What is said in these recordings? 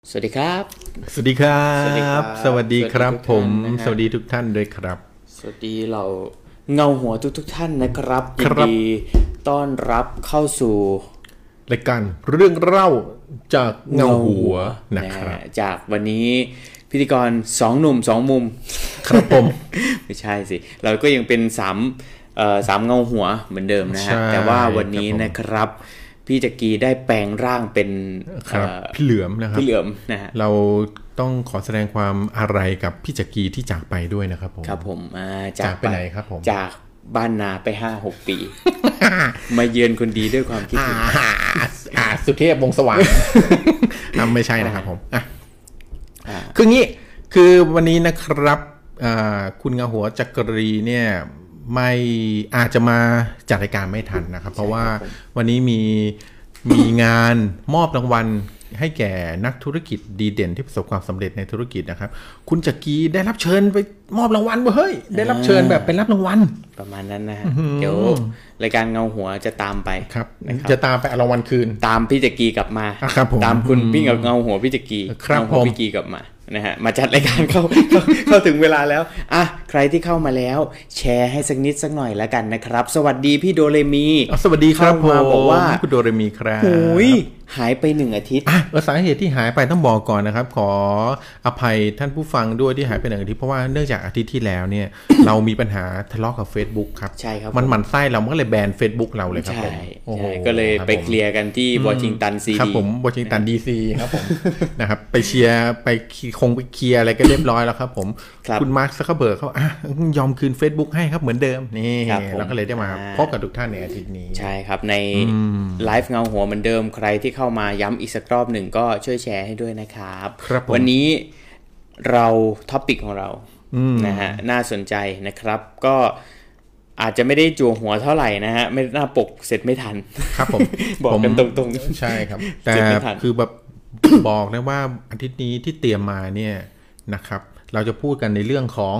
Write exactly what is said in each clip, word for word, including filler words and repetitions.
สวัสดีครับสวัสดีครับสวัสดีครับผมสวัสดีทุกท่านด้วยครับสวัสดีเราเงาหัวทุกทุกท่านนะครับยินดีต้อนรับเข้าสู่รายการเรื่องเล่าจากเงาหัวนะครับจากวันนี้พิธีกรสองหนุ่มสองมุมครับผมไม่ใช่สิเราก็ยังเป็นสามเอ่อสามเงาหัวเหมือนเดิมนะฮะแต่ว่าวันนี้นะครับพี่จักรีได้แปลงร่างเป็นพี่เหลือมนะครับพี่เหลือมนะฮะเราต้องขอแสดงความอาลัยกับพี่จักรีที่จากไปด้วยนะครับผมครับผมจากไปไหนครับผมจากบ้านนาไป ห้าหก ปีมาเยือนคนดีด้วยความคิดถึงอ่าสุเทพวงศ์สว่างไม่ใช่นะครับผมอ่ะคืองี้คือวันนี้นะครับคุณเงาหัวจักรีเนี่ยไม่อาจจะมาจัดรายการไม่ทันนะครับเพราะว่าวันนี้มีมีงานมอบรางวัลให้แก่นักธุรกิจดีเด่นที่ประสบความสำเร็จในธุรกิจนะครับคุณจักรีได้รับเชิญไปมอบรางวัลเฮ้ยได้รับเชิญแบบเป็นรับรางวัลประมาณนั้นนะฮะเดี๋ยวรายการเงาหัวจะตามไปครับจะตามไปเอารางวัลคืนตามพี่จักรีกลับมาตามคุณพี่กับเงาหัวพี่จักรีเงาหัวพี่จักรีกลับมานะฮะมาจัดรายการเข้าเข้าถึงเวลาแล้วอ่ะใครที่เข้ามาแล้วแชร์ให้สักนิดสักหน่อยแล้วกันนะครับสวัสดีพี่โดเรมีสวัสดีครับผมบอกว่าคุณโดเรมีครับโอ้ยหายไปหนึ่งอาทิตย์อ่ะสาเหตุที่หายไปต้องบอกก่อนนะครับขออภัยท่านผู้ฟังด้วยที่หายไปหนึ่งอาทิตย์เพราะว่าเนื่องจากอาทิตย์ที่แล้วเนี่ย เรามีปัญหาทะเลาะกับ Facebook ครับใช่ครับมันหมั่นไส้เรามันก็เลยแบน Facebook เราเลยครับผมใช่ก็เลยไปเคลียร์กันที่วอชิงตันซีดีครับผมวอชิงตันดีซีครับผมนะครับไปเชียร์ไปคงไปเคลียร์อะไรกันเรียบร้อยแล้วครับผมคุณมาร์คซักเคอร์เบิร์กเขาอ่ะยอมคืน Facebook ให้ครับเหมือนเดิมนี่เราก็เลยได้มาพบกับทุกท่านในอาทิตย์นี้ใช่ครับในไลฟ์เงาหัวเหมือนเดิมใครที่เข้ามาย้ำอีกสักรอบหนึ่งก็ช่วยแชร์ให้ด้วยนะครับวันนี้เราท็อปิกของเรานะฮะน่าสนใจนะครับก็อาจจะไม่ได้จั่วหัวเท่าไหร่นะฮะไม่หน้าปกเสร็จไม่ทันครับผมบอกกันตรงๆใช่ครับแต่คือแบบบอกนะว่าอาทิตย์นี้ที่เตรียมมาเนี่ยนะครับเราจะพูดกันในเรื่องของ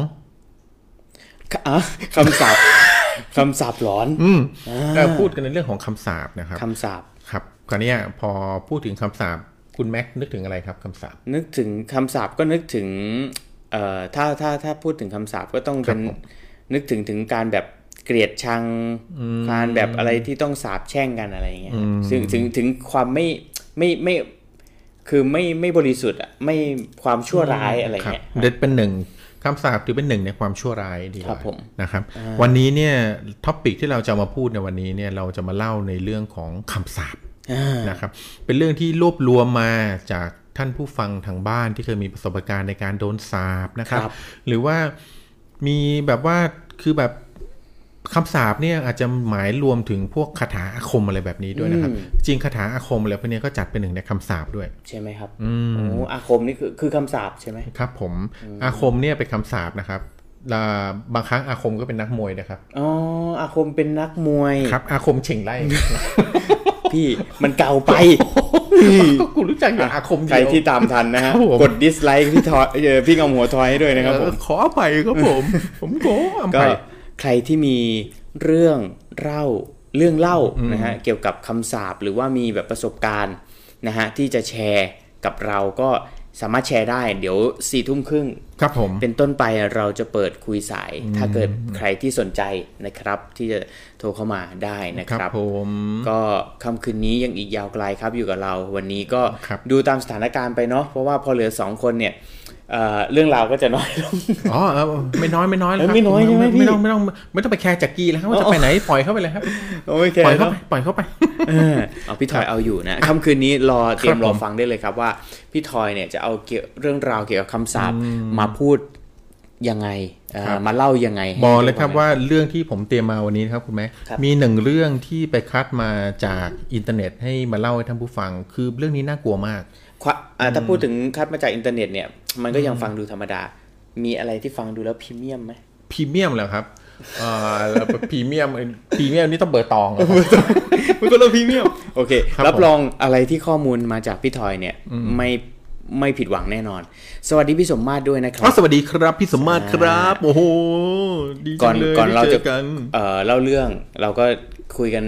คำศัพท์คำศัพท์หลอนเราพูดกันในเรื่องของคำศัพท์นะครับคำศัพท์ครับคราวนี้พอพูดถึงคำศัพท์คุณแม็กนึกถึงอะไรครับคำศัพท์นึกถึงคำศัพท์ก็นึกถึงเอ่อถ้าถ้าถ้าพูดถึงคำศัพท์ก็ต้องเป็นนึกถึงถึงการแบบเกลียดชังการแบบอะไรที่ต้องสาปแช่งกันอะไรอย่างเงี้ยถึงถึงถึงความไม่ไม่ไม่คือไม่ไม่บริสุทธิ์อ่ะไม่ความชั่วร้ายอะไรเงี้ยเด็ดเป็นหนึ่งคำสาปถือเป็นหนึ่งในความชั่วร้ายดีครับผมนะครับวันนี้เนี่ยท็อปิกที่เราจะมาพูดในวันนี้เนี่ยเราจะมาเล่าในเรื่องของคำสาปนะครับเป็นเรื่องที่รวบรวมมาจากท่านผู้ฟังทางบ้านที่เคยมีประสบการณ์ในการโดนสาปนะครับหรือว่ามีแบบว่าคือแบบคำสาปเนี่ยอาจจะหมายรวมถึงพวกคาถาอาคมอะไรแบบนี้ด้วยนะครับจริงคาถาอาคมอะไรพวกนี้ก็จัดเป็นหนึ่งในคำสาปด้วยใช่ไหมครับโอ้อาคมนี่คือคือคำสาปใช่ไหมครับผมอาคมเนี่ยเป็นคำสาปนะครับบางครั้งอาคมก็เป็นนักมวยนะครับอ๋ออาคมเป็นนักมวยครับอาคมเฉ่งไล่พี่มันเก่าไปกูรู้จักอย่างอาคมใครที่ตามทันนะฮะกดดิสไลค์พี่ทอยพี่เอาหัวทอยให้ด้วยนะครับผมขออภัยครับผมผมขออภัยใครที่มีเรื่องเล่าเรื่องเล่านะฮะเกี่ยวกับคำสาปหรือว่ามีแบบประสบการณ์นะฮะที่จะแชร์กับเราก็สามารถแชร์ได้เดี๋ยวสี่ทุ่มครึ่งครับผมเป็นต้นไปเราจะเปิดคุยสายถ้าเกิดใครที่สนใจนะครับที่จะโทรเข้ามาได้นะครับผมก็ค่ำคืนนี้ยังอีกยาวไกลครับอยู่กับเราวันนี้ก็ดูตามสถานการณ์ไปเนาะเพราะว่าพอเหลือสองคนเนี่ยเอ่อเรื่องราวก็จะน้อยลงอ๋อไม่น้อยไม่น้อยแล้วครับไม่น้อยใช่ไหมพี่ไม่ต้องไม่ต้องไม่ต้องไปแคร์จักรีแล้วครับว่าจะไปไหนปล่อยเข้าไปเลยครับปล่อยเข้าไปปล่อยเข้าไปเออเอาพี่ทอยเอาอยู่นะค่ำคืนนี้รอเตรียมรอฟังได้เลยครับว่าพี่ทอยเนี่ยจะเอาเรื่องราวเกี่ยวกับคำสาปมาพูดยังไงมาเล่ายังไงบอกเลยครับว่าเรื่องที่ผมเตรียมมาวันนี้ครับคุณแม่มีหนึ่งเรื่องที่ไปคัดมาจากอินเทอร์เน็ตให้มาเล่าให้ท่านผู้ฟังคือเรื่องนี้น่ากลัวมากถ้าพูดถึงคัดมาจากอินเทอร์เน็ตเนี่ยมันก็ยังฟังดูธรรมดามีอะไรที่ฟังดูแล้วพรีเมียมไหมพรีเมียมเหรอครับอ่าพรีเมียมพรีเมียมนี่ต้องเบอร์ตองมันก็เริ่มพรีเมียมโอเครับรองอะไรที่ข้อมูลมาจากพี่ทอยเนี่ยไม่ไม่ผิดหวังแน่นอนสวัสดีพี่สมมาตรด้วยนะครับสวัสดีครับพี่สมมาตรครับโอ้โหดีจังเลยก่อนเราจะเอ่อเล่าเรื่องเราก็คุยกัน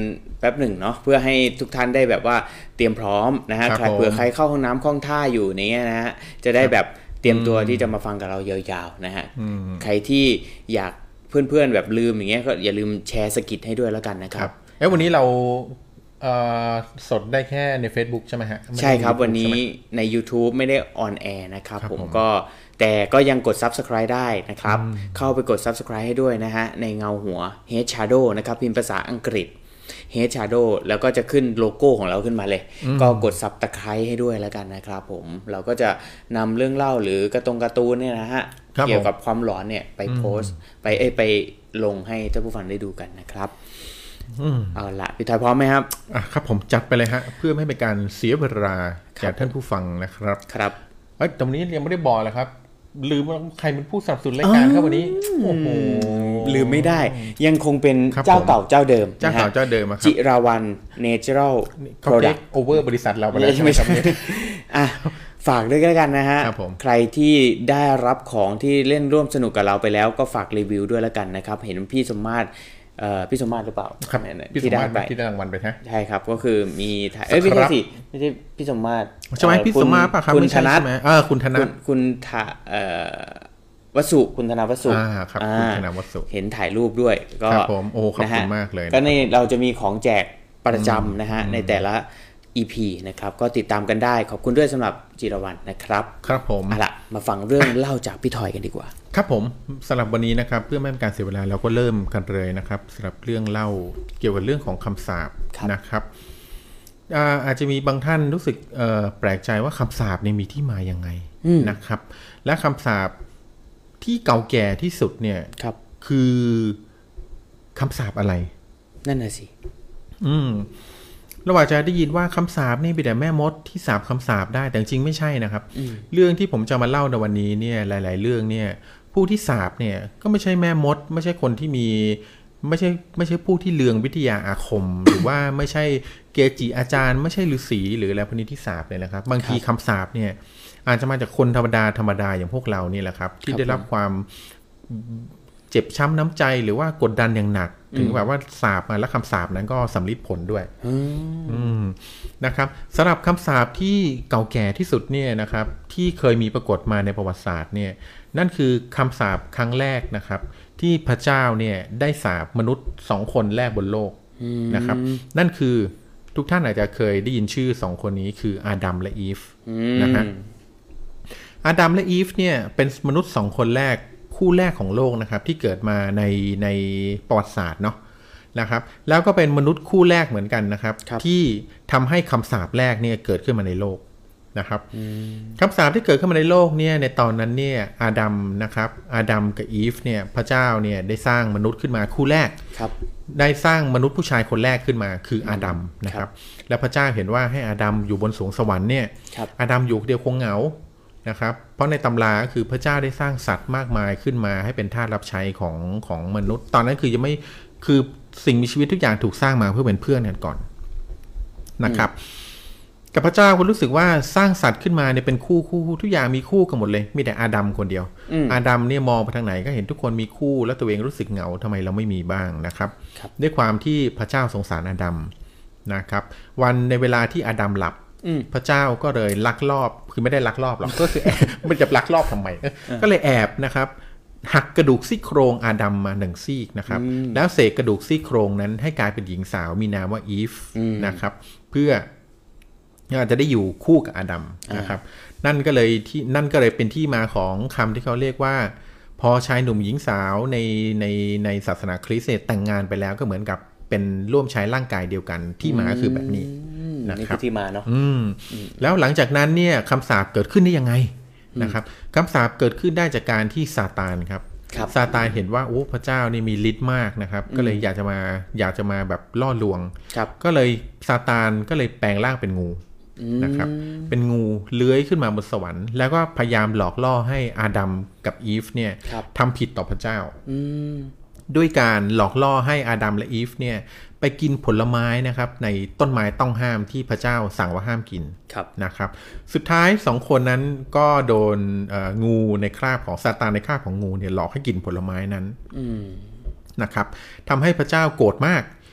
ป๊บหนึ่งเนาะเพื่อให้ทุกท่านได้แบบว่าเตรียมพร้อมนะฮะใครเผื่อใครเข้าห้องน้ำคล่องท่าอยู่เนี้ยนะฮะจะได้แบบเตรียมตัวที่จะมาฟังกับเรายาวๆนะฮะใครที่อยากเพื่อนๆแบบลืมอย่างเงี้ยก็อย่าลืมแชร์สกิทให้ด้วยแล้วกันนะครับเอ้วันนี้เราสดได้แค่ใน Facebook ใช่ไหมฮะใช่ครับวันนี้ใน YouTube ไม่ได้ออนแอร์นะครับผมก็แต่ก็ยังกด Subscribe ได้นะครับเข้าไปกด Subscribe ให้ด้วยนะฮะในเงาหัว Head Shadow นะครับพิมพ์ภาษาอังกฤษ Head Shadow แล้วก็จะขึ้นโลโก้ของเราขึ้นมาเลยก็กด Subscribe ให้ด้วยแล้วกันนะครับผมเราก็จะนำเรื่องเล่าหรือการ์ตูนการ์ตูนเนี่ยนะฮะเกี่ยวกับความหลอนเนี่ยไปโพสต์ไปเอ้ยไปลงให้ท่านผู้ฟังได้ดูกันนะครับเอาละพี่ทอยพร้อมไหมครับอ่ะครับผมจัดไปเลยฮะเพื่อไม่ให้เป็นการเสียเวลาแก่ท่านผู้ฟังนะครับครับเอ้ยตรงนี้ยังไม่ได้บอกเลยครับลืมว่าใครเป็นผู้สนับสนุนรายการครับวันนี้โอ้โหลืมไม่ได้ยังคงเป็นเจ้าเก่าเจ้าเดิมเจ้าเก่าเจ้าเดิมครับจิราวันเนเจอรัลโปรดักต์โอเวอร์บริษัทเราไปแล้วใช่ไหมครับอ่ะฝากด้วยกันนะฮะใครที่ได้รับของที่เล่นร่วมสนุกกับเราไปแล้วก็ฝากรีวิวด้วยแล้วกันนะครับเห็นพี่สมมาตรพี่สมมาตรหรือเปล่าครับที่ได้ไปที่ได้รางวัลไปใช่ครับก็คือมีเอ้ยไม่ใช่สิไม่ใช่พี่สมมาตรใช่ไหมพี่สมมาตรป่ะครับคุณธนัทเออคุณธนัทคุณทะเอ่อวสุคุณธนวสุอ่าครับคุณธนวสุเห็นถ่ายรูปด้วยก็ครับผมโอ้ขอบคุณมากเลยก็ในเราจะมีของแจกประจำนะฮะในแต่ละ อี พี นะครับก็ติดตามกันได้ขอบคุณด้วยสำหรับจิรวรรณนะครับครับผมเอาล่ะมาฟังเรื่องเล่าจากพี่ทอยกันดีกว่าครับผมสำหรับวันนี้นะครับเพื่อไม่ให้การเสียเวลาเราก็เริ่มกันเลยนะครับสำหรับเรื่องเล่าเกี่ยวกับเรื่องของคำสาปนะครับอาจจะมีบางท่านรู้สึกแปลกใจว่าคำสาปเนี่ยมีที่มาอย่างไงนะครับและคำสาปที่เก่าแก่ที่สุดเนี่ยคือคำสาปอะไรนั่นน่ะสิอืมเราอาจจะได้ยินว่าคำสาปนี่เป็นแต่แม่มดที่สาปคำสาปได้แต่จริงไม่ใช่นะครับเรื่องที่ผมจะมาเล่าในวันนี้เนี่ยหลายๆเรื่องเนี่ยผู้ที่สาปเนี่ยก็ไม่ใช่แม่มดไม่ใช่คนที่มีไม่ใช่ไม่ใช่ผู้ที่เลืองวิทยาอาคม หรือว่าไม่ใช่เกจิอาจารย์ไม่ใช่ฤาษีหรืออะไรพวกนี้ที่สาปเลยนะครับบางทีคำสาปเนี่ยอาจจะมาจากคนธรรมดาธรรมดาอย่างพวกเรานี่แหละครับที่ได้รับความเจ็บช้ำน้ำใจหรือว่ากดดันอย่างหนักถึงแบบว่าสาปมาแล้วคำสาปนั้นก็สำลิดผลด้วยนะครับสำหรับคำสาปที่เก่าแก่ที่สุดเนี่ยนะครับที่เคยมีปรากฏมาในประวัติศาสตร์เนี่ยนั่นคือคำสาปครั้งแรกนะครับที่พระเจ้าเนี่ยได้สาปมนุษย์สองคนแรกบนโลกนะครับนั่นคือทุกท่านอาจจะเคยได้ยินชื่อสองคนนี้คืออาดัมและอีฟนะฮะอาดัมและอีฟเนี่ยเป็นมนุษย์สองคนแรกคู่แรกของโลกนะครับที่เกิดมาในในประวัติศาสตร์เนาะนะครับแล้วก็เป็นมนุษย์คู่แรกเหมือนกันนะครับที่ทำให้คำสาปแรกเนี่ยเกิดขึ้นมาในโลกนะครับคำสาปที่เกิดขึ้นมาในโลกเนี่ยในตอนนั้นเนี่ยอาดัมนะครับอาดัมกับอีฟเนี่ยพระเจ้าเนี่ยได้สร้างมนุษย์ขึ้นมาคู่แรกได้สร้างมนุษย์ผู้ชายคนแรกขึ้นมาคืออาดัมนะครับแล้วพระเจ้าเห็นว่าให้อาดัมอยู่บนสวงสวรรค์เนี่ยอาดัมอยู่เดียวคงเหงานะครับเพราะในตำราก็คือพระเจ้าได้สร้างสัตว์มากมายขึ้นมาให้เป็นทาสรับใช้ของของมนุษย์ตอนนั้นคือยังไม่คือสิ่งมีชีวิตทุกอย่างถูกสร้างมาเพื่อเป็นเพื่อนกันก่อนนะครับกับพระเจ้าก็รู้สึกว่าสร้างสัตว์ขึ้นมาเนี่ยเป็นคู่คู่ทุกอย่างมีคู่กันหมดเลยมีแต่อาดัมคนเดียวอาดัมเนี่ยมองไปทางไหนก็เห็นทุกคนมีคู่แล้วตัวเองรู้สึกเหงาทำไมเราไม่มีบ้างนะครับด้วยความที่พระเจ้าสงสารอาดัมนะครับวันในเวลาที่อาดัมหลับพระเจ้าก็เลยลักลอบคือไม่ได้ลักลอบหรอกก็คือมันจะลักลอบทำไมก็เลยแอบนะครับหักกระดูกซี่โครงอาดัมมาหนึ่งซี่นะครับแล้วเสกกระดูกซี่โครงนั้นให้กลายเป็นหญิงสาวมีนามว่าอีฟนะครับเพื่ออาจจะได้อยู่คู่กับอาดัมนะครับนั่นก็เลยที่นั่นก็เลยเป็นที่มาของคำที่เขาเรียกว่าพอชายหนุ่มหญิงสาวในในในศาสนาคริสต์แต่งงานไปแล้วก็เหมือนกับเป็นร่วมใช้ร่างกายเดียวกันที่มาคือแบบนี้นะครับที่มาเนาะแล้วหลังจากนั้นเนี่ยคำสาปเกิดขึ้นได้ยังไงนะครับคำสาปเกิดขึ้นได้จากการที่ซาตานครับซาตานเห็นว่าโอ้พระเจ้านี่มีฤทธิ์มากนะครับก็เลยอยากจะมาอยากจะมาแบบล่อลวงก็เลยซาตานก็เลยแปลงร่างเป็นงูนะครับเป็นงูเลื้อยขึ้นมาบนสวรรค์แล้วก็พยายามหลอกล่อให้อาดัมกับอีฟเนี่ยทำผิดต่อพระเจ้าด้วยการหลอกล่อให้อาดัมและอีฟเนี่ยไปกินผลไม้นะครับในต้นไม้ต้องห้ามที่พระเจ้าสั่งว่าห้ามกินนะครับสุดท้ายสองคนนั้นก็โดนงูในคราบของซาตานในคราบของงูเนี่ยหลอกให้กินผลไม้นั้นนะครับทำให้พระเจ้าโกรธมาก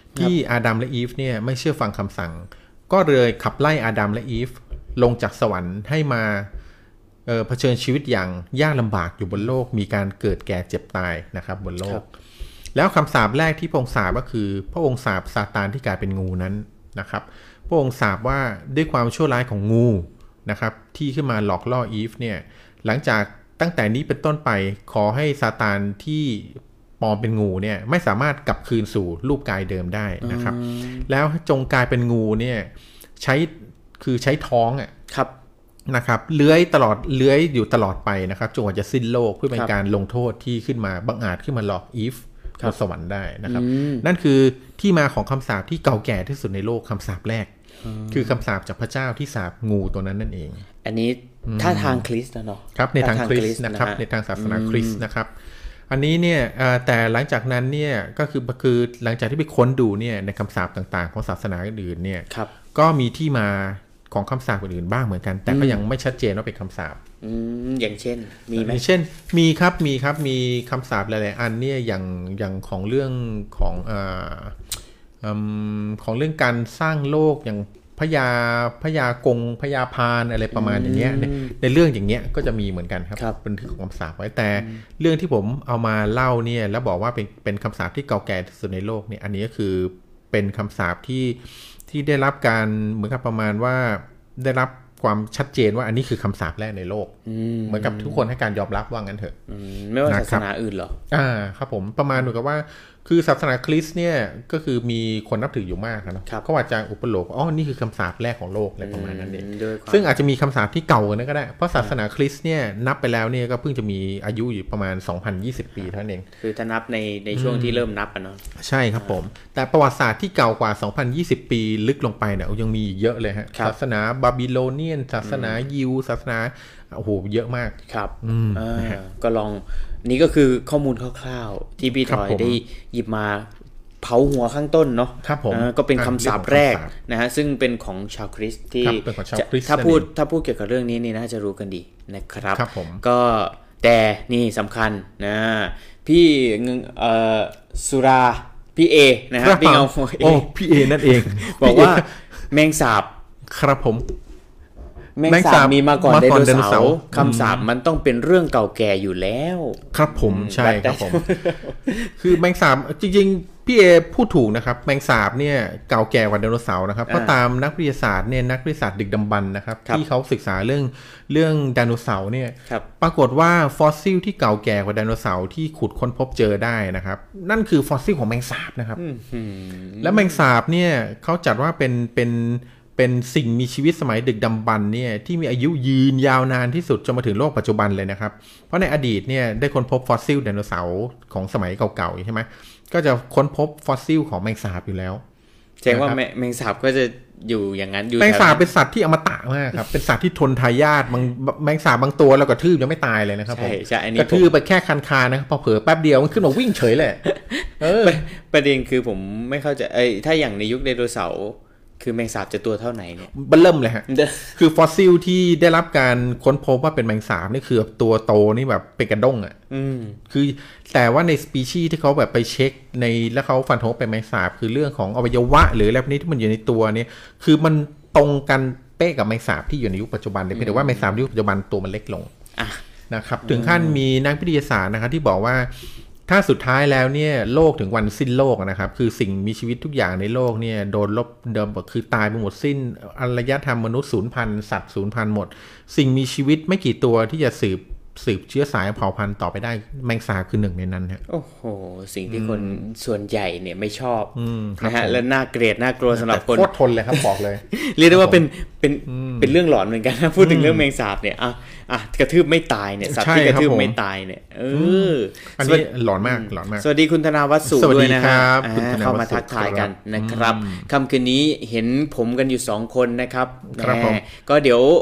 ที่อาดัมและอีฟเนี่ยไม่เชื่อฟังคำสั่งก็เลยขับไล่อาดัมและอีฟลงจากสวรรค์ให้มาเอ่อเผชิญชีวิตอย่างยากลำบากอยู่บนโลกมีการเกิดแก่เจ็บตายนะครับบนโลกแล้วคำสาปแรกที่พระองค์สาปก็คือพระองค์สาปซาตานที่กลายเป็นงูนั้นนะครับพระองค์สาปว่าด้วยความชั่วร้ายของงูนะครับที่ขึ้นมาหลอกล่ออีฟเนี่ยหลังจากตั้งแต่นี้เป็นต้นไปขอให้ซาตานที่ปลอมเป็นงูเนี่ยไม่สามารถกลับคืนสู่รูปกายเดิมได้นะครับแล้วจงกลายเป็นงูเนี่ยใช้คือใช้ท้องอ่ะครับนะครับเลื้อยตลอดเลื้อยอยู่ตลอดไปนะครับจนกว่าจะสิ้นโลกเพื่อเป็นการลงโทษที่ขึ้นมาบังอาจขึ้นมาหลอกอีฟบนสวรรค์ได้นะครับนั่นคือที่มาของคำสาปที่เก่าแก่ที่สุดในโลกคำสาปแรกคือคำสาปจากพระเจ้าที่สาปงูตัวนั้นนั่นเองอันนี้ถ้าทางคริสต์นะเนาะครับในทางคริสต์นะครับในทางศาสนาคริสต์นะครับอันนี้เนี่ยแต่หลังจากนั้นเนี่ยก็คือคือหลังจากที่ไปค้นดูเนี่ยในคำสาปต่างๆของศาสนาอื่นๆเนี่ยก็มีที่มาของคำสาปอื่นๆบ้างเหมือนกันแต่ก็ยังไม่ชัดเจนว่าเป็นคำสาปอย่างเช่นมีไหมเช่นมีครับมีครับมีคำสาปหลายๆอันเนี่ยอย่างอย่างของเรื่องของเอ่อของเรื่องการสร้างโลกอย่างพญาพญากงพญาพานอะไรประมาณอย่างเงี้ยใน, ในเรื่องอย่างเงี้ยก็จะมีเหมือนกันครับเป็นถือของคำสาปไว้แต่เรื่องที่ผมเอามาเล่าเนี่ยแล้วบอกว่าเป็นเป็นคำสาปที่เก่าแก่ที่สุดในโลกเนี่ยอันนี้ก็คือเป็นคำสาปที่ที่ได้รับการเหมือนกับประมาณว่าได้รับความชัดเจนว่าอันนี้คือคำสาปแรกในโลกเหมือนกับทุกคนให้การยอมรับว่างั้นเถอะไม่ว่าศาสนาอื่นหรออ่าครับผมประมาณเหมือนกับว่าคือศาสนาคริสต์เนี่ยก็คือมีคนนับถืออยู่มากนะเขาอาจจะอุปโลกอ๋อนี่คือคำสาปแรกของโลกอะไรประมาณนั้นเองซึ่งอาจจะมีคำสาปที่เก่ากันก็ได้เพราะศาสนาคริสต์เนี่ยนับไปแล้วเนี่ยก็เพิ่งจะมีอายุอยู่ประมาณ สองพันยี่สิบ ปีเท่านั้นเองคือถ้านับในในช่วงที่เริ่มนับอ่ะเนาะใช่ครับผมแต่ประวัติศาสตร์ที่เก่ากว่า สองพันยี่สิบ ปีลึกลงไปเนี่ยยังมีเยอะเลยฮะศาสนาบาบิโลเนียนศาสนายิวศาสนาโอ้โหเยอะมากครับก็ลองนี่ก็คือข้อมูลคร่าวๆที่พี่ถอยได้หยิบมาเผาหัวข้างต้นเนาะครับผมก็เป็นคำสาปแรกนะฮะซึ่งเป็นของชาวคริสต์ที่ถ้าพูดถ้าพูดเกี่ยวกับเรื่องนี้นี่น่าจะรู้กันดีนะครับครับผมก็แต่นี่สำคัญนะพี่เอ่อสุราพี่เอนะฮะพี่เงาโอ้พี่เอนั่นเองบอกว่าแมงสาบครับผมแมงสาบมีมาก่อนไดโนเสาร์คำสาปมันต้องเป็นเรื่องเก่าแก่อยู่แล้วครับผมใช่ครับผมคือแมงสาบจริงๆพี่เอพูดถูกนะครับแมงสาบเนี่ยเก่าแก่กว่าไดโนเสาร์นะครับเพราะตามนักวิทยาศาสตร์เนี่ยนักวิทยาศาสตร์ดึกดำบรรพ์นะครับที่เขาศึกษาเรื่องเรื่องไดโนเสาร์เนี่ยปรากฏว่าฟอสซิลที่เก่าแก่กว่าไดโนเสาร์ที่ขุดค้นพบเจอได้นะครับนั่นคือฟอสซิลของแมงสาบนะครับและแมงสาบเนี่ยเขาจัดว่าเป็นเป็นเป็นสิ่งมีชีวิตสมัยดึกดำบรรพ์เนี่ยที่มีอายุยืนยาวนานที่สุดจนมาถึงโลกปัจจุบันเลยนะครับเพราะในอดีตเนี่ยได้ค้นพบฟอสซิลไดโนเสาร์ของสมัยเก่าๆใช่ไหมก็จะค้นพบฟอสซิลของแมงสาบอยู่แล้วแสดงว่าแมงสาบก็จะอยู่อย่างนั้นอยู่แมงสาบเป็นสัตว์ที่อมตะมากครับเป็นสัตว์ที่ทนทายาทบางแมงสาบบางตัวเรากระทืบยังไม่ตายเลยนะครับผมกระทืบไปแค่คันคานะครับพอเผลอแป๊บเดียวมันขึ้นมาวิ่งเฉยเลยเออประเด็นคือผมไม่เข้าใจไอ้ถ้าอย่างในยุคไดโนเสาร์คือแมงสาบจะตัวเท่าไหนเนี่ยบันเริ่มเลยฮะคือฟอสซิลที่ได้รับการค้นพบว่าเป็นแมงสาบนี่คือตัวโตนี่แบบเป็นกระด้งอ่ะคือแต่ว่าในสปีชีส์ที่เขาแบบไปเช็คในแล้วเขาฟันธงเป็นแมงสาบคือเรื่องของอวัยวะหรืออะไรพวกนี้ที่มันอยู่ในตัวนี้คือมันตรงกันเป๊ะกับแมงสาบที่อยู่ในยุคปัจจุบันเลยเพียงแต่ว่าแมงสาบยุคปัจจุบันตัวมันเล็กลงนะครับถึงขั้นมีนักวิทยาศาสตร์นะครับที่บอกว่าถ้าสุดท้ายแล้วเนี่ยโลกถึงวันสิ้นโลกนะครับคือสิ่งมีชีวิตทุกอย่างในโลกเนี่ยโดนลบเดิมคือตายไปหมดสิ้นอารยธรรมมนุษย์สูญพันธุ์สัตว์สูญพันธุ์หมดสิ่งมีชีวิตไม่กี่ตัวที่จะสืบสืบเชื้อสายเผ่าพันธุ์ต่อไปได้แมงสาบคือหนึ่งในนั้นฮะโอ้โหสิ่งที่คนส่วนใหญ่เนี่ยไม่ชอบนะฮะและน่าเกลียดน่ากลัวสำหรับคนโคตรทนเลยครับบอกเลยเรียกได้ว่าเป็นเป็นเป็นเรื่องหลอนเหมือนกันนะพูดถึงเรื่องแมงสาบเนี่ยอ่ะอ่ะกระทืบไม่ตายเนี่ยสัตว์ที่กระทืบไม่ตายเนี่ยเอออันนี้หลอนมากหลอนมากสวัสดีคุณธนาวัฒน์สุด้วยนะครับเข้ามาทักทายกันนะครับค่ำคืนนี้เห็นผมกันอยู่สองคนนะครับก็เดี๋ยว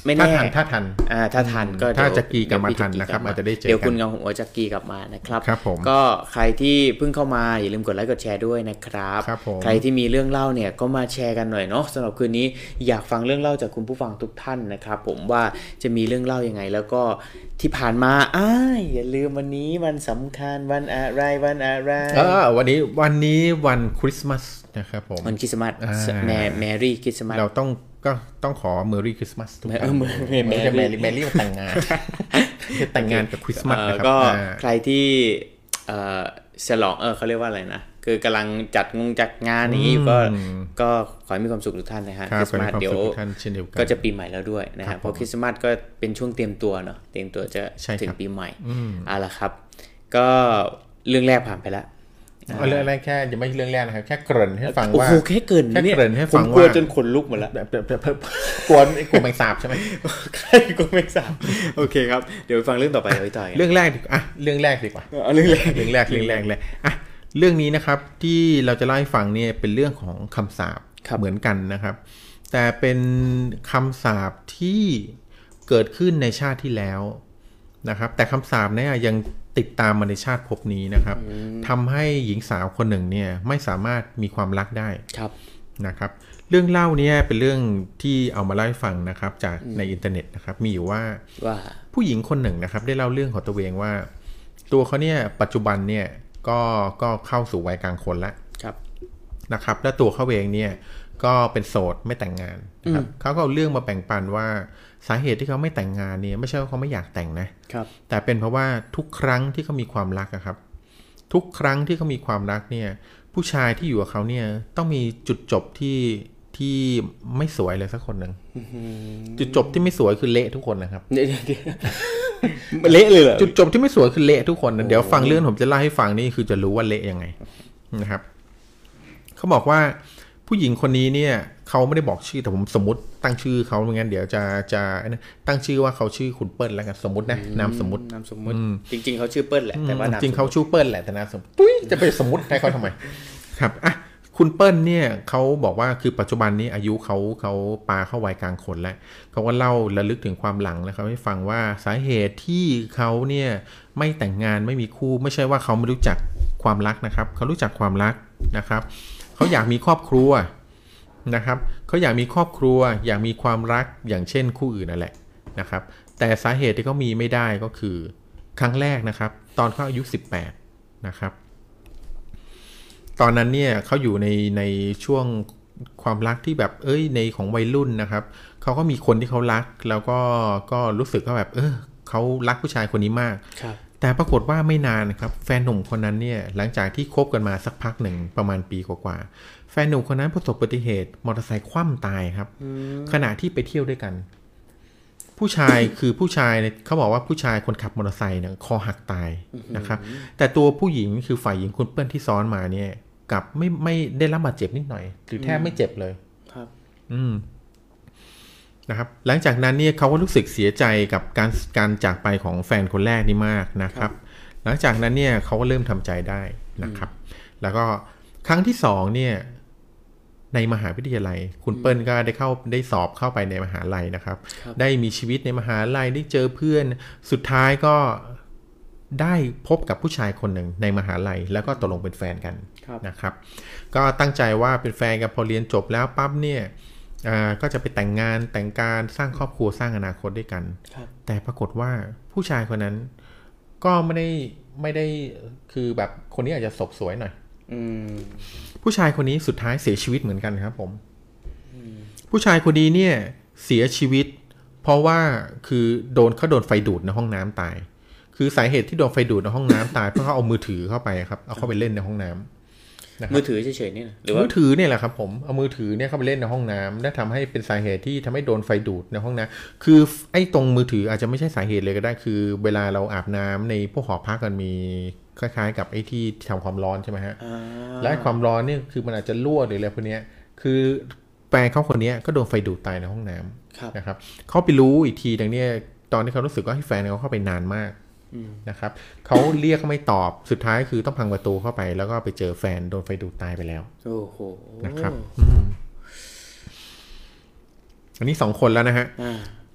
ไม่แน่ถ้าทันถ้าทันอ่าถ้าทันก็ถ้าจักรีกลับมาทันนะครับอาจจะได้เจอกันเดี๋ยวคุณเงาหัวจักรีกลับมานะครับครับผมก็ใครที่เพิ่งเข้ามาอย่าลืมกดไลค์กดแชร์ด้วยนะครับครับผมใครที่มีเรื่องเล่าเนี่ยก็มาแชร์กันหน่อยเนาะสำหรับคืนนี้อยากฟังเรื่องเล่าจากคุณผู้ฟังทุกท่านนะครับผมว่าจะมีเรื่องเล่ายังไงแล้วก็ที่ผ่านมาอ้ายอย่าลืมวันนี้วันสำคัญวันอะไรวันอะไรเออวันนี้วันนี้วันคริสต์มาสนะครับผมวันคริสต์มาสแมแมรี่คริสต์มาสเราต้องก็ต้องขอเมอรี่คริสต์มาสทุกท่านแมรี่แมรี่แมรี่มาแต่งงานแต่งงานกับคริสต์มาสนะครับก็ใครที่เอ่อฉลองเออเขาเรียกว่าอะไรนะคือกำลังจัดงงจัดงานอย่างนี้ก็ก็ขอให้มีความสุขทุกท่านนะฮะคริสต์มาสเดี๋ยวก็จะปีใหม่แล้วด้วยนะฮะเพราะคริสต์มาสก็เป็นช่วงเตรียมตัวเนาะเตรียมตัวจะถึงปีใหม่อ่ะล่ะครับก็เรื่องแรกผ่านไปแล้วเรื่องแรกแค่ยังไม่เรื่องแรกนะครับแค่เกริ่นให้ฟังว่าโอ้โหแค่เกริ่นเนี่ยผมกลัวจนขนลุกหมดแล้วกลัวกลัวแมงสาบใช่ไหมใช่กลัวแมงสาบโอเคครับเดี๋ยวฟังเรื่องต่อไปเลยต่อยเรื่องแรกดีกว่าอ่ะเรื่องแรกดีกว่าเรื่องแรกเรื่องแรกเรื่องแรกเลยอ่ะเรื่องนี้นะครับที่เราจะเล่าให้ฟังเนี่ยเป็นเรื่องของคำสาปเหมือนกันนะครับแต่เป็นคำสาปที่เกิดขึ้นในชาติที่แล้วนะครับแต่คำสาปเนี่ยยังติดตามมาในชาติภพนี้นะครับทำให้หญิงสาวคนหนึ่งเนี่ยไม่สามารถมีความรักได้นะครับเรื่องเล่านี้เป็นเรื่องที่เอามาเล่าให้ฟังนะครับจากในอินเทอร์เน็ตนะครับมีอยู่ว่าผู้หญิงคนหนึ่งนะครับได้เล่าเรื่องของตัวเองว่าตัวเขาเนี่ยปัจจุบันเนี่ยก็ก็เข้าสู่วัยกลางคนแล้วนะครับและตัวเขาเองเนี่ยก็เป็นโสดไม่แต่งงานนะครับเขาก็เอาเรื่องมาแบ่งปันว่าสาเหตุที่เขาไม่แต่งงานเนี่ยไม่ใช่ว่าเขาไม่อยากแต่งนะแต่เป็นเพราะว่าทุกครั้งที่เขามีความรักครับทุกครั้งที่เขามีความรักเนี่ยผู้ชายที่อยู่กับเขาเนี่ยต้องมีจุดจบที่ที่ไม่สวยเลยสักคนหนึ่งจุดจบที่ไม่สวยคือเละทุกคนนะครับเละเลยเหรอจุดจบที่ไม่สวยคือเละทุกคนเดี๋ยวฟังเรื่องผมจะเล่าให้ฟังนี่คือจะรู้ว่าเละยังไงนะครับเขาบอกว่าผู้หญิงคนนี้เนี่ยเขาไม่ได้บอกชื่อแต่ผมสมมติตั้งชื่อเขาไม่งั้นเดี๋ยวจะจะตั้งชื่อว่าเขาชื่อคุณเปิ้ลแล้วกันสมมตินะนามสมมตินามสมมติจริงๆเขาชื่อเปิ้ลแหละแต่ว่าจริงเขาชื่อเปิ้ลแหละแต่นามสมมติตุ้ยจะไปสมมติให้เขาทำไมครับอ่ะคุณเปิ้ลเนี่ยเขาบอกว่าคือปัจจุบันนี้อายุเขาเขาปาเข้าวัยกลางคนแล้วเขาก็เล่าระลึกถึงความหลังแล้วเขาให้ฟังว่าสาเหตุที่เขาเนี่ยไม่แต่งงานไม่มีคู่ไม่ใช่ว่าเขาไม่รู้จักความรักนะครับเขารู้จักความรักนะครับเขาอยากมีครอบครัวนะครับเขาอยากมีครอบครัวอยากมีความรักอย่างเช่นคู่อื่นนั่นแหละนะครับแต่สาเหตุที่เขามีไม่ได้ก็คือครั้งแรกนะครับตอนเขาอายุสิบแปดนะครับตอนนั้นเนี่ยเขาอยู่ในในช่วงความรักที่แบบเอ้ยในของวัยรุ่นนะครับเขาก็มีคนที่เขารักแล้วก็ก็รู้สึกว่าแบบเออเขารักผู้ชายคนนี้มากแต่ปรากฏว่าไม่นานนะครับแฟนหนุ่มคนนั้นเนี่ยหลังจากที่คบกันมาสักพักหนึ่งประมาณปีกว่าๆแฟนหนุ่มคนนั้นประสบอุบัติเหตุมอเตอร์ไซค์คว่ำตายครับขณะที่ไปเที่ยวด้วยกันผู้ชายคือผู้ชายเขาบอกว่าผู้ชายคนขับมอเตอร์ไซค์เนี่ยคอหักตายนะครับแต่ตัวผู้หญิงคือฝ่ายหญิงคุณเปิ้ลที่ซ้อนมาเนี่ยกับไม่ไม่ได้รับบาดเจ็บนิดหน่อยหรือแทบไม่เจ็บเลยครับอืมนะครับหลังจากนั้นเนี่ยเขาก็รู้สึกเสียใจกับการการจากไปของแฟนคนแรกนี่มากนะครับหลังจากนั้นเนี่ยเขาก็เริ่มทำใจได้นะครับแล้วก็ครั้งที่สองเนี่ยในมหาวิทยาลัยคุณเปิ้ลก็ได้เข้าได้สอบเข้าไปในมหาลัยนะครับได้มีชีวิตในมหาลัยได้เจอเพื่อนสุดท้ายก็ได้พบกับผู้ชายคนหนึ่งในมหาลัยแล้วก็ตกลงเป็นแฟนกันนะครับก็ตั้งใจว่าเป็นแฟนกันพอเรียนจบแล้วปั๊บเนี่ยก็จะไปแต่งงานแต่งการสร้างครอบครัวสร้างอนาคตด้วยกันแต่ปรากฏว่าผู้ชายคนนั้นก็ไม่ได้ไม่ได้คือแบบคนนี้อาจจะสบสวยหน่อยผู้ชายคนนี้สุดท้ายเสียชีวิตเหมือนกันครับผมผู้ชายคนนี้เนี่ยเสียชีวิตเพราะว่าคือโดนเขาโดนไฟดูดในห้องน้ำตายคือสาเหตุที่โดนไฟดูดในห้องน้ำตายเพราะเขาเอามือถือเข้าไปครับเอาเข้าไปเล่นในห้องน้ำมือถือเฉยๆนี่หรือว่ามือถือเนี่ยแหละครับผมเอามือถือเนี่ยเข้าไปเล่นในห้องน้ำได้ทำให้เป็นสาเหตุที่ทำให้โดนไฟดูดในห้องน้ำคือไอ้ตรงมือถืออาจจะไม่ใช่สาเหตุเลยก็ได้คือเวลาเราอาบน้ำในพวกหอพักกันมีคล้ายๆกับไอ้ที่ทำความร้อนใช่ไหมฮะและความร้อนเนี่ยคือมันอาจจะรั่วหรืออะไรพวกนี้คือแฟนเขาคนนี้ก็โดนไฟดูดตายในห้องน้ำนะครับเขาไปรู้อีกทีดังนี้ตอนที่เขารู้สึกว่าให้แฟนเขาเข้าไปนานมากนะครับเขาเรียกไม่ตอบสุดท้ายคือต้องพังประตูเข้าไปแล้วก็ไปเจอแฟนโดนไฟดูดตายไปแล้วโอ้โหนะครับอันนี้สองคนแล้วนะฮะ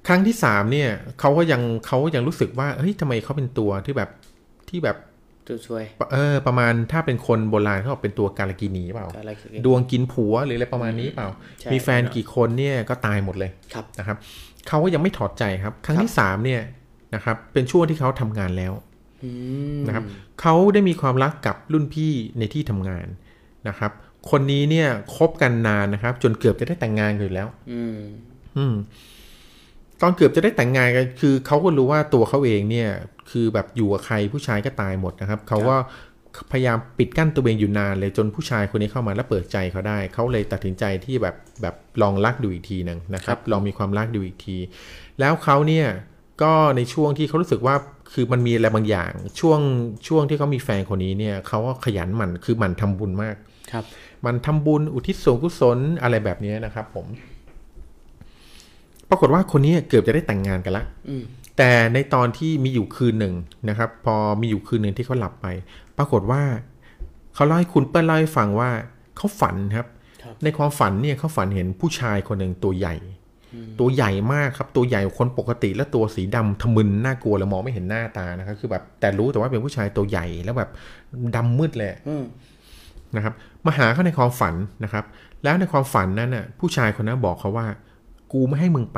ครั้งที่สามเนี่ยเขาก็ยังเขายังรู้สึกว่าเฮ้ยทำไมเขาเป็นตัวที่แบบที่แบบตัวช่วยเออประมาณถ้าเป็นคนโบราณเขาบอกเป็นตัวกาลกินีเปล่าดวงกินผัวหรืออะไรประมาณนี้เปล่ามีแฟนกี่คนเนี่ยก็ตายหมดเลยนะครับเขาก็ยังไม่ถอดใจครับครั้งที่สามเนี่ยนะครับเป็นช่วงที่เขาทำงานแล้วนะครับเขาได้มีความรักกับรุ่นพี่ในที่ทำงานนะครับคนนี้เนี่ยคบกันนานนะครับจนเกือบจะได้แต่งงานอยู่แล้วอืมตอนเกือบจะได้แต่งงานกันคือเขาก็รู้ว่าตัวเขาเองเนี่ยคือแบบอยู่กับใครผู้ชายก็ตายหมดนะครับเขาก็พยายามปิดกั้นตัวเองอยู่นานเลยจนผู้ชายคนนี้เข้ามาแล้วเปิดใจเขาได้เขาเลยตัดสินใจที่แบบแบบลองรักดูอีกทีนึงนะครับลองมีความรักดูอีกทีแล้วเขาเนี่ยก็ในช่วงที่เขารู้สึกว่าคือมันมีอะไรบางอย่างช่วงช่วงที่เขามีแฟนคนนี้เนี่ยเขาก็ขยันหมั่นคือหมั่นทำบุญมากครับมันทำบุญอุทิศส่วนกุศลอะไรแบบนี้นะครับผมปรากฏว่าคนนี้เกือบจะได้แต่งงานกันละแต่ในตอนที่มีอยู่คืนหนึ่งนะครับพอมีอยู่คืนหนึ่งที่เขาหลับไปปรากฏว่าเขาเล่าให้คุณเปิ้ลเล่าให้ฟังว่าเขาฝันครับในความฝันเนี่ยเขาฝันเห็นผู้ชายคนหนึ่งตัวใหญ่ตัวใหญ่มากครับตัวใหญ่กว่าคนปกติและตัวสีดำทะมึนน่ากลัวแล้วมองไม่เห็นหน้าตานะครับคือแบบแต่รู้แต่ว่าเป็นผู้ชายตัวใหญ่แล้วแบบดำมืดเลยนะครับมาหาเขาในความฝันนะครับแล้วในความฝันนั้นน่ะผู้ชายคนนั้นบอกเขาว่ากูไม่ให้มึงไป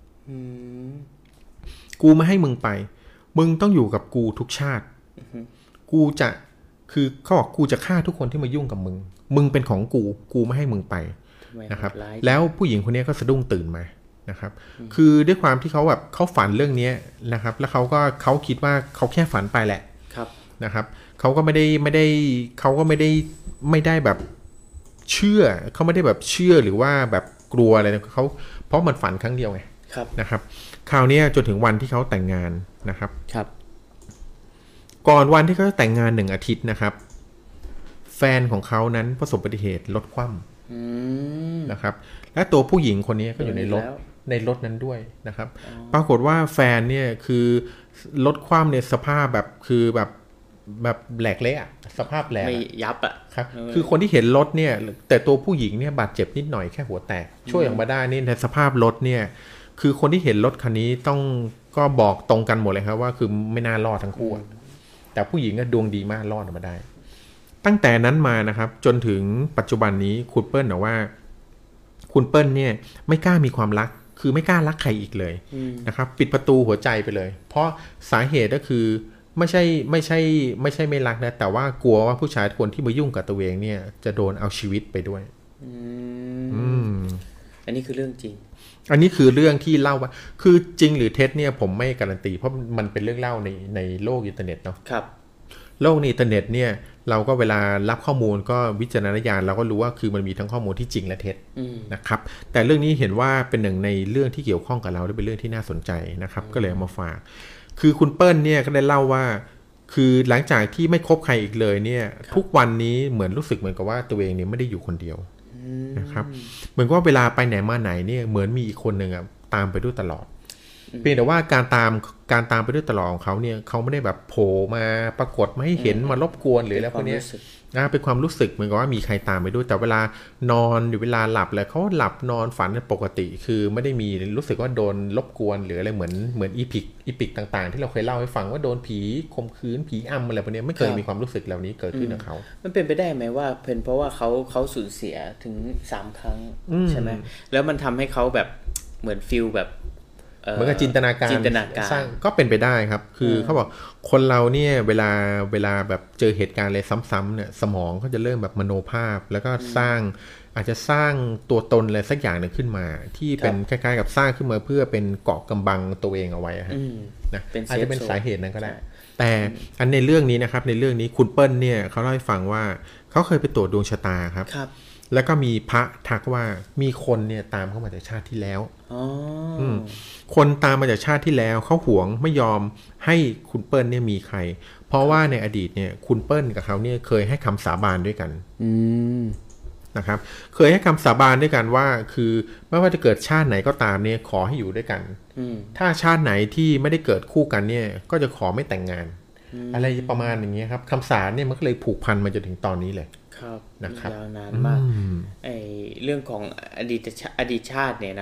กูไม่ให้มึงไปมึงต้องอยู่กับกูทุกชาติกูจะคือเขาบอกกูจะฆ่าทุกคนที่มายุ่งกับมึงมึงเป็นของกูกูไม่ให้มึงไปนะครับแล้วผู้หญิงคนนี้ก็สะดุ้งตื่นมานะครับคือด้วยความที่เขาแบบเขาฝันเรื่องนี้นะครับแล้วเขาก็เขาคิดว่าเขาแค่ฝันไปแหละนะครับเขาก็ไม่ได้ไม่ได้เขาก็ไม่ได้ไม่ได้แบบเชื่อเขาไม่ได้แบบเชื่อหรือว่าแบบกลัวอะไรเขาเพราะมันฝันครั้งเดียวไงนะครับคราวนี้จนถึงวันที่เขาแต่งงานนะครับครับก่อนวันที่เขาแต่งงานหนึ่งอาทิตย์นะครับแฟนของเขานั้นประสบอุบัติเหตุรถคว่ำนะครับและตัวผู้หญิงคนนี้ก็อยู่ในรถในรถนั้นด้วยนะครับปรากฏว่าแฟนเนี่ยคือรถคว่ำเนี่ยสภาพแบบคือแบบแบบแหลกเละอะสภาพแหลกไม่ยับอ่ะครับคือคนที่เห็นรถเนี่ยแต่ตัวผู้หญิงเนี่ยบาดเจ็บนิดหน่อยแค่หัวแตกช่วยออกมาได้นี่ในสภาพรถเนี่ยคือคนที่เห็นรถคันนี้ต้องก็บอกตรงกันหมดเลยครับว่าคือไม่น่ารอดทั้งคู่แต่ผู้หญิงก็ดวงดีมากรอดออกมาได้ตั้งแต่นั้นมานะครับจนถึงปัจจุบันนี้คุณเปิ้ลบอกว่าคุณเปิ้ลเนี่ยไม่กล้ามีความรักคือไม่กล้ารักใครอีกเลยนะครับปิดประตูหัวใจไปเลยเพราะสาเหตุก็คือไม่ใช่ไม่ใช่ไม่ใช่ไม่รักนะแต่ว่ากลัวว่าผู้ชายคนที่มายุ่งกับตัวเองเนี่ยจะโดนเอาชีวิตไปด้วยอืมอันนี้คือเรื่องจริงอันนี้คือเรื่องที่เล่าว่าคือจริงหรือเท็จเนี่ยผมไม่การันตีเพราะมันเป็นเรื่องเล่าในในโลกอินเทอร์เน็ตเนาะครับโลกในอินเทอร์เน็ตเนี่ยเราก็เวลารับข้อมูลก็วิจารณญาณเราก็รู้ว่าคือมันมีทั้งข้อมูลที่จริงและเท็จนะครับแต่เรื่องนี้เห็นว่าเป็นหนึ่งในเรื่องที่เกี่ยวข้องกับเราและเป็นเรื่องที่น่าสนใจนะครับก็เลยเอามาฝากคือคุณเปิ้ลเนี่ยก็ได้เล่าว่าคือหลังจากที่ไม่คบใครอีกเลยเนี่ยทุกวันนี้เหมือนรู้สึกเหมือนกับว่าตัวเองเนี่ยไม่ได้อยู่คนเดียวนะครับเหมือนว่าเวลาไปไหนมาไหนเนี่ยเหมือนมีอีกคนหนึ่งอ่ะตามไปด้วยตลอดเพียงแต่ว่าการตามการตามไปด้วยตลอดของเขาเนี่ยเขาไม่ได้แบบโผล่มาปรากฏมาให้เห็นมารบกวนหรืออะไรพวกนี้นะเป็นความรู้สึกเหมือนกับว่ามีใครตามไปด้วยแต่เวลานอนหรือเวลาหลับแล้วเขาหลับนอนฝันปกติคือไม่ได้มีรู้สึกว่าโดนรบกวนหรืออะไรเหมือนเหมือนอีพิกอีพิกต่างๆที่เราเคยเล่าให้ฟังว่าโดนผีข่มขืนผีอำอะไรพวกนี้ไม่เคยมีความรู้สึกเหล่านี้เกิดขึ้นกับเขามันเป็นไปได้ไหมว่าเป็นเพราะว่าเขาเขาสูญเสียถึงสามครั้งใช่ไหมแล้วมันทำให้เขาแบบเหมือนฟีลแบบเหมือนกับจินตนาการจินตนาการสร้างก็เป็นไปได้ครับคือเขาบอกคนเราเนี่ยเวลาเวลาแบบเจอเหตุการณ์อะไรซ้ำๆเนี่ยสมองก็จะเริ่มแบบมโนภาพแล้วก็สร้างอาจจะสร้างตัวตนอะไรสักอย่างหนึ่งขึ้นมาที่เป็นคล้ายๆกับสร้างขึ้นมาเพื่อเป็นเกราะกำบังตัวเองเอาไว้นะอาจจะเป็นสาเหตุนั้นก็ได้แต่อันในเรื่องนี้นะครับในเรื่องนี้คุณเปิ้ลเนี่ยเขาเล่าให้ฟังว่าเขาเคยไปตรวจดวงชะตาครับแล้วก็มีพระทักว่ามีคนเนี่ยตามเข้ามาจากชาติที่แล้วคนตามมาจากชาติที่แล้วเขาหวงไม่ยอมให้คุณเปิ้ลเนี่ยมีใครเพราะว่าในอดีตเนี่ยคุณเปิ้ลกับเขาเนี่ยเคยให้คำสาบานด้วยกันนะครับเคยให้คำสาบานด้วยกันว่าคือไม่ว่าจะเกิดชาติไหนก็ตามเนี่ยขอให้อยู่ด้วยกันถ้าชาติไหนที่ไม่ได้เกิดคู่กันเนี่ยก็จะขอไม่แต่งงานอะไรประมาณอย่างเงี้ยครับคำสาปเนี่ยมันก็เลยผูกพันมาจนถึงตอนนี้เลยครับนะครับยาวนานมากไอเรื่องของอดีตอดีตชาติเนี่ยเนาะ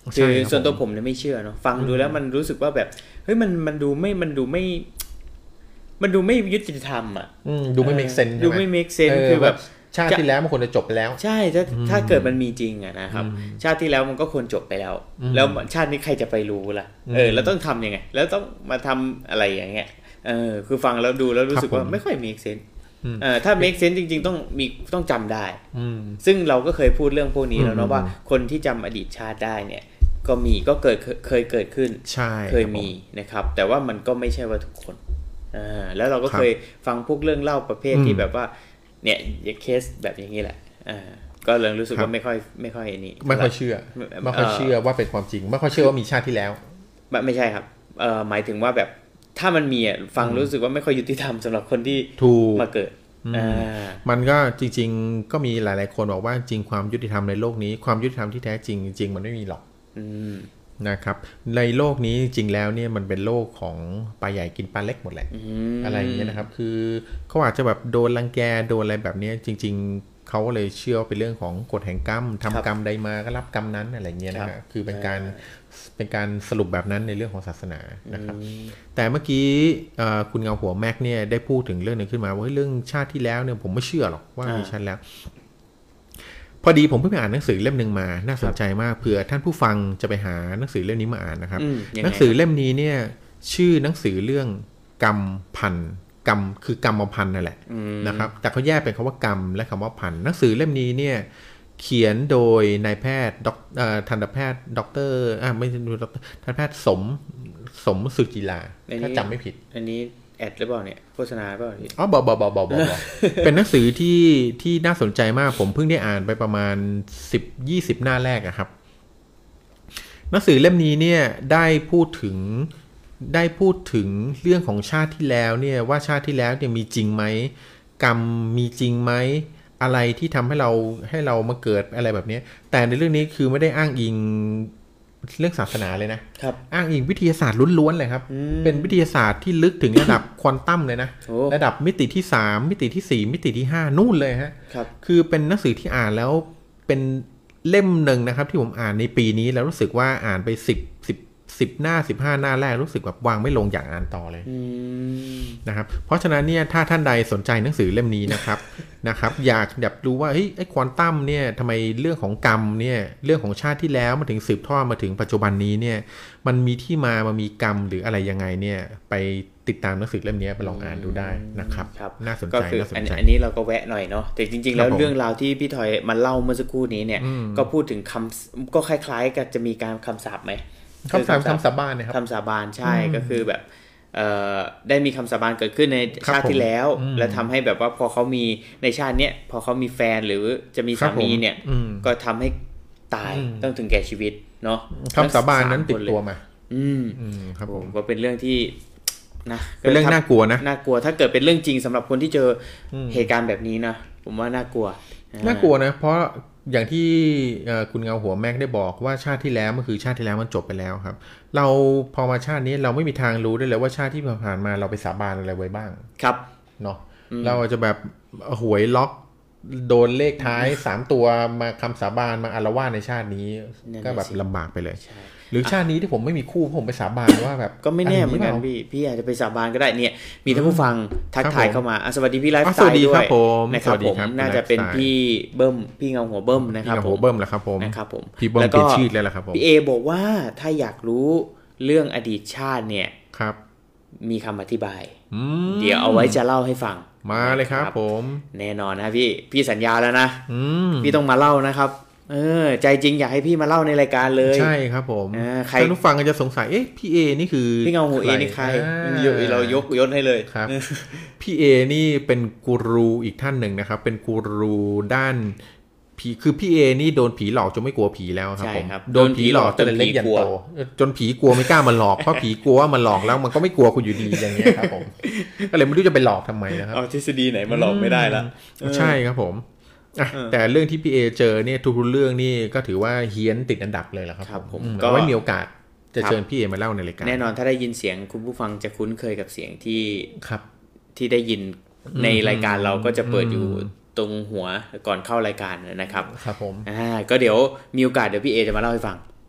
คือส่วนตัวผมเนี่ยไม่เชื่อเนาะฟังดูแล้วมันรู้สึกว่าแบบเฮ้ยมันมันดูไม่มันดูไม่มันดูไม่ยุติธรรมอ่ะดูไม่ make sense ดูไม่ make sense คือแบบชาติที่แล้วมันควรจะจบไปแล้วใช่ถ้าถ้าเกิดมันมีจริงอะนะครับชาติที่แล้วมันก็ควรจบไปแล้วแล้วชาตินี้ใครจะไปรู้ล่ะเออแล้วต้องทำยังไงแล้วต้องมาทำอะไรอย่างเงี้ยเออคือฟังแล้วดูแล้วรู้สึกว่าไม่ค่อย make sense เออถ้า make sense จริงๆต้องมีต้องจำได้ซึ่งเราก็เคยพูดเรื่องพวกนี้แล้วเนาะว่าคนที่จำอดีตชาติได้เนี่ยก็มีก็เกิดเคยเกิดขึ้นเคยมีนะครับแต่ว่ามันก็ไม่ใช่ว่าทุกคนอ่าแล้วเราก็เคยฟังพวกเรื่องเล่าประเภทที่แบบว่าเนี่ยเคสแบบอย่างนี้แหละอ่าก็เลยรู้สึกว่าไม่ค่อยไม่ค่อยนี่ไม่ค่อยเชื่อไม่ค่อยเชื่อว่าเป็นความจริงไม่ค่อยเชื่อว่ามีชาติที่แล้วไม่ใช่ครับเอ่อหมายถึงว่าแบบถ้ามันมีอ่ะฟังรู้สึกว่าไม่ค่อยยุติธรรมสำหรับคนที่มาเกิดอ่ามันก็จริงๆก็มีหลายๆคนบอกว่าจริงความยุติธรรมในโลกนี้ความยุติธรรมที่แท้จริงจริงมันไม่มีหรอกนะครับในโลกนี้จริงแล้วเนี่ยมันเป็นโลกของปลาใหญ่กินปลาเล็กหมดแหละ อ, อะไรอย่างเงี้ยนะครับคือเขาอาจจะแบบโดนรังแกโดนอะไรแบบนี้จริงๆเขาก็เลยเชื่อเป็นเรื่องของกฎแห่งกรรมทำกรรมใดมาก็รับกรรมนั้นอะไรเงี้ยนะฮะคือเป็นการเป็นการสรุปแบบนั้นในเรื่องของศาสนานะครับแต่เมื่อกี้คุณเงาหัวแม็กเนี่ยได้พูดถึงเรื่องนึงขึ้นมาว่าเรื่องชาติที่แล้วเนี่ยผมไม่เชื่อหรอกว่ามีชาติแล้วพอดีผมเพิ่งไปอ่านหนังสือเล่มนึงมาน่าสนใจมากเผื่อท่านผู้ฟังจะไปหาหนังสือเล่มนี้มาอ่านนะครับหนังสือเล่มนี้เนี่ยชื่อหนังสือเรื่องกรรมพันธุ์กรรมคือกรรมพันธุ์นั่นแหละนะครับแต่เขาแยกเป็นคำว่ากรรมและคำว่าพันธุ์หนังสือเล่มนี้เนี่ยเขียนโดยนายแพทย์ทันตแพทย์ด็อกเตอร์อ่าไม่ใช่ด็อกเตอร์ทันตแพทย์สมสมสุจิลาถ้าจำไม่ผิดอันนี้แอดหรือเปล่าเนี่ยโฆษณาเปล่าอ๋อบอบอบอบอบอเป็นหนังสือที่ที่น่าสนใจมากผมเพิ่งได้อ่านไปประมาณ สิบถึงยี่สิบ หน้าแรกอะครับหนังสือเล่มนี้เนี่ยได้พูดถึงได้พูดถึงเรื่องของชาติที่แล้วเนี่ยว่าชาติที่แล้วเนี่ยมีจริงไหมกรรมมีจริงไหมอะไรที่ทำให้เราให้เรามาเกิดอะไรแบบนี้แต่ในเรื่องนี้คือไม่ได้อ้างอิงเรื่องศาสนาเลยนะอ้างอิงวิทยาศาสตร์ล้วนๆเลยครับเป็นวิทยาศาสตร์ที่ลึกถึงระดับควอนตัมเลยนะระดับมิติที่สามมิติที่สี่มิติที่ห้านู่นเลยฮะคือเป็นหนังสือที่อ่านแล้วเป็นเล่มหนึ่งนะครับที่ผมอ่านในปีนี้แล้วรู้สึกว่าอ่านไปสิบ สิบ สิบหน้าสิบห้าหน้าแรกรู้สึกแบบวางไม่ลงอยากอ่านต่อเลยนะครับเพราะฉะนั้นเนี่ยถ้าท่านใดสนใจหนังสือเล่มนี้นะครับ นะครับอยากอยากรู้ว่าเฮ้ยไอ้ควอนตัมเนี่ยทำไมเรื่องของกรรมเนี่ยเรื่องของชาติที่แล้วมาถึงสืบทอดมาถึงปัจจุบันนี้เนี่ยมันมีที่มามันมีกรรมหรืออะไรยังไงเนี่ยไปติดตามหนังสือเล่มนี้ไปลองอ่านดูได้นะครับน่าสนใจน่าสนใจอันนี้เราก็แวะหน่อยเนาะแต่จริงๆแล้วเรื่องราวที่พี่ทอยมาเล่าเมื่อสักครู่นี้เนี่ยก็พูดถึงคำก็คล้ายๆกับจะมีการคำสาปไหมคำสาปคำสาบานนะครับคำสาบานใช่ก็คือแบบได้มีคำสาบานเกิดขึ้นในชาติที่แล้วและทำให้แบบว่าพอเขามีในชาติเนี้ยพอเขามีแฟนหรือจะมีสามีเนี่ยก็ทำให้ตายต้องถึงแก่ชีวิตเนาะคำสาบานนั้นติดตัวมาอืมครับผมก็เป็นเรื่องที่นะเป็นเรื่องน่ากลัวนะน่ากลัวถ้าเกิดเป็นเรื่องจริงสำหรับคนที่เจอเหตุการณ์แบบนี้นะผมว่าน่ากลัวน่ากลัวนะเพราะอย่างที่คุณเงาหัวแม็กได้บอกว่าชาติที่แล้วมันคือชาติที่แล้วมันจบไปแล้วครับเราพอมาชาตินี้เราไม่มีทางรู้ได้เลยว่าชาติที่ผ่านมาเราไปสาบานอะไรไว้บ้างครับเนาะเราจะแบบหวยล็อกโดนเลขท้ายสามตัวมาคำสาบานมาอาละวาดในชาตินี้ก็แบบลำบากไปเลยหรือชาตินี้ที่ผมไม่มีคู่ผมไปสาบานว่าแบบก็ไม่แน่เหมือนกันพี่พี่อาจจะไปสาบานก็ได้เนี่ยมีท่านผู้ฟังทักทายเข้ามาสวัสดีพี่ไลฟ์สไตล์ด้วยนะครับผมน่าจะเป็นพี่เบิ้มพี่เงาหัวเบิ้มนะครับผมหัวเบิ้มแหละครับผมนะครับผมพี่เบิ้มเปลี่ยนชื่อแล้วล่ะครับผมพี่เอบอกว่าถ้าอยากรู้เรื่องอดีตชาติเนี่ยครับมีคำอธิบายเดี๋ยวเอาไว้จะเล่าให้ฟังมาเลยครับผมแน่นอนนะพี่พี่สัญญาแล้วนะพี่ต้องมาเล่านะครับเออใจจริงอยากให้พี่มาเล่าในรายการเลยใช่ครับผมท่านผู้ฟังก็จะสงสัยเอ๊ะพี่เอนี่คือพี่เงาหัวเอนี่ใครเรายกยศให้เลยครับพี่เอนี่เป็นกูรูอีกท่านหนึ่งนะครับเป็นกูรูด้านผีคือพี่เอนี่โดนผีหลอกจนไม่กลัวผีแล้วครับผมโดนผีหลอกจนเล็กยันโตจนผีกลัวไม่กล้ามาหลอกเพราะผีกลัวว่ามันหลอกแล้วมันก็ไม่กลัวคุณอยู่ดีอย่างเงี้ยครับผมก็เลยไม่รู้จะไปหลอกทำไมนะครับเอาทฤษฎีไหนมาหลอกไม่ได้ละใช่ครับผมแต่เรื่องที่พี่เอเจอเนี่ยทุกๆเรื่องนี่ก็ถือว่าเฮี้ยนติดอันดับเลยแหละครับผมก็ไม่มีโอกาสจะเชิญพี่เอมาเล่าในรายการแน่นอนถ้าได้ยินเสียงคุณผู้ฟังจะคุ้นเคยกับเสียงที่ครับที่ได้ยินในรายการเราก็จะเปิดอยู่ตรงหัวก่อนเข้ารายการนะครับครับผมอ่าก็เดี๋ยวมีโอกาสเดี๋ยวพี่เอจะมาเล่าให้ฟัง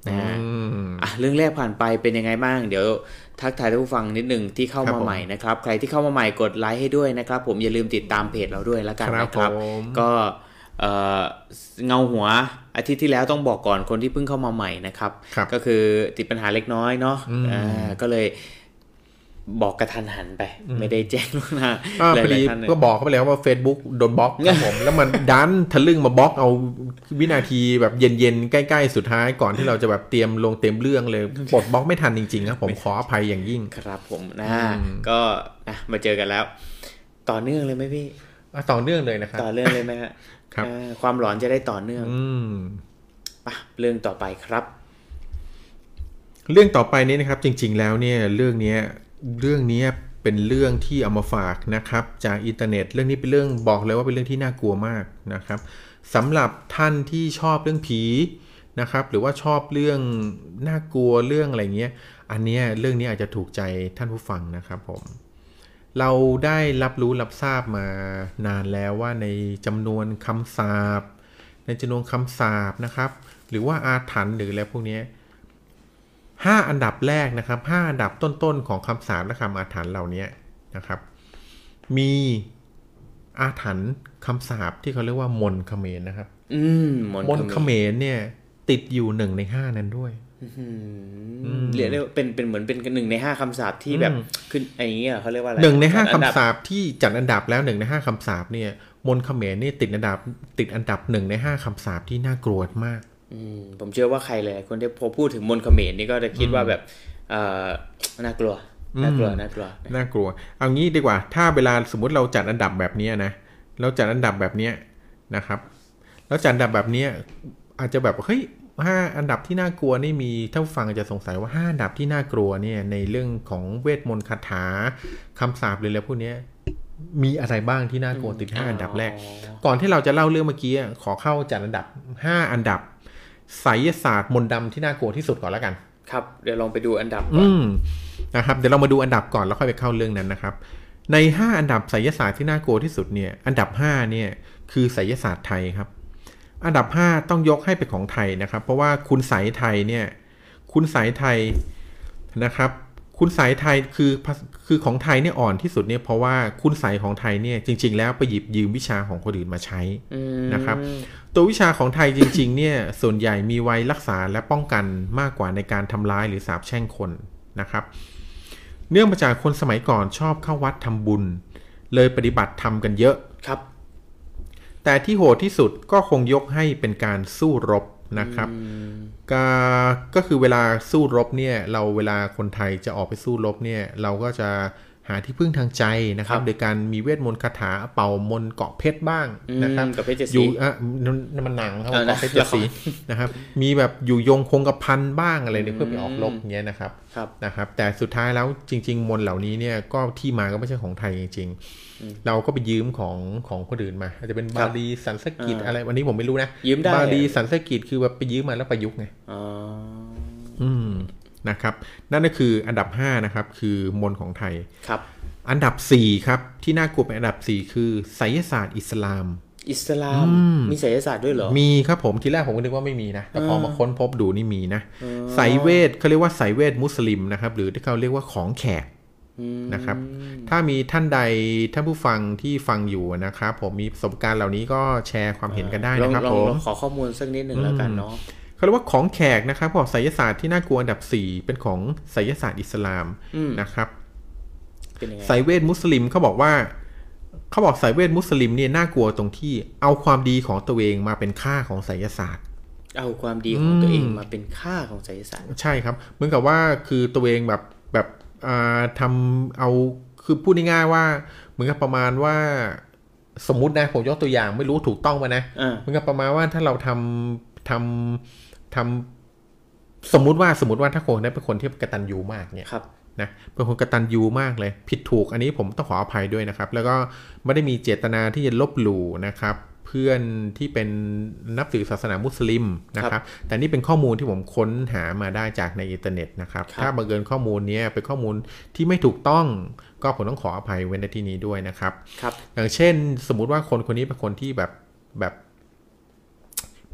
นะอ่ะเรื่องแรกผ่านไปเป็นยังไงบ้างเดี๋ยวทักทายท่านผู้ฟังนิดนึงที่เข้ามาใหม่นะครับใครที่เข้ามาใหม่กดไลค์ให้ด้วยนะครับผมอย่าลืมติดตามเพจเราด้วยแล้วกันนะครับก็เงาหัวอาทิตย์ที่แล้วต้องบอกก่อนคนที่เพิ่งเข้ามาใหม่นะครับก็คือติดปัญหาเล็กน้อยเนาะก็เลยบอกกระทันหันไปไม่ได้แจ้งล่วงหน้าพอดีก็บอกเขาไปแล้วว่า Facebook โดนบล็อกครับผมแล้วมันดันทะลึ่งมาบล็อกเอาวินาทีแบบเย็นๆใกล้ๆสุดท้ายก่อนที่เราจะแบบเตรียมลงเต็มเรื่องเลยปลดบล็อกไม่ทันจริงๆครับผมขออภัยอย่างยิ่งครับผมนะก็นะมาเจอกันแล้วต่อเนื่องเลยไหมพี่ต่อเนื่องเลยนะครับต่อเนื่องเลยไหมฮะครับความหลอนจะได้ต่อเนื่องป่ะเรื่องต่อไปครับเรื่องต่อไปนี้นะครับจริงๆแล้วเนี่ยเรื่องนี้เรื่องนี้เป็นเรื่องที่เอามาฝากนะครับจากอินเทอร์เน็ตเรื่องนี้เป็นเรื่องบอกเลยว่าเป็นเรื่องที่น่ากลัวมากนะครับสำหรับท่านที่ชอบเรื่องผีนะครับหรือว่าชอบเรื่องน่ากลัวเรื่องอะไรเงี้ยอันนี้เรื่องนี้อาจจะถูกใจท่านผู้ฟังนะครับผมเราได้รับรู้รับทราบมานานแล้วว่าในจำนวนคำสาปในจำนวนคำสาปนะครับหรือว่าอาถรรพ์หรืออะไรพวกนี้ห้าอันดับแรกนะครับห้าอันดับต้นๆของคำสาปและคำอาถรรพ์เหล่านี้นะครับมีอาถรรพ์คำสาปที่เขาเรียกว่ามนต์เขมรนะครับอืมมนต์เขมรเนี่ยติดอยู่หนึ่งในห้านั้นด้วยเรียกได้ว่าเป็นเป็นเหมือนเป็นหนึ่งในห้าคำสาปที่แบบขึ้นไอ้เงี้ยเขาเรียกว่าอะไรหนึ่งในห้าคำสาปที่จัดอันดับแล้วหนึ่งในห้าคำสาปเนี่ยมนต์เขมรนี่ติดอันดับติดอันดับหนึ่งในห้าคำสาปที่น่ากลัวมากผมเชื่อว่าใครเลยคนที่พอพูดถึงมนต์เขมรนี่ก็จะคิดว่าแบบน่ากลัวน่ากลัวน่ากลัวน่ากลัวเอางี้ดีกว่าถ้าเวลาสมมุติเราจัดอันดับแบบนี้นะเราจัดอันดับแบบนี้นะครับแล้วจัดอันดับแบบนี้อาจจะแบบเฮ้ยห้าอันดับที่น่ากลัวนี่มีถ้าฟังจะสงสัยว่าห้าอันดับที่น่ากลัวเนี่ยในเรื่องของเวทมนต์คาถาคำสาปเลยแล้วพวกนี้มีอะไรบ้างที่น่ากลัวติดห้าอันดับแรกก่อนที่เราจะเล่าเรื่องเมื่อกี้ขอเข้าจัดอันดับห้าอันดับไสยศาสตร์มนต์ดำที่น่ากลัวที่สุดก่อนแล้วกันครับเดี๋ยวลองไปดูอันดับก่อนนะครับเดี๋ยวเรามาดูอันดับก่อนแล้วค่อยไปเข้าเรื่องนั้นนะครับในห้าอันดับไสยศาสตร์ที่น่ากลัวที่สุดเนี่ยอันดับห้าเนี่ยคือไสยศาสตร์ไทยครับอันดับห้าต้องยกให้เป็นของไทยนะครับเพราะว่าคุณไสยไทยเนี่ยคุณไสยไทยนะครับคุณไสยไทยคือคือของไทยเนี่ยอ่อนที่สุดเนี่ยเพราะว่าคุณไสยของไทยเนี่ยจริงๆแล้วไปหยิบยืมวิชาของคนอื่นมาใช้นะครับตัววิชาของไทยจริงๆเนี่ยส่วนใหญ่มีไว้รักษาและป้องกันมากกว่าในการทำร้ายหรือสาปแช่งคนนะครับเนื่องมาจากคนสมัยก่อนชอบเข้าวัดทำบุญเลยปฏิบัติทำกันเยอะครับแต่ที่โหดที่สุดก็คงยกให้เป็นการสู้รบนะครับก็ก็คือเวลาสู้รบเนี่ยเราเวลาคนไทยจะออกไปสู้รบเนี่ยเราก็จะหาที่พึ่งทางใจนะครับโดยการมีเวทมนต์คาถาเป่ามนต์เกาะเพชรบ้างนะครับอยู่อ่ะมันหนังครับเกาะเพชรเจ็ดสีนะครับมีแบบอยู่ยงคงกระพันบ้างอะไรเนี่ยเพื่อไปออกรบอย่างเงี้ยนะครับนะครับแต่สุดท้ายแล้วจริงๆมนต์เหล่านี้เนี่ยก็ที่มาก็ไม่ใช่ของไทยจริงๆเราก็ไปยืมของของคนอื่นมาอาจจะเป็นบาลีสันสกฤตอะไรวันนี้ผมไม่รู้นะบาลีสันสกฤตคือแบบไปยืมมาแล้วประยุกต์ไงอ๋ออืมนะครับนั่นก็คืออันดับห้านะครับคือมนต์ของไทยครับอันดับสี่ครับที่น่ากลัวเป็นอันดับสี่คือไสยศาสตร์อิสลามอิสลามมีไสยศาสตร์ด้วยเหรอมีครับผมทีแรกผมก็นึกว่าไม่มีนะแต่พอมาค้นพบดูนี่มีนะไสยเวทเขาเรียกว่าไสยเวทมุสลิมนะครับหรือที่เขาเรียกว่าของแขกนะครับถ้ามีท่านใดท่านผู้ฟังที่ฟังอยู่นะครับผมมีประสบการณ์เหล่านี้ก็แชร์ความเห็นกันได้นะครับผมขอข้อมูลสักนิดหนึ่งแล้วกันเนาะเขาเรียกว่าของแขกนะครับบอกไสยศาสตร์ที่น่ากลัวอันดับสี่เป็นของไสยศาสตร์อิสลามนะครับไสยเวทมุสลิมเขาบอกว่าเขาบอกไสยเวทมุสลิมเนี่ยน่ากลัวตรงที่เอาความดีของตัวเองมาเป็นค่าของไสยศาสตร์เอาความดีของตัวเองมาเป็นค่าของไสยศาสตร์ใช่ครับเหมือนกับว่าคือตัวเองแบบแบบอ่าทำเอาคือพูดง่ายๆว่าเหมือนกับประมาณว่าสมมุตินะผมยกตัวอย่างไม่รู้ถูกต้องไหมนะเหมือนกับประมาณว่าถ้าเราทำทำทำสมมุติว่าสมมติว่าถ้าคนนั้นเป็นคนที่กตัญญูมากเนี่ยนะเป็นคนกตัญญูมากเลยผิดถูกอันนี้ผมต้องขออภัยด้วยนะครับแล้วก็ไม่ได้มีเจตนาที่จะลบหลู่นะครับเพื่อนที่เป็นนับถือศาสนามุสลิมนะครับแต่นี่เป็นข้อมูลที่ผมค้นหามาได้จากในอินเทอร์เน็ตนะครับถ้าบังเอิญข้อมูลนี้เป็นข้อมูลที่ไม่ถูกต้องก็ผมต้องขออภัยไว้ในที่นี้ด้วยนะครับอย่างเช่นสมมุติว่าคนคนนี้เป็นคนที่แบบแบบ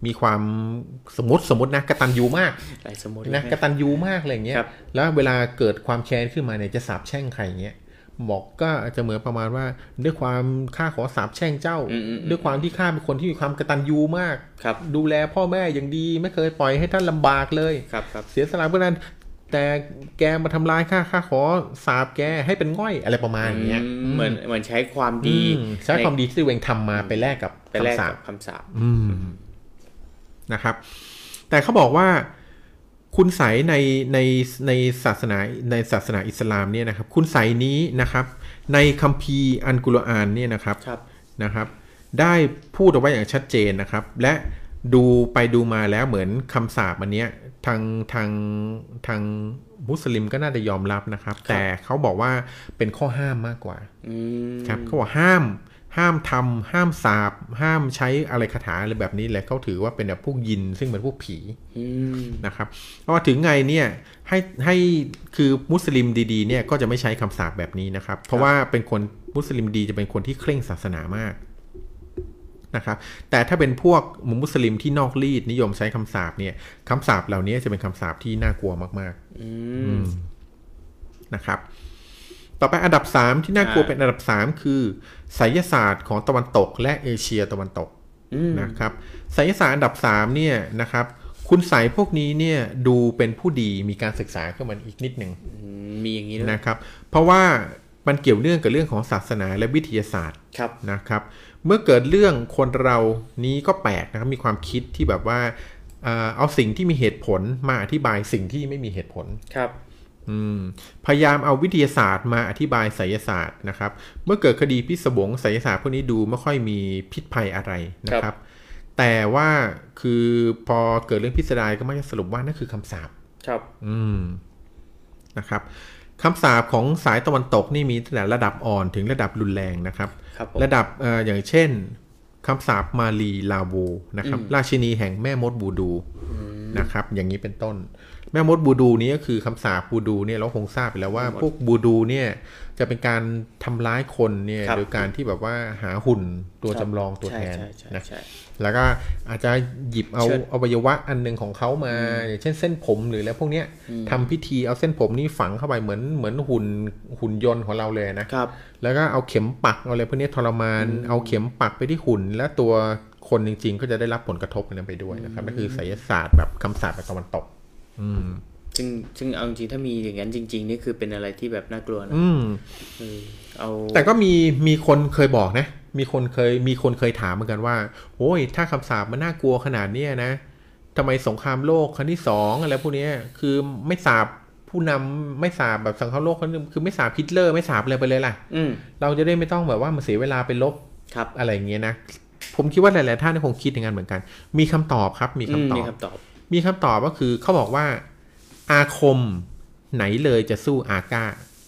มีความสมมติสมมตินะกตัญญูมากนะกตัญญูมากอะไรอย่างเงี้ยแล้วเวลาเกิดความแค้นขึ้นมาเนี่ยจะสาปแช่งใครอย่างเงี้ยบอกก็จะเหมือนประมาณว่าด้วยความข้าขอสาปแช่งเจ้าด้วยความที่ข้าเป็นคนที่มีความกตัญญูมากดูแลพ่อแม่อย่างดีไม่เคยปล่อยให้ท่านลำบากเลยเสียสละเพื่อนั้นแต่แกมาทำร้ายข้าข้าขอสาปแกให้เป็นง่อยอะไรประมาณอย่างเงี้ยเหมือนเหมือนใช้ความดีใช้ความดีที่ตัวเองทำมาไปแลกกับคำสาปคำสาปนะครับแต่เขาบอกว่าคุณไสในในในศาสนาในศาสนาอิสลามเนี่ยนะครับคุณไสนี้นะครับในคัมภีร์อัลกุรอานเนี่ยนะครับนะครับได้พูดเอาไว้อย่างชัดเจนนะครับและดูไปดูมาแล้วเหมือนคำสาปอันเนี้ยทางทางทางมุสลิมก็น่าจะยอมรับนะครับแต่เขาบอกว่าเป็นข้อห้ามมากกว่าครับเขาบอกห้ามห้ามทำห้ามสาปห้ามใช้อะไรคาถาอะไรแบบนี้แหละเขาถือว่าเป็นแบบพวกยินซึ่งเป็นพวกผีนะครับเพราะว่าถึงไงเนี่ยให้ให้คือมุสลิมดีๆเนี่ยก็จะไม่ใช้คำสาปแบบนี้นะครับเพราะว่าเป็นคนมุสลิมดีจะเป็นคนที่เคร่งศาสนามากนะครับแต่ถ้าเป็นพวกมุสลิมที่นอกรีดนิยมใช้คำสาปเนี่ยคำสาปเหล่านี้จะเป็นคำสาปที่น่ากลัวมากๆนะครับต่อไปอันดับสามที่น่ากลัวเป็นอันดับสามคือไสยศาสตร์ของตะวันตกและเอเชียตะวันตกนะครับไสยศาสตร์อันดับสามเนี่ยนะครับคุณไสพวกนี้เนี่ยดูเป็นผู้ดีมีการศึกษาขึ้นมาอีกนิดหนึ่งมีอย่างนี้นะครับเพราะว่ามันเกี่ยวเนื่องกับเรื่องของศาสนาและวิทยาศาสตร์นะครับเมื่อเกิดเรื่องคนเรานี้ก็แปลกนะครับมีความคิดที่แบบว่าเอาสิ่งที่มีเหตุผลมาอธิบายสิ่งที่ไม่มีเหตุผลครับพยายามเอาวิทยาศาสตร์มาอธิบายไสยศาสตร์นะครับเมื่อเกิดคดีพิศวงไสยศาสตร์พวกนี้ดูไม่ค่อยมีพิษภัยอะไรนะครับแต่ว่าคือพอเกิดเรื่องพิสดารก็มักจะสรุปว่านั่นคือคำสาปครับอืมนะครับคำสาปของสายตะวันตกนี่มีตั้งแต่ระดับอ่อนถึงระดับรุนแรงนะครับระดับเอ่ออย่างเช่นคำสาปมาลีลาโวนะครับราชินีแห่งแม่มดบูดูนะครับอย่างนี้เป็นต้นแม่มดบูดูนี้ก็คือคำสาปบูดูเนี่ยเราคงทราบไปแล้วว่าพวกบูดูเนี่ยจะเป็นการทำร้ายคนเนี่ยโดยการที่แบบว่าหาหุ่นตัวจำลองตัวแทนนะแล้วก็อาจจะหยิบเอาอวัยวะอันนึงของเขามาอย่างเช่นเส้นผมหรือแล้วพวกเนี้ยทำพิธีเอาเส้นผมนี้ฝังเข้าไปเหมือนเหมือนหุ่นหุ่นยนต์ของเราเลยนะครับแล้วก็เอาเข็มปักเอาอะไรพวกนี้ทรมานเอาเข็มปักไปที่หุ่นแล้วตัวคนจริงๆก็จะได้รับผลกระทบนั้นไปด้วยนะครับนั่นคือไสยศาสตร์แบบคำสาปแบบตะวันตกซึ่งซึ่งเอาจริงถ้ามีอย่างนั้นจริงๆนี่คือเป็นอะไรที่แบบน่ากลัวนะเอาแต่ก็มีมีคนเคยบอกนะมีคนเคยมีคนเคยถามเหมือนกันว่าโอ้ยถ้าคำสาปมันน่ากลัวขนาดนี้นะทำไมสงครามโลกครั้งที่สองอะไรพวกนี้คือไม่สาปผู้นำไม่สาปแบบสงครามโลกครั้งนึงคือไม่สาปฮิตเลอร์ไม่สาปอะไรไปเลยล่ะเราจะได้ไม่ต้องแบบว่ามาเสียเวลาไปลบอะไรอย่างเงี้ยนะผมคิดว่าหลายๆท่านคงคิดอย่างนั้นเหมือนกันมีคำตอบครับมีคำตอบมีคำตอบก็คือเขาบอกว่าอาคมไหนเลยจะสู้อาก้า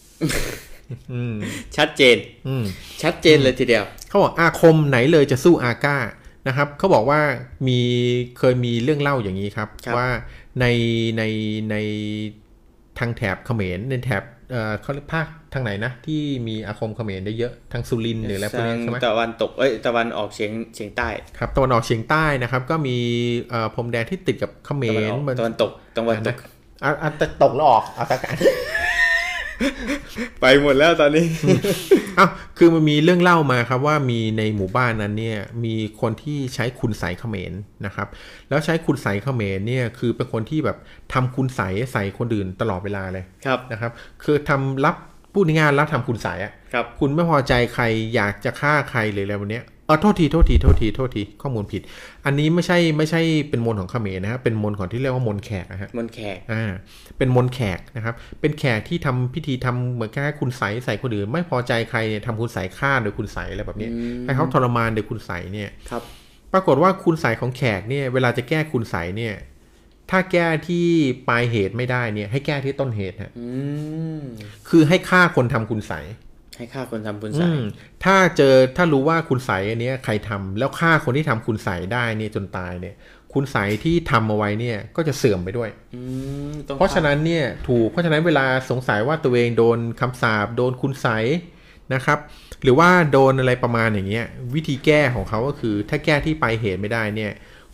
ชัดเจนชัดเจนเลยทีเดียวเขาบอกอาคมไหนเลยจะสู้อาก้านะครับเขาบอกว่ามีเคยมีเรื่องเล่าอย่างนี้ครับว่าในในในทางแถบเขมรในแถบเอ่อเขาเรียกภาคทางไหนนะที่มีอาคมเขมรได้เยอะทางสุรินทร์หรืออะไรพวกนี้ใช่ไหมตะวันตกเอ้ยตะวันออกเฉียงเฉียงใต้ครับตะวันออกเฉียงใต้นะครับก็มีเอ่อพรมแดนที่ติดกับเขมรตะวันตกตะวันตกอ่ะจะตกแล้วออกเอาตะกันไปหมดแล้วตอนนี้อ้าวคือมันมีเรื่องเล่ามาครับว่ามีในหมู่บ้านนั้นเนี่ยมีคนที่ใช้คุณไสเขมรนะครับแล้วใช้คุณไสเขมรเนี่ยคือเป็นคนที่แบบทำคุณไสใส่คนอื่นตลอดเวลาเลยนะครับคือทำรับพูดง่ายๆรับทำคุณไสอ่ะคุณไม่พอใจใครอยากจะฆ่าใครเลยอะไรแบบเนี้ยเออโทษทีโทษทีโทษทีโทษทีข้อมูลผิดอันนี้ไม่ใช่ไม่ใช่เป็นมนต์ของเขมรนะฮะเป็นมนต์ของที่เรียกว่ามนต์แขกนะฮะมนต์แขกอ่าเป็นมนต์แขกนะครับเป็นแขกที่ทำพิธีทำเหมือนแค่คุณไสใส่คนอื่นไม่พอใจใครเนี่ยทำคุณไสฆ่าโดยคุณไสอะไรแบบนี้ให้เขาทรมานโดยคุณไสเนี่ยครับปรากฏว่าคุณไสของแขกเนี่ยเวลาจะแก้คุณไสเนี่ยถ้าแก้ที่ปลายเหตุไม่ได้เนี่ยให้แก้ที่ต้นเหตุฮะคือให้ฆ่าคนทำคุณไสให้ฆ่าคนทำคุณไสถ้าเจอถ้ารู้ว่าคุณไสอันนี้ใครทำแล้วฆ่าคนที่ทำคุณไสได้เนี่ยจนตายเนี่ยคุณไสที่ทำเอาไว้เนี่ยก็จะเสื่อมไปด้วยเพราะฉะนั้นเนี่ยถูกเพราะฉะนั้นเวลาสงสัยว่าตัวเองโดนคำสาปโดนคุณไสนะครับหรือว่าโดนอะไรประมาณอย่างเงี้ยวิธีแก้ของเขาก็คือถ้าแก้ที่ปลายเหตุไม่ได้เนี่ยค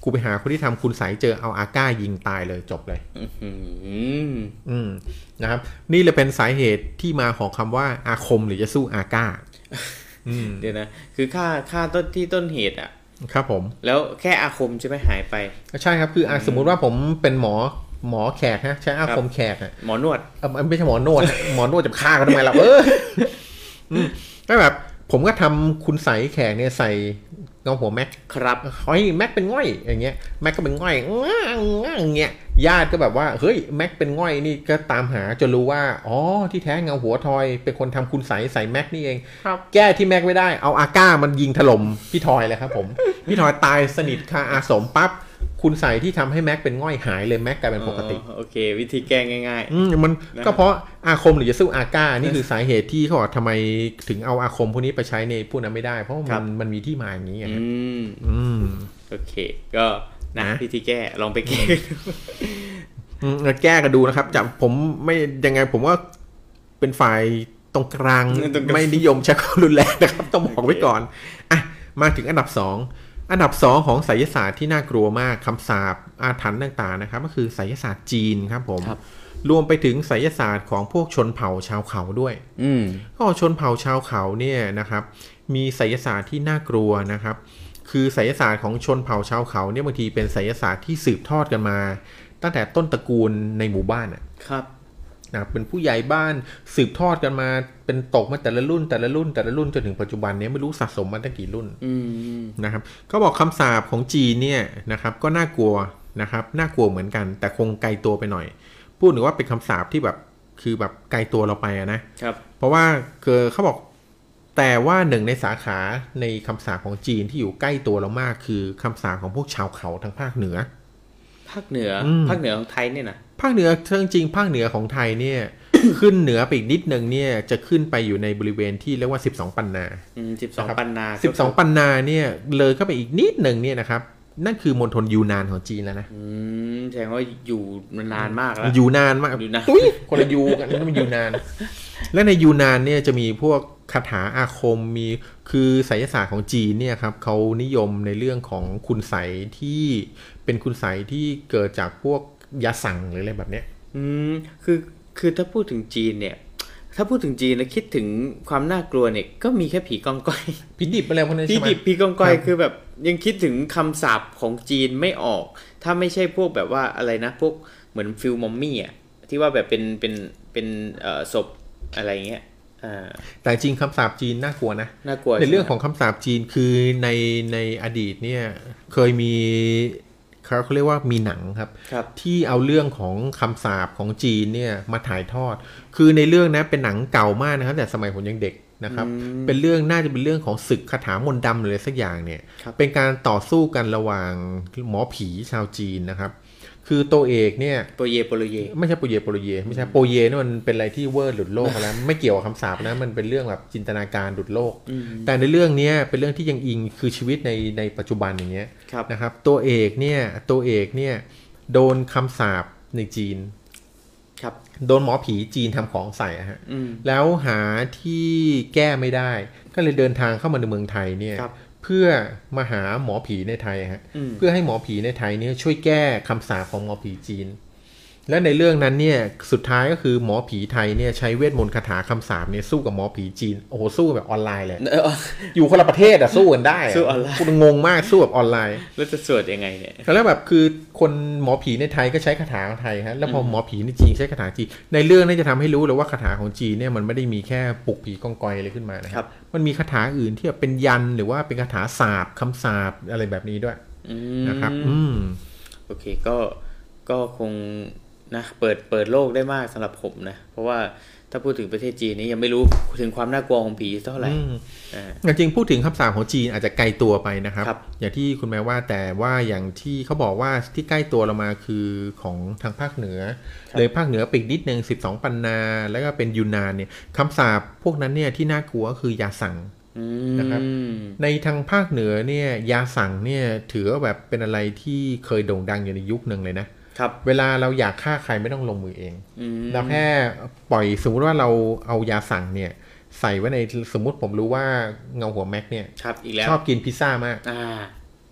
ไปหาคนที่ทำคุณใสเจอเอาอาก้ายิงตายเลยจบเลยอืมนะครับนี่เลยเป็นสาเหตุที่มาของคำว่าอาคมหรือจะสู้อาก้าเดี๋ยวนะคือค่าค่าต้นที่ต้นเหตุอ่ะครับผมแล้วแค่อาคมใช่ไหมหายไปใช่ครับคือสมมุติว่าผมเป็นหมอหมอแขกฮะใช้อาคมแขกฮะหมอนวดเออไม่ใช่หมอนวดหมอนวดจะฆ่าเขาทำไมล่ะเออก็แบบผมก็ทำคุณใสแขกเนี่ยใส่เงาหัวแม็กครับเฮ้ยแม็กเป็นง่อยอย่างเงี้ยแม็กก็เป็นง่อยอย่างเงี้ยญาติก็แบบว่าเฮ้ยแม็กเป็นง่อยนี่ก็ตามหาจนรู้ว่าอ๋อที่แท้เงาหัวทอยเป็นคนทำคุณใสใส่แม็กนี่เองแก้ที่แม็กไม่ได้เอาอาก้ามันยิงถล่มพี่ทอยเลยครับผมพี่ทอยตายสนิทคาอาสมปั๊บคุณใส่ที่ทำให้แม็กเป็นง่อยหายเลยแม็กกลายเป็นปกติโอเควิธีแก้ง่ายๆอืมมันก็เพราะอาคมหรือจะสู้อาก้านี่คือสาเหตุที่เขาบอกทำไมถึงเอาอาคมพวกนี้ไปใช้ในพวกนั้นไม่ได้เพราะมันมันมีที่มาอย่างนี้อืมอืมโอเคก็นะวิธีแก้ลองไปแก้อืมแก้กันดูนะครับจากผมไม่ยังไงผมว่าเป็นฝ่ายตรงกลางไม่นิยมใช้ความรุนแรงนะครับต้องบอกไว้ก่อนอ่ะมาถึงอันดับสองอันดับสองของไสยศาสตร์ที่น่ากลัวมากคำสาปอาถรรพ์ต่างๆนะครับก็คือไสยศาสตร์จีนครับผมรวมไปถึงไสยศาสตร์ของพวกชนเผ่าชาวเขาด้วยก็ชนเผ่าชาวเขาเนี่ยนะครับมีไสยศาสตร์ที่น่ากลัวนะครับคือไสยศาสตร์ของชนเผ่าชาวเขาเนี่ยบางทีเป็นไสยศาสตร์ที่สืบทอดกันมาตั้งแต่ต้นตระกูลในหมู่บ้านอ่ะครับนะเป็นผู้ใหญ่บ้านสืบทอดกันมาเป็นตกมาแต่ละรุ่นแต่ละรุ่นแต่ละรุ่นจนถึงปัจจุบันนี้ไม่รู้สะสมมาตั้งกี่รุ่นนะครับก็บอกคำสาปของจีนเนี่ยนะครับก็น่ากลัวนะครับน่ากลัวเหมือนกันแต่คงไกลตัวไปหน่อยพูดถึงว่าเป็นคำสาปที่แบบคือแบบไกลตัวเราไปนะครับเพราะว่าคือเขาบอกแต่ว่าหนึ่งในสาขาในคำสาปของจีนที่อยู่ใกล้ตัวเรามากคือคำสาปของพวกชาวเขาทางภาคเหนือภาคเหนือภาคเหนือของไทยเนี่ยนะภาคเหนือจริงๆภาคเหนือของไทยเนี่ย ขึ้นเหนือไปอีกนิดนึงเนี่ยจะขึ้นไปอยู่ในบริเวณที่เรียกว่าสิบสองปันนาอืมสิบสองปันนาสิบสองปันนาเนี่ยเลยเข้าไปอีกนิดนึงเนี่ยนะครับนั่นคือมณฑลยูนานของจีนแล้วนะอืมแสดงว่าอยู่นานมากแล้วอยู่นานมากตุ้ยคนละยูกันมันยูนานและในยูนานเนี่ยจะมีพวกคาถาอาคมมีคือไสยศาสตร์ของจีนเนี่ยครับเขานิยมในเรื่องของคุณไสยที่เป็นคุณไสยที่เกิดจากพวกยาสั่งหรืออะไรแบบเนี้ยอืมคือคือถ้าพูดถึงจีนเนี่ยถ้าพูดถึงจีนแล้วคิดถึงความน่ากลัวเนี่ยก็มีแค่ผีกองก้อยผีดิบอะไรพวกนั้นใช่ไหมผีดิบผีกองก้อยคือแบบยังคิดถึงคำสาปของจีนไม่ออกถ้าไม่ใช่พวกแบบว่าอะไรนะพวกเหมือนฟิลมอมมี่อ่ะที่ว่าแบบเป็นเป็นเป็นเอ่อศพอะไรเงี้ยแต่จริงคำสาปจีนน่ากลัวนะน่ากลัวในเรื่องของคำสาปจีนคือในในอดีตเนี่ยเคยมีเขาเรียกว่ามีหนังครับที่เอาเรื่องของคำสาปของจีนเนี่ยมาถ่ายทอดคือในเรื่องนะเป็นหนังเก่ามากนะครับแต่สมัยผมยังเด็กนะครับเป็นเรื่องน่าจะเป็นเรื่องของศึกคาถามนต์ดำหรืออะไรสักอย่างเนี่ยเป็นการต่อสู้กันระหว่างหมอผีชาวจีนนะครับคือตัวเอกเนี่ยโปเยโปโลเยไม่ใช่โปเยโปโลเยไม่ใช่โปเยนี่มันเป็นอะไรที่เวอร์หลุดโลกแล้วไม่เกี่ยวกับคำสาปนะมันเป็นเรื่องแบบจินตนาการหลุดโลกแต่ในเรื่องนี้เป็นเรื่องที่ยังอิงคือชีวิตในในปัจจุบันอย่างเงี้ยนะครับตัวเอกเนี่ยตัวเอกเนี่ยโดนคำสาปในจีนครับโดนหมอผีจีนทำของใส่ฮะแล้วหาที่แก้ไม่ได้ก็เลยเดินทางเข้ามาในเมืองไทยเนี่ยเพื่อมาหาหมอผีในไทยฮะเพื่อให้หมอผีในไทยเนี่ยช่วยแก้คำสาปของหมอผีจีนและในเรื่องนั้นเนี่ยสุดท้ายก็คือหมอผีไทยเนี่ยใช้เวทมนต์คาถาคำสาปเนี่ยสู้กับหมอผีจีนโอ้โหสู้แบบออนไลน์เลยอยู่คนละประเทศอะสู้กันได้สู้ออนไลน์คุณงงมากสู้แบบออนไลน์แล้วจะสวดยังไงเนี่ยแล้วแบบคือคนหมอผีในไทยก็ใช้คาถาของไทยฮะแล้วพอหมอผีในจีนใช้คาถาจีนในเรื่องนี้จะทำให้รู้เลยว่าคาถาของจีนเนี่ยมันไม่ได้มีแค่ปลุกผีกองกอยอะไรขึ้นมานะครับมันมีคาถาอื่นที่เป็นยันหรือว่าเป็นคาถาสาปคำสาปอะไรแบบนี้ด้วยนะครับอืมโอเคก็ก็คงนะเปิดเปิดโลกได้มากสำหรับผมนะเพราะว่าถ้าพูดถึงประเทศจีนนี้ยังไม่รู้ถึงความน่ากลัวของผีเท่าไหร่อ่าจริงพูดถึงคำสาปของจีนอาจจะไกลตัวไปนะครับอย่างที่คุณแม่ว่าแต่ว่าอย่างที่เขาบอกว่าที่ใกล้ตัวเรามาคือของทางภาคเหนือเลยภาคเหนือปีกนิดนึงสิบสองปันนาแล้วก็เป็นยูนานเนี่ยคำสาปพวกนั้นเนี่ยที่น่ากลัวคือยาสั่งนะครับในทางภาคเหนือเนี่ยยาสั่งเนี่ยถือว่าแบบเป็นอะไรที่เคยโด่งดังอยู่ในยุคนึงเลยนะเวลาเราอยากฆ่าใครไม่ต้องลงมือเองเราแค่ปล่อยสมมติว่าเราเอายาสั่งเนี่ยใส่ไว้ในสมมติผมรู้ว่าเงาหัวแม็กเนี่ยชอบกินพิซซ่ามากไป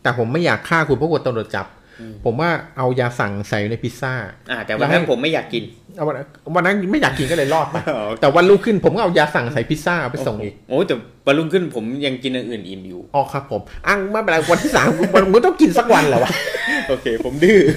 แต่ผมไม่อยากฆ่าคุณเพราะกลัวตำรวจจับผมว่าเอายาสั่งใส่ในพิซซ่าอ่าแต่วันนั้นผมไม่อยากกินวันวันนั้นไม่อยากกินก็เลยรอดไป แต่วันรุ่งขึ้นผมก็เอายาสั่งใส่พิซซ่าไปส่งอีกโอ้แต่วันรุ่งขึ้นผมยังกินอย่างอื่นอิ่มอยู่อ๋อครับผมอ้างไม่เป็นไรวันที่สามมึงต้องกินสักวันแหละวะโอเคผมดื้อ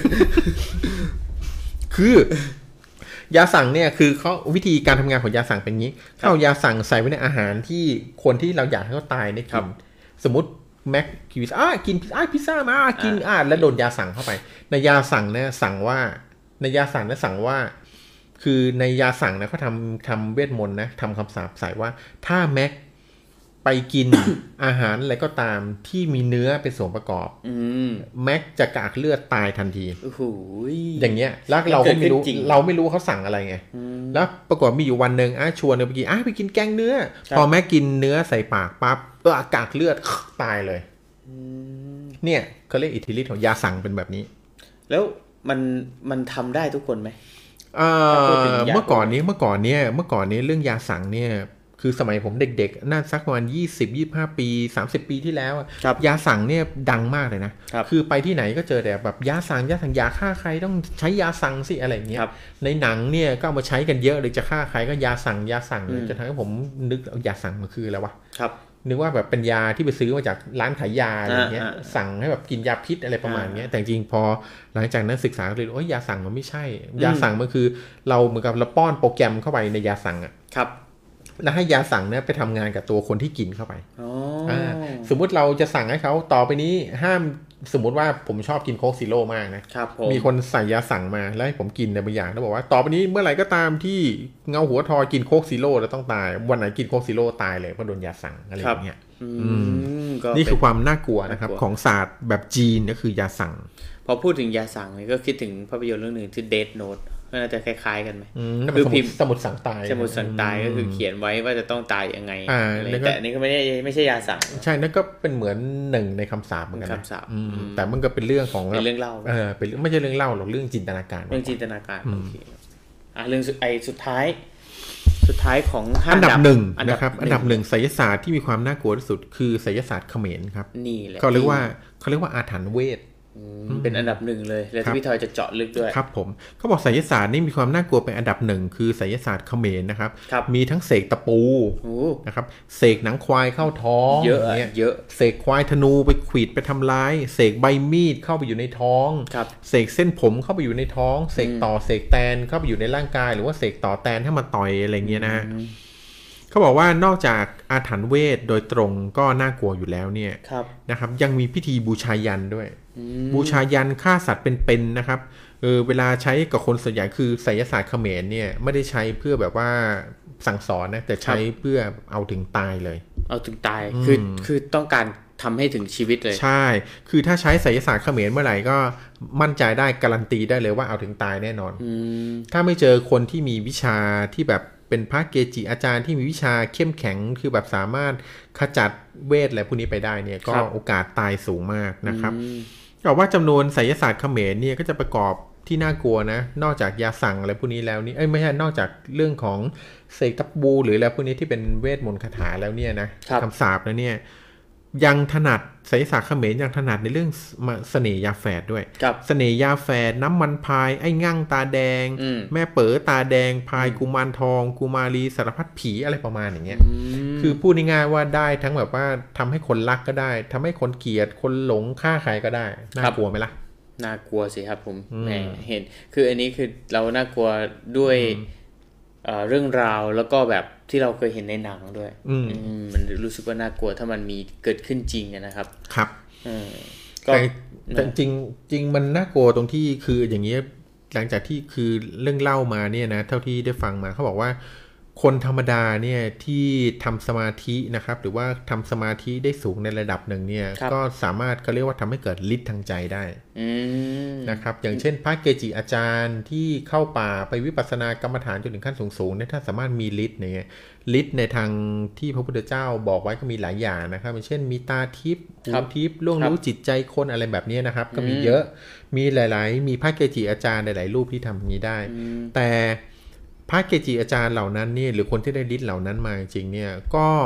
คือยาสั่งเนี่ยคือเขาวิธีการทำงานของยาสั่งเป็นงี้เขาเอายาสั่งใส่ไว้ในอาหารที่คนที่เราอยากให้เขาตายได้กินสมมติแม็กกินอ่ะกินอ่ะพิซซ่ามากินอ่ะแล้วโดนยาสั่งเข้าไปในยาสั่งเนี่ยสั่งว่าในยาสั่งเนี่ยสั่งว่าคือในยาสั่งนะเขาทำทำเวทมนต์นะทำคำสาปใส่ว่าถ้าแม็กไปกิน อาหารอะไรก็ตามที่มีเนื้อเป็นส่วนประกอบแม็กจะกากเลือดตายทันทีอย่างเงี้ยแล้วเราก็ไม่รู้เราไม่รู้เขาสั่งอะไรไงแล้วปรากฏมีอยู่วันนึงอ่ะชวนไปกินอ่ะไปกินแกงเนื้อพอแม็กกินเนื้อใส่ปากปั๊บตัวกากเลือดตายเลยเนี่ยเขาเรียกอิทธิฤทธิ์ของยาสั่งเป็นแบบนี้แล้วมันมันทำได้ทุกคนไหมเมื่อก่อนนี้เมื่อก่อนเนี้ยเมื่อก่อนนี้เรื่องยาสั่งเนี่ยคือสมัยผมเด็กๆน่าสักประมาณยี่สิบ ยี่สิบห้าปีสามสิบปีที่แล้วยาสั่งเนี่ยดังมากเลยนะ ค, คือไปที่ไหนก็เจอแต่แบบยาสั่งยาสั่งยาฆ่าใครต้องใช้ยาสั่งสิอะไรอย่างเงี้ยในหนังเนี่ยก็เอามาใช้กันเยอะเลยจะฆ่าใครก็ยาสั่งยาสั่งจนทำให้ผมนึกยาสั่งมันคืออะไรวะนึกว่าแบบเป็นยาที่ไปซื้อมาจากร้านขายยาอะไรเงี้ยสั่งให้แบบกินยาพิษอะไรประมาณนี้แต่จริงพอหลังจากนั้นศึกษาเลยว่ายาสั่งมันไม่ใช่ยาสั่งมันคือเราเหมือนกับเราป้อนโปรแกรมเข้าไปในยาสั่งอ่ะครับแล้วให้ยาสั่งเนี่ยไปทำงานกับตัวคนที่กินเข้าไปอ่าสมมุติเราจะสั่งให้เขาต่อไปนี้ห้ามสมมุติว่าผมชอบกินโค้กซีโร่มากนะครับมีคนใส่ยาสั่งมาแล้วให้ผมกินในบางอย่างแล้วบอกว่าต่อไปนี้เมื่อไหร่ก็ตามที่เงาหัวทอกินโค้กซีโร่แล้วต้องตายวันไหนกินโค้กซีโร่ตายเลยเพราะโดนยาสั่งอะไรอย่างเงี้ยนี่คือความน่ากลัวนะครับของศาสตร์แบบจีนก็คือยาสั่งพอพูดถึงยาสั่งเนี่ยก็คิดถึงภาพยนตร์เรื่องนึงที่ Death Noteก็น่าจะคล้ายๆกันไหมคือพิมพ์สมุดสั่งตายสมุดสั่งตายก็คือเขียนไว้ว่าจะต้องตายยังไงแต่อันนี้ก็ไม่ได้ไม่ใช่ยาสั่งใช่นั่นก็เป็นเหมือนหนึ่งในคำสาปเหมือนกันนะแต่มันก็เป็นเรื่องของเป็นเรื่องเล่าเออเป็นไม่ใช่เรื่องเล่าหรอกเรื่องจินตนาการเรื่องจินตนาการโอเคอ่ะเรื่องไอ้สุดท้ายสุดท้ายของอันดับหนึ่งนะครับอันดับหนึ่งไสยศาสตร์ที่มีความน่ากลัวที่สุดคือไสยศาสตร์เขมรครับนี่แหละเขาเรียกว่าเขาเรียกว่าอาถรรพ์เวทเป็นอันดับหนึ่งเลยแล้วที่พี่ทอยจะเจาะลึกด้วยครับผมเขาบอกไสยศาสตร์นี่มีความน่ากลัวเป็นอันดับหนึ่งคือไสยศาสตร์เขมรนะครับมีทั้งเสกตะปูนะครับเสกหนังควายเข้าท้องเยอะเยอะเสกควายธนูไปขวิดไปทำร้ายเสกใบมีดเข้าไปอยู่ในท้องเสกเส้นผมเข้าไปอยู่ในท้องเสกต่อเสกแตนเข้าไปอยู่ในร่างกายหรือว่าเสกต่อแตนให้มาต่อยอะไรเงี้ยนะฮะเขาบอกว่านอกจากอาถรรพ์เวทโดยตรงก็น่ากลัวอยู่แล้วเนี่ยนะครับยังมีพิธีบูชายันด้วยบูชายันฆ่าสัตว์เป็นๆนะครับเออเวลาใช้กับคนส่วนใหญ่คือไสยศาสตร์เขมรเนี่ยไม่ได้ใช้เพื่อแบบว่าสั่งสอนนะแต่ใช้เพื่อเอาถึงตายเลยเอาถึงตายคือคือต้องการทำให้ถึงชีวิตเลยใช่คือถ้าใช้ไสยศาสตร์เขมรเมื่อไหร่ก็มั่นใจได้การันตีได้เลยว่าเอาถึงตายแน่นอนถ้าไม่เจอคนที่มีวิชาที่แบบเป็นพระเกจิอาจารย์ที่มีวิชาเข้มแข็งคือแบบสามารถขจัดเวทอะไรพวกนี้ไปได้เนี่ยก็โอกาสตายสูงมากนะครับบอกว่าจำนวนไสยศาสตร์เขมรเนี่ยก็จะประกอบที่น่ากลัวนะนอกจากยาสั่งอะไรพวกนี้แล้วนี่เอ้ยไม่ใช่นอกจากเรื่องของเสกตะปูหรืออะไรพวกนี้ที่เป็นเวทมนต์คาถาแล้วเนี่ยนะคำสาปแล้วเนี่ยยังถนัดไสยศาสตร์เขมรยังถนัดในเรื่องเสน่ห์ยาแฝดด้วยเสน่ห์ยาแฝดน้ำมันพายไอ้งั่งตาแดงแม่เป๋อตาแดงพายกุมารทองกุมารีสารพัดผีอะไรประมาณอย่างเงี้ยคือพูดง่ายๆว่าได้ทั้งแบบว่าทำให้คนรักก็ได้ทำให้คนเกลียดคนหลงฆ่าใครก็ได้น่ากลัวไหมล่ะน่ากลัวสิครับผมแหมเห็นคืออันนี้คือเราน่ากลัวด้วยเรื่องราวแล้วก็แบบที่เราเคยเห็นในหนังด้วยมันรู้สึกว่าน่ากลัวถ้ามันมีเกิดขึ้นจริงนะครับครับก็แต่จริงจริงมันน่ากลัวตรงที่คืออย่างนี้หลังจากที่คือเรื่องเล่ามาเนี่ยนะเท่าที่ได้ฟังมาเขาบอกว่าคนธรรมดาเนี่ยที่ทำสมาธินะครับหรือว่าทำสมาธิได้สูงในระดับหนึ่งเนี่ยก็สามารถเขาเรียกว่าทำให้เกิดฤทธิ์ทางใจได้นะครับอย่างเช่นพระเกจิอาจารย์ที่เข้าป่าไปวิปัสสนากรรมฐานจนถึงขั้นสูงๆเนี่ยถ้าสามารถมีฤทธิ์เนี่ยฤทธิ์ในทางที่พระพุทธเจ้าบอกไว้ก็มีหลายอย่างนะครับเช่นมีตาทิพย์หูทิพย์ล่วงรู้จิตใจคนอะไรแบบนี้นะครับก็มีเยอะมีหลายๆมีพระเกจิอาจารย์หลายๆรูปที่ทำอย่างนี้ได้แต่พระเกจิอาจารย์เหล่านั้นนี่หรือคนที่ได้ฤทธิ์เหล่านั้นมาจริงเนี่ยก็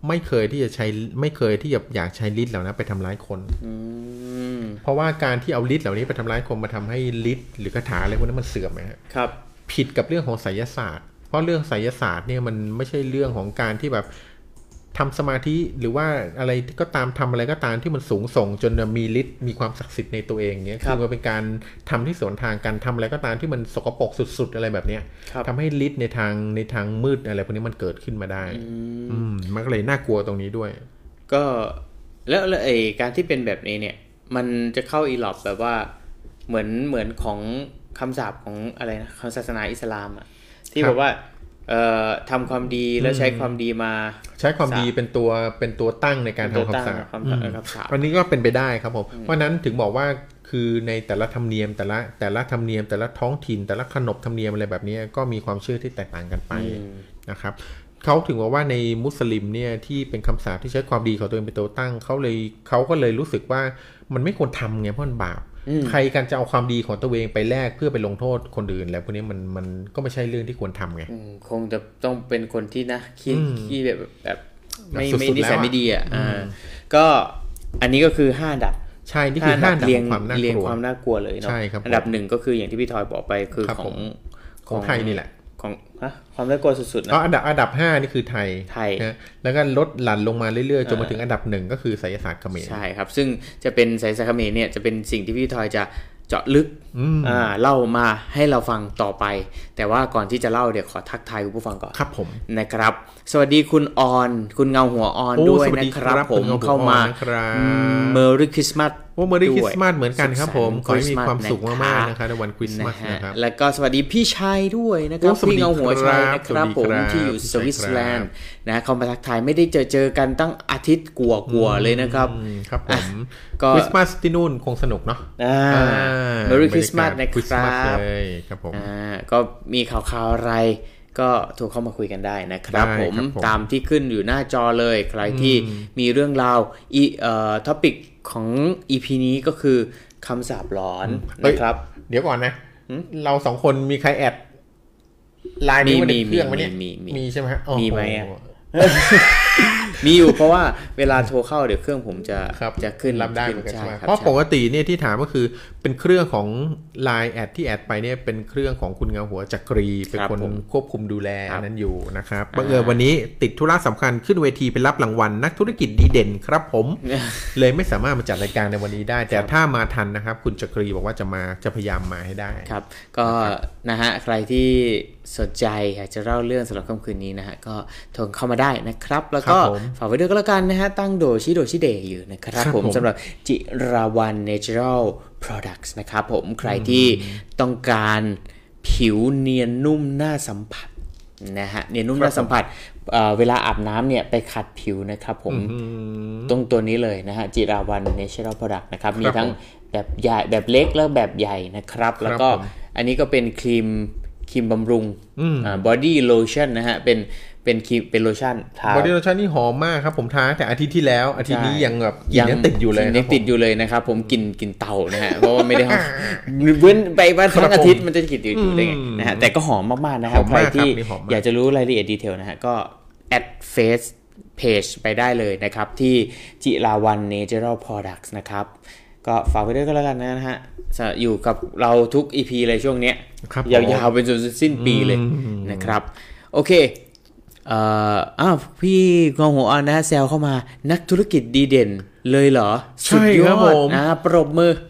ไม่เคยที่จะใช้ไม่เคยที่จะอยากใช้ฤทธิ์เหล่านั้นไปทำร้ายคนเพราะว่าการที่เอาฤทธิ์เหล่านี้ไปทำร้ายคนมาทำให้ฤทธิ์หรือคาถาอะไรพวกนั้นมันเสื่อมนะครับผิดกับเรื่องของไสยศาสตร์เพราะเรื่องไสยศาสตร์เนี่ยมันไม่ใช่เรื่องของการที่แบบทำสมาธิหรือว่าอะไรก็ตามทำอะไรก็ตามที่มันสูงส่งจนมีฤทธิ์มีความศักดิ์สิทธิ์ในตัวเองเนี่ยคือมันเป็นการทำที่สวนทางกันทำอะไรก็ตามที่มันสกปรกสุดๆอะไรแบบเนี้ยทำให้ฤทธิ์ในทางในทางมืดอะไรพวกนี้มันเกิดขึ้นมาได้อืมมันก็เลยน่ากลัวตรงนี้ด้วยก็แล้วไอ้การที่เป็นแบบนี้เนี่ยมันจะเข้าอีหลอบแบบว่าเหมือนเหมือนของคำสาปของอะไรนะของศาสนาอิสลามอ่ะที่บอกว่าเอ่อทำความดีแล้วใช้ความดีมาใช้ความดีเป็นตัวเป็นตัวตั้งในการทำคำสาปวันนี้ก็เป็นไปได้ครับผมเพราะนั้นถึงบอกว่าคือในแต่ละธรรมเนียมแต่ละแต่ละธรรมเนียมแต่ละท้องถิ่นแต่ละขนบธรรมเนียมอะไรแบบนี้ก็มีความเชื่อที่แตกต่างกันไปนะครับเขาถึงบอกว่าในมุสลิมเนี่ยที่เป็นคำสาปที่ใช้ความดีของตัวเองเป็นตัวตั้งเขาเลยเขาก็เลยรู้สึกว่ามันไม่ควรทำไงเพราะมันบาปใครกันจะเอาความดีของตัวเองไปแลกเพื่อไปลงโทษคนอื่นแล้วพวกนี้มันมันก็ไม่ใช่เรื่องที่ควรทำไงคงจะต้องเป็นคนที่นะขี้ขี้แบบแบบไม่ไม่นิสัยไม่ดีอ่ะก็อันนี้ก็คือห้าดับใช่นี่คือห้าดับความน่ากลัวเรียงความน่ากลัวเลยเนาะอันดับหนึ่งก็คืออย่างที่พี่ทอยบอกไปคือของของไทยนี่แหละของฮะความน่ากลัวสุดๆนะอันดับอันดับห้านี่คือไทยไทยนะแล้วก็ลดหลั่นลงมาเรื่อยๆจนมาถึงอันดับหนึ่งก็คือไสยศาสตร์เขมรใช่ครับซึ่งจะเป็นไสยศาสตร์เขมรเนี่ยจะเป็นสิ่งที่พี่ทอยจะเจาะลึกอ่าเล่ามาให้เราฟังต่อไปแต่ว่าก่อนที่จะเล่าเดี๋ยวขอทักทายคุณผู้ฟังก่อนครับผมนะครับสวัสดีคุณออนคุณเงาหัวออนด้วยนะครับผมเข้ามาเมอร์รี่คริสต์มาสโอ้เมอร์รี่คริสต์มาสเหมือนกันครับผมขอให้มีความสุขมากๆนะครับในวันคริสต์มาสนะครับแล้วก็สวัสดีพี่ชัยด้วยนะครับพี่เงาหัวชัยนะครับผมที่อยู่สวิตเซอร์แลนด์นะเข้ามาทักทายไม่ได้เจอเจอกันตั้งอาทิตย์กว่าๆเลยนะครับครับผมก็คริสต์มาสที่นู่นคงสนุกเนาะอ่าเมอร์รี่คริสต์มาสนะครับเลยครับผมอ่าก็มีข่าวๆอะไรก็โทรเข้ามาคุยกันได้นะครับผมตามที่ขึ้นอยู่หน้าจอเลยใครที่มีเรื่องราวอีเอ่อท็อปิกของ อี พี นี้ก็คือคำสาปหลอนนะครับเดี๋ยวก่อนนะเราสองคนมีใครแอดไลน์นี้ไว้ในเครื่องมั้ยเนี่ยมีใช่มั้ยมีมั้ยมีอยู่เพราะว่าเวลาโทรเข้าเดี๋ยวเครื่องผมจะจะขึ้นรับได้เหมือนกันใช่ไหมเพราะปกติเนี่ยที่ถามก็คือเป็นเครื่องของ ไลน์ แอดที่แอดไปเนี่ยเป็นเครื่องของคุณเงาหัวจักรีเป็นคนควบคุมดูแลนั้นอยู่นะครับบังเอิญวันนี้ติดธุระสำคัญขึ้นเวทีไปรับรางวัลนักธุรกิจดีเด่นครับผมเลยไม่สามารถมาจัดรายการในวันนี้ได้แต่ถ้ามาทันนะครับคุณจักรีบอกว่าจะมาจะพยายามมาให้ได้ครับก็นะฮะใครที่สนใจอยากจะเล่าเรื่องสำหรับค่ำคืนนี้นะฮะก็โทรเข้ามาได้นะครับแล้วก็ฝากไว้ด้วยก็แล้วกันนะฮะตั้งโดชิโดชิเดย์อยู่นะครับผมสำหรับจิราวัน Natural Products นะครับผมใครที่ต้องการผิวเนียนนุ่มน่าสัมผัสนะฮะเนียนนุ่มน่าสัมผัสเวลาอาบน้ำเนี่ยไปขัดผิวนะครับผมตรงตัวนี้เลยนะฮะจิราวัน Natural Product นะครับมีทั้งแบบใหญ่แบบเล็กแล้วแบบใหญ่นะครับแล้วก็อันนี้ก็เป็นครีมครีมบำรุงอ่า body lotion นะฮะเป็นเป็นครีมเป็นโลชั่นทา body lotion นี่หอมมากครับผมทาแต่อาทิตย์ที่แล้วอาทิตย์นี้ยังแบบยังติดอยู่เลยยังติดอยู่เลยนะครับผมกินกินเตานะฮะเพราะว่าไม่ได้หอมเว้นไปวันทั้งอาทิตย์มันจะติดอยู่ได้ไงนะฮะแต่ก็หอมมากๆนะครับใครที่อยากจะรู้รายละเอียดดีเทลนะฮะก็แอดเฟซเพจไปได้เลยนะครับที่จิราวัน Natural Products นะครับก็ฝากไว้ด้วยก็แล้วกันนะฮะอยู่กับเราทุก อี พี เลยช่วงเนี้ยยาวๆเป็นจนสิ้นปีเลยนะครับโอเคเอ่ออ้าวพี่กองหัวอ่อนนะแซวเข้ามานักธุรกิจดีเด่นเลยเหรอสุดยอดนะปรบมือ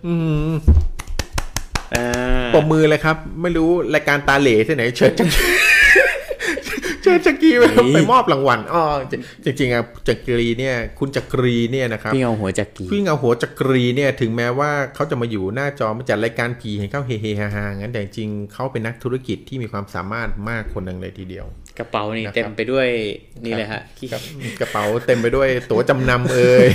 อ่าปรบมือเลยครับไม่รู้รายการตาเหล่ที่ไหนเชิญจังเชิญจักรีไปมอบรางวัลอ๋อจริงๆอ่ะจักรีเนี่ยคุณจักรีเนี่ยนะครับพี่เงาหัวจักรีพี่เงาหัวจักรีเนี่ยถึงแม้ว่าเขาจะมาอยู่หน้าจอมาจัดรายการผีเห็นเขาเฮเฮฮาๆงั้นแต่จริงเขาเป็นนักธุรกิจที่มีความสามารถมากคนหนึ่งเลยทีเดียวกระเป๋านี่เต็มไปด้วยนี่เลยฮะกระเป๋าเต็มไปด้วยตั๋วจำนำเอ่ย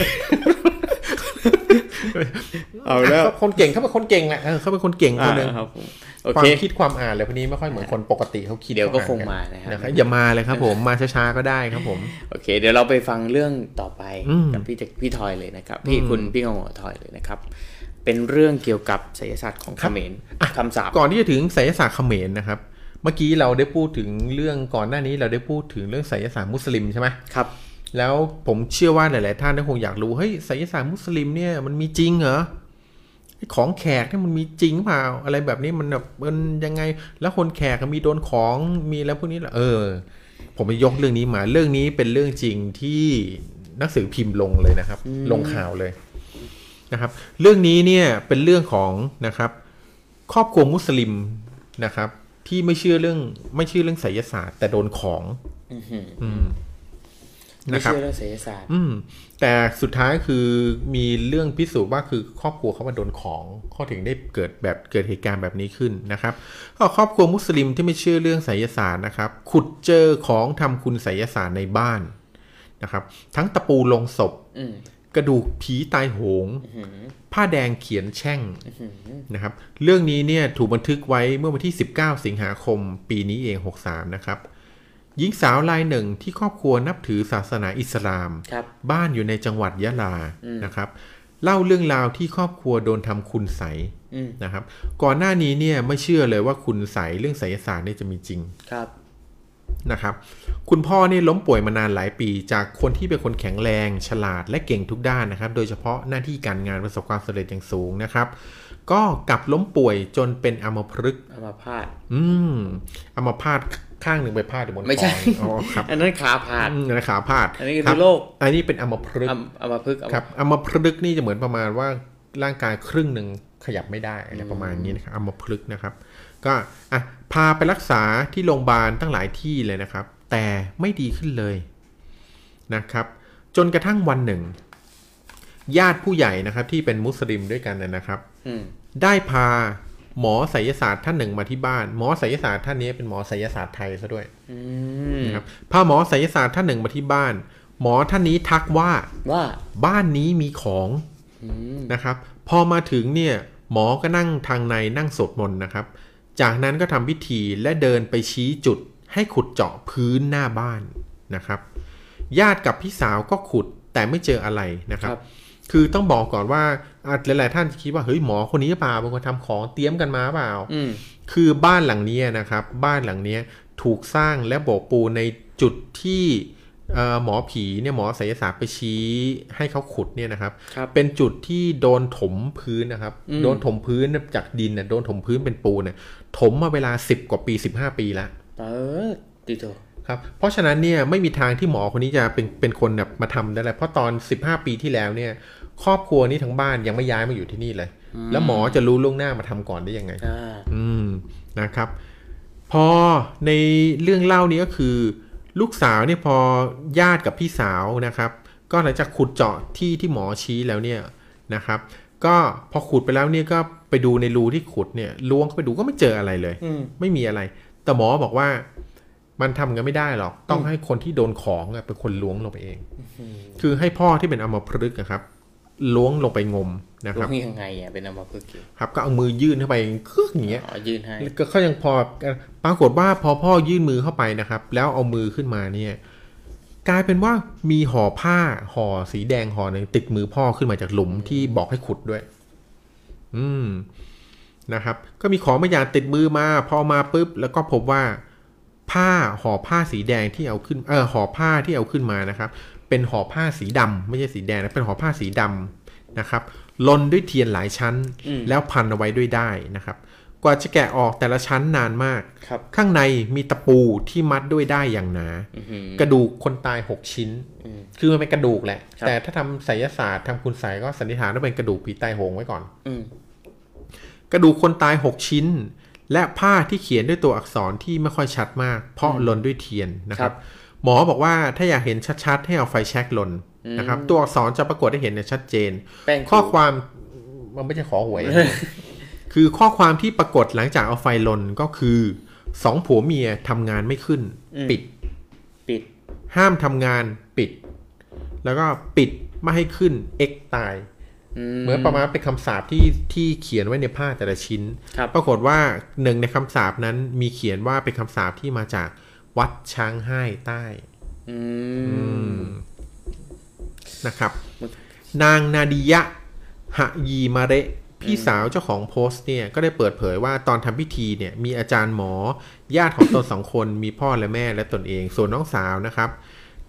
เอาแล้วคนเก่งเขาเป็นคนเก่งแหละเขาเป็นคนเก่งคนนึงความคิดความอ่านอะไรพวกนี้ไม่ค่อยเหมือนคนปกติเขาคิดเดี๋ยวก็คงมานะครับอย่ามาเลยครับผมมาช้าๆก็ได้ครับผมโอเคเดี๋ยวเราไปฟังเรื่องต่อไปกับพี่พี่ทอยเลยนะครับพี่คุณพี่งงทอยเลยนะครับเป็นเรื่องเกี่ยวกับไสยศาสตร์ของเขมรคำสาปก่อนที่จะถึงไสยศาสตร์เขมรนะครับเมื่อกี้เราได้พูดถึงเรื่องก่อนหน้านี้เราได้พูดถึงเรื่องไสยศาสตร์มุสลิมใช่ไหมครับแล้วผมเชื่อว่าหลายๆท่านก็คงอยากรู้เฮ้ยไสยศาสตร์มุสลิมเนี่ยมันมีจริงเหรอของแขกเนี่ยมันมีจริงเปล่าอะไรแบบนี้มันแบบมันยังไงแล้วคนแขกมีโดนของมีแล้วพวกนี้เออผมไปยกเรื่องนี้มาเรื่องนี้เป็นเรื่องจริงที่หนังสือพิมพ์ลงเลยนะครับลงข่าวเลยนะครับเรื่องนี้เนี่ยเป็นเรื่องของนะครับครอบครัวมุสลิมนะครับที่ไม่เชื่อเรื่องไม่เชื่อเรื่องไสยศาสตร์แต่โดนของอืมไม่เชื่อเรื่องไสยศาสตร์อืมแต่สุดท้ายคือมีเรื่องพิสูจน์ว่าคือครอบครัวเขามาโดนของเขาถึงได้เกิดแบบเกิดเหตุการณ์แบบนี้ขึ้นนะครับก็ครอบครัวมุสลิมที่ไม่เชื่อเรื่องไสยศาสตร์นะครับขุดเจอของทำคุณไสยศาสตร์ในบ้านนะครับทั้งตะปูลงศพกระดูกผีตายโหงผ้าแดงเขียนแช่งนะครับเรื่องนี้เนี่ยถูกบันทึกไว้เมื่อวันที่สิบเก้าสิงหาคมปีนี้เองหกสิบสามนะครับหญิงสาวรายหนึ่งที่ครอบครัวนับถือศาสนาอิสลามบ้านอยู่ในจังหวัดยะลานะครับเล่าเรื่องราวที่ครอบครัวโดนทำคุณไสยนะครับก่อนหน้านี้เนี่ยไม่เชื่อเลยว่าคุณไสยเรื่องไสยศาสตร์เนี่ยจะมีจริงนะครับคุณพ่อนี่ล้มป่วยมานานหลายปีจากคนที่เป็นคนแข็งแรงฉลาดและเก่งทุกด้านนะครับโดยเฉพาะหน้าที่การงานประสบความสำเร็จอย่างสูงนะครับก็กลับล้มป่วยจนเป็นอัมพฤกษ์อัมพาตอืมอัมพาตข้างหนึ่งไปพาดอยู่บนคอไม่ใช่อ๋อครับอันนั้นขาพาดอันนั้นขาพาดอันนี้คือโรคอันนี้เป็นอัมพฤกษ์อัมพฤกษ์ครับอัมพฤกษ์นี่จะเหมือนประมาณว่าร่างกายครึ่งหนึ่งขยับไม่ได้อะไรประมาณนี้นะครับอัมพฤกษ์นะครับก็อ่ะพาไปรักษาที่โรงพยาบาลตั้งหลายที่เลยนะครับแต่ไม่ดีขึ้นเลยนะครับจนกระทั่งวันหนึ่งญาติผู้ใหญ่นะครับที่เป็นมุสลิมด้วยกันนะครับได้พาหมอไสยศาสตร์ท่านหนึ่งมาที่บ้านหมอไสยศาสตร์ท่านนี้เป็นหมอไสยศาสตร์ไทยซะด้วยนะครับพาหมอไสยศาสตร์ท่านหนึ่งมาที่บ้านหมอท่านนี้ทักว่าว่าบ้านนี้มีของนะครับพอมาถึงเนี่ยหมอก็นั่งทางในนั่งสวดมนต์นะครับจากนั้นก็ทำพิธีและเดินไปชี้จุดให้ขุดเจาะพื้นหน้าบ้านนะครับญาติกับพี่สาวก็ขุดแต่ไม่เจออะไรนะครับคือต้องบอกก่อนว่าหลายๆท่านคิดว่าเฮ้ยหมอคนนี้เปล่าเป็นคนทำของเตรียมกันมาเปล่าคือบ้านหลังนี้นะครับบ้านหลังนี้ถูกสร้างและโบกปูในจุดที่หมอผีเนี่ยหมอไสยศาสตร์ไปชี้ให้เขาขุดเนี่ยนะครับเป็นจุดที่โดนถมพื้นนะครับโดนถมพื้นจากดินเนี่ยโดนถมพื้นเป็นปูนเนี่ยถมมาเวลาสิบกว่าปีสิบห้าปีแล้วเออดีโตครับเพราะฉะนั้นเนี่ยไม่มีทางที่หมอคนนี้จะเป็นเป็นคนแบบมาทำได้เลยเพราะตอนสิบห้าปีที่แล้วเนี่ยครอบครัวนี้ทั้งบ้านยังไม่ย้ายมาอยู่ที่นี่เลยแล้วหมอจะรู้ล่วงหน้ามาทำก่อนได้ยังไงอืมนะครับพอในเรื่องเล่านี้ก็คือลูกสาวเนี่ยพอญาติกับพี่สาวนะครับก็หลังจากขุดเจาะที่ที่หมอชี้แล้วเนี่ยนะครับก็พอขุดไปแล้วเนี่ยก็ไปดูในรูที่ขุดเนี่ยล้วงเข้าไปดูก็ไม่เจออะไรเลยไม่มีอะไรแต่หมอบอกว่ามันทำกันไม่ได้หรอกต้องให้คนที่โดนของเป็นคนล้วงลงไปเองคือให้พ่อที่เป็นอัมพฤกษ์นะครับล้วงลงไปงมนะครับล้วงยังไงอ่ะเป็นอัมพฤกษ์ครับก็เอามือยื่นเข้าไปเครื่องอย่างเงี้ยอ๋อยื่นให้ก็เขายังพอปรากฏว่าพอพ่อยื่นมือเข้าไปนะครับแล้วเอามือขึ้นมาเนี่ยกลายเป็นว่ามีห่อผ้าห่อสีแดงห่อหนึ่งติดมือพ่อขึ้นมาจากหลุมที่บอกให้ขุดด้วยอืมนะครับก็มีของบางอย่างติดมือมาพอมาปุ๊บแล้วก็พบว่าผ้าห่อผ้าสีแดงที่เอาขึ้นเออห่อผ้าที่เอาขึ้นมานะครับเป็นห่อผ้าสีดำไม่ใช่สีแดงนะเป็นห่อผ้าสีดำนะครับลนด้วยเทียนหลายชั้นแล้วพันเอาไว้ด้วยได้นะครับกว่าจะแกะออกแต่ละชั้นนานมากข้างในมีตะปูที่มัดด้วยได้อย่างหนากระดูกคนตายหกชิ้นคือมันเป็นกระดูกแหละแต่ถ้าทำไสยศาสตร์ทำคุณไสยก็สันนิษฐานว่าเป็นกระดูกผีตายโหงไว้ก่อนกระดูกคนตายหกชิ้นและผ้าที่เขียนด้วยตัวอักษรที่ไม่ค่อยชัดมากเพราะลนด้วยเทียนนะครับหมอบอกว่าถ้าอยากเห็นชัดๆให้เอาไฟแช็กลนนะครับตัวอักษรจะปรากฏให้เห็นชัดเจนข้อความมันไม่ใช่ขอหวย คือข้อความที่ปรากฏหลังจากเอาไฟลนก็คือสองผัวเมียทำงานไม่ขึ้นปิดปิดห้ามทำงานปิดแล้วก็ปิดไม่ให้ขึ้น X ตายเหมือนประมาณเป็นคำสาปที่ที่เขียนไว้ในผ้าแต่ละชิ้นปรากฏว่าหนึ่งในคำสาปนั้นมีเขียนว่าเป็นคำสาปที่มาจากวัดช้างไห้ใต้นะครับนางนาดิยะหะยีมาเระพี่สาวเจ้าของโพสต์เนี่ยก็ได้เปิดเผยว่าตอนทำพิธีเนี่ยมีอาจารย์หมอญาติของตนสองคนมีพ่อและแม่และตนเองส่วนน้องสาวนะครับ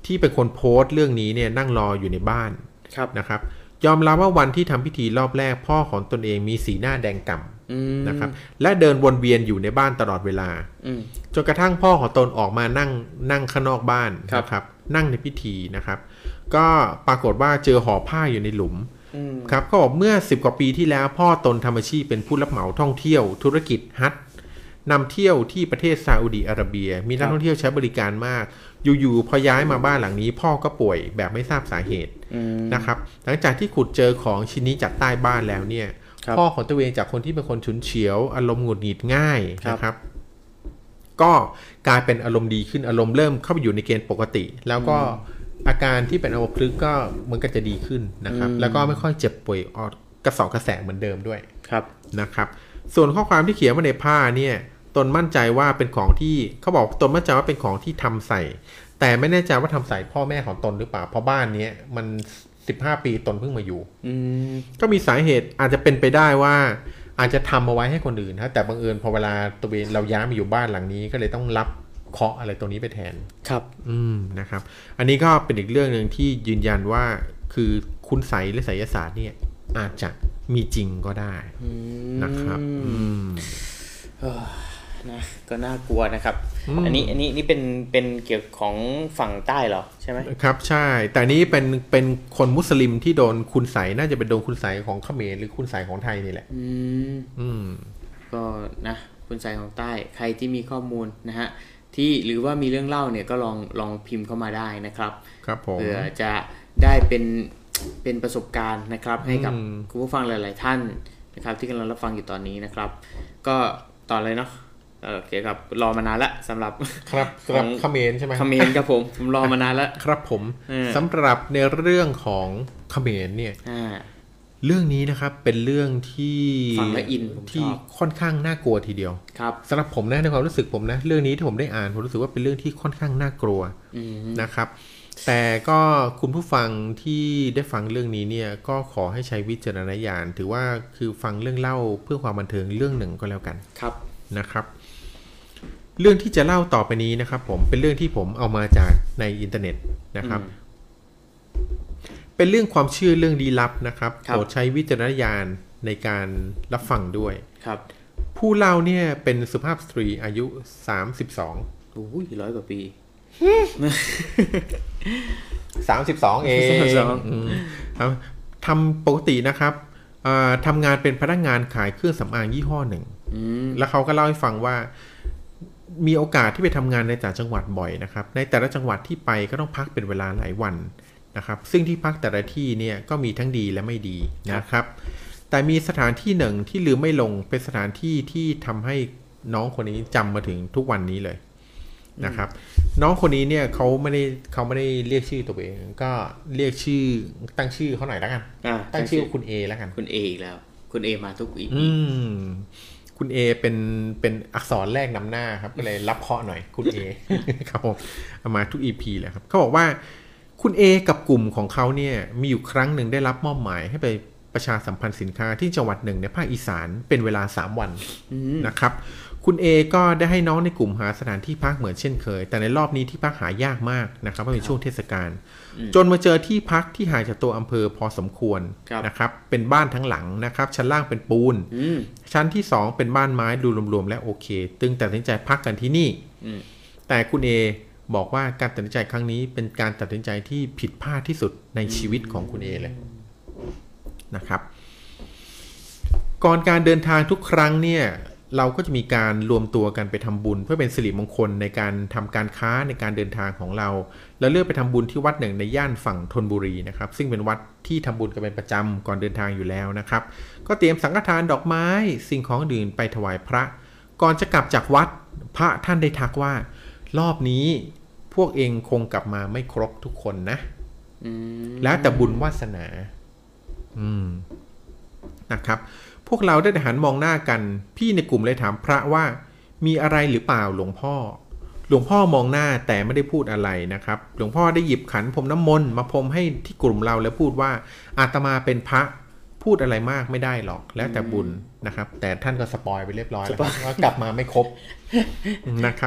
ที่เป็นคนโพสต์เรื่องนี้เนี่ยนั่งรออยู่ในบ้านนะครับยอมรับว่าวันที่ทำพิธีรอบแรกพ่อของตนเองมีสีหน้าแดงก่ำนะครับและเดินวนเวียนอยู่ในบ้านตลอดเวลาจนกระทั่งพ่อของตนออกมานั่งนั่งข้างนอกบ้านนะครับนั่งในพิธีนะครับก็ปรากฏว่าเจอห่อผ้าอยู่ในหลุมครับก็บอกเมื่อสิบกว่าปีที่แล้วพ่อตนทำอาชีพเป็นผู้รับเหมาท่องเที่ยวธุรกิจฮัทนำเที่ยวที่ประเทศซาอุดิอาระเบียมีนักท่องเที่ยวใช้บริการมากอยู่ๆพอย้ายมาบ้านหลังนี้พ่อก็ป่วยแบบไม่ทราบสาเหตุนะครับหลังจากที่ขุดเจอของชิ้นนี้จากใต้บ้านแล้วเนี่ยพ่อของตัวเองจากคนที่เป็นคนฉุนเฉียวอารมณ์หงุดหงิดง่ายนะครับก็กลายเป็นอารมณ์ดีขึ้นอารมณ์เริ่มเข้าไปอยู่ในเกณฑ์ปกติแล้วก็อาการที่เป็นอัมพฤกษ์ก็มันก็จะดีขึ้นนะครับแล้วก็ไม่ค่อยเจ็บป่วยกระสอบกระแสเหมือนเดิมด้วยนะครับส่วนข้อความที่เขียนมาในผ้าเนี่ยตนมั่นใจว่าเป็นของที่เขาบอกตนมั่นใจว่าเป็นของที่ทำใส่แต่ไม่แน่ใจว่าทำใส่พ่อแม่ของตนหรือเปล่าเพราะบ้านนี้มันสิบห้าปีตนเพิ่งมาอยู่ก็มีสาเหตุอาจจะเป็นไปได้ว่าอาจจะทำเอาไว้ให้คนอื่นนะแต่บังเอิญพอเวลาตัวเองเราย้ายมาอยู่บ้านหลังนี้ก็เลยต้องรับเคาะอะไรตรงนี้ไปแทนครับอืมนะครับอันนี้ก็เป็นอีกเรื่องนึงที่ยืนยันว่าคือคุณไสยหรือไสยศาสตร์เนี่ยอาจจะมีจริงก็ได้นะครับอืมนะก็น่ากลัวนะครับอันนี้อันนี้นี่เป็นเป็นเกี่ยวของฝั่งใต้เหรอใช่ไหมครับใช่แต่นี้เป็นเป็นคนมุสลิมที่โดนคุณไสน่าจะเป็นโดนคุณไสของเขมรหรือคุณไสของไทยนี่แหละอืมอืมก็นะคุณไสของใต้ใครที่มีข้อมูลนะฮะที่หรือว่ามีเรื่องเล่าเนี่ยก็ลองลองพิมพ์เข้ามาได้นะครับครับผมเพื่อจะได้เป็นเป็นประสบการณ์นะครับให้กับคุณผู้ฟังหลายๆท่านนะครับที่กำลังรับฟังอยู่ตอนนี้นะครับก็ต่อเลยเนาะโอเคครับรอมานานละสำหรับครับสำหรับเขมรใช่ไหมเขมรครับผมผมรอมานานแล้วครับผมสำหรับในเรื่องของเขมรเนี่ยเรื่องนี้นะครับเป็นเรื่องที่ฟังและอินที่ค่อนข้างน่ากลัวทีเดียวครับสำหรับผมนะในความรู้สึกผมนะเรื่องนี้ที่ผมได้อ่านผมรู้สึกว่าเป็นเรื่องที่ค่อนข้างน่ากลัวนะครับแต่ก็คุณผู้ฟังที่ได้ฟังเรื่องนี้เนี่ยก็ขอให้ใช้วิจารณญาณถือว่าคือฟังเรื่องเล่าเพื่อความบันเทิงเรื่องหนึ่งก็แล้วกันครับนะครับเรื่องที่จะเล่าต่อไปนี้นะครับผมเป็นเรื่องที่ผมเอามาจากในอินเทอร์เน็ตนะครับเป็นเรื่องความเชื่อเรื่องลี้ลับนะครับโปรดใช้วิจารณญาณในการรับฟังด้วยครับผู้เล่าเนี่ยเป็นสุภาพสตรีอายุสามสิบสองโอ้ยร้อยกว่าปีสามสิบสองเองทำปกตินะครับทำงานเป็นพนักงานขายเครื่องสำอางยี่ห้อหนึ่งแล้วเขาก็เล่าให้ฟังว่ามีโอกาสที่ไปทำงานในต่างจังหวัดบ่อยนะครับในแต่ละจังหวัดที่ไปก็ต้องพักเป็นเวลาหลายวันนะครับซึ่งที่พักแต่ละที่เนี่ยก็มีทั้งดีและไม่ดีนะครับแต่มีสถานที่หนึ่งที่ลืมไม่ลงเป็นสถานที่ที่ทำให้น้องคนนี้จำมาถึงทุกวันนี้เลยนะครับน้องคนนี้เนี่ยเขาไม่ได้เขาไม่ได้เรียกชื่อตัวเองก็เรียกชื่อตั้งชื่อเขาหน่อยแล้วกันตั้งชื่อคุณ A แล้วกันคุณ A อีกแล้วคุณ A มาทุกอีกคุณ A เป็นเป็นอักษรแรกนำหน้าครับก็เลยรับเคาะหน่อยคุณ A ครับผมเอามาทุก อี พี เลยครับเขาบอกว่าคุณ A กับกลุ่มของเขาเนี่ยมีอยู่ครั้งหนึ่งได้รับมอบหมายให้ไปประชาสัมพันธ์สินค้าที่จังหวัดหนึ่งในภาคอีสานเป็นเวลาสามวันนะครับคุณ A ก็ได้ให้น้องในกลุ่มหาสถานที่พักเหมือนเช่นเคยแต่ในรอบนี้ที่พักหายากมากนะครับเพราะเป็นช่วงเทศกาลจนมาเจอที่พักที่ห่างจากตัวอำเภอพอสมควรนะครับเป็นบ้านทั้งหลังนะครับชั้นล่างเป็นปูนชั้นที่สองเป็นบ้านไม้ดูรวมๆและโอเคตึงตัดสินใจพักกันที่นี่แต่คุณ A บอกว่าการตัดสินใจครั้งนี้เป็นการตัดสินใจที่ผิดพลาดที่สุดในชีวิตของคุณ A เลยนะครับก่อนการเดินทางทุกครั้งเนี่ยเราก็จะมีการรวมตัวกันไปทำบุญเพื่อเป็นสิริมงคลในการทำการค้าในการเดินทางของเราแล้วเลือกไปทำบุญที่วัดหนึ่งในย่านฝั่งธนบุรีนะครับซึ่งเป็นวัดที่ทำบุญกันเป็นประจำก่อนเดินทางอยู่แล้วนะครับก็เตรียมสังฆทานดอกไม้สิ่งของอื่นไปถวายพระก่อนจะกลับจากวัดพระท่านได้ทักว่ารอบนี้พวกเองคงกลับมาไม่ครบทุกคนนะแล้วแต่บุญวาสนาอืมนะครับพวกเราได้หันมองหน้ากันพี่ในกลุ่มเลยถามพระว่ามีอะไรหรือเปล่าหลวงพ่อหลวงพ่อมองหน้าแต่ไม่ได้พูดอะไรนะครับหลวงพ่อได้หยิบขันพรมน้ำมนต์มาพรมให้ที่กลุ่มเราแล้วพูดว่าอาตมาเป็นพระพูดอะไรมากไม่ได้หรอกแล้วแต่บุญนะครับแต่ท่านก็สปอยไปเรียบร้อยแล้วว่ากลับมาไม่ครบนะครับ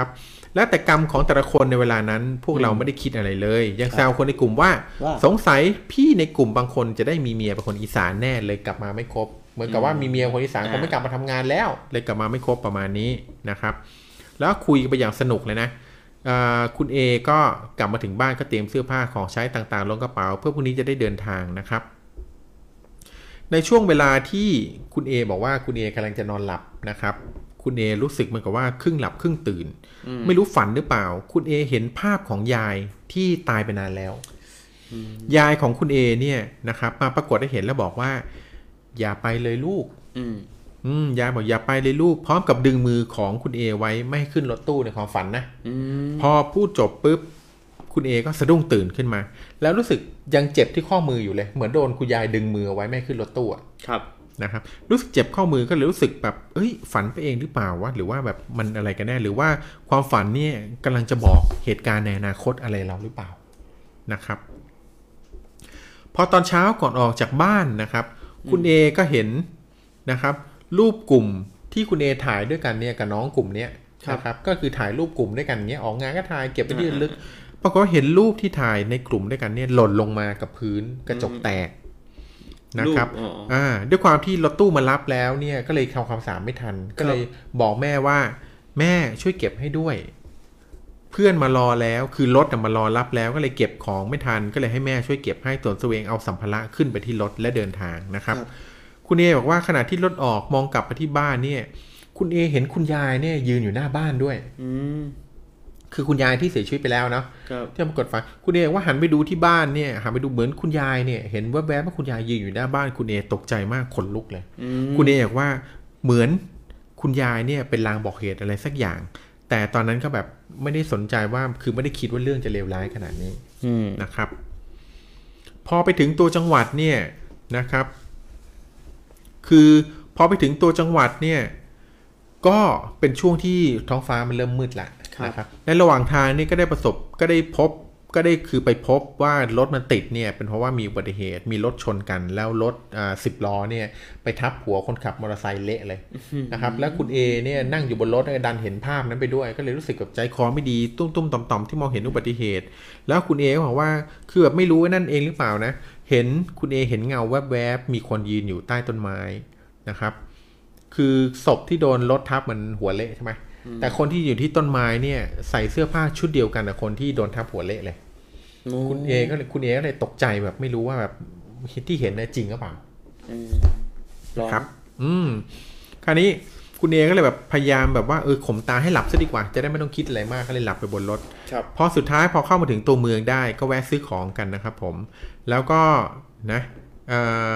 แล้วแต่กรรมของแต่ละคนในเวลานั้นพวกเราไม่ได้คิดอะไรเลยยังแซวคนในกลุ่มว่าสงสัยพี่ในกลุ่มบางคนจะได้มีเมียเป็นคนอีสานแน่เลยกลับมาไม่ครบเหมือนกับว่ามีเมียคนอีสานคงไม่กลับมาทำงานแล้วเลยกลับมาไม่ครบประมาณนี้นะครับแล้วคุยไปอย่างสนุกเลยนะคุณเอก็กลับมาถึงบ้านก็เตรียมเสื้อผ้าของใช้ต่างๆลงกระเป๋าเพื่อพรุ่งนี้จะได้เดินทางนะครับในช่วงเวลาที่คุณเอบอกว่าคุณเอกำลังจะนอนหลับนะครับคุณเอรู้สึกเหมือนกับว่าครึ่งหลับครึ่งตื่นไม่รู้ฝันหรือเปล่าคุณเอเห็นภาพของยายที่ตายไปนานแล้วยายของคุณเอเนี่ยนะครับมาปรากฏได้เห็นแล้วบอกว่าอย่าไปเลยลูกอืมยายบอกอย่าไปเลยลูกพร้อมกับดึงมือของคุณเอไว้ไม่ให้ขึ้นรถตู้ในความฝันนะพอพูดจบปุ๊บคุณเอก็สะดุ้งตื่นขึ้นมาแล้วรู้สึกยังเจ็บที่ข้อมืออยู่เลยเหมือนโดนคุณยายดึงมือไว้ไม่ให้ขึ้นรถตู้ครับนะครับรู้สึกเจ็บข้อมือก็เลยรู้สึกแบบเอ้ยฝันไปเองหรือเปล่าวะหรือว่าแบบมันอะไรกันแน่หรือว่าความฝันเนี่ยกำลังจะบอกเหตุการณ์ในอนาคตอะไรเราหรือเปล่านะครับพอตอนเช้าก่อนออกจากบ้านนะครับคุณเอก็เห็นนะครับรูปกลุ่มที่คุณเอถ่ายด้วยกันเนี่ยกับน้องกลุ่มเนี้ยนะครับก็คือถ่ายรูปกลุ่มด้วยกันเงี้ยออกงานก็ถ่ายเก็บไปที่ระลึกปรากฏว่าเห็นรูปที่ถ่ายในกลุ่มด้วยกันเนี่ยหล่นลงมากับพื้นกระจกแตกนะครับอ่าด้วยความที่รถตู้มารับแล้วเนี่ยก็เลยทำความสะอาดไม่ทันก็เลยบอกแม่ว่าแม่ช่วยเก็บให้ด้วยเพื่อนมารอแล้วคือรถมารอรับแล้วก็เลยเก็บของไม่ทันก็เลยให้แม่ช่วยเก็บให้ส่วนตัวเองเอาสัมภาระขึ้นไปที่รถและเดินทางนะครับคุณเอบอกว่าขณะที่รถออกมองกลับไปที่บ้านเนี่ยคุณเอเห็นคุณยายเนี่ยยืนอยู่หน้าบ้านด้วยคือคุณยายที่เสียชีวิตไปแล้วเนาะที่ปรากฏไฟคุณเอว่าหันไปดูที่บ้านเนี่ยหันไปดูเหมือนคุณยายเนี่ยเห็นแวบๆว่าคุณยายยืนอยู่หน้าบ้านคุณเอตกใจมากขนลุกเลยคุณเอบอกว่าเหมือนคุณยายเนี่ยเป็นลางบอกเหตุอะไรสักอย่างแต่ตอนนั้นก็แบบไม่ได้สนใจว่าคือไม่ได้คิดว่าเรื่องจะเลวร้ายขนาดนี้นะครับพอไปถึงตัวจังหวัดเนี่ยนะครับคือพอไปถึงตัวจังหวัดเนี่ยก็เป็นช่วงที่ท้องฟ้ามันเริ่มมืดละนะครับในระหว่างทางนี่ก็ได้ประสบก็ได้พบก็ได้คือไปพบว่ารถมันติดเนี่ยเป็นเพราะว่ามีอุบัติเหตุมีรถชนกันแล้วรถอ่าสิบล้อเนี่ยไปทับหัวคนขับมอเตอร์ไซค์เละเลยนะครับแล้วคุณเอเนี่ยนั่งอยู่บนรถดันเห็นภาพนั้นไปด้วยก็เลยรู้สึกแบบใจคอไม่ดีตุ้มๆต่อมๆที่มองเห็นอุบัติเหตุแล้วคุณเอบอกว่าคือแบบไม่รู้ว่านั่นเองหรือเปล่านะเห็นคุณเอเห็นเงาแวบๆมีคนยืนอยู่ใต้ต้นไม้นะครับคือศพที่โดนรถทับมันหัวเละใช่ไหมแต่คนที่อยู่ที่ต้นไม้เนี่ยใส่เสื้อผ้าชุดเดียวกันกับคนที่โดนทับหัวเละเลยคุณเอก็เลยคุณเอก็เลยตกใจแบบไม่รู้ว่าแบบที่เห็นเนี่ยจริงหรือเปล่าครับอืมคราวนี้คุณเอก็เลยแบบพยายามแบบว่าเออข่มตาให้หลับซะดีกว่าจะได้ไม่ต้องคิดอะไรมากก็เลยหลับไปบนรถพอสุดท้ายพอเข้ามาถึงตัวเมืองได้ก็แวะซื้อของกันนะครับผมแล้วก็นะเอ่อ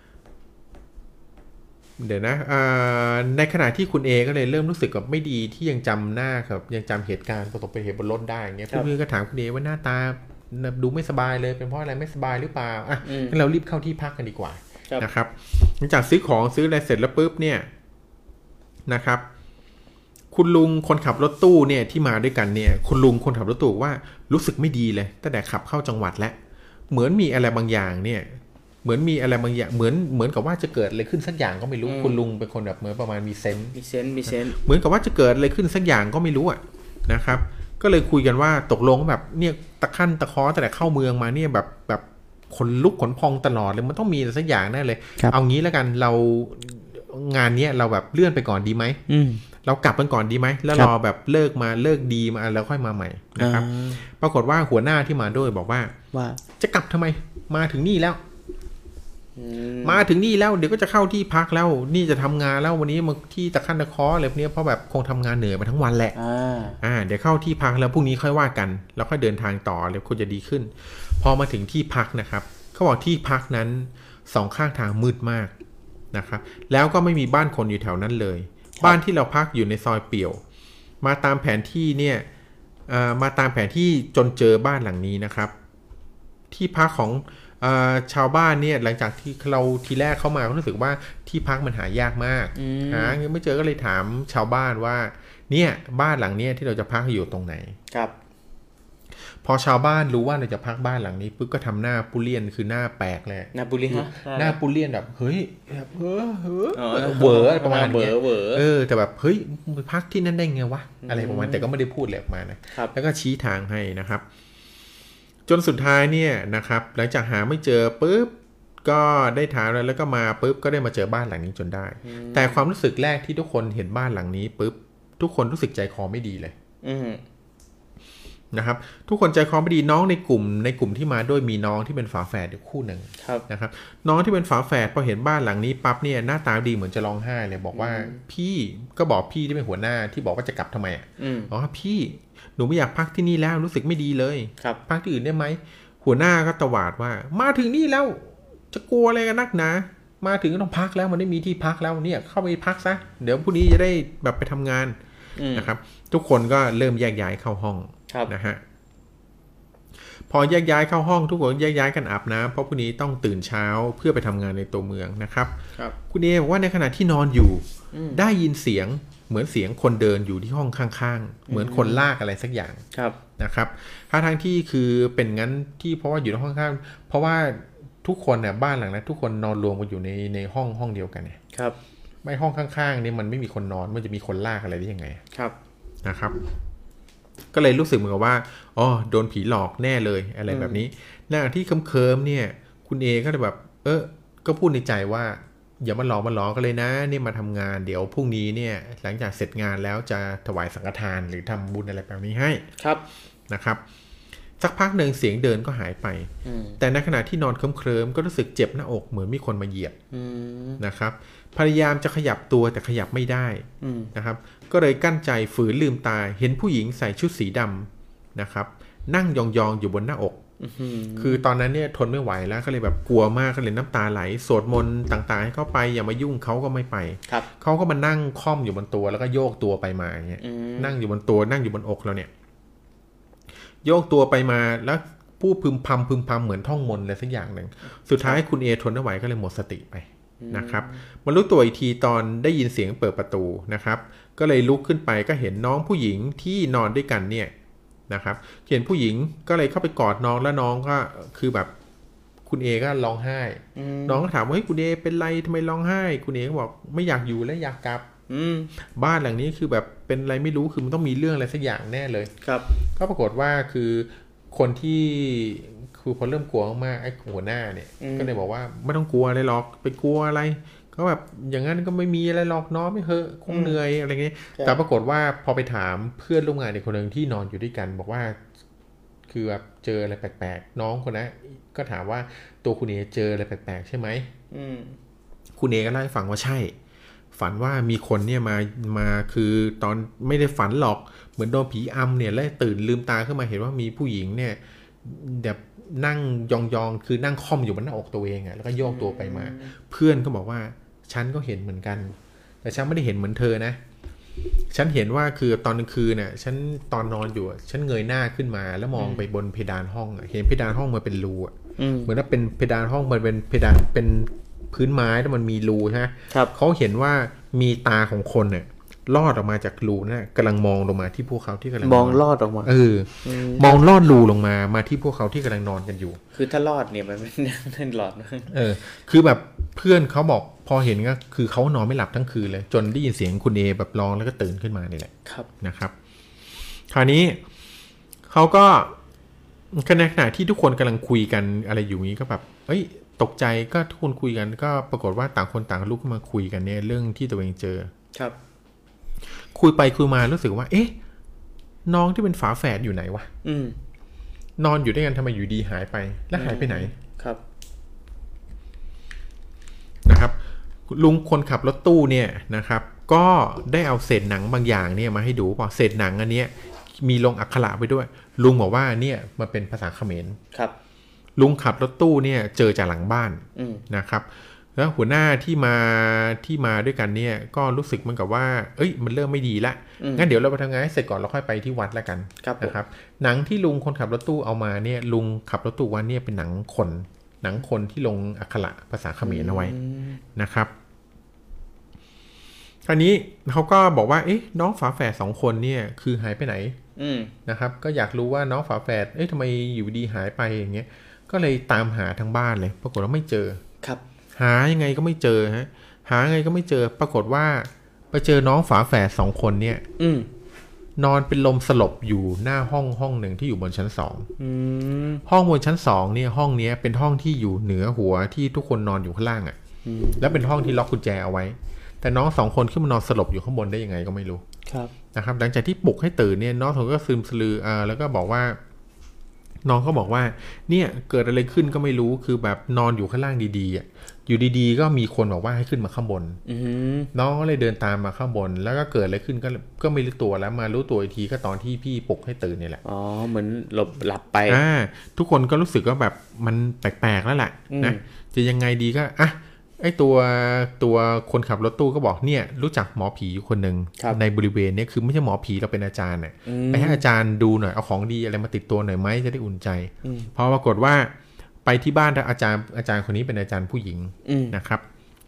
เดี๋ยวนะในขณะที่คุณเอก็เลยเริ่มรู้สึกกับไม่ดีที่ยังจำหน้าครับยังจำเหตุการณ์ประสบเหตุบนรถได้เงี้ยเพื่อนก็ถามคุณเอว่าหน้าตาดูไม่สบายเลยเป็นเพราะอะไรไม่สบายหรือเปล่าอ่ะงั้นเรารีบเข้าที่พักกันดีกว่านะครับหลังจากซื้อของซื้ออะไรเสร็จแล้วปุ๊บเนี่ยนะครับคุณลุงคนขับรถตู้เนี่ยที่มาด้วยกันเนี่ยคุณลุงคนขับรถตู้ว่ารู้สึกไม่ดีเลยตั้งแต่ขับเข้าจังหวัดแล้วเหมือนมีอะไรบางอย่างเนี่ยเหมือนมีอะไรบางอย่างเหมือนเหมือนกับว่าจะเกิดอะไรขึ้นสักอย่างก็ไม่รู้คุณลุงเป็นคนแบบเหมือนประมาณมีเซนส์มีเซนส์มีเซนส์เหมือนกับว่าจะเกิดอะไรขึ้นสักอย่างก็ไม่รู้อ่ะนะครับก็เลยคุยกันว่าตกลงแบบเนี่ยตะขั้นตะคอแต่เข้าเมืองมาเนี่ยแบบแบบขนลุกขนพองตลอดเลยมันต้องมีสักอย่างแน่เลยเอางี้แล้วกันเรางานนี้เราแบบเลื่อนไปก่อนดีไหมเรากลับกันก่อนดีไหมแล้วรอแบบเลิกมาเลิกดีมาแล้วค่อยมาใหม่นะครับปรากฏว่าหัวหน้าที่มาด้วยบอกว่าว่าจะกลับทำไมมาถึงนี่แล้วมาถึงนี่แล้วเดี๋ยวก็จะเข้าที่พักแล้วนี่จะทำงานแล้ววันนี้มาที่ตะขั้นตะคออะไรพวกนี้เพราะแบบคงทำงานเหนื่อยมาทั้งวันแหละอ่าอ่าเดี๋ยวเข้าที่พักแล้วพรุ่งนี้ค่อยว่ากันแล้วค่อยเดินทางต่อเดี๋ยวคุณจะดีขึ้นพอมาถึงที่พักนะครับเขาบอกที่พักนั้นสองข้างทางมืดมากนะครับแล้วก็ไม่มีบ้านคนอยู่แถวนั้นเลยบ้านที่เราพักอยู่ในซอยเปี่ยวมาตามแผนที่เนี่ยมาตามแผนที่จนเจอบ้านหลังนี้นะครับที่พักของชาวบ้านเนี่ยหลังจากที่เราทีแรกเข้ามาก็รู้สึกว่าที่พักมันหายากมากหาเงินไม่เจอก็เลยถามชาวบ้านว่าเนี่ยบ้านหลังเนี้ยที่เราจะพักอยู่ตรงไหนครับพอชาวบ้านรู้ว่าเราจะพักบ้านหลังนี้ปุ๊บก็ทำหน้าปุเรียนคือหน้าแปลกเลยหน้าปุเรียนหน้าปุเรียนแบบเฮ้ยแบบเออเออเวอประมาณนี้เออแต่แบบเฮ้ยไปพักที่นั่นได้ไงวะอะไรประมาณแต่ก็ไม่ได้พูดเลยออกมานะแล้วก็ชี้ทางให้นะครับจนสุดท้ายเนี่ยนะครับหลังจากหาไม่เจอปุ๊บก็ได้ถามแล้วก็มาปุ๊บก็ได้มาเจอบ้านหลังนี้จนได้แต่ความรู้สึกแรกที่ทุกคนเห็นบ้านหลังนี้ปุ๊บทุกคนรู้สึกใจคอไม่ดีเลยนะครับทุกคนใจคอไม่ดีน้องในกลุ่มในกลุ่มที่มาด้วยมีน้องที่เป็นฝาแฝดอยู่คู่หนึ่งนะครับน้องที่เป็นฝาแฝดพอเห็นบ้านหลังนี้ปั๊บเนี่ยหน้าตาดีเหมือนจะร้องไห้เลยบอกว่าพี่ก็บอกพี่ที่เป็นหัวหน้าที่บอกว่าจะกลับทำไมอ่ะอ๋อพี่หนูไม่อยากพักที่นี่แล้วรู้สึกไม่ดีเลยพักที่อื่นได้ไหมหัวหน้าก็ตวาดว่ามาถึงนี่แล้วจะกลัวอะไรกันนักหนามาถึงก็ต้องพักแล้วมันไม่มีที่พักแล้วเนี่ยเข้าไปพักซะเดี๋ยวพรุ่งนี้จะได้แบบไปทำงานนะครับทุกคนก็เริ่มแยกย้ายเข้าห้องนะฮะพอแยกย้ายเข้าห้องทุกคนแยกย้ายกันอาบน้ำเพราะพรุ่งนี้ต้องตื่นเช้าเพื่อไปทำงานในตัวเมืองนะครับคุณเอบอกว่าในขณะที่นอนอยู่ได้ยินเสียงเหมือนเสียงคนเดินอยู่ที่ห้องข้างๆเหมือนคนลากอะไรสักอย่างนะครับทั้งที่คือเป็นงั้นที่เพราะว่าอยู่ในห้องข้างเพราะว่าทุกคนเนี่ยบ้านหลังนั้นทุกคนนอนรวมกันอยู่ในในห้องห้องเดียวกันเนี่ยครับไม่ห้องข้างๆนี่มันไม่มีคนนอนมันจะมีคนลากอะไรได้ยังไงครับนะครับก็เลยรู้สึกเหมือนกับว่าอ๋อโดนผีหลอกแน่เลยอะไรแบบนี้หน้าที่เคิมๆเนี่ยคุณเอก็เลยแบบเออก็พูดในใจว่าอย่ามาหลอกมาหลอกกันเลยนะนี่มาทำงานเดี๋ยวพรุ่งนี้เนี่ยหลังจากเสร็จงานแล้วจะถวายสังฆทานหรือทำบุญอะไรแบบนี้ให้ครับนะครับสักพักหนึ่งเสียงเดินก็หายไปแต่ในขณะที่นอนเคลิ้มๆก็รู้สึกเจ็บหน้าอกเหมือนมีคนมาเหยียบนะครับพยายามจะขยับตัวแต่ขยับไม่ได้นะครับก็เลยกั้นใจฝืนลืมตาเห็นผู้หญิงใส่ชุดสีดำนะครับนั่งยองๆอยู่บนหน้าอกคือตอนนั้นเนี่ยทนไม่ไหวแล้วก็เลยแบบกลัวมากก็เลยน้ำตาไหลสวดมนต์ต่างๆให้เขาไปอย่ามายุ่งเขาก็ไม่ไปเขาก็มานั่งค่อมอยู่บนตัวแล้วก็โยกตัวไปมาอย่างเงี้ยนั่งอยู่บนตัวนั่งอยู่บนอกเราเนี่ยโยกตัวไปมาแล้วผู้พึมพำพึมพำเหมือนท่องมนต์อะไรสักอย่างหนึ่งสุดท้ายคุณเอทนไม่ไหวก็เลยหมดสติไปนะครับมารู้ตัวอีกทีตอนได้ยินเสียงเปิดประตูนะครับก็เลยลุกขึ้นไปก็เห็นน้องผู้หญิงที่นอนด้วยกันเนี่ยนะครับเห็นผู้หญิงก็เลยเข้าไปกอดน้องแล้วน้องก็คือแบบคุณเอก็ร้องไห้น้องก็ถามว่าเฮ้ยคุณเอเป็นไรทำไมร้องไห้คุณเอก็บอกไม่อยากอยู่แล้วอยากกลับบ้านหลังนี้คือแบบเป็นอะไรไม่รู้คือมันต้องมีเรื่องอะไรสักอย่างแน่เลยครับก็ปรากฏว่าคือคนที่คือพอเริ่มกลัวมากไอ้หัวหน้าเนี่ยก็เลยบอกว่าไม่ต้องกลัวอะไรหรอกไปกลัวอะไรก็แบบอย่างนั้นก็ไม่มีอะไรหรอกน้องไม่เหอะคงเหนื่อยอะไรเงี้ยแต่ปรากฏว่าพอไปถามเพื่อนร่วมงานอีกคนนึงที่นอนอยู่ด้วยกันบอกว่าคือแบบเจออะไรแปลกๆน้องคนนั้นก็ถามว่าตัวคุณเอเจออะไรแปลกๆใช่ไหมคุณเอก็เล่าให้ฟังว่าใช่ฝันว่ามีคนเนี่ยมามาคือตอนไม่ได้ฝันหรอกเหมือนโดนผีอำเนี่ยแล้วตื่นลืมตาขึ้นมาเห็นว่ามีผู้หญิงเนี่ยแบบนั่งยองๆคือนั่งค่อมอยู่บนหน้าอกตัวเองอะแล้วก็โยกตัวไปมาเพื่อนก็บอกว่าฉันก็เห็นเหมือนกันแต่ฉันไม่ได้เห็นเหมือนเธอนะฉันเห็นว่าคือตอนกลางคืนเนี่ยฉันตอนนอนอยู่ฉันเงยหน้าขึ้นมาแล้วมองไปบนเพดานห้องเห็นเพดานห้องมันเป็นรูอะเหมือนว่าเป็นเพดานห้องมันเป็นเพดานเป็นพื้นไม้แล้วมันมีรูใช่ไหมเขาเห็นว่ามีตาของคนเนี่ยลอดออกมาจากรูนะกำลังมองลงมาที่พวกเขาที่กำลังมองลอดออกมาเออมองลอดรูลงมามาที่พวกเขาที่กำลังนอนกันอยู่คือถ้าลอดเนี่ยมันไม่ไม่หลอดเออคือแบบเพื่อนเขาบอกพอเห็นก็คือเขานอนไม่หลับทั้งคืนเลยจนได้ยินเสียงคุณเอแบบร้องแล้วก็ตื่นขึ้นมานี่แหละนะครับคราวนี้เขาก็ในขณะที่ทุกคนกำลังคุยกันอะไรอยู่นี้ก็แบบเอ้ยตกใจก็ทุกคนคุยกันก็ปรากฏว่าต่างคนต่างลุกขึ้นมาคุยกันเนี่ยเรื่องที่ตัวเองเจอครับคุยไปคุยมารู้สึกว่าเอ๊ะน้องที่เป็นฝาแฝดอยู่ไหนวะอืมนอนอยู่ด้วยกันทำไมอยู่ดีหายไปแล้วหายไปไหนครับนะครับลุงคนขับรถตู้เนี่ยนะครับก็ได้เอาเศษหนังบางอย่างเนี่ยมาให้ดูบอกเศษหนังอันเนี้ยมีลงอักขระไปด้วยลุงบอกว่าเนี่ยมันเป็นภาษาเขมรครับลุงขับรถตู้เนี่ยเจอจากหลังบ้านนะครับแล้วหัวหน้าที่มาที่มาด้วยกันเนี่ยก็รู้สึกเหมือนกับว่าเอ้ยมันเริ่มไม่ดีละงั้นเดี๋ยวเราไปทำงานให้เสร็จก่อนเราค่อยไปที่วัดแล้วกันนะครับหนังที่ลุงคนขับรถตู้เอามาเนี่ยลุงขับรถตู้ว่าเนี่ยเป็นหนังคนหนังคนที่ลงอักขระภาษาเขมรเอาไว้นะครับคราวนี้เขาก็บอกว่าเอ๊ะน้องฝาแฝดสองคนเนี่ยคือหายไปไหนนะครับก็อยากรู้ว่าน้องฝาแฝดเอ๊ะทำไมอยู่ดีหายไปอย่างเงี้ยก็เลยตามหาทั้งบ้านเลยปรากฏว่าไม่เจอครับหายังไงก็ไม่เจอฮะหายังไงก็ไม่เจอปรากฏว่าไปเจอน้องฝาแฝดสองคนเนี่ยนอนเป็นลมสลบอยู่หน้าห้องห้องหนึ่งที่อยู่บนชั้นสองห้องบนชั้นสองเนี่ยห้องนี้เป็นห้องที่อยู่เหนือหัวที่ทุกคนนอนอยู่ข้างล่างอ่ะแล้วเป็นห้องที่ล็อกกุญแจเอาไว้แต่น้องสองคนขึ้นมานอนสลบอยู่ข้างบนได้ยังไงก็ไม่รู้นะครับหลังจากที่ปลุกให้ตื่นเนี่ยน้องเขาก็ซึมสลืออ่าแล้วก็บอกว่าน้องก็บอกว่าเนี่ยเกิดอะไรขึ้นก็ไม่รู้คือแบบนอนอยู่ข้างล่างดีๆอ่ะอยู่ดีๆก็มีคนบอกว่าให้ขึ้นมาข้างบนน้องก็เลยเดินตามมาข้างบนแล้วก็เกิดอะไรขึ้นก็ก็ไม่รู้ตัวแล้วมารู้ตัวอีกทีก็ตอนที่พี่ปลุกให้ตื่นนี่แหละอ๋อเหมือนหลบหลับไปอ่าทุกคนก็รู้สึกว่าแบบมันแปลกๆแล้วแหละนะจะยังไงดีก็อ่ะไอ้ตัวตัวคนขับรถตู้ก็บอกเนี่ยรู้จักหมอผีคนหนึ่งในบริเวณนี้คือไม่ใช่หมอผีเราเป็นอาจารย์เนี่ยไปให้อาจารย์ดูหน่อยเอาของดีอะไรมาติดตัวหน่อยไหมจะได้อุ่นใจพอปรากฏว่าไปที่บ้านอาจารย์อาจารย์คนนี้เป็นอาจารย์ผู้หญิงนะครับ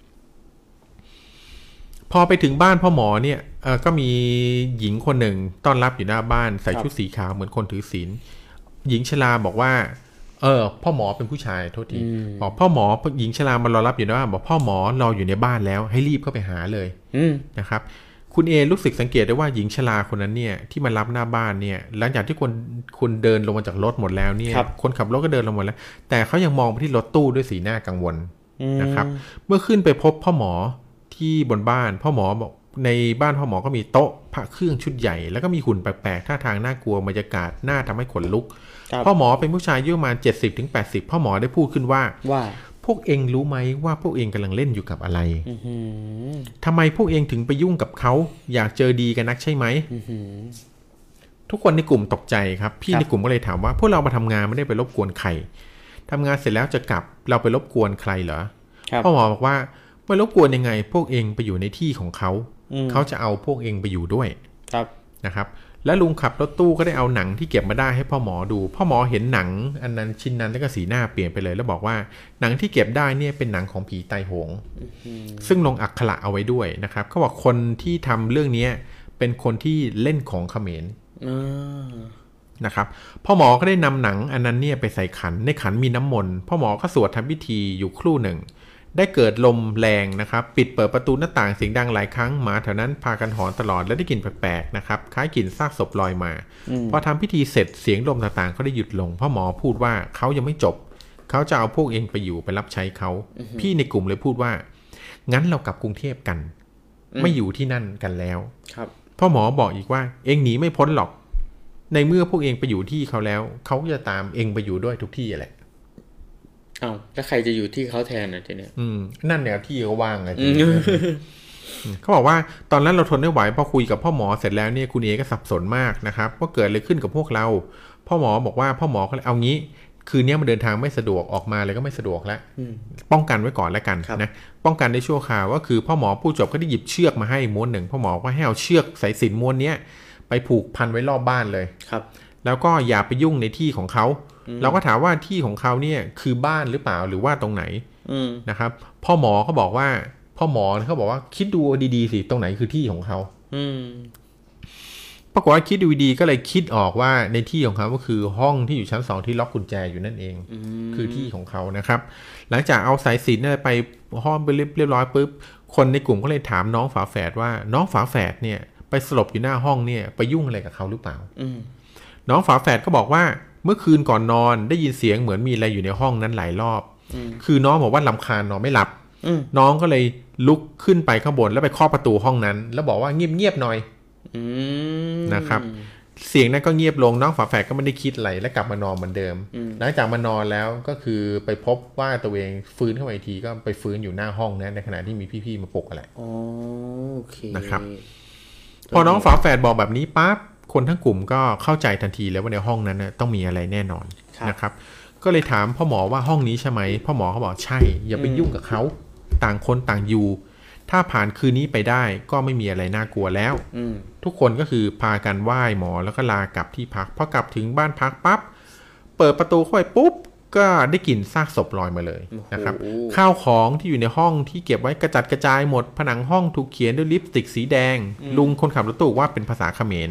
พอไปถึงบ้านพ่อหมอเนี่ยก็มีหญิงคนหนึ่งต้อนรับอยู่หน้าบ้านใส่ชุดสีขาวเหมือนคนถือศีลหญิงชราบอกว่าเออพ่อหมอเป็นผู้ชายโทษทีบอกพ่อหมอหญิงชรามารอรับอยู่นะบอกพ่อหมอรออยู่ในบ้านแล้วให้รีบเข้าไปหาเลยนะครับคุณเอรู้สึกสังเกตได้ว่าหญิงชราคนนั้นเนี่ยที่มารับหน้าบ้านเนี่ยหลังจากที่คนคุณเดินลงมาจากรถหมดแล้วเนี่ยคนขับรถก็เดินลงหมดแล้วแต่เขายังมองไปที่รถตู้ด้วยสีหน้ากังวลนะครับเมื่อขึ้นไปพบพ่อหมอที่บนบ้านพ่อหมอบอกในบ้านพ่อหมอก็มีโต๊ะพระเครื่องชุดใหญ่แล้วก็มีหุ่นแปลกๆท่าทางน่ากลัวบรรยากาศน่าทำให้ขนลุกพ่อหมอเป็นผู้ชายอายุประมาณ เจ็ดสิบถึงแปดสิบ พ่อหมอได้พูดขึ้นว่าว่าพวกเองรู้ไหมว่าพวกเองกำลังเล่นอยู่กับอะไรทำไมพวกเองถึงไปยุ่งกับเขาอยากเจอดีกันนักใช่ไหมทุกคนในกลุ่มตกใจครับพี่ในกลุ่มก็เลยถามว่าพวกเรามาทำงานไม่ได้ไปรบกวนใครทำงานเสร็จแล้วจะกลับเราไปรบกวนใครเหรอพ่อหมอบอกว่าไปรบกวนยังไงพวกเองไปอยู่ในที่ของเขาเขาจะเอาพวกเองไปอยู่ด้วยนะครับแล้วลุงขับรถตู้ก็ได้เอาหนังที่เก็บมาได้ให้พ่อหมอดูพ่อหมอเห็นหนังอันนั้นชิ้นนั้นแล้วก็สีหน้าเปลี่ยนไปเลยแล้วบอกว่าหนังที่เก็บได้เนี่ยเป็นหนังของผีไตโหงซึ่งลงอักขระเอาไว้ด้วยนะครับเขาบอกคนที่ทำเรื่องนี้เป็นคนที่เล่นของเขมรนะครับพ่อหมอก็ได้นำหนังอันนั้นเนี่ยไปใส่ขันในขันมีน้ำมนต์พ่อหมอก็สวดทำพิธีอยู่ครู่หนึ่งได้เกิดลมแรงนะครับปิดเปิดประตูหน้าต่างเสียงดังหลายครั้งหมาแถวนั้นพากันหอนตลอดและได้กลิ่นแปลกๆนะครับคล้ายกลิ่นซากศพลอยมาพอทำพิธีเสร็จเสียงลมต่างๆก็ได้หยุดลงพ่อหมอพูดว่าเขายังไม่จบเขาจะเอาพวกเองไปอยู่ไปรับใช้เขาพี่ในกลุ่มเลยพูดว่างั้นเรากลับกรุงเทพกันไม่อยู่ที่นั่นกันแล้วพ่อหมอบอกอีกว่าเองหนีไม่พ้นหรอกในเมื่อพวกเองไปอยู่ที่เขาแล้วเขาจะตามเองไปอยู่ด้วยทุกที่แหละอ้าวแล้วใครจะอยู่ที่เขาแทนนะทีเนี้ยอืมนั่นเนี่ยที่เขาว่างไงทีนี้เขาบอกว่าตอนนั้นเราทนไม่ไหวพอคุยกับพ่อหมอเสร็จแล้วเนี่ยคุณเอก็สับสนมากนะครับว่าเกิดอะไรขึ้นกับพวกเราพ่อหมอบอกว่าพ่อหมอเขาเลยเอางี้คืนนี้มันเดินทางไม่สะดวกออกมาเลยก็ไม่สะดวกแล้วป้องกันไว้ก่อนแล้วกันนะป้องกันได้ชั่วคราวก็คือพ่อหมอผู้จบก็ได้หยิบเชือกมาให้ม้วนหนึ่งพ่อหมอว่าให้เอาเชือกสายสิญจน์ม้วนเนี้ยไปผูกพันไว้รอบบ้านเลยครับแล้วก็อย่าไปยุ่งในที่ของเขาเราก็ถามว่าที่ของเขาเนี่ยคือบ้านหรือเปล่าหรือว่าตรงไหนนะครับพ่อหมอเขาบอกว่าพ่อหมอเขาบอกว่าคิดดูดีๆสิตรงไหนคือที่ของเขาปรากฏว่าคิดดูดีก็เลยคิดออกว่าในที่ของเขาก็คือห้องที่อยู่ชั้นสองที่ล็อกกุญแจอยู่นั่นเองคือที่ของเขานะครับหลังจากเอาสายสิญจน์ไปห้องไปเรียบร้อยปุ๊บคนในกลุ่มก็เลยถามน้องฝาแฝดว่าน้องฝาแฝดเนี่ยไปสลบอยู่หน้าห้องเนี่ยไปยุ่งอะไรกับเขาหรือเปล่าน้องฝาแฝดก็บอกว่าเมื่อคืนก่อนนอนได้ยินเสียงเหมือนมีอะไรอยู่ในห้องนั้นหลายรอบคือน้องบอกว่ารำคาญนอนไม่หลับน้องก็เลยลุกขึ้นไปข้างบนแล้วไปเคาะประตูห้องนั้นแล้วบอกว่าเงียบๆหน่อยนะครับเสียงนั้นก็เงียบลงน้องฝาแฝดก็ไม่ได้คิดอะไรและกลับมานอนเหมือนเดิมหลังจากมานอนแล้วก็คือไปพบว่าตัวเองฟื้นเข้ามาอีกทีก็ไปฟื้นอยู่หน้าห้องนะในขณะที่มีพี่ๆมาปลุกอะไรนะครับพอน้องฝาแฝดบอกแบบนี้ปั๊บคนทั้งกลุ่มก็เข้าใจทันทีแล้วว่าในห้องนั้นนะต้องมีอะไรแน่นอนนะครับก็เลยถามพ่อหมอว่าห้องนี้ใช่ไหมพ่อหมอเขาบอกใช่อย่าไปยุ่งกับเขาต่างคนต่างอยู่ถ้าผ่านคืนนี้ไปได้ก็ไม่มีอะไรน่ากลัวแล้วทุกคนก็คือพากันไหว้หมอแล้วก็ลากลับที่พักพอกลับถึงบ้านพักปั๊บเปิดประตูเข้าไปปุ๊บก็ได้กลิ่นซากศพลอยมาเลยนะครับข้าวของที่อยู่ในห้องที่เก็บไว้กระจัดกระจายหมดผนังห้องถูกเขียนด้วยลิปสติกสีแดงลุงคนขับรถตู้ว่าเป็นภาษาเขมร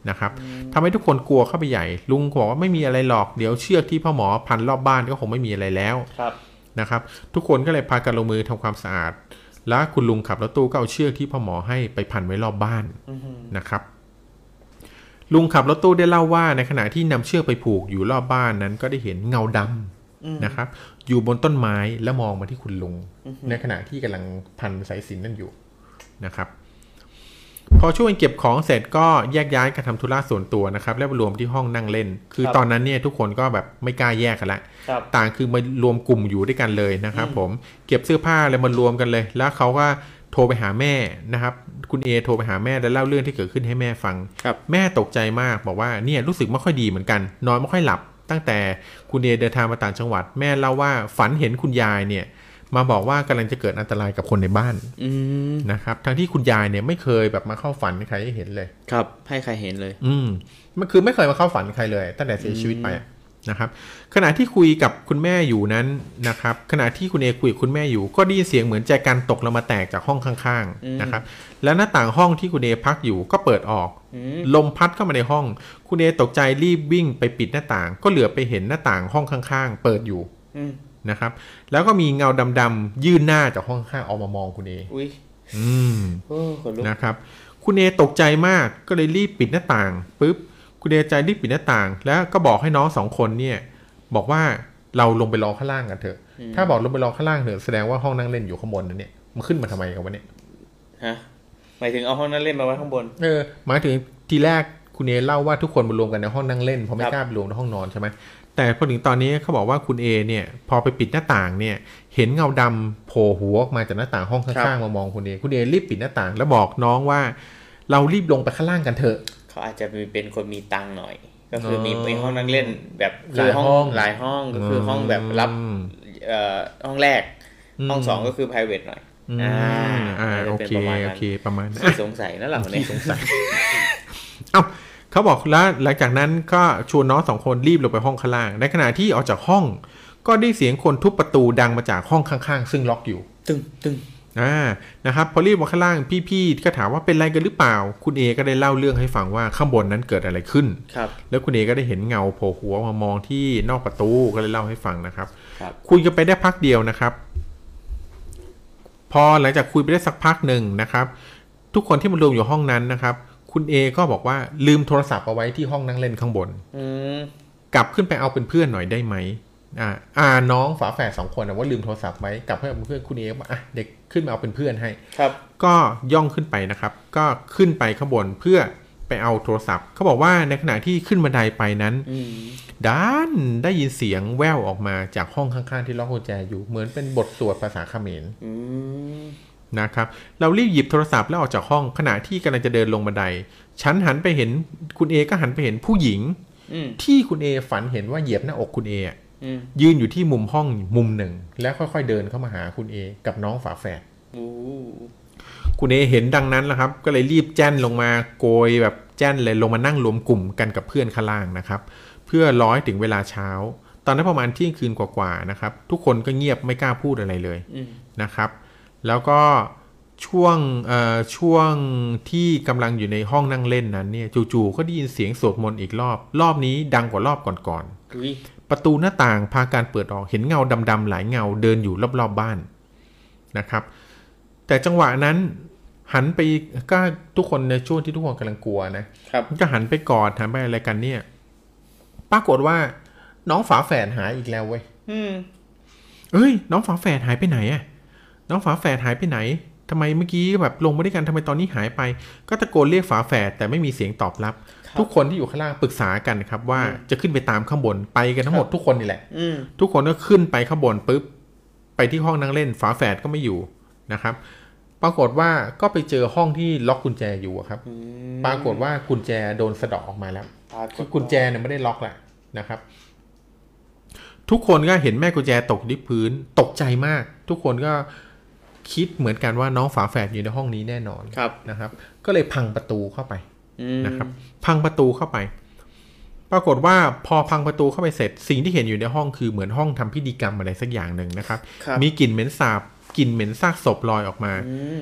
นะครับทำให้ทุกคนกลัวเข้าไปใหญ่ลุงบอกว่าไม่มีอะไรหรอกเดี๋ยวเชือกที่พ่อหมอพันรอบบ้านก็คงไม่มีอะไรแล้วนะครับทุกคนก็เลยพากันลงมือทำความสะอาดแล้วคุณลุงขับรถตู้ก็เอาเชือกที่พ่อหมอให้ไปพันไว้รอบบ้านนะครับลุงขับรถตู้ได้เล่าว่าในขณะที่นำเชือกไปผูกอยู่รอบบ้านนั้นก็ได้เห็นเงาดำนะครับอยู่บนต้นไม้แล้วมองมาที่คุณลุงในขณะที่กำลังพันสายสิญจน์นั่นอยู่นะครับพอช่วยเก็บของเสร็จก็แยกย้ายกันทำธุระส่วนตัวนะครับแล้วมารวมที่ห้องนั่งเล่นคือตอนนั้นเนี่ยทุกคนก็แบบไม่กล้าแยกกันละต่างคือมารวมกลุ่มอยู่ด้วยกันเลยนะครับผมเก็บเสื้อผ้าเลยมารวมกันเลยแล้วเขาก็โทรไปหาแม่นะครับคุณเอโทรไปหาแม่แล้วเล่าเรื่องที่เกิดขึ้นให้แม่ฟังแม่ตกใจมากบอกว่าเนี่ยรู้สึกไม่ค่อยดีเหมือนกันนอนไม่ค่อยหลับตั้งแต่คุณเอเดินทางมาต่างจังหวัดแม่เล่าว่าฝันเห็นคุณยายเนี่ยมาบอกว่ากำลังจะเกิดอันตรายกับคนในบ้านนะครับทั้งที่คุณยายเนี่ยไม่เคยแบบมาเข้าฝันใครให้เห็นเลยครับให้ใครเห็นเลยอืมมันคือไม่เคยมาเข้าฝันใครเลยตั้งแต่เสียชีวิตไปนะครับขณะที่คุยกับคุณแม่อยู่นั้นนะครับขณะที่คุณเอคุยกับคุณแม่อยู่ก็ได้ยินเสียงเหมือนแจกันตกลงมาแตกจากห้องข้างๆนะครับแล้วหน้าต่างห้องที่คุณเอพักอยู่ก็เปิดออกลมพัดเข้ามาในห้องคุณเอตกใจรีบวิ่งไปปิดหน้าต่างก็เหลือไปเห็นหน้าต่างห้องข้างๆเปิดอยู่นะครับแล้วก็มีเงาดำๆยื่นหน้าจากห้องข้างออกมามองคุณเออุ้ยอืมนะครับคุณเอตกใจมากก็เลยรีบปิดหน้าต่างปุ๊บคุณเอใจรีบปิดหน้าต่างแล้วก็บอกให้น้องสองคนเนี่ยบอกว่าเราลงไปรอข้างล่างกันเถอะถ้าบอกลงไปรอข้างล่างเถอะแสดงว่าห้องนั่งเล่นอยู่ข้างบนนั่นเนี่ยมันขึ้นมาทำไมกันวะเนี่ยฮะหมายถึงเอาห้องนั่งเล่นมาไว้ข้างบนเออหมายถึงทีแรกคุณเอเล่าว่าทุกคนมารวมกันในห้องนั่งเล่นเพราะไม่กล้าไปรวมในห้องนอนใช่ไหมแต่พอถึงตอนนี้เขาบอกว่าคุณเอเนี่ยพอไปปิดหน้าต่างเนี่ยเห็นเงาดำโผล่หัวออกมาจากหน้าต่างห้องข้างๆมามองคุณเอคุณเอรีบปิดหน้าต่างแล้วบอกน้องว่าเรารีบลงไปข้างล่างกันเถอะเขาอาจจะเป็นคนมีตังค์หน่อยก็คือมีไปห้องนั่งเล่นแบบคือห้องหลายห้องก็คือห้องแบบรับเอ่อห้องแรกห้องสองก็คือ private หน่อยอ่าอ่าโอเคโอเคประมาณนั้นสงสัยนั่นแหละเนี่ยสงสัยเอ้าเขาบอกแล้วหลังจากนั้นก็ชวนน้องสองคนรีบลงไปห้องข้างล่างในขณะที่ออกจากห้องก็ได้เสียงคนทุบประตูดังมาจากห้องข้างๆซึ่งล็อกอยู่ตึ้งตึ้งอ่านะครับพอรีบมาข้างล่างพี่ๆก็ถามว่าเป็นไรกันหรือเปล่าคุณเอก็ได้เล่าเรื่องให้ฟังว่าข้างบนนั้นเกิดอะไรขึ้นครับแล้วคุณเอก็ได้เห็นเงาโผล่หัวมามองที่นอกประตูก็เลยเล่าให้ฟังนะครับคุยกันไปได้พักเดียวนะครับพอหลังจากคุยไปได้สักพักหนึ่งนะครับทุกคนที่มารวมอยู่ห้องนั้นนะครับคุณเอก็บอกว่าลืมโทรศัพท์เอาไว้ที่ห้องนั่งเล่นข้างบนกลับขึ้นไปเอาเป็นเพื่อนหน่อยได้ไหมอ่าอ่าน้องฝาแฝดสองคนนะว่าลืมโทรศัพท์ไว้กลับให้เอาเป็นเพื่อนคุณเอบอกอ่ะเด็กขึ้นมาเอาเป็นเพื่อนให้ครับก็ย่องขึ้นไปนะครับก็ขึ้นไปข้างบนเพื่อไปเอาโทรศัพท์เขาบอกว่าในขณะที่ขึ้นบันไดไปนั้นด้านได้ยินเสียงแว่วออกมาจากห้องข้างๆที่ล็อกกุญแจอยู่เหมือนเป็นบทสวดภาษาเขมรนะครับเรารีบหยิบโทรศัพท์แล้วออกจากห้องขณะที่กำลังจะเดินลงบันไดฉันหันไปเห็นคุณเอก็หันไปเห็นผู้หญิงที่คุณเอฝันเห็นว่าเหยียบหน้าอกคุณเอยืนอยู่ที่มุมห้องมุมหนึ่งแล้วค่อยๆเดินเข้ามาหาคุณเอกับน้องฝาแฝดคุณเอเห็นดังนั้นแล้วครับก็เลยรีบแจ้นลงมาโกยแบบแจ้นเลยลงมานั่งรวมกลุ่มกันกับเพื่อนข้างล่างนะครับเพื่อรอให้ถึงเวลาเช้าตอนนั้นประมาณเที่ยงคืนกว่าๆนะครับทุกคนก็เงียบไม่กล้าพูดอะไรเลยนะครับแล้วก็ช่วงช่วงที่กำลังอยู่ในห้องนั่งเล่นนั้นเนี่ยจู่ๆก็ได้ยินเสียงสวดมนต์อีกรอบรอบนี้ดังกว่ารอบก่อนๆประตูหน้าต่างพาการเปิดออกเห็นเงาดำๆหลายเงาเดินอยู่รอบๆบ้านนะครับแต่จังหวะนั้นหันไปก็ทุกคนในช่วงที่ทุกคนกำลังกลัวนะก็หันไปกอดหันไปอะไรกันเนี่ยปรากฏว่าน้องฝาแฝดหายอีกแล้วเว้ยเอ้ยน้องฝาแฝดหายไปไหนอะน้องฝาแฝดหายไปไหนทำไมเมื่อกี้แบบลงมาด้วยกันทำไมตอนนี้หายไปก็ตะโกนเรียกฝาแฝดแต่ไม่มีเสียงตอบรับทุกคนที่อยู่ข้างล่างปรึกษากันครับว่าจะขึ้นไปตามข้างบนไปกันทั้งหมดทุกคนนี่แหละทุกคนก็ขึ้นไปข้างบนปุ๊บไปที่ห้องนั่งเล่นฝาแฝดก็ไม่อยู่นะครับปรากฏว่าก็ไปเจอห้องที่ล็อกกุญแจอยู่ครับปรากฏว่ากุญแจโดนสะเดาะออกมาแล้วคือกุญแจเนี่ยไม่ได้ล็อกแหละนะครับทุกคนก็เห็นแม่กุญแจตกที่พื้นตกใจมากทุกคนก็คิดเหมือนกันว่าน้องฝาแฝดอยู่ในห้องนี้แน่นอนนะครับก็เลยพังประตูเข้าไปนะครับพังประตูเข้าไปปรากฏว่าพอพังประตูเข้าไปเสร็จสิ่งที่เห็นอยู่ในห้องคือเหมือนห้องทำพิธีกรรมอะไรสักอย่างหนึ่งนะครับมีกลิ่นเหม็นสาบกลิ่นเหม็นซากศพลอยออกมา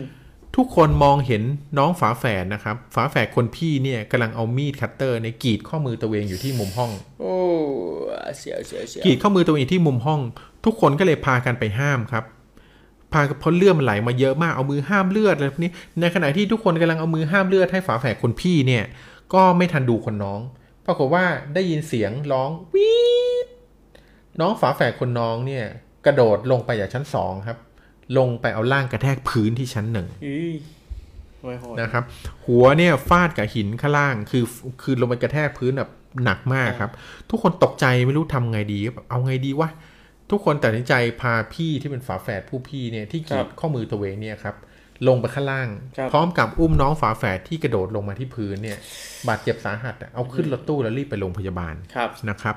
ทุกคนมองเห็นน้องฝาแฝดนะครับฝาแฝดคนพี่เนี่ยกำลังเอามีดคัตเตอร์ในกรีดข้อมือตัวเองอยู่ที่มุมห้องโอ้เสียวเสียวเสียวกรีดข้อมือตัวเองที่มุมห้องทุกคนก็เลยพากันไปห้ามครับพาเพราะเลือดมันไหลมาเยอะมากเอามือห้ามเลือดอะไรพวกนี้ในขณะที่ทุกคนกำลังเอามือห้ามเลือดให้ฝาแฝดคนพี่เนี่ยก็ไม่ทันดูคนน้องปรากฏว่าได้ยินเสียงร้องวีดน้องฝาแฝดคนน้องเนี่ยกระโดดลงไปจากชั้นสองครับลงไปเอาล่างกระแทกพื้นที่ชั้นหนึ่งนะครับหัวเนี่ยฟาดกับหินข้างล่างคือคือลงไปกระแทกพื้นแบบหนักมากครับทุกคนตกใจไม่รู้ทำไงดีเอาไงดีวะทุกคนตัดสินใจพาพี่ที่เป็นฝาแฝดผู้พี่เนี่ยที่กรีดข้อมือตัวเองเนี่ยครับลงไปข้างล่างพร้อมกับอุ้มน้องฝาแฝดที่กระโดดลงมาที่พื้นเนี่ยบาดเจ็บสาหัสเอาขึ้นรถตู้แล้วรีบไปโรงพยาบาลนะครับ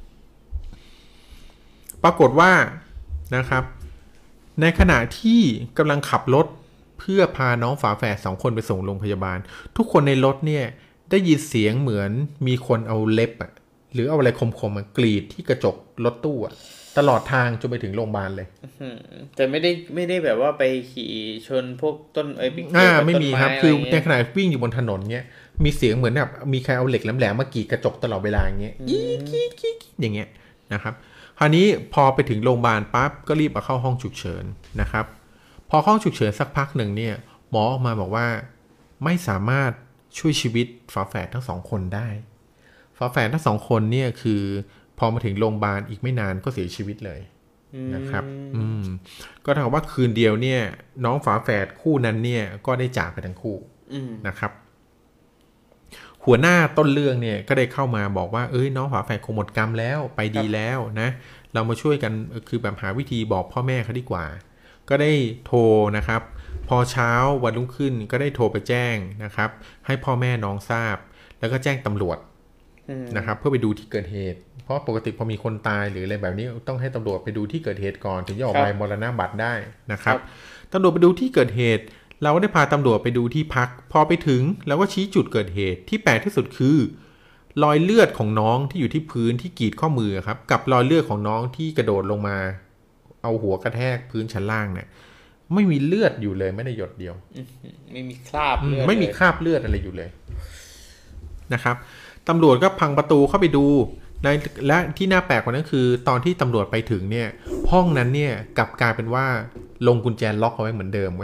ปรากฏว่านะครับในขณะที่กำลังขับรถเพื่อพาน้องฝาแฝดสองคนไปส่งโรงพยาบาลทุกคนในรถเนี่ยได้ยินเสียงเหมือนมีคนเอาเล็บอ่ะหรือเอาอะไรคมๆมากรีดที่กระจกรถตู้อ่ะตลอดทางจนไปถึงโรงพยาบาลเลยแต่ไม่ได้ไม่ได้แบบว่าไปขี่ชนพวกต้นไอ้บิ๊กอ่าไม่มีครับคือในขณะวิ่งอยู่บนถนนเนี้ยมีเสียงเหมือนแบบมีใครเอาเหล็กแหลมๆมากรีดกระจกตลอดเวลาอย่างเงี้ยอีกิ๊กกิ๊กอย่างเงี้ยนะครับคราวนี้พอไปถึงโรงพยาบาลปั๊บก็รีบเอาเข้าห้องฉุกเฉินนะครับพอห้องฉุกเฉินสักพักหนึ่งเนี่ยหมอออกมาบอกว่าไม่สามารถช่วยชีวิตฝาแฝดทั้งสองคนได้ฝาแฝดทั้งสองคนเนี่ยคือพอมาถึงโรงพยาบาลอีกไม่นานก็เสียชีวิตเลยนะครับอืมก็เท่ากับว่าคืนเดียวเนี่ยน้องฝาแฝดคู่นั้นเนี่ยก็ได้จากไปทั้งคู่นะครับหัวหน้าต้นเรื่องเนี่ยก็ได้เข้ามาบอกว่าเอ้ยน้องฝาแฝดคงหมดกรรมแล้วไปดีแล้วนะเรามาช่วยกันคือแบบหาวิธีบอกพ่อแม่เขาดีกว่าก็ได้โทรนะครับพอเช้าวันรุ่งขึ้นก็ได้โทรไปแจ้งนะครับให้พ่อแม่น้องทราบแล้วก็แจ้งตำรวจนะครับเพื่อไปดูที่เกิดเหตุเพราะปกติพอมีคนตายหรืออะไรแบบนี้ต้องให้ตำรวจไปดูที่เกิดเหตุก่อนถึงจะออกใบมรณบัตรได้นะครับตำรวจไปดูที่เกิดเหตุเราก็ได้พาตำรวจไปดูที่พักพอไปถึงเราก็ชี้จุดเกิดเหตุที่แปลกที่สุดคือรอยเลือดของน้องที่อยู่ที่พื้นที่กรีดข้อมือครับกับรอยเลือดของน้องที่กระโดดลงมาเอาหัวกระแทกพื้นชั้นล่างเนี่ยไม่มีเลือดอยู่เลยไม่ได้หยดเดียวไม่มีคราบเลือดไม่มีคราบเลือดอะไรอยู่เลยนะครับตำรวจก็พังประตูเข้าไปดูและที่น่าแปลกกว่านั้นคือตอนที่ตำรวจไปถึงเนี่ยห้องนั้นเนี่ยกลับกลายเป็นว่าลงกุญแจล็อกเอาไว้เหมือนเดิมเว้ย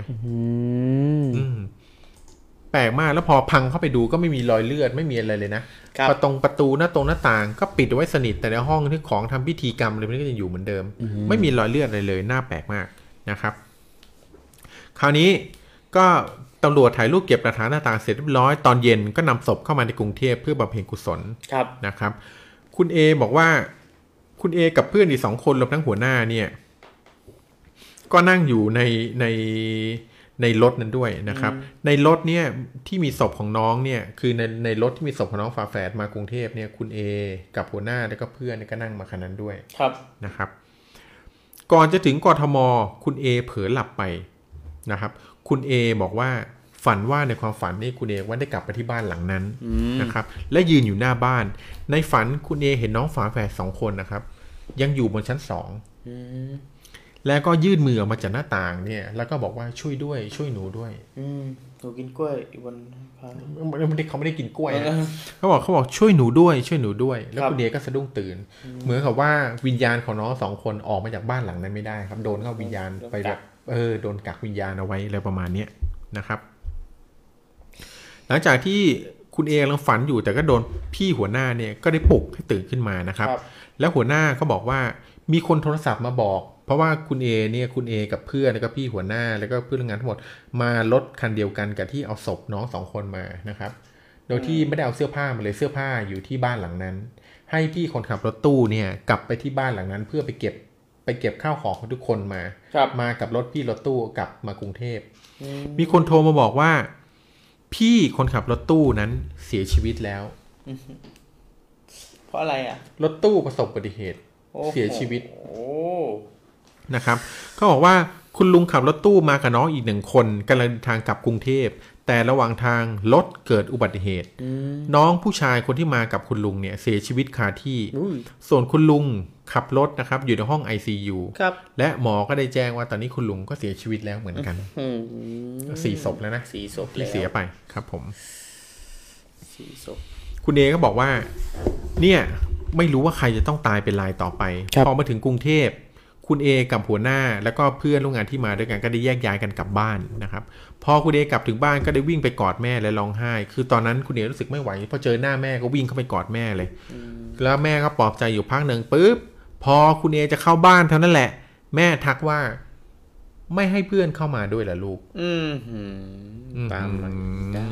แปลกมากแล้วพอพังเข้าไปดูก็ไม่มีรอยเลือดไม่มีอะไรเลยนะประตูประตูหน้าตรงหน้าต่างก็ปิดไว้สนิทแต่ในห้องที่ของทำพิธีกรรมอะไรมันก็ยังอยู่เหมือนเดิมไม่มีรอยเลือดอะไรเลยน่าแปลกมากนะครับคราวนี้ก็ตำรวจถ่ายรูปเก็บหลักฐานต่างๆเสร็จเรียบร้อยตอนเย็นก็นำศพเข้ามาในกรุงเทพเพื่อบำเพ็ญกุศลนะครับคุณเอบอกว่าคุณเอกับเพื่อนอีกสองคนรวมทั้งหัวหน้าเนี่ยก็นั่งอยู่ในในในรถนั้นด้วยนะครับในรถเนี่ยที่มีศพของน้องเนี่ยคือในในรถที่มีศพของน้องฝาแฝดมากรุงเทพเนี่ยคุณเอกับหัวหน้าแล้วก็เพื่อนก็นั่งมาคันนั้นด้วยนะครับก่อนจะถึงกทมคุณเอเผลอหลับไปนะครับคุณเอบอกว่าฝันว่าในความฝันนี่คุณเอว่าได้กลับไปที่บ้านหลังนั้นนะครับและยืนอยู่หน้าบ้านในฝันคุณเอเห็นน้องฝาแฝดสองคนนะครับยังอยู่บนชั้นสองแล้วก็ยื่นมือออกมาจากหน้าต่างเนี่ยแล้วก็บอกว่าช่วยด้วยช่วยหนูด้วยหนูกินกล้วยบนพาไม่ได้เขาไม่ได้กินกล้วยนะเขาบอกเขาบอกช่วยหนูด้วยช่วยหนูด้วยแล้วคุณเอก็สะดุ้งตื่นเหมือนกับว่าวิญญาณของน้องสองคนออกมาจากบ้านหลังนั้นไม่ได้ครับโดนเข้าวิญญาณไปแบบเออโดนกักวิญญาณเอาไว้อะไรประมาณนี้นะครับหลังจากที่คุณเอกำลังฝันอยู่แต่ก็โดนพี่หัวหน้าเนี่ยก็ได้ปลุกให้ตื่นขึ้นมานะครับแล้วหัวหน้าก็บอกว่ามีคนโทรศัพท์มาบอกเพราะว่าคุณเอเนี่ยคุณเอกับเพื่อนแล้วก็พี่หัวหน้าแล้วก็เพื่อนร่วมงานทั้งหมดมารถคันเดียวกันกับที่เอาศพน้องสองคนมานะครับโดยที่ไม่ได้เอาเสื้อผ้ามาเลยเสื้อผ้าอยู่ที่บ้านหลังนั้นให้พี่คนขับรถตู้เนี่ยกลับไปที่บ้านหลังนั้นเพื่อไปเก็บไปเก็บข้าวของของทุกคนมามากับรถพี่รถตู้กลับมากรุงเทพมีคนโทรมาบอกว่าพี่คนขับรถตู้นั้นเสียชีวิตแล้วเพราะอะไรอ่ะรถตู้ประสบอุบัติเหตุเสียชีวิตนะครับก็บอกว่าคุณลุงขับรถตู้มากับน้องอีกหนึ่งคนกำลังเดินทางกลับกรุงเทพแต่ระหว่างทางรถเกิดอุบัติเหตุน้องผู้ชายคนที่มากับคุณลุงเนี่ยเสียชีวิตคาที่ส่วนคุณลุงขับรถนะครับอยู่ในห้อง ไอ ซี ยูครับและหมอก็ได้แจ้งว่าตอนนี้คุณลุงก็เสียชีวิตแล้วเหมือนกันสี่ศพแล้วนะสี่ศพที่เสียไปครับผมสี่ศพคุณเอก็บอกว่าเนี่ยไม่รู้ว่าใครจะต้องตายเป็นรายต่อไปพอมาถึงกรุงเทพคุณเอกับหัวหน้าแล้วก็เพื่อนร่วมงานที่มาด้วยกันก็ได้แยกย้ายกันกลับบ้านนะครับพอคุณเอกลับถึงบ้านก็ได้วิ่งไปกอดแม่และร้องไห้คือตอนนั้นคุณเอรู้สึกไม่ไหวพอเจอหน้าแม่ก็วิ่งเข้าไปกอดแม่เลยแล้วแม่ก็ปลอบใจอยู่พักหนึ่งปุ๊บพอคุณเอจะเข้าบ้านเท่านั้นแหละแม่ทักว่าไม่ให้เพื่อนเข้ามาด้วยล่ะลูกอืมตามมันได้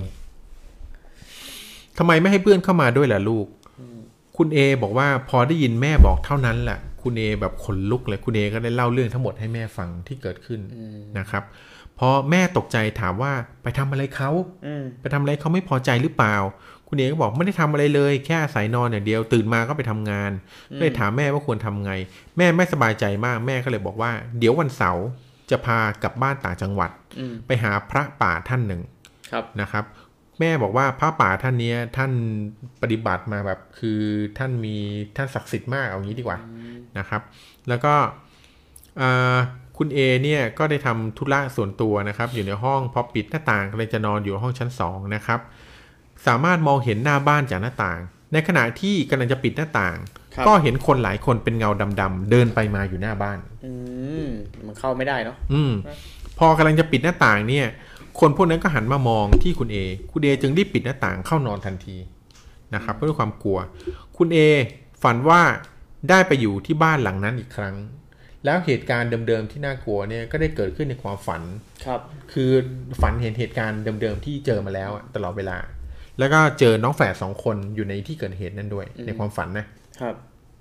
ทำไมไม่ให้เพื่อนเข้ามาด้วยล่ะลูกคุณเอบอกว่าพอได้ยินแม่บอกเท่านั้นแหละคุณเอแบบขนลุกเลยคุณเอก็ได้เล่าเรื่องทั้งหมดให้แม่ฟังที่เกิดขึ้นนะครับพอแม่ตกใจถามว่าไปทำอะไรเขาไปทำอะไรเขาไม่พอใจหรือเปล่าคุณเอก็บอกไม่ได้ทำอะไรเลยแค่อาศัยนอนอย่างเดียวตื่นมาก็ไปทำงานก็เลยถามแม่ว่าควรทำไงแม่ไม่สบายใจมากแม่ก็เลยบอกว่าเดี๋ยววันเสาร์จะพากลับบ้านต่างจังหวัดไปหาพระป่าท่านหนึ่งนะครับแม่บอกว่าพระป่าท่านนี้ท่านปฏิบัติมาแบบคือท่านมีท่านศักดิ์สิทธิ์มากเอางี้ดีกว่านะครับแล้วก็คุณเอเนี่ยก็ได้ทำธุระส่วนตัวนะครับอยู่ในห้องพอปิดหน้าต่างเลยจะนอนอยู่ห้องชั้นสองนะครับสามารถมองเห็นหน้าบ้านจากหน้าต่างในขณะที่กำลังจะปิดหน้าต่างก็เห็นคนหลายคนเป็นเงาดำๆเดินไปมาอยู่หน้าบ้านอืมมันเข้าไม่ได้เนาะอืมพอกำลังจะปิดหน้าต่างเนี่ยคนพวกนั้นก็หันมามองที่คุณเอคุณเอจึงรีบปิดหน้าต่างเข้านอนทันทีนะครับเพราะด้วยความกลัวคุณเอฝันว่าได้ไปอยู่ที่บ้านหลังนั้นอีกครั้งแล้วเหตุการณ์เดิมๆที่น่ากลัวเนี่ยก็ได้เกิดขึ้นในความฝันครับคือฝันเห็นเหตุการณ์เดิมๆที่เจอมาแล้วตลอดเวลาแล้วก็เจอน้องแฝดสองคนอยู่ในที่เกิดเหตุนั้นด้วยในความฝันนะครับ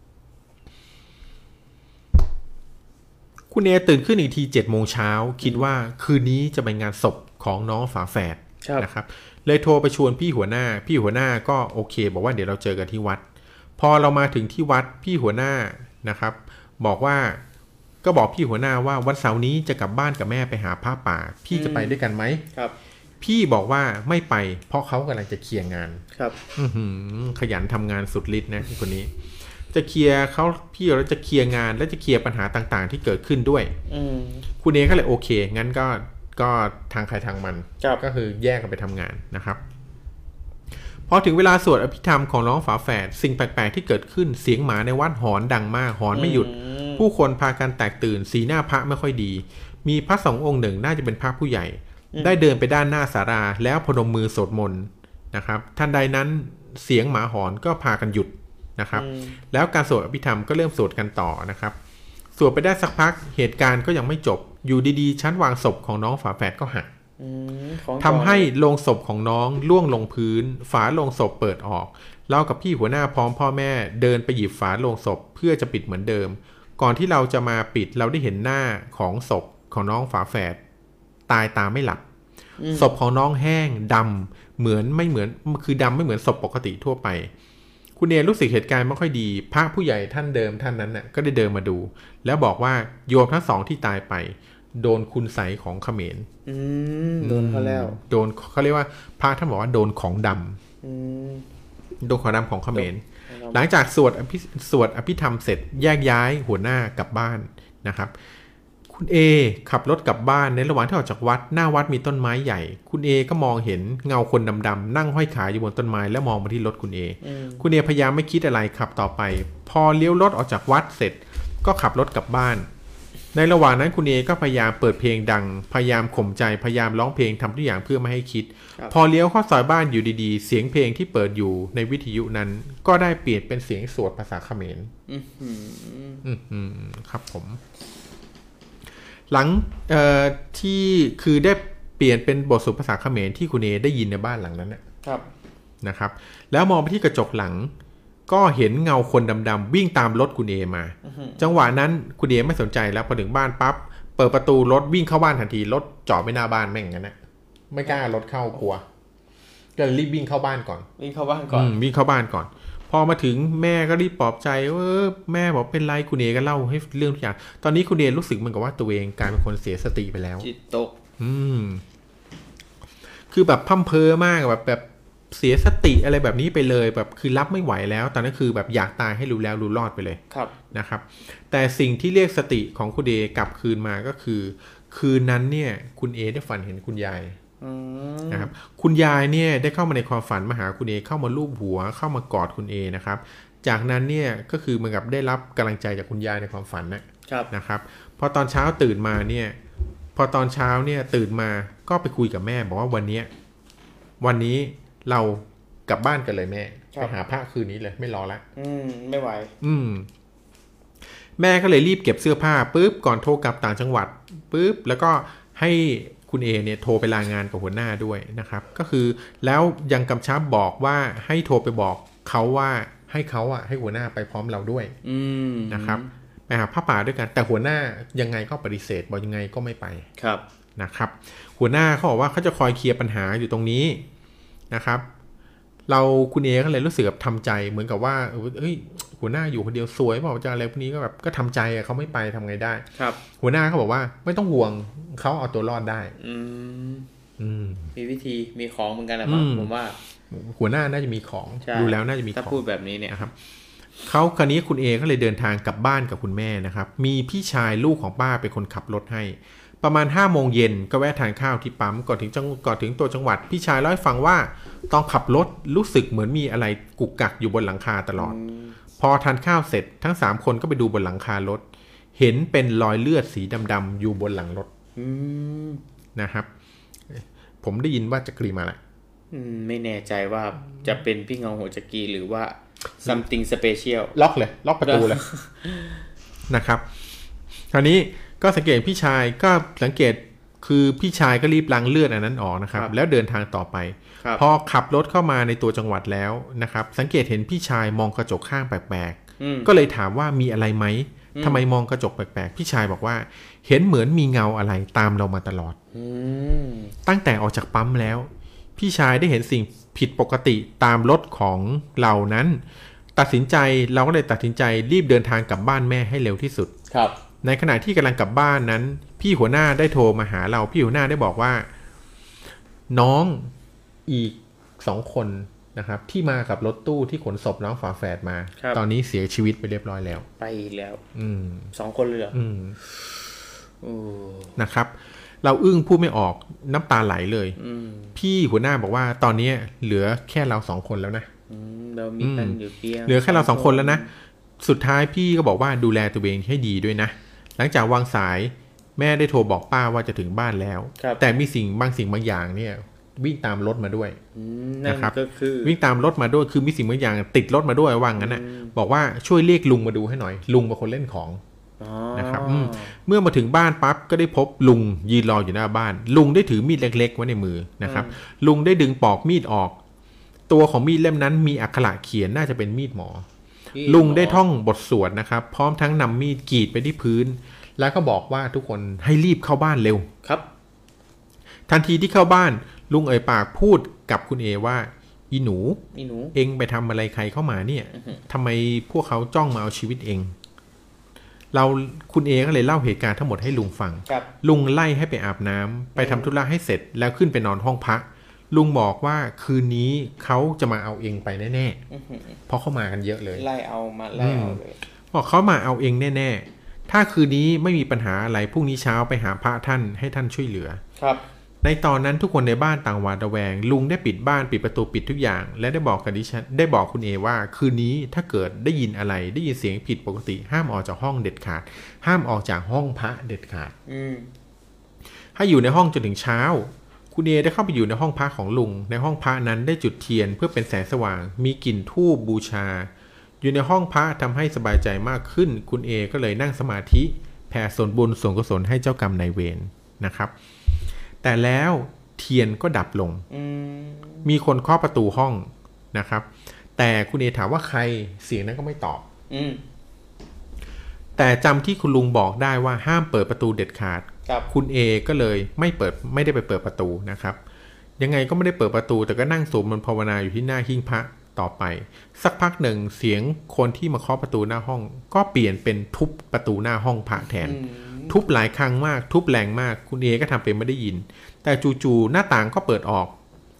คุณเอตื่นขึ้นอีกทีเจ็ดโมงเช้าคิดว่าคืนนี้จะไปงานศพของน้องฝาแฝดนะครับเลยโทรไปชวนพี่หัวหน้าพี่หัวหน้าก็โอเคบอกว่าเดี๋ยวเราเจอกันที่วัดพอเรามาถึงที่วัดพี่หัวหน้านะครับบอกว่าก็บอกพี่หัวหน้าว่าวันเสาร์นี้จะกลับบ้านกับแม่ไปหาพระป่าพี่จะไปด้วยกันไหมครับพี่บอกว่าไม่ไปเพราะเขากำลังจะเคลียร์งานครับขยันทำงานสุดฤทธิ์นะคนนี้จะเคลียร์เขาพี่เราจะเคลียร์งานและจะเคลียร์ปัญหาต่างๆที่เกิดขึ้นด้วยคุณเอก็เลยโอเคงั้นก็ก็ทางใครทางมันก็คือแยกกันไปทำงานนะครับพอถึงเวลาสวดอภิธรรมของน้องฝาแฝดสิ่งแปลกๆที่เกิดขึ้นเสียงหมาในวัดหอนดังมากหอนไม่หยุดผู้คนพากันแตกตื่นสีหน้าพระไม่ค่อยดีมีพระสององค์หนึ่งน่าจะเป็นพระผู้ใหญ่ได้เดินไปด้านหน้าศาลาแล้วพนมมือสวดมนต์นะครับทันใดนั้นเสียงหมาหอนก็พากันหยุดนะครับแล้วการสวดอภิธรรมก็เริ่มสวดกันต่อนะครับสวดไปได้สักพักเหตุการณ์ก็ยังไม่จบอยู่ดีๆชั้นวางศพของน้องฝาแฝดก็หักทำให้โลงศพของน้องล่วงลงพื้นฝาโลงศพเปิดออกเรากับพี่หัวหน้าพร้อมพ่อแม่เดินไปหยิบฝาโลงศพเพื่อจะปิดเหมือนเดิมก่อนที่เราจะมาปิดเราได้เห็นหน้าของศพของน้องฝาแฝดตายตาไม่หลับศพของน้องแห้งดำเหมือนไม่เหมือนคือดำไม่เหมือนศพปกติทั่วไปคุณเอรู้สึกเหตุการณ์ไม่ค่อยดีพระผู้ใหญ่ท่านเดิมท่านนั้นน่ะก็ได้เดินมาดูแล้วบอกว่าโยมทั้งสองที่ตายไปโดนคุณไสยของเขมรโดนเขาแล้วโดนเขาเรียกว่าพระท่านบอกว่าโดนของดำโดนของดำของเขมรหลังจากสวดอภิสวดอภิธรรมเสร็จแยกย้ายหัวหน้ากลับบ้านนะครับคุณเอขับรถกลับบ้านในระหว่างที่ออกจากวัดหน้าวัดมีต้นไม้ใหญ่คุณเอก็มองเห็นเงาคนดำๆนั่งห้อยขาอยู่บนต้นไม้แล้วมองมาที่รถคุณเอคุณเอพยายามไม่คิดอะไรขับต่อไปพอเลี้ยวรถออกจากวัดเสร็จก็ขับรถกลับบ้านในระหว่างนั้นคุณเอก็พยายามเปิดเพลงดังพยายามข่มใจพยายามร้องเพลงทำทุกอย่างเพื่อไม่ให้คิดพอเลี้ยวเข้าซอยบ้านอยู่ดีๆเสียงเพลงที่เปิดอยู่ในวิทยุนั้นก็ได้เปลี่ยนเป็นเสียงสวดภาษาเขมรครับผมหลังที่คือได้เปลี่ยนเป็นบทสวดภาษาเขมรที่คุณเอได้ยินในบ้านหลังนั้นนะครับแล้วมองไปที่กระจกหลังก็เห็นเงาคนดำๆวิ่งตามรถคุณเอมาจังหวะนั้นคุณเอไม่สนใจแล้วพอถึงบ้านปั๊บเปิดประตูรถวิ่งเข้าบ้านทันทีรถจอดไม่หน้าบ้านแม่งงั้นนะไม่กล้ารถเข้ากลัวก็รีบวิ่งเข้าบ้านก่อนวิ่งเข้าบ้านก่อนวิ่งเข้าบ้านก่อนพอมาถึงแม่ก็รีบปลอบใจเออแม่บอกเป็นไรคุณเอก็เล่าให้เรื่องทุกอย่างตอนนี้คุณเอรู้สึกเหมือนกับว่าตัวเองกลายเป็นคนเสียสติไปแล้วจิตตกอืมคือแบบพั่มเพ้อมากแบบแบบเสียสติอะไรแบบนี้ไปเลยแบบคือรับไม่ไหวแล้วตอนนั้นคือแบบอยากตายให้รู้แล้วรู้รอดไปเลยนะครับแต่สิ่งที่เรียกสติของคุณเอกลับคืนมาก็คือคืนนั้นเนี่ยคุณเอได้ฝันเห็นคุณยายนะครับคุณยายเนี่ยได้เข้ามาในความฝันมาหาคุณเอเข้ามาลูบหัวเข้ามากอดคุณเอนะครับจากนั้นเนี่ยก็คือเหมือนกับได้รับกำลังใจจากคุณยายในความฝันนะนะครับพอตอนเช้าตื่นมาเนี่ยพอตอนเช้าเนี่ยตื่นมาก็ไปคุยกับแม่บอกว่าวันนี้วันนี้เรากลับบ้านกันเลยแม่ไปหาพระคืนนี้เลยไม่รอละอืมไม่ไหวอืมแม่ก็เลยรีบเก็บเสื้อผ้าปุ๊บก่อนโทรกลับต่างจังหวัดปุ๊บแล้วก็ให้คุณเอเนี่ยโทรไปรายงานกับหัวหน้าด้วยนะครับก็คือแล้วยังกำชับบอกว่าให้โทรไปบอกเขาว่าให้เขาอ่ะให้หัวหน้าไปพร้อมเราด้วยนะครับไปหาพระป่าด้วยกันแต่หัวหน้ายังไงก็ปฏิเสธบอกยังไงก็ไม่ไปครับนะครับหัวหน้าเขาบอกว่าเขาจะคอยเคลียร์ปัญหาอยู่ตรงนี้นะครับเราคุณเอก็เลยรู้สึกแบบทำใจเหมือนกับว่าเอ้ยหัวหน้าอยู่คนเดียวสวยเปล่าจะอะไรพวกนี้ก็แบบก็ทำใจเขาไม่ไปทำไงได้ครับหัวหน้าเขาบอกว่าไม่ต้องห่วงเขาเอาตัวรอดได้อืมอืมมีวิธีมีของเหมือนกันนะผมว่าหัวหน้าน่าจะมีของดูแล้วน่าจะมีของถ้าพูดแบบนี้เนี่ยครับเขาคราวนี้คุณเอก็เลยเดินทางกลับบ้านกับคุณแม่นะครับมีพี่ชายลูกของป้าเป็นคนขับรถให้ประมาณห้าโมงเย็นก็แวะทานข้าวที่ปั๊มก่อนถึงจังก่อนถึงตัวจังหวัดพี่ชายเล่าให้ฟังว่าตอนขับรถรู้สึกเหมือนมีอะไรกุกกักอยู่บนหลังคาตลอดพอทานข้าวเสร็จทั้งสามคนก็ไปดูบนหลังคารถเห็นเป็นรอยเลือดสีดำๆอยู่บนหลังรถนะครับผมได้ยินว่าจักรีมาแหละไม่แน่ใจว่าจะเป็นพี่เงาหัวจักรีหรือว่า something special ล็อกเลยล็อกประตูเลยนะครับคราวนี้ก็สังเกตพี่ชายก็สังเกตคือพี่ชายก็รีบล้างเลือดอันนั้นออกนะครับแล้วเดินทางต่อไปพอขับรถเข้ามาในตัวจังหวัดแล้วนะครับสังเกตเห็นพี่ชายมองกระจกข้างแปลกๆก็เลยถามว่ามีอะไรไหมทำไมมองกระจกแปลกๆพี่ชายบอกว่าเห็นเหมือนมีเงาอะไรตามเรามาตลอดตั้งแต่ออกจากปั๊มแล้วพี่ชายได้เห็นสิ่งผิดปกติตามรถของเรานั้นตัดสินใจเราก็เลยตัดสินใจรีบเดินทางกลับบ้านแม่ให้เร็วที่สุดครับในขณะที่กำลังกลับบ้านนั้นพี่หัวหน้าได้โทรมาหาเราพี่หัวหน้าได้บอกว่าน้องอีกสองคนนะครับที่มากับรถตู้ที่ขนศพน้องฝาแฝดมาตอนนี้เสียชีวิตไปเรียบร้อยแล้วไปแล้วอืมสองคนเลยเหรออืมโอ้นะครับเราอึ้งพูดไม่ออกน้ำตาไหลเลยพี่หัวหน้าบอกว่าตอนนี้เหลือแค่เราสองคนแล้วนะเรามีกันอยู่เพียงเหลือแค่เราสองคนแล้วนะสุดท้ายพี่ก็บอกว่าดูแลตัวเองให้ดีด้วยนะหลังจากวางสายแม่ได้โทรบอกป้าว่าจะถึงบ้านแล้วแต่มีสิ่งบางสิ่งบางอย่างเนี่ยวิ่งตามรถมาด้วยนะครับวิ่งตามรถมาด้วยคือมีสิ่งบางอย่างติดรถมาด้วยว่างั้นนะบอกว่าช่วยเรียกลุงมาดูให้หน่อยลุงเป็นคนเล่นของนะครับเมื่อมาถึงบ้านปั๊บก็ได้พบลุงยืนรออยู่หน้าบ้านลุงได้ถือมีดเล็กๆไว้ในมือนะครับลุงได้ดึงปอกมีดออกตัวของมีดเล่มนั้นมีอักขระเขียนน่าจะเป็นมีดหมอลุงได้ท่องบทสวดนะครับพร้อมทั้งนำมีดกรีดไปที่พื้นแล้วก็บอกว่าทุกคนให้รีบเข้าบ้านเร็วครับทันทีที่เข้าบ้านลุงเอ่ยปากพูดกับคุณเอว่าอีหนูอีหนูเอ็งไปทำอะไรใครเข้ามาเนี่ยทำไมพวกเขาจ้องมาเอาชีวิตเองเราคุณเอก็เลยเล่าเหตุการณ์ทั้งหมดให้ลุงฟังลุงไล่ให้ไปอาบน้ำไปทำธุระให้เสร็จแล้วขึ้นไปนอนห้องพักลุงบอกว่าคืนนี้เขาจะมาเอาเองไปแน่ๆเพราะเขามากันเยอะเลยไล่เอามาไล่เอาเลยบอกเขามาเอาเองแน่ๆถ้าคืนนี้ไม่มีปัญหาอะไรพรุ่งนี้เช้าไปหาพระท่านให้ท่านช่วยเหลือครับในตอนนั้นทุกคนในบ้านต่างหวาดระแวงลุงได้ปิดบ้านปิดประตูปิดทุกอย่างและได้บอกกับดิฉันได้บอกคุณเอว่าคืนนี้ถ้าเกิดได้ยินอะไรได้ยินเสียงผิดปกติห้ามออกจากห้องเด็ดขาดห้ามออกจากห้องพระเด็ดขาดให้อยู่ในห้องจนถึงเช้าคุณเอได้เข้าไปอยู่ในห้องพระของลุงในห้องพระนั้นได้จุดเทียนเพื่อเป็นแสงสว่างมีกลิ่นธูปบูชาอยู่ในห้องพระทำให้สบายใจมากขึ้นคุณเอก็เลยนั่งสมาธิแผ่ส่วนบุญส่วนกุศลให้เจ้ากรรมนายเวรนะครับแต่แล้วเทียนก็ดับลงมีคนเคาะประตูห้องนะครับแต่คุณเอถามว่าใครเสียงนั้นก็ไม่ตอบแต่จำที่คุณลุงบอกได้ว่าห้ามเปิดประตูเด็ดขาดคุณเอก็เลยไม่เปิดไม่ได้ไปเปิดประตูนะครับยังไงก็ไม่ได้เปิดประตูแต่ก็นั่งสวดมนต์ภาวนาอยู่ที่หน้าหิ้งพระต่อไปสักพักหนึ่งเสียงคนที่มาเคาะประตูหน้าห้องก็เปลี่ยนเป็นทุบประตูหน้าห้องพระแทนทุบหลายครั้งมากทุบแรงมากคุณเอก็ทำเป็นไม่ได้ยินแต่จู่ๆหน้าต่างก็เปิดออก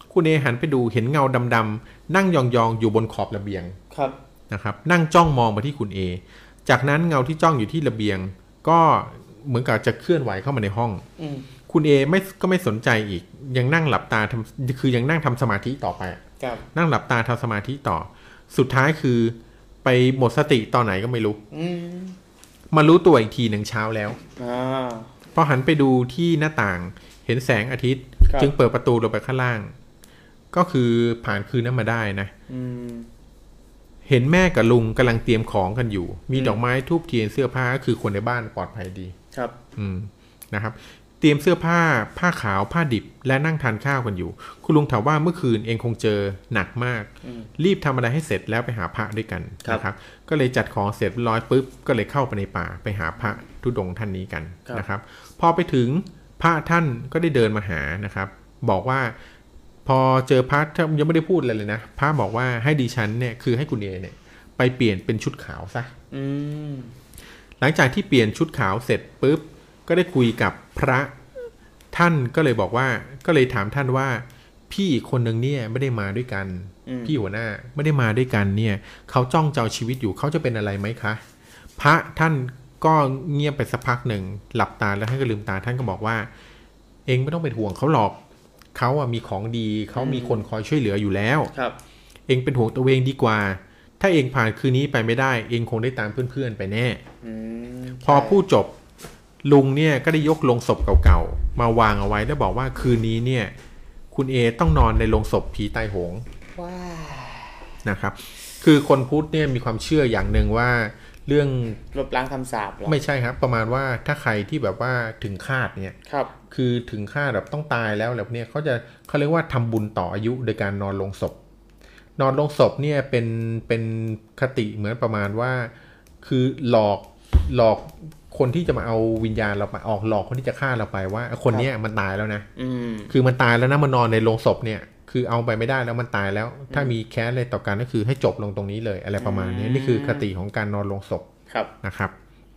คุณเอหันไปดูเห็นเงาดำๆนั่งยองๆอยู่บนขอบระเบียงครับนะครับนั่งจ้องมองมาที่คุณเอจากนั้นเงาที่จ้องอยู่ที่ระเบียงก็เหมือนกับจะเคลื่อนไหวเข้ามาในห้องคุณเอไม่ก็ไม่สนใจอีกยังนั่งหลับตาทำคือยังนั่งทำสมาธิต่อไปนั่งหลับตาทำสมาธิต่อสุดท้ายคือไปหมดสติตอนไหนก็ไม่รู้มารู้ตัวอีกทีหนึ่งเช้าแล้วพอหันไปดูที่หน้าต่างเห็นแสงอาทิตย์จึงเปิดประตูลงไปข้างล่างก็คือผ่านคืนนั้นมาได้นะเห็นแม่กับลุงกำลังเตรียมของกันอยู่มีดอกไม้ทูบเทียนเสื้อผ้าก็คือคนในบ้านปลอดภัยดีครับอืมนะครับเตรียมเสื้อผ้าผ้าขาวผ้าดิบและนั่งทานข้าวกันอยู่คุณลุงถามว่าเมื่อคืนเองคงเจอหนักมากรีบทำอะไรให้เสร็จแล้วไปหาพระด้วยกันนะครับก็เลยจัดของเสร็จร้อยปุ๊บก็เลยเข้าไปในป่าไปหาพระธุดงค์ท่านนี้กันนะครับพอไปถึงพระท่านก็ได้เดินมาหานะครับบอกว่าพอเจอพระท่านยังไม่ได้พูดอะไรเลยนะพระบอกว่าให้ดิฉันเนี่ยคือให้คุณเอเนี่ยไปเปลี่ยนเป็นชุดขาวซะหลังจากที่เปลี่ยนชุดขาวเสร็จปุ๊บก็ได้คุยกับพระท่านก็เลยบอกว่าก็เลยถามท่านว่าพี่คนหนึ่งเนี่ยไม่ได้มาด้วยกันพี่หัวหน้าไม่ได้มาด้วยกันเนี่ยเขาจ้องจะเอาชีวิตอยู่เขาจะเป็นอะไรไหมคะพระท่านก็เงียบไปสักพักหนึ่งหลับตาแล้วท่านก็ลืมตาท่านก็บอกว่าเองไม่ต้องเป็นห่วงเขาหรอกเขาอ่ะมีของดีเขามีคนคอยช่วยเหลืออยู่แล้วครับเองเป็นห่วงตัวเองดีกว่าถ้าเองผ่านคืนนี้ไปไม่ได้เองคงได้ตามเพื่อนๆไปแน่พอพูดจบลุงเนี่ยก็ได้ยกโลงศพเก่าๆมาวางเอาไว้แล้วบอกว่าคืนนี้เนี่ยคุณเอต้องนอนในโลงศพผีตายโหงว้านะครับคือคนพุทธเนี่ยมีความเชื่ออย่างหนึ่งว่าเรื่องลบล้างคำสาปหรอไม่ใช่ครับประมาณว่าถ้าใครที่แบบว่าถึงคาดเนี่ยครับคือถึงคาดแบบต้องตายแล้วแบบเนี่ยเขาจะเขาเรียกว่าทำบุญต่ออายุโดยการนอนโลงศพนอนโลงศพเนี่ยเป็นเป็นคติเหมือนประมาณว่าคือหลอกหลอกคนที่จะมาเอาวิญญาณเราไปออกหลอกคนที่จะฆ่าเราไปว่าคนนี้มันตายแล้วนะคือมันตายแล้วนะมันนอนในโลงศพเนี่ยคือเอาไปไม่ได้แล้วมันตายแล้วถ้ามีแค้นอะไรต่อกันก็คือให้จบลงตรงนี้เลยอะไรประมาณนี้นี่คือคติของการนอนโลงศพนะครับ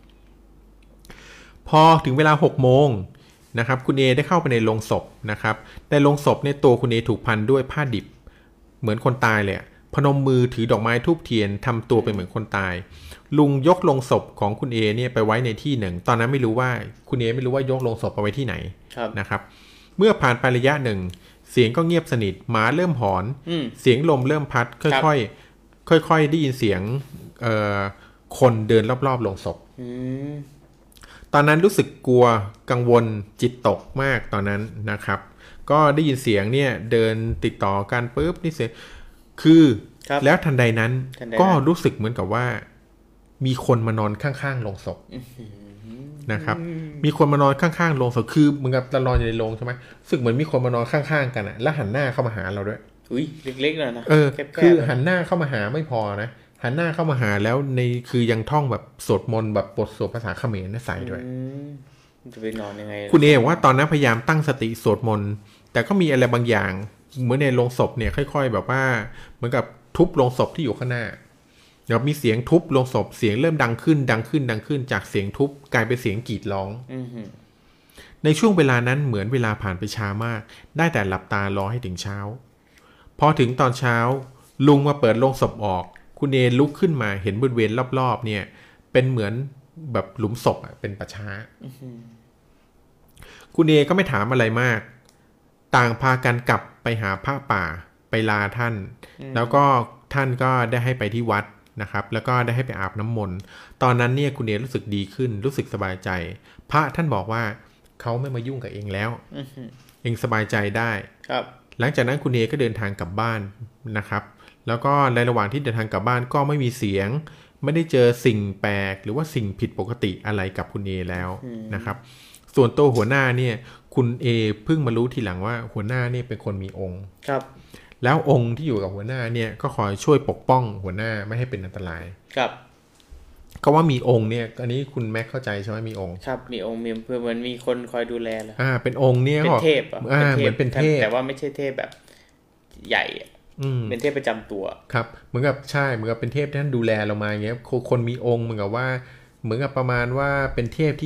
พอถึงเวลาหกโมงนะครับคุณเอได้เข้าไปในโลงศพนะครับในโลงศพเนี่ยตัวคุณเอถูกพันด้วยผ้าดิบเหมือนคนตายเลยพนมมือถือดอกไม้ธูปเทียนทำตัวเป็นเหมือนคนตายลุงยกโลงศพของคุณเอเนี่ยไปไว้ในที่หนึ่งตอนนั้นไม่รู้ว่าคุณเอไม่รู้ว่ายกโลงศพไปไว้ที่ไหนนะครับเมื่อผ่านไประยะหนึ่งเสียงก็เงียบสนิทหมาเริ่มหอนเสียงลมเริ่มพัดค่อยๆค่อยๆได้ยินเสียงเอ่อคนเดินรอบๆโลงศพตอนนั้นรู้สึกกลัวกังวลจิตตกมากตอนนั้นนะครับก็ได้ยินเสียงเนี่ยเดินติดต่อกันปุ๊บนี่เสียงคือแล้วทันใดนั้นก็รู้สึกเหมือนกับว่ามีคนมานอนข้างๆโลงศพนะครับมีคนมานอนข้างๆโลงศพคือเหมือนกับเรานอนอยู่ในโรงใช่ไหมรู้สึกเหมือนมีคนมานอนข้างๆกันอ่ะแล้วหันหน้าเข้ามาหาเราด้วยอุ้ยเล็กๆเลยนะเออคือหันหน้าเข้ามาหาไม่พอนะหันหน้าเข้ามาหาแล้วในคือยังท่องแบบสวดมนต์แบบบทสวดภาษาเขมรใส่ด้วยจะไปนอนยังไงคุณเอว่าตอนนั้นพยายามตั้งสติสวดมนต์แต่ก็มีอะไรบางอย่างเหมือนในโลงศพเนี่ยค่อยๆแบบว่าเหมือนกับทุบโลงศพที่อยู่ข้างหน้าเดี๋ยวมีเสียงทุบโลงศพเสียงเริ่มดังขึ้นดังขึ้นดังขึ้นจากเสียงทุบกลายเป็นเสียงกรีดร้องในช่วงเวลานั้นเหมือนเวลาผ่านไปช้ามากได้แต่หลับตารอให้ถึงเช้าพอถึงตอนเช้าลุงมาเปิดโลงศพออกคุณเอลุกขึ้นมาเห็นบริเวณรอบๆเนี่ยเป็นเหมือนแบบหลุมศพอ่ะเป็นป่าช้าคุณเอก็ไม่ถามอะไรมากต่างพากันกลับไปหาพระป่าไปลาท่านแล้วก็ท่านก็ได้ให้ไปที่วัดนะครับแล้วก็ได้ให้ไปอาบน้ำมนต์ตอนนั้นเนี่ยคุณเอรู้สึกดีขึ้นรู้สึกสบายใจพระท่านบอกว่าเขาไม่มายุ่งกับเองแล้วเองสบายใจได้ครับหลังจากนั้นคุณเอก็เดินทางกลับบ้านนะครับแล้วก็ในระหว่างที่เดินทางกลับบ้านก็ไม่มีเสียงไม่ได้เจอสิ่งแปลกหรือว่าสิ่งผิดปกติอะไรกับคุณเอแล้วนะครับส่วนตัวหัวหน้าเนี่ยคุณเอเพิ่งมารู้ทีหลังว่าหัวหน้าเนี่ยเป็นคนมีองค์ครับแล้วองค์ที่อยู่กับหัวหน้าเนี่ยก็คอยช่วยปกป้องหัวหน้าไม่ให้เป็นอันตรายครับก็ว่ามีองค์เนี่ยอันนี้คุณแม็กเข้าใจใช่ไหมมีองค์ครับมีองค์มีเพื่อมันมีคนคอยดูแลเลยอ่าเป็นองค์เนี่ยเป็นเทพอ่าเหมือนเป็นเทพแต่ว่าไม่ใช่เทพแบบใหญ่เป็นเทพประจำตัวครับเหมือนกับใช่เหมือนกับเป็นเทพที่ท่านดูแลเรามาอย่างเงี้ยคนมีองค์เหมือนกับว่าเหมือนกับประมาณว่าเป็นเทพที่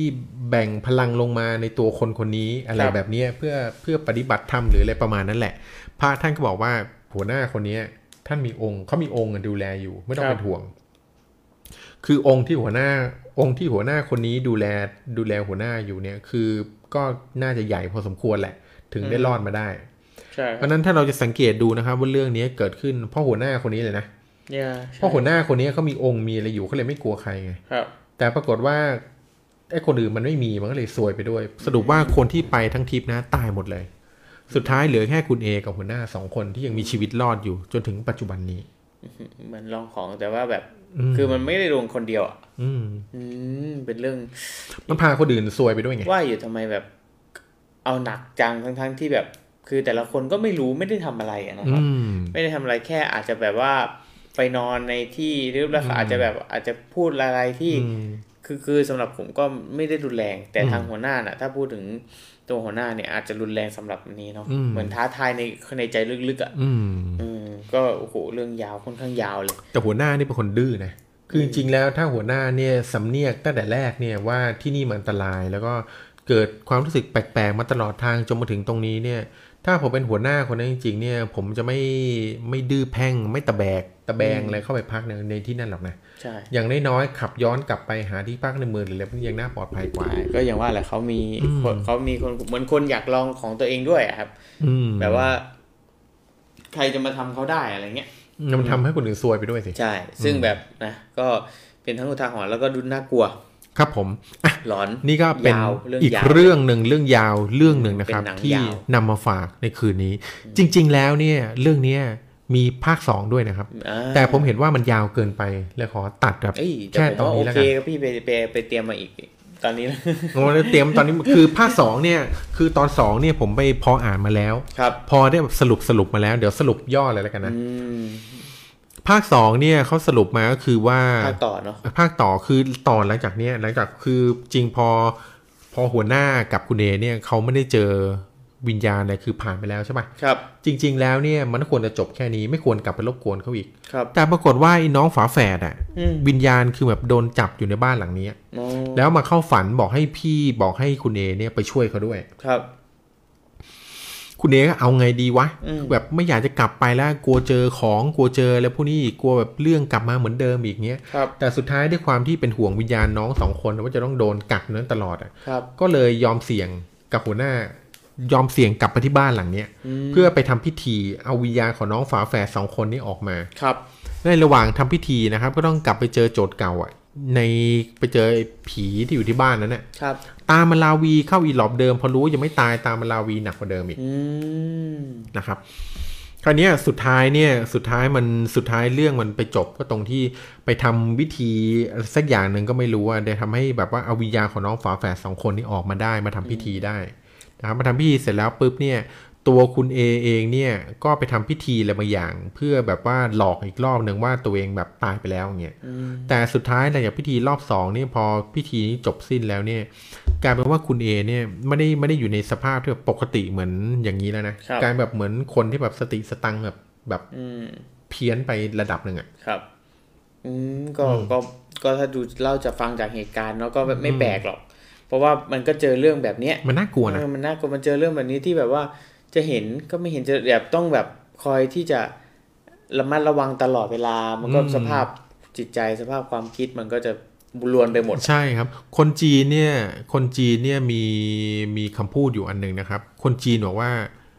แบ่งพลังลงมาในตัวคนคนนี้อะไรแบบนี้เพื่อเพื่อปฏิบัติธรรมหรืออะไรประมาณนั้นแหละพระท่านก็บอกว่าหัวหน้าคนนี้ท่านมีองค์เขามีองค์ดูแลอยู่ไม่ต้องเป็นห่วงคือองค์ที่หัวหน้าองค์ที่หัวหน้าคนนี้ดูแลดูแลหัวหน้าอยู่เนี่ยคือก็น่าจะใหญ่พอสมควรแหละถึงได้รอดมาได้เพราะนั้นถ้าเราจะสังเกตดูนะครับว่าเรื่องนี้เกิดขึ้นเพราะหัวหน้าคนนี้เลยนะเพราะหัวหน้าคนนี้เขามีองค์มีอะไรอยู่เขาเลยไม่กลัวใครไงแต่ปรากฏว่าไอ้คนอื่นมันไม่มีมันก็เลยซวยไปด้วยสรุปว่าคนที่ไปทั้งทริปนะตายหมดเลยสุดท้ายเหลือแค่คุณเอกับหัวหน้าสองคนที่ยังมีชีวิตรอดอยู่จนถึงปัจจุบันนี้เหมือนลองของแต่ว่าแบบคือมันไม่ได้ลงคนเดียวอ่ะอืมเป็นเรื่องมันพาคนอื่นซวยไปด้วยไงว่าอยู่ทำไมแบบเอาหนักจังทั้งๆที่แบบคือแต่ละคนก็ไม่รู้ไม่ได้ทำอะไรนะครับไม่ได้ทำอะไรแค่อาจจะแบบว่าไปนอนในที่หรือแล้วอาจจะแบบอาจจะพูดอะไรที่คือคือสำหรับผมก็ไม่ได้รุนแรงแต่ทางหัวหน้าน่ะถ้าพูดถึงตัวหัวหน้าเนี่ยอาจจะรุนแรงสำหรับนี้เนาะเหมือนท้าทายในในใจลึกๆอ่ะก็โอ้โหเรื่องยาวค่อนข้างยาวเลยแต่หัวหน้านี่เป็นคนดื้อนะคือจริงๆแล้วถ้าหัวหน้าเนี่ยสำเนียกตั้งแต่แรกเนี่ยว่าที่นี่มันอันตรายแล้วก็เกิดความรู้สึกแปลกๆมาตลอดทางจนมาถึงตรงนี้เนี่ยถ้าผมเป็นหัวหน้าคนนั้นจริงๆเนี่ยผมจะไม่ไม่ดื้อแพ่งไม่ตะแบกตะแบงอะไรเข้าไปพักในในที่นั่นหรอกนะใช่อย่างน้อยๆขับย้อนกลับไปหาที่พักในเมืองหรืออะไรพวกนี้ยังน่าปลอดภัยกว่าก็อย่างว่าแหละเขามีเขามีคนเหมือนคนอยากลองของตัวเองด้วยครับแบบว่าใครจะมาทำเขาได้อะไรเงี้ยมันทำให้คนอื่นซวยไปด้วยสิใช่ซึ่งแบบนะก็เป็นทั้งอุทาหรณ์แล้วก็ดูน่ากลัวครับผมหลอนนี่ก็เป็นอีกเรื่องหนึ่งเรื่องยาวเรื่องหนึ่งนะครับที่นำมาฝากในคืนนี้จริงๆแล้วเนี่ยเรื่องนี้มีภาคสองด้วยนะครับแต่ผมเห็นว่ามันยาวเกินไปเลยขอตัดแบบแค่ตอนนี้แล้วกันโอเคพี่ไปไปไปเตรียมมาอีกตอนนี้แล้วโอ้เตรียมตอนนี้คือภาคสองเนี่ยคือตอนสองเนี่ยผมไปพออ่านมาแล้วพอได้แบบสรุปสรุปมาแล้วเดี๋ยวสรุปย่อเลยแล้วกันนะภาคสองเนี่ยเขาสรุปมาก็คือว่าภาคต่อเนาะภาคต่อคือตอนหลังจากเนี้ยหลังจากคือจริงพอพอหัวหน้ากับคุณเอเนี่ยเขาไม่ได้เจอวิญญาณอะไรคือผ่านไปแล้วใช่ไหมครับจริงๆแล้วเนี่ยมันควรจะจบแค่นี้ไม่ควรกลับไปรบกวนเขาอีกแต่ปรากฏว่าไอ้น้องฝาแฝดอ่ะวิญญาณคือแบบโดนจับอยู่ในบ้านหลังนี้แล้วมาเข้าฝันบอกให้พี่บอกให้คุณเอเนี่ยไปช่วยเขาด้วยครับคุณเอก็เอาไงดีวะแบบไม่อยากจะกลับไปแล้วกลัวเจอของกลัวเจอแล้วพวกนี้กลัวแบบเรื่องกลับมาเหมือนเดิมอีกเงี้ยแต่สุดท้ายด้วยความที่เป็นห่วงวิญญาณน้องสองคนว่าจะต้องโดนกักนั้นตลอดอ่ะก็เลยยอมเสี่ยงกับหัวหน้ายอมเสี่ยงกลับไปที่บ้านหลังเนี้ยเพื่อไปทำพิธีเอาวิญญาณของน้องฝาแฝดสองคนนี้ออกมาครับในระหว่างทำพิธีนะครับก็ต้องกลับไปเจอโจทย์เก่าอ่ะในไปเจอผีที่อยู่ที่บ้านนั้นน่ะตามมาลาวีเข้าอีหลอบเดิมพอรู้ยังไม่ตายตามมาลาวีหนักกว่าเดิมอีกนะครับคราวนี้สุดท้ายเนี่ยสุดท้ายมันสุดท้ายเรื่องมันไปจบก็ตรงที่ไปทำวิธีสักอย่างหนึ่งก็ไม่รู้ว่าได้ทำให้แบบว่าเอาวิญญาณของน้องฝาแฝดสองคนนี้ออกมาได้มาทำพิธีได้นะครับมาทำพิธีเสร็จแล้วปุ๊บเนี่ยตัวคุณเอเองเนี่ยก็ไปทำพิธีอะไรบางอย่างเพื่อแบบว่าหลอกอีกรอบหนึ่งว่าตัวเองแบบตายไปแล้วเงี้ยแต่สุดท้ายหลังจากพิธีรอบสองเนี่ยพอพิธีนี้จบสิ้นแล้วเนี่ยกลายเป็นว่าคุณเอเนี่ยไม่ได้ไม่ได้อยู่ในสภาพที่แบบปกติเหมือนอย่างนี้แล้วนะกลายแบบเหมือนคนที่แบบสติสตังแบบแบบเพี้ยนไประดับหนึ่งอ่ะครับอืมก็ก็ก็ถ้าดูเล่าจะฟังจากเหตุการณ์เนาะก็ไม่แปลกหรอกเพราะว่ามันก็เจอเรื่องแบบนี้มันน่ากลัวนะมันน่ากลัวมันเจอเรื่องแบบนี้ที่แบบว่าจะเห็นก็ไม่เห็นจะแบบต้องแบบคอยที่จะระมัดระวังตลอดเวลามันก็สภาพจิตใจสภาพความคิดมันก็จะรวนไปหมดใช่ครับคนจีนเนี่ยคนจีนเนี่ยมีมีคำพูดอยู่อันหนึ่งนะครับคนจีนบอกว่า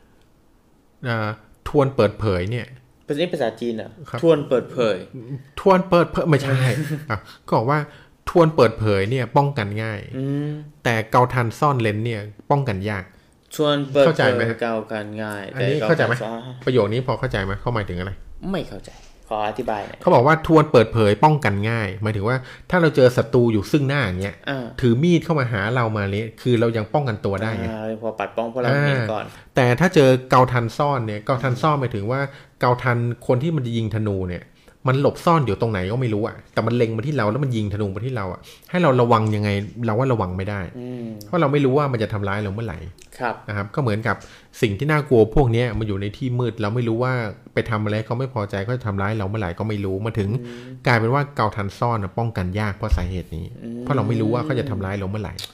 ทวนเปิดเผยเนี่ยเป็นนี่ภาษาจีนเหรอทวนเปิดเผยทวนเปิดเผยไม่ใช่ก็บอกว่าทวนเปิดเผยเนี่ยป้องกันง่ายแต่เกาทันซ่อนเลนเนี่ยป้องกันยากชวนเปิดเผยเกากันง่ายอันนี้เข้าใจไหมประโยคนี้พอเข้าใจไหมเข้าหมายถึงอะไรไม่เข้าใจขออธิบายหน่อยเขาบอกว่าทวนเปิดเผยป้องกันง่ายหมายถึงว่าถ้าเราเจอศัตรูอยู่ซึ่งหน้าอย่างเงี้ยถือมีดเข้ามาหาเรามาเลยคือเรายังป้องกันตัวได้ไงพอปัดป้องพวกเราเห็นก่อนแต่ถ้าเจอเกาทันซ่อนเนี่ยเกาทันซ่อนหมายถึงว่าเกาทันคนที่มันจะยิงธนูเนี่ยมันหลบซ่อนอยู่ตรงไหนก็ไม่รู้อ่ะแต่มันเล็งมาที่เราแล้วมันยิงธนูมาที่เราอ่ะให้เราระวังยังไงเราว่าระวังไม่ได้เพราะเราไม่รู้ว่ามันจะทำร้ายเราเมื่อไหร่นะครับก็เหมือนกับสิ่งที่น่ากลัวพวกนี้มันอยู่ในที่มืดเราไม่รู้ว่าไปทำอะไรเขาไม่พอใจก็จะทำร้ายเราเมื่อไหร่ก็ไม่รู้มาถึงกลายเป็นว่าเกาทันซ่อนป้องกันยากเพราะสาเหตุนี้เพราะเราไม่รู้ว่าเขาจะทำร้ายเราเมื่อไหร่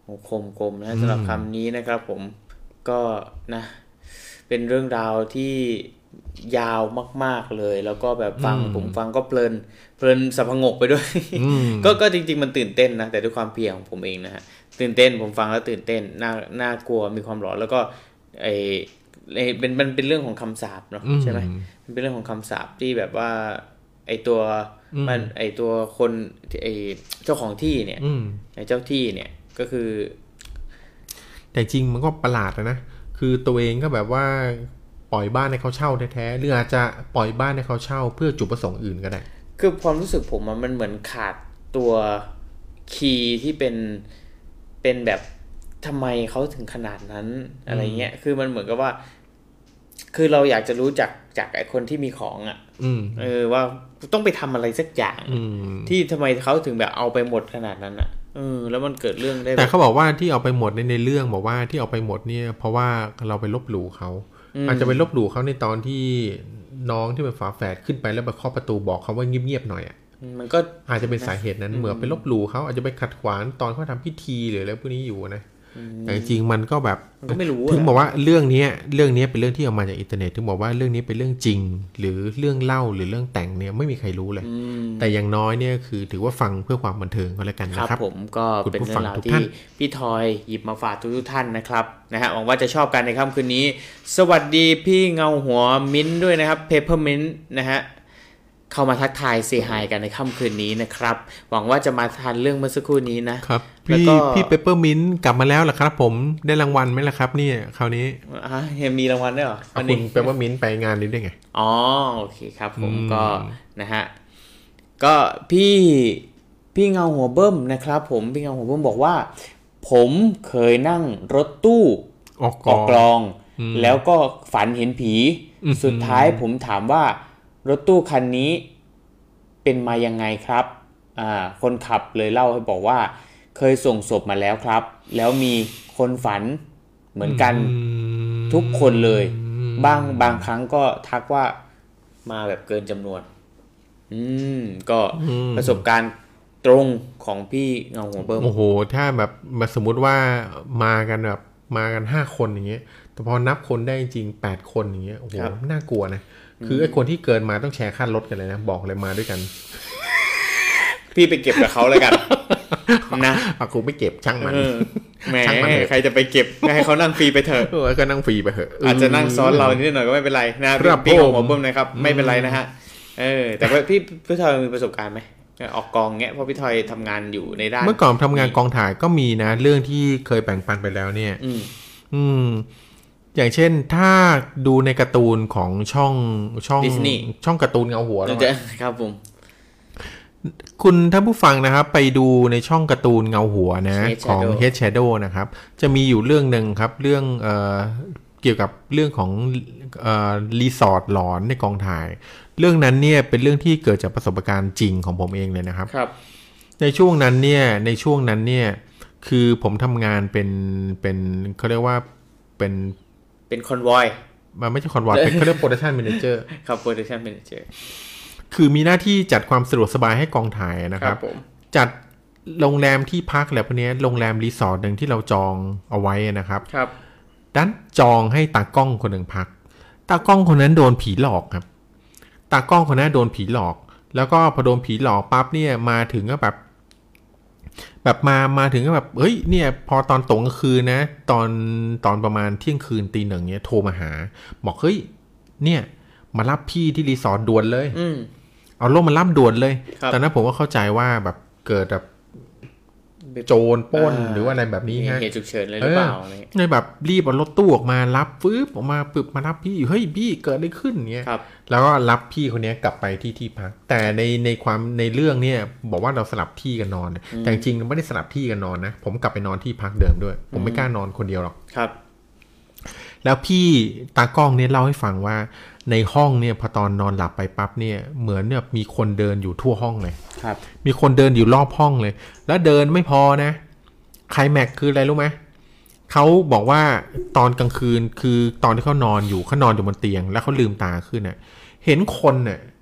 คมคมนะสำหรับคำนี้นะครับผมก็นะเป็นเรื่องราวที่ยาวมากๆเลยแล้วก็แบบฟังผมฟังก็เพลินเพลินสะพงกไปด้วย ก็ก็จริงๆมันตื่นเต้นนะแต่ด้วยความเพียรของผมเองนะฮะตื่นเต้นผมฟังแล้วตื่นเต้นน่าน่ากลัวมีความหลอนแล้วก็ไอเป็นมันเป็นเรื่องของคำสาปเนาะใช่ไหมมันเป็นเรื่องของคำสาปที่แบบว่าไอตัวมันไอตัวคนไอเจ้าของที่เนี่ยไอเจ้าที่เนี่ยก็คือแต่จริงมันก็ประหลาดนะคือตัวเองก็แบบว่าปล่อยบ้านให้เขาเช่าแท้ๆหรืออาจจะปล่อยบ้านให้เขาเช่าเพื่อจุดประสงค์อื่นก็ได้คือความรู้สึกผมมันเหมือนขาดตัวคีย์ที่เป็นเป็นแบบทำไมเขาถึงขนาดนั้นอะไรเงี้ยคือมันเหมือนกับว่าคือเราอยากจะรู้จักจากไอ้คนที่มีของอ่ะเออว่าต้องไปทำอะไรสักอย่างที่ทำไมเขาถึงแบบเอาไปหมดขนาดนั้นอ่ะเออแล้วมันเกิดเรื่องได้แต่เขาบอกว่าที่เอาไปหมดในในเรื่องบอกว่าที่เอาไปหมดเนี่ยเพราะว่าเราไปลบหลู่เขาอาจจะไปลบหลู่เขาในตอนที่น้องที่เป็นฝาแฝดขึ้นไปแล้วไปเคาะประตูบอกเขาว่าเงียบๆหน่อยอ่ะมันก็อาจจะเป็นสาเหตุนั้นเหมือนไปลบหลู่เขาอาจจะไปขัดขวางตอนเขาทำพิธีหรืออะไรพวกนี้อยู่นะแต่จริงมันก็แบบถึงบอกว่าเรื่องนี้เรื่องนี้เป็นเรื่องที่เอามาจากอินเทอร์เน็ตถึงบอกว่าเรื่องนี้เป็นเรื่องจริงหรือเรื่องเล่าหรือเรื่องแต่งเนี่ยไม่มีใครรู้เลยแต่อย่างน้อยเนี่ยคือถือว่าฟังเพื่อความบันเทิงก็แล้วกันนะครับผมก็เป็นเรื่องราวที่พี่ทอยหยิบมาฝากทุกท่านนะครับนะฮะหวังว่าจะชอบกันในค่ำคืนนี้สวัสดีพี่เงาหัวมิ้นด้วยนะครับเพปเปอร์มิ้นนะฮะเข้ามาทักทายเซฮายกันในค่ำคืนนี้นะครับหวังว่าจะมาทานเรื่องเมื่อสักครู่นี้นะครับพี่พี่เปปเปอร์มินต์กลับมาแล้วเหรอครับผมได้รางวัลไหมล่ะครับนี่คราวนี้อ่ะยังมีรางวัลด้วยเหรอคุณเปปเปอร์มินต์ไปงานนี้ได้ไงอ๋อโอเคครับผมก็นะฮะก็พี่พี่เงาหัวเบิ้มนะครับผมพี่เงาหัวเบิ้มบอกว่าผมเคยนั่งรถตู้ออกกลองแล้วก็ฝันเห็นผีสุดท้ายผมถามว่ารถตู้คันนี้เป็นมายังไงครับอ่าคนขับเลยเล่าให้บอกว่าเคยส่งศพมาแล้วครับแล้วมีคนฝันเหมือนกันทุกคนเลยบางบางครั้งก็ทักว่ามาแบบเกินจำนวนอืมก็ประสบการณ์ตรงของพี่เงาหัวเบิ้มโอ้โหถ้าแบบมาสมมุติว่ามากันแบบมากันห้าคนอย่างเงี้ยแต่พอนับคนได้จริงแปดคนอย่างเงี้ยโอ้โหน่ากลัวนะคือไอ้คนที่เกินมาต้องแชร์ค่ารถกันเลยนะบอกเลยมาด้วยกันพี่ไปเก็บกับเขาเลยกันนะอากูไม่เก็บช่างมันแหมใครจะไปเก็บให้เขานั่งฟรีไปเถอะก็นั่งฟรีไปเถอะอาจจะนั่งซ้อนเรานิดหน่อยก็ไม่เป็นไรนะพี่ของผมเบิ้มนะครับไม่เป็นไรนะฮะเออแต่พี่พี่ทอยมีประสบการณ์ไหมออกกองเงี้ยเพราะพี่ทอยทำงานอยู่ในด้านเมื่อก่อนทำงานกองถ่ายก็มีนะเรื่องที่เคยแบ่งปันไปแล้วเนี่ยอืมอย่างเช่นถ้าดูในการ์ตูนของช่องช่องช่องการ์ตูนเงาหัวครับผมคุณท่านผู้ฟังนะครับไปดูในช่องการ์ตูนเงาหัวนะของ Head Shadow นะครับจะมีอยู่เรื่องนึงครับเรื่องเอ่อเกี่ยวกับเรื่องของเอ่อรีสอร์ทหลอนในกองถ่ายเรื่องนั้นเนี่ยเป็นเรื่องที่เกิดจากประสบการณ์จริงของผมเองเลยนะครับครับในช่วงนั้นเนี่ยในช่วงนั้นเนี่ยคือผมทำงานเป็นเป็นเขาเรียกว่าเป็นเป็นคอนวอยมันไม่ใช่คอนวอยเป็นเขาเรียกโปรดักชั่นแมเนเจอร์ครับโปรดักชั่นแมเนเจอร์คือมีหน้าที่จัดความสะดวกสบายให้กองถ่ายนะครับจัดโรงแรมที่พักแล้วพวกนี้โรงแรมรีสอร์ทหนึ่งที่เราจองเอาไว้นะครับครับดันจองให้ตากล้องคนหนึ่งพักตากล้องคนนั้นโดนผีหลอกครับตากล้องคนนั้นโดนผีหลอกแล้วก็พอโดนผีหลอกปั๊บเนี่ยมาถึงก็แบบแบบมามาถึงก็แบบเฮ้ยเนี่ยพอตอนตกกลางคืนนะตอนตอนประมาณเที่ยงคืนตีหนึ่งเนี่ยโทรมาหาบอกเฮ้ยเนี่ยมารับพี่ที่รีสอร์ทด่วนเลยเอาล่มมารับด่วนเลยตอนนั้นผมก็เข้าใจว่าแบบเกิดแบบโจรปล้นหรือว่าอะไรแบบนี้ฮะเหตุฉุกเฉินเลยหรือเปล่าในแบบรีบเอารถตู้ออกมารับฟึบออกมาปึบมารับพี่เฮ้ยพี่เกิดอะไรขึ้นเงี้ยแล้วก็รับพี่คนนี้กลับไปที่ที่พักแต่ในในความในเรื่องเนี่ยบอกว่าเราสลับที่กันนอนแต่จริงๆไม่ได้สลับที่กันนอนนะผมกลับไปนอนที่พักเดิมด้วยผมไม่กล้านอนคนเดียวหรอกครับแล้วพี่ตากล้องเนี่ยเล่าให้ฟังว่าในห้องเนี่ยพอตอนนอนหลับไปปั๊บเนี่ยเหมือนเนี่ยมีคนเดินอยู่ทั่วห้องเลยครับมีคนเดินอยู่รอบห้องเลยแล้วเดินไม่พอนะไคลแม็กซ์คืออะไรรู้ไหมเขาบอกว่าตอนกลางคืนคือตอนที่เขานอนอยู่เขานอนอยู่บนเตียงแล้วเขาลืมตาขึ้นเน่ะเห็นคนเนี่ย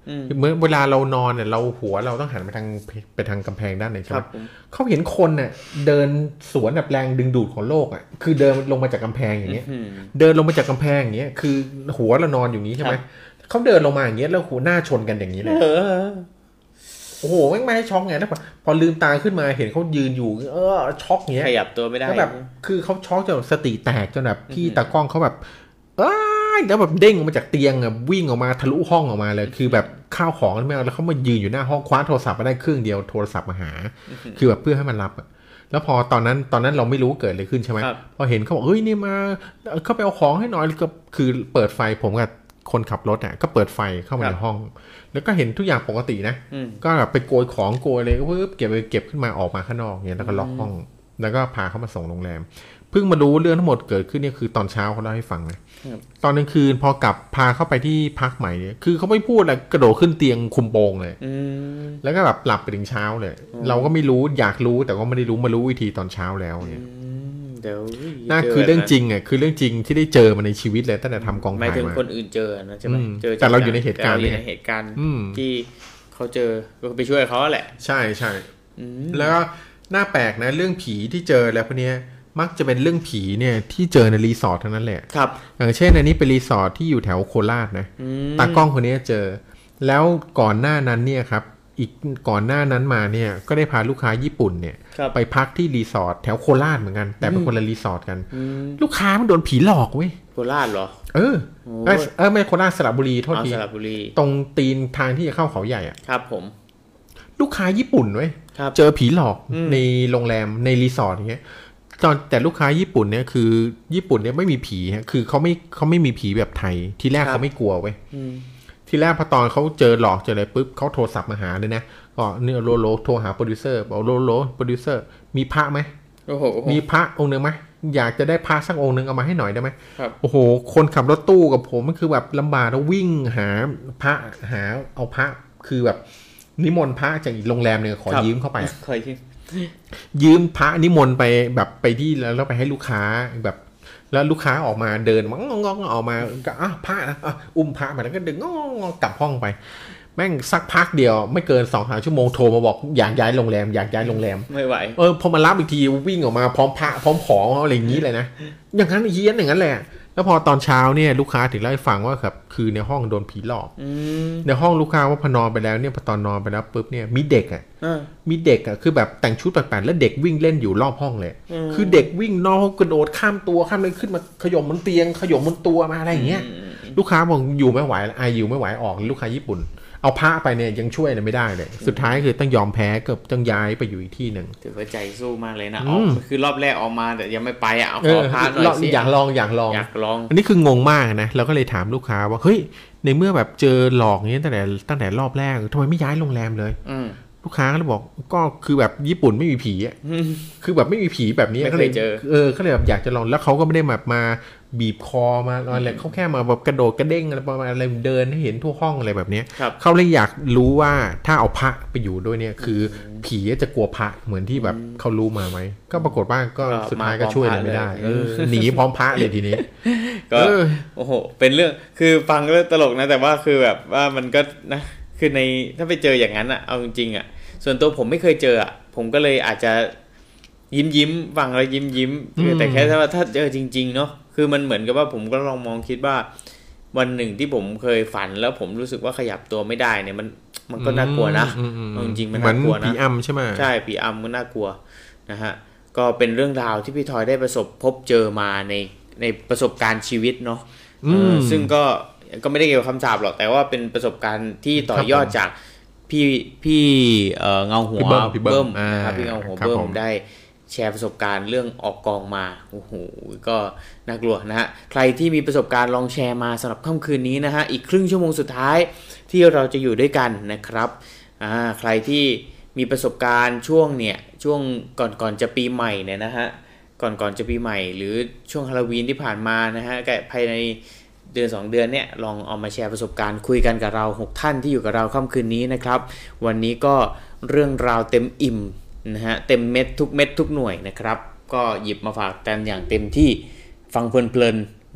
เมื่อเวลาเรานอนเนี่ยเราหัวเราต้องหันไปทางไปทางกำแพงด้านไหนใช่ไหมเขาเห็นคนเนี่ยเดินสวนแบบแรงดึงดูดของโลกอ่ะคือเดินลงมาจากกำแพงอย่างเงี้ยเดินลงมาจากกำแพงอย่างเงี้ยคือหัวเรานอนอยู่นี้ใช่ไหมเขาเดินลงมาอย่างเงี้ยแล้วหัวหน้าชนกันอย่างนี้เลยโอ้โหไม่ไม่ให้ช็อกไงแล้วพอลืมตาขึ้นมาเห็นเขายืนอยู่เออช็อกเงี้ยขยับตัวไม่ได้แล้วแบบคือเขาช็อกจนสติแตกจนแบบพี่ตากล้องเขาแบบอ้ายแล้วแบบเด้งออกมาจากเตียงอ่ะวิ่งออกมาทะลุห้องออกมาเลยคือแบบข้าวของไม่เอาแล้วเขามายืนอยู่หน้าห้องคว้าโทรศัพท์มาได้เครื่องเดียวโทรศัพท์มาหาคือแบบเพื่อให้มันรับอ่ะแล้วพอตอนนั้นตอนนั้นเราไม่รู้เกิดอะไรขึ้นใช่ไหมพอเห็นเขาบอกเฮ้ยนี่มาเข้าไปเอาของให้หน่อยก็คือเปิดไฟผมกับคนขับรถอ่ะก็เปิดไฟเข้ามาในห้องแล้วก็เห็นทุกอย่างปกตินะก็แบบไปโกยของโกยเลยก็ปึ๊บเก็บไปเก็บขึ้นมาออกมาข้างนอกเนี่ยแล้วก็ล็อกห้องแล้วก็พาเขามาส่งโรงแรมเพิ่งมารู้เรื่องทั้งหมดเกิดขึ้นเนี่ยคือตอนเช้าเขาเล่าให้ฟังนะตอนกลางคืนพอกลับพาเข้าไปที่พักใหม่เนี่ยคือเขาไม่พูดอะไรกระโดดขึ้นเตียงคุมโปงเลยแล้วก็แบบหลับไปถึงเช้าเลยเราก็ไม่รู้อยากรู้แต่ก็ไม่ได้รู้มารู้วิธีตอนเช้าแล้วเนี่ยน่าคือเรื่องจริงอ่ะคือเรื่องจริงที่ได้เจอมาในชีวิตเลยตั้งแต่ทำกองถ่ายมาไม่ถึงคนอื่นเจอนะใช่ไหมเจอแต่เราอยู่ในเหตุการณ์ในเหตุการณ์ที่เขาเจอก็ไปช่วยเขาแหละใช่ใช่แล้วน่าแปลกนะเรื่องผีที่เจอแล้วพวกนี้มักจะเป็นเรื่องผีเนี่ยที่เจอในรีสอร์ททั้งนั้นแหละครับอย่างเช่นอันนี้เป็นรีสอร์ทที่อยู่แถวโคราชนะตากล้องคนนี้เจอแล้วก่อนหน้านั้นเนี่ยครับอีกก่อนหน้านั้นมาเนี่ยก็ได้พาลูกค้าญี่ปุ่นเนี่ยไปพักที่รีสอร์ทแถวโคราชเหมือนกันแต่เป็นคนละรีสอร์ทกันลูกค้ามันโดนผีหลอกเว้ยโคราชเหรอเออเออไม่โคราชสระบุรีโทษทีสระบุรีตรงตีนทางที่จะเข้าเขาใหญ่อ่ะครับผมลูกค้าญี่ปุ่นเว้ยเจอผีหลอกในโรงแรมในรีสอร์ทอย่างเงี้ยตอนแต่ลูกค้าญี่ปุ่นเนี่ยคือญี่ปุ่นเนี่ยไม่มีผีฮะคือเขาไม่เขาไม่มีผีแบบไทยทีแรกเขาไม่กลัวเว้ยทีแรกพอตอนเขาเจอหลอกเจออะไรปุ๊บเขาโทรศัพท์มาหาเลยนะก็เนี่ยโลโลโทรหาโปรดิวเซอร์บอกโลโลโปรดิวเซอร์มีพระไหมโอ้โหมีพระองค์หนึ่งไหมอยากจะได้พระสักองค์หนึ่งเอามาให้หน่อยได้ไหมโอ้โหคนขับรถตู้กับผมมันคือแบบลำบากแล้ววิ่งหาพระหาเอาพระคือแบบนิมนต์พระจากอีกโรงแรมเนี่ยขอยืมเข้าไปเคยยืมพระนิมนต์ไปแบบไปที่แล้วแล้วไปให้ลูกค้าแบบแล้วลูกค้าออกมาเดินงงงออกมาก็อ่ะพระนะอุ้มพระมาแล้วก็ดึงงงกลับห้องไปแม่งสักพักเดียวไม่เกินสองสามชั่วโมงโทรมาบอกอยากย้ายโรงแรมอยากย้ายโรงแรมไม่ไหวเออพอมารับอีกทีวิ่งออกมาพร้อมพระพร้อมของอะไรอย่างนี้เลยนะอย่างนั้นเฮี้ยนอย่างนั้นแหละแล้วพอตอนเช้าเนี่ยลูกค้าถึงเล่าให้ฟังว่าครับคือในห้องโดนผีหลอกในห้องลูกค้าว่าพอนอนไปแล้วเนี่ยพอตอนนอนไปแล้วปุ๊บเนี่ยมีเด็กอ่ะมีเด็กอ่ะคือแบบแต่งชุดแปลกๆแล้วเด็กวิ่งเล่นอยู่รอบห้องเลยคือเด็กวิ่งนอกกระโดดข้ามตัวข้ามเลยขึ้นมาขย่มบนเตียงขย่มบนตัวมาอะไรอย่างเงี้ยลูกค้าบอกอยู่ไม่ไหวไออยู่ไม่ไหวออกลูกค้าญี่ปุ่นเอาพระไปเนี่ยยังช่วยอะไรไม่ได้เลยสุดท้ายคือต้องยอมแพ้เกือบต้องย้ายไปอยู่อีกที่หนึ่งถือว่าใจสู้มากเลยนะออกคือรอบแรกออกมาแต่ยังไม่ไปอ่ะเอาขอพระหน่อยสิอยากลองอยากลองอยากลองอันนี้คืองงมากนะเราก็เลยถามลูกค้าว่าเฮ้ยในเมื่อแบบเจอหลอกอย่างนี้ตั้งแต่ตั้งแต่รอบแรกทำไมไม่ย้ายโรงแรมเลยลูกค้าก็เลยบอกก็คือแบบญี่ปุ่นไม่มีผีอ่ะคือแบบไม่มีผีแบบนี้ก็เลยเจอเออเขาเลยแบบอยากจะลองแล้วเขาก็ไม่ได้แบบมาบีบคอมาอะไรเขาแค่มาแบบกระโดดกระเด้งอะไรประมาณอะไรเดินให้เห็นทั่วห้องอะไรแบบนี้เขาเลยอยากรู้ว่าถ้าเอาพระไปอยู่ด้วยเนี่ยคือผีจะกลัวพระเหมือนที่แบบเขารู้มาไหมก็ปรากฏว่าก็สุดท้ายก็ช่วยอะไรไม่ได้เออหนีพร้อมพระเลยทีนี้ก็โอ้โหเป็นเรื่องคือฟังเรื่องตลกนะแต่ว่าคือแบบว่ามันก็นะคือในถ้าไปเจออย่างนั้นอ่ะเอาจริงๆอ่ะส่วนตัวผมไม่เคยเจออ่ะผมก็เลยอาจจะยิ้มยิ้มฟังแล้วยิ้มยิ้มแต่แค่ถ้าถ้าเจอจริงๆเนาะคือมันเหมือนกับว่าผมก็ลองมองคิดว่าวันหนึ่งที่ผมเคยฝันแล้วผมรู้สึกว่าขยับตัวไม่ได้เนี่ยมันมันก็น่ากลัวนะจริงๆมันน่ากลัวนะผีอำใช่ไหมใช่ผีอำก็น่ากลัวนะฮะก็เป็นเรื่องราวที่พี่ทอยได้ประสบพบเจอมาในในประสบการณ์ชีวิตเนาะซึ่งก็ก็ไม่ได้เกี่ยวกับคำสาปหรอกแต่ว่าเป็นประสบการณ์ที่ต่อยอดจากพี่พี่เอ่อเงาหัวเบิ้มนะครับพี่เงาหัวเบิ้มได้แชร์ประสบการณ์เรื่องออกกองมาโอ้โหก็น่ากลัวนะฮะใครที่มีประสบการณ์ลองแชร์มาสำหรับค่ำคืนนี้นะฮะอีกครึ่งชั่วโมงสุดท้ายที่เราจะอยู่ด้วยกันนะครับอ่าใครที่มีประสบการณ์ช่วงเนี่ยช่วงก่อนก่อนจะปีใหม่เนี่ยนะฮะก่อนก่อนจะปีใหม่หรือช่วงฮาโลวีนที่ผ่านมานะฮะใกล้ภายในเดือนสองเดือนเนี่ยลองเอามาแชร์ประสบการณ์คุยกันกับเราหกท่านที่อยู่กับเราค่ำคืนนี้นะครับวันนี้ก็เรื่องราวเต็มอิ่มนะฮะเต็มเม็ดทุกเม็ดทุกหน่วยนะครับก็หยิบมาฝากกันอย่างเต็มที่ฟังเพลินๆ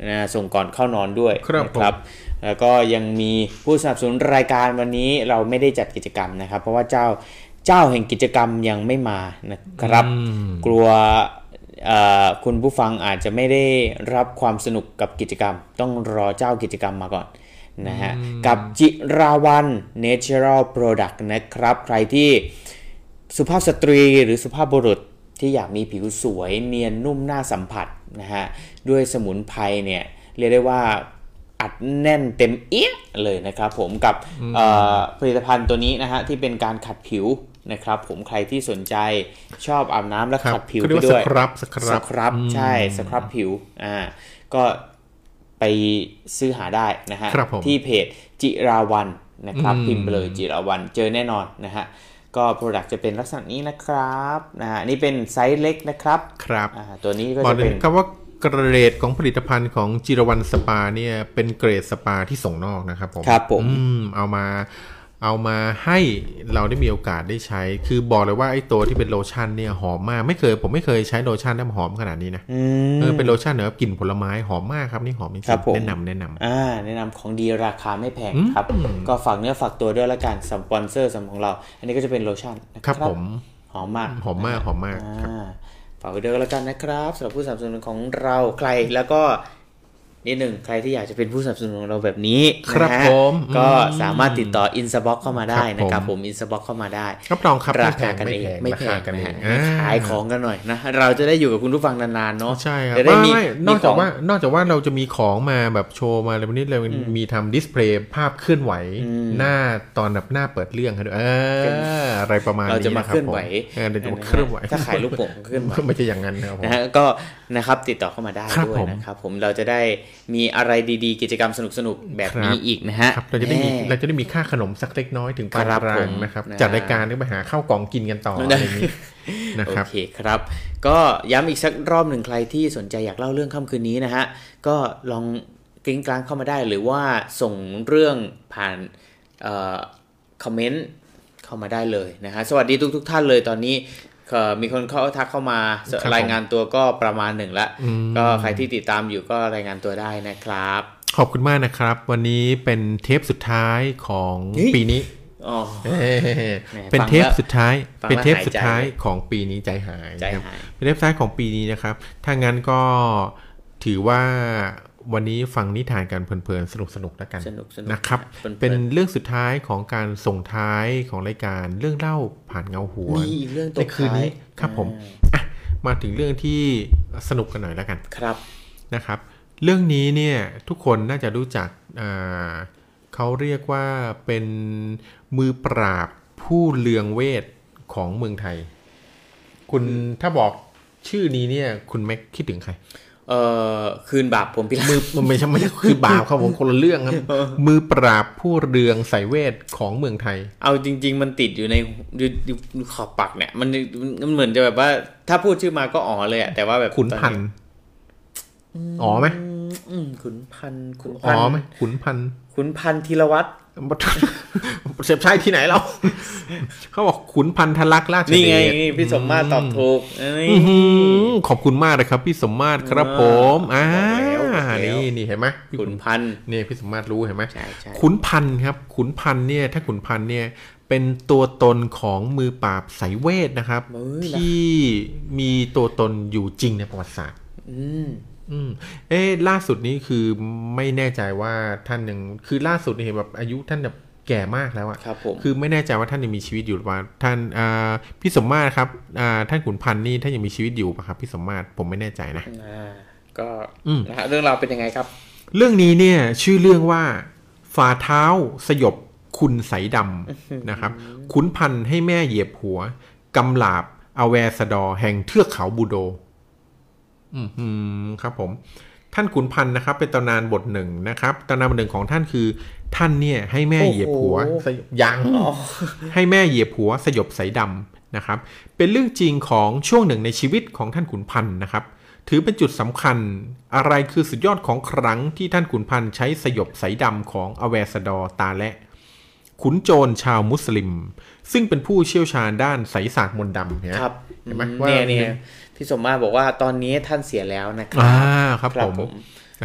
นะส่งก่อนเข้านอนด้วยครับนะครับแล้วก็ยังมีผู้สนับสนุนรายการวันนี้เราไม่ได้จัดกิจกรรมนะครับเพราะว่าเจ้าเจ้าแห่งกิจกรรมยังไม่มานะครับกลัวคุณผู้ฟังอาจจะไม่ได้รับความสนุกกับกิจกรรมต้องรอเจ้ากิจกรรมมาก่อนนะฮะกับจิราวัล Natural Product นะครับใครที่สุภาพสตรีหรือสุภาพบุรุษที่อยากมีผิวสวยเนียนนุ่มน่าสัมผัสนะฮะด้วยสมุนไพรเนี่ยเรียกได้ว่าอัดแน่นเต็มเอี้ยเลยนะครับผมกับผลิตภัณฑ์ตัวนี้นะฮะที่เป็นการขัดผิวนะครับผมใครที่สนใจชอบอาบน้ำและขัดผิวไปด้วยสครับสครับสครับใช่สครับผิวอ่าก็ไปซื้อหาได้นะฮะที่เพจจิราวัลนะครับพิมพ์ไปเลยจิราวัลเจอแน่นอนนะฮะก็โปรดักต์จะเป็นลักษณะนี้นะครับนะฮะนี่เป็นไซส์เล็กนะครับครับอ่าตัวนี้ก็จะเป็นคำว่าเกรดของผลิตภัณฑ์ของจิราวัลสปาเนี่ยเป็นเกรดสปาที่ส่งนอกนะครับผมครับผมเอามาเอามาให้เราได้มีโอกาสได้ใช้คือบอกเลยว่าไอ้ตัวที่เป็นโลชั่นเนี่ยหอมมากไม่เคยผมไม่เคยใช้โลชั่นน้ำหอมขนาดนี้นะเออเป็นโลชั่นเนอะกลิ่นผลไม้หอมมากครับนี่หอมจริงๆแนะนำแนะนำอ่าแนะนำของดีราคาไม่แพงครับก็ฝากเนื้อฝากตัวด้วยละกันสปอนเซอร์สำหรับของเราอันนี้ก็จะเป็นโลชั่นนะครับผมหอมมากหอมมากหอมมากฝากไว้ด้วยละกันนะครับสำหรับผู้สนับสนุนของเราใครแล้วก็นิดหนึ่งใครที่อยากจะเป็นผู้สนับสนุนของเราแบบนี้ครับผมก็สามารถติดต่อ Inbox เข้ามาได้นะครับผม Inbox เข้ามาได้รับรองครับราคากันเองไม่แพงกันเองขายของกันหน่อยนะเราจะได้อยู่กับคุณผู้ฟังนานๆเนาะใช่ครับไม่นอกจากว่านอกจากว่าเราจะมีของมาแบบโชว์มาอะไรแบบนี้เรามีทำดิสเพลย์ภาพเคลื่อนไหวหน้าตอนแบบหน้าเปิดเรื่องให้ด้วยอะไรประมาณนี้เราจะมาเคลื่อนไหวเราจะมาเคลื่อนไหวถ้าขายลูกโป่งเคลื่อนไหวไม่ใช่อย่างนั้นนะครับนะฮะก็นะครับติดต่อเข้ามาได้ด้วยนะครับผมเราจะได้มีอะไรดีๆกิจกรรมสนุกๆแบบนี้อีกนะฮะเราจะได้มีเราจะได้มีค่าขนมสักเล็กน้อยถึงปานกลางนะครับจัดรายการนี้ไปหาข้าวกล่องกินกันต่ออะไรอย่างนี้นะครับโอเคครับก็ย้ำอีกสักรอบหนึ่งใครที่สนใจอยากเล่าเรื่องค่ำคืนนี้นะฮะก็ลองกริ้งกลางเข้ามาได้หรือว่าส่งเรื่องผ่านคอมเมนต์เข้ามาได้เลยนะฮะสวัสดีทุกๆท่านเลยตอนนี้มีคนเข้าทักเข้ามารายงานตัวก็ประมาณหนึ่งละก็ใครที่ติดตามอยู่ก็รายงานตัวได้นะครับขอบคุณมากนะครับวันนี้เป็นเทปสุดท้ายของปีนี้เป็นเทปสุดท้ายเป็นเทปสุดท้ายของปีนี้ใจหายเป็นเทปสุดท้ายของปีนี้นะครับถ้างั้นก็ถือว่าวันนี้ฟังนิทานกันเพลินๆสนุกๆแล้วกันนะครับเป็นเรื่องสุดท้ายของการส่งท้ายของรายการเรื่องเล่าผ่านเงาหัวในคืนนี้ครับผมมาถึงเรื่องที่สนุกกันหน่อยแล้วกันครับนะครับเรื่องนี้เนี่ยทุกคนน่าจะรู้จักเขาเรียกว่าเป็นมือปราบผู้เลืองเวทของเมืองไทยคุณถ้าบอกชื่อนี้เนี่ยคุณแม็กคิดถึงใครเอ่อคืนบาปผมพิราบมือมันไม่ใช่ไม่ใช่คือบาปครับผมคนละเรื่องครับมือปราบผู้เรืองสายเวทของเมืองไทยเอาจริงๆมันติดอยู่ในขอบปากเนี่ยมันมันเหมือนจะแบบว่าถ้าพูดชื่อมาก็อ๋อเลยอะแต่ว่าแบบขุนพันธุ์อ๋อไหมขุนพันธุ์ขุนพันธุ์อ๋อไหมขุนพันธุ์ขุนพันธุ์ธีรวัตรเสียบใช่ที่ไหนเราเขาบอกขุนพันธลักษณ์ราชเดชนี่ไงพี่สมมาตรตอบถูกขอบคุณมากเลยครับพี่สมมาตรครับผมอ่านี่นี่เห็นไหมขุนพันธุ์นี่พี่สมมาตรรู้เห็นไหมขุนพันธุ์ครับขุนพันธุ์เนี่ยถ้าขุนพันธุ์เนี่ยเป็นตัวตนของมือปราบสายเวทนะครับที่มีตัวตนอยู่จริงในประวัติศาสตร์อืมเอ๊ะล่าสุดนี้คือไม่แน่ใจว่าท่านยังคือล่าสุดนี่เห็นแบบอายุท่านแบบแก่มากแล้วอะครับผมคือไม่แน่ใจว่าท่านยังมีชีวิตอยู่หรือเปล่าท่านอ่าพี่สมมาตรครับอ่าท่านขุนพันธ์นี่ท่านยังมีชีวิตอยู่ป่ะครับพี่สมมาตรผมไม่แน่ใจนะอ่าก็นะฮะเรื่องราวเป็นยังไงครับเรื่องนี้เนี่ยชื่อเรื่องว่าฝ่าเท้าสยบคุณใสดำนะครับขุนพันธ์ให้แม่เหยียบหัวกำหลาบอแวสดอแห่งเทือกเขาบูโดอืมครับผมท่านขุนพันธ์นะครับเป็นตำนานบทหนึ่งนะครับตำนานบทหนึ่งของท่านคือท่านเนี่ยให้แม่เหยียบหัวยังให้แม่เหยียบหัวสยบสายดำนะครับเป็นเรื่องจริงของช่วงหนึ่งในชีวิตของท่านขุนพันธ์นะครับถือเป็นจุดสำคัญอะไรคือสุดยอดของครั้งที่ท่านขุนพันธ์ใช้สยบสายดำของอแวสดอตาและขุนโจรชาวมุสลิมซึ่งเป็นผู้เชี่ยวชาญด้านไสยศาสตร์มนต์ดำเนี่ยเห็นไหมว่าเนี่ยพี่สมมาบอกว่าตอนนี้ท่านเสียแล้วนะครับอ่าครับผมนะครับ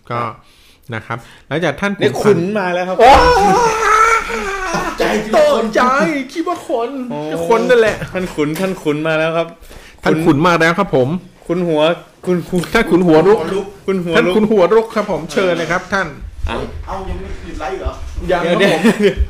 ก็นะครับหลังจากท่านขุนมาแล้วครับใจตกใจคิดว่าคนคนนั่นแหละท่านขุนท่านขุนมาแล้วครับท่านขุนมาแล้วครับผมคุณหัวคุณท่านขุนหัวรุกคุณหัวท่านขุนหัวรุกครับผมเชิญเลยครับท่านเอายังไม่หยุดไลฟ์เหรอยังครับ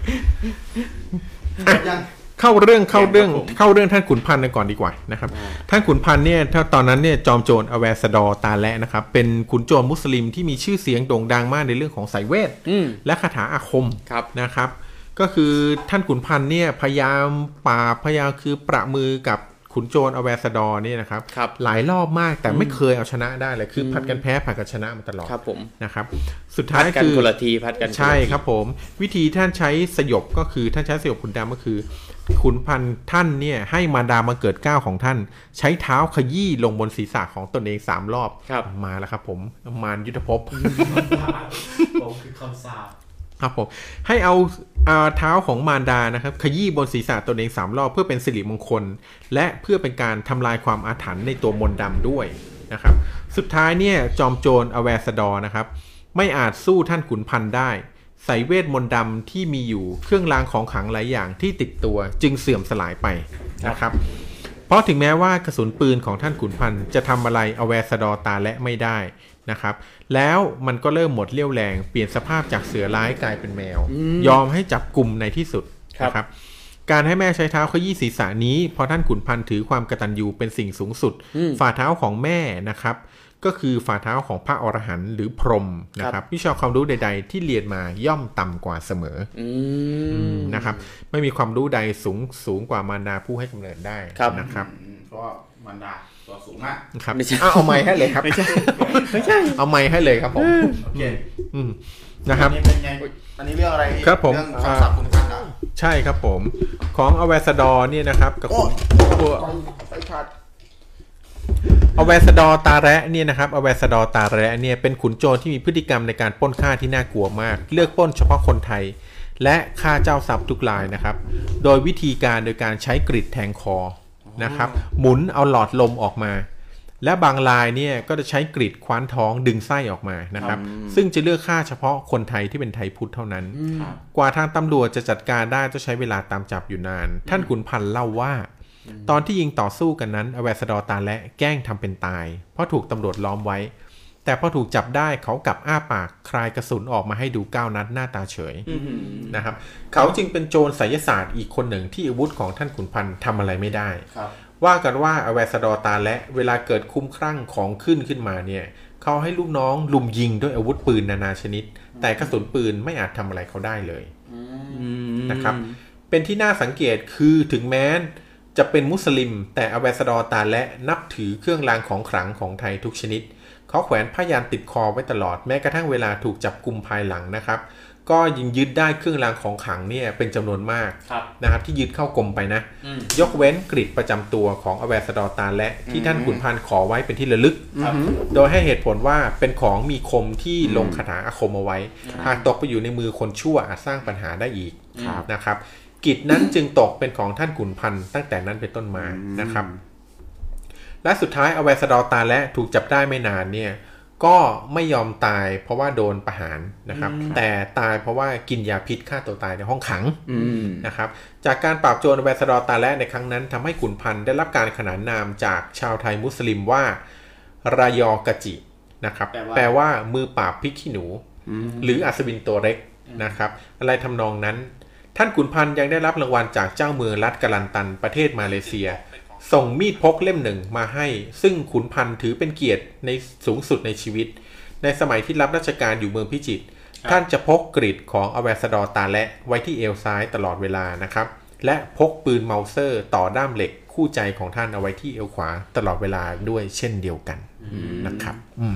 ผมเข้าเรื่องเข้าเรื่องเข้าเรื่องท่านขุนพันธ์กันก่อนดีกว่านะครับท่านขุนพันธ์เนี่ยถ้าตอนนั้นเนี่ยจอมโจรอเวสดอตาและนะครับเป็นขุนโจรมุสลิมที่มีชื่อเสียงโด่งดังมากในเรื่องของสายเวทและคาถาอาคมนะครับก็คือท่านขุนพันธ์เนี่ยพยายามปราบพยายามคือประมือกับขุนโจรอเวสดอเนี่ยนะครับหลายรอบมากแต่ไม่เคยเอาชนะได้เลยคือผัดกันแพ้ผัดกันชนะมาตลอดนะครับสุดท้ายคือคนละทีผัดกันใช่ครับผมวิธีท่านใช้สยบก็คือท่านใช้สยบขุนดำก็คือขุนพันธ์ท่านเนี่ยให้มารดามาเกิดเก้าของท่านใช้เท้าขยี้ลงบนศีรษะของตนเองสามรอบมาแล้วครับผมมารยุทธภพผมคือคำสาปครับผมให้เอาเท้าของมารดานะครับขยี้บนศีรษะตนเองสามรอบเพื่อเป็นสิริมงคลและเพื่อเป็นการทำลายความอาถรรพ์ในตัวมนต์ดำด้วยนะครับสุดท้ายเนี่ยจอมโจรอเวสดอนะครับไม่อาจสู้ท่านขุนพันธ์ได้สายเวทมนต์ดำที่มีอยู่เครื่องรางของขลังหลายอย่างที่ติดตัวจึงเสื่อมสลายไปนะครับเพราะถึงแม้ว่ากระสุนปืนของท่านขุนพันธ์จะทำอะไรอเวสดอตาและไม่ได้นะครับแล้วมันก็เริ่มหมดเรี่ยวแรงเปลี่ยนสภาพจากเสือร้ายกลายเป็นแมวยอมให้จับกลุ่มในที่สุดนะครับการให้แม่ใช้เท้าขยี้ศีรษะนี้เพราะท่านขุนพันธ์ถือความกตัญญูเป็นสิ่งสูงสุดฝ่าเท้าของแม่นะครับก็คือฝ่าเท้าของพระอรหันต์หรือพรหมนะครับวิชาความรู้ใดๆที่เรียนมาย่อมต่ำกว่าเสมอนะครับไม่มีความรู้ใดสูงสูงกว่ามารดาผู้ให้กำเนิดได้นะครับเพราะมารดาตัวสูงมากครับเอาไม้ให้เลยครับไม่ใช่ไม่ใช่เอาไม้ให้เลยครับผมโอเคนะครับอันนี้เป็นไงอันนี้เรื่องอะไรครับผมเรื่องคำศัพท์คุณพันธ์ใช่ครับผมของอเวสดอเนี่ยนะครับกับคุณไปขาดอเวสดอตาแระเนี่ยนะครับอเวสดอตาแระเนี่ยเป็นขุนโจรที่มีพฤติกรรมในการปล้นฆ่าที่น่ากลัวมากเลือกปล้นเฉพาะคนไทยและฆ่าเจ้าทรัพย์ทุกรายนะครับโดยวิธีการโดยการใช้กรีดแทงคอนะครับหมุนเอาหลอดลมออกมาและบางรายเนี่ยก็จะใช้กรีดคว้านท้องดึงไส้ออกมานะครับซึ่งจะเลือกฆ่าเฉพาะคนไทยที่เป็นไทยพุทธเท่านั้นกว่าทางตำรวจจะจัดการได้ต้องใช้เวลาตามจับอยู่นานท่านขุนพันธ์เล่าว่าตอนที่ยิงต่อสู้กันนั้นอเวสดอตาและแกล้งทำเป็นตายเพราะถูกตำรวจล้อมไว้แต่พอถูกจับได้เขากลับอ้าปากคลายกระสุนออกมาให้ดูเก้านัดหน้าตาเฉยนะครับเขาจึงเป็นโจรไสยศาสตร์อีกคนหนึ่งที่อาวุธของท่านขุนพันธ์ทำอะไรไม่ได้ว่ากันว่าอเวสดอตาและเวลาเกิดคุ้มคลั่งของขึ้นขึ้นมาเนี่ยเขาให้ลูกน้องลุมยิงด้วยอาวุธปืนนานาชนิดแต่กระสุนปืนไม่อาจทำอะไรเขาได้เลยนะครับเป็นที่น่าสังเกตคือถึงแม้จะเป็นมุสลิมแต่อเวสดอตาและนับถือเครื่องรางของขลังของไทยทุกชนิดเขาแขวนผ้ายันติดคอไว้ตลอดแม้กระทั่งเวลาถูกจับกุมภายหลังนะครับก็ยิงยึดได้เครื่องรางของขลังเนี่ยเป็นจำนวนมากนะครับที่ยึดเข้ากรมไปนะยกเว้นกริดประจำตัวของอเวสดอตาและที่ท่านขุนพันธ์ขอไว้เป็นที่ระลึกโดยให้เหตุผลว่าเป็นของมีคมที่ลงคาถาอาคมเอาไว้หากตกไปอยู่ในมือคนชั่วอาจสร้างปัญหาได้อีกนะครับกิจนั้นจึงตกเป็นของท่านขุนพันธ์ตั้งแต่นั้นเป็นต้นมานะครับและสุดท้ายอเวสดอตาและถูกจับได้ไม่นานเนี่ยก็ไม่ยอมตายเพราะว่าโดนประหารนะครับแต่ตายเพราะว่ากินยาพิษฆ่าตัวตายในห้องขังนะครับจากการปราบโจรอเวสดอตาและในครั้งนั้นทำให้ขุนพันธ์ได้รับการขนานนามจากชาวไทยมุสลิมว่ารายอกจินะครับแปลว่ามือปราบพริกขี้หนูหรืออัศวินตัวเล็กนะครับอะไรทำนองนั้นท่านขุนพันธ์ยังได้รับรางวัลจากเจ้าเมืองรัฐกาลันตันประเทศมาเลเซียส่งมีดพกเล่มหนึ่งมาให้ซึ่งขุนพันธ์ถือเป็นเกียรติในสูงสุดในชีวิตในสมัยที่รับราชการอยู่เมืองพิจิตรท่านจะพกกรีดของอเวสดอตาและไว้ที่เอวซ้ายตลอดเวลานะครับและพกปืนเมาเซอร์ต่อด้ามเหล็กคู่ใจของท่านเอาไว้ที่เอวขวาตลอดเวลาด้วยเช่นเดียวกันนะครับ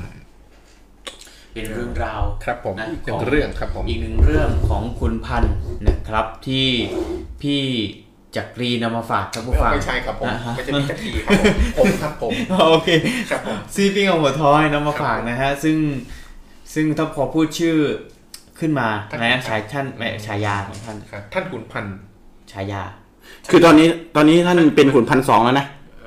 เป็นเรื่องราวครับผมอีกหนึ่งเรื่องครับผมอีกหนึ่งเรื่องของขุนพันธ์นะครับที่พี่จักรีนำมาฝากท่านผู้ฟังไม่ใช่ครับผมไม่ใช่พี่จักรีครับผมครับผมโอเคครับผมซีปิ้งเอาหัวท้อยนำมาฝากนะฮะซึ่งซึ่งถ้าพอพูดชื่อขึ้นมานะฉายท่านแม่ฉายาของท่านท่านขุนพันธ์ฉายาคือตอนนี้ตอนนี้ท่านเป็นขุนพันธ์สองแล้วนะ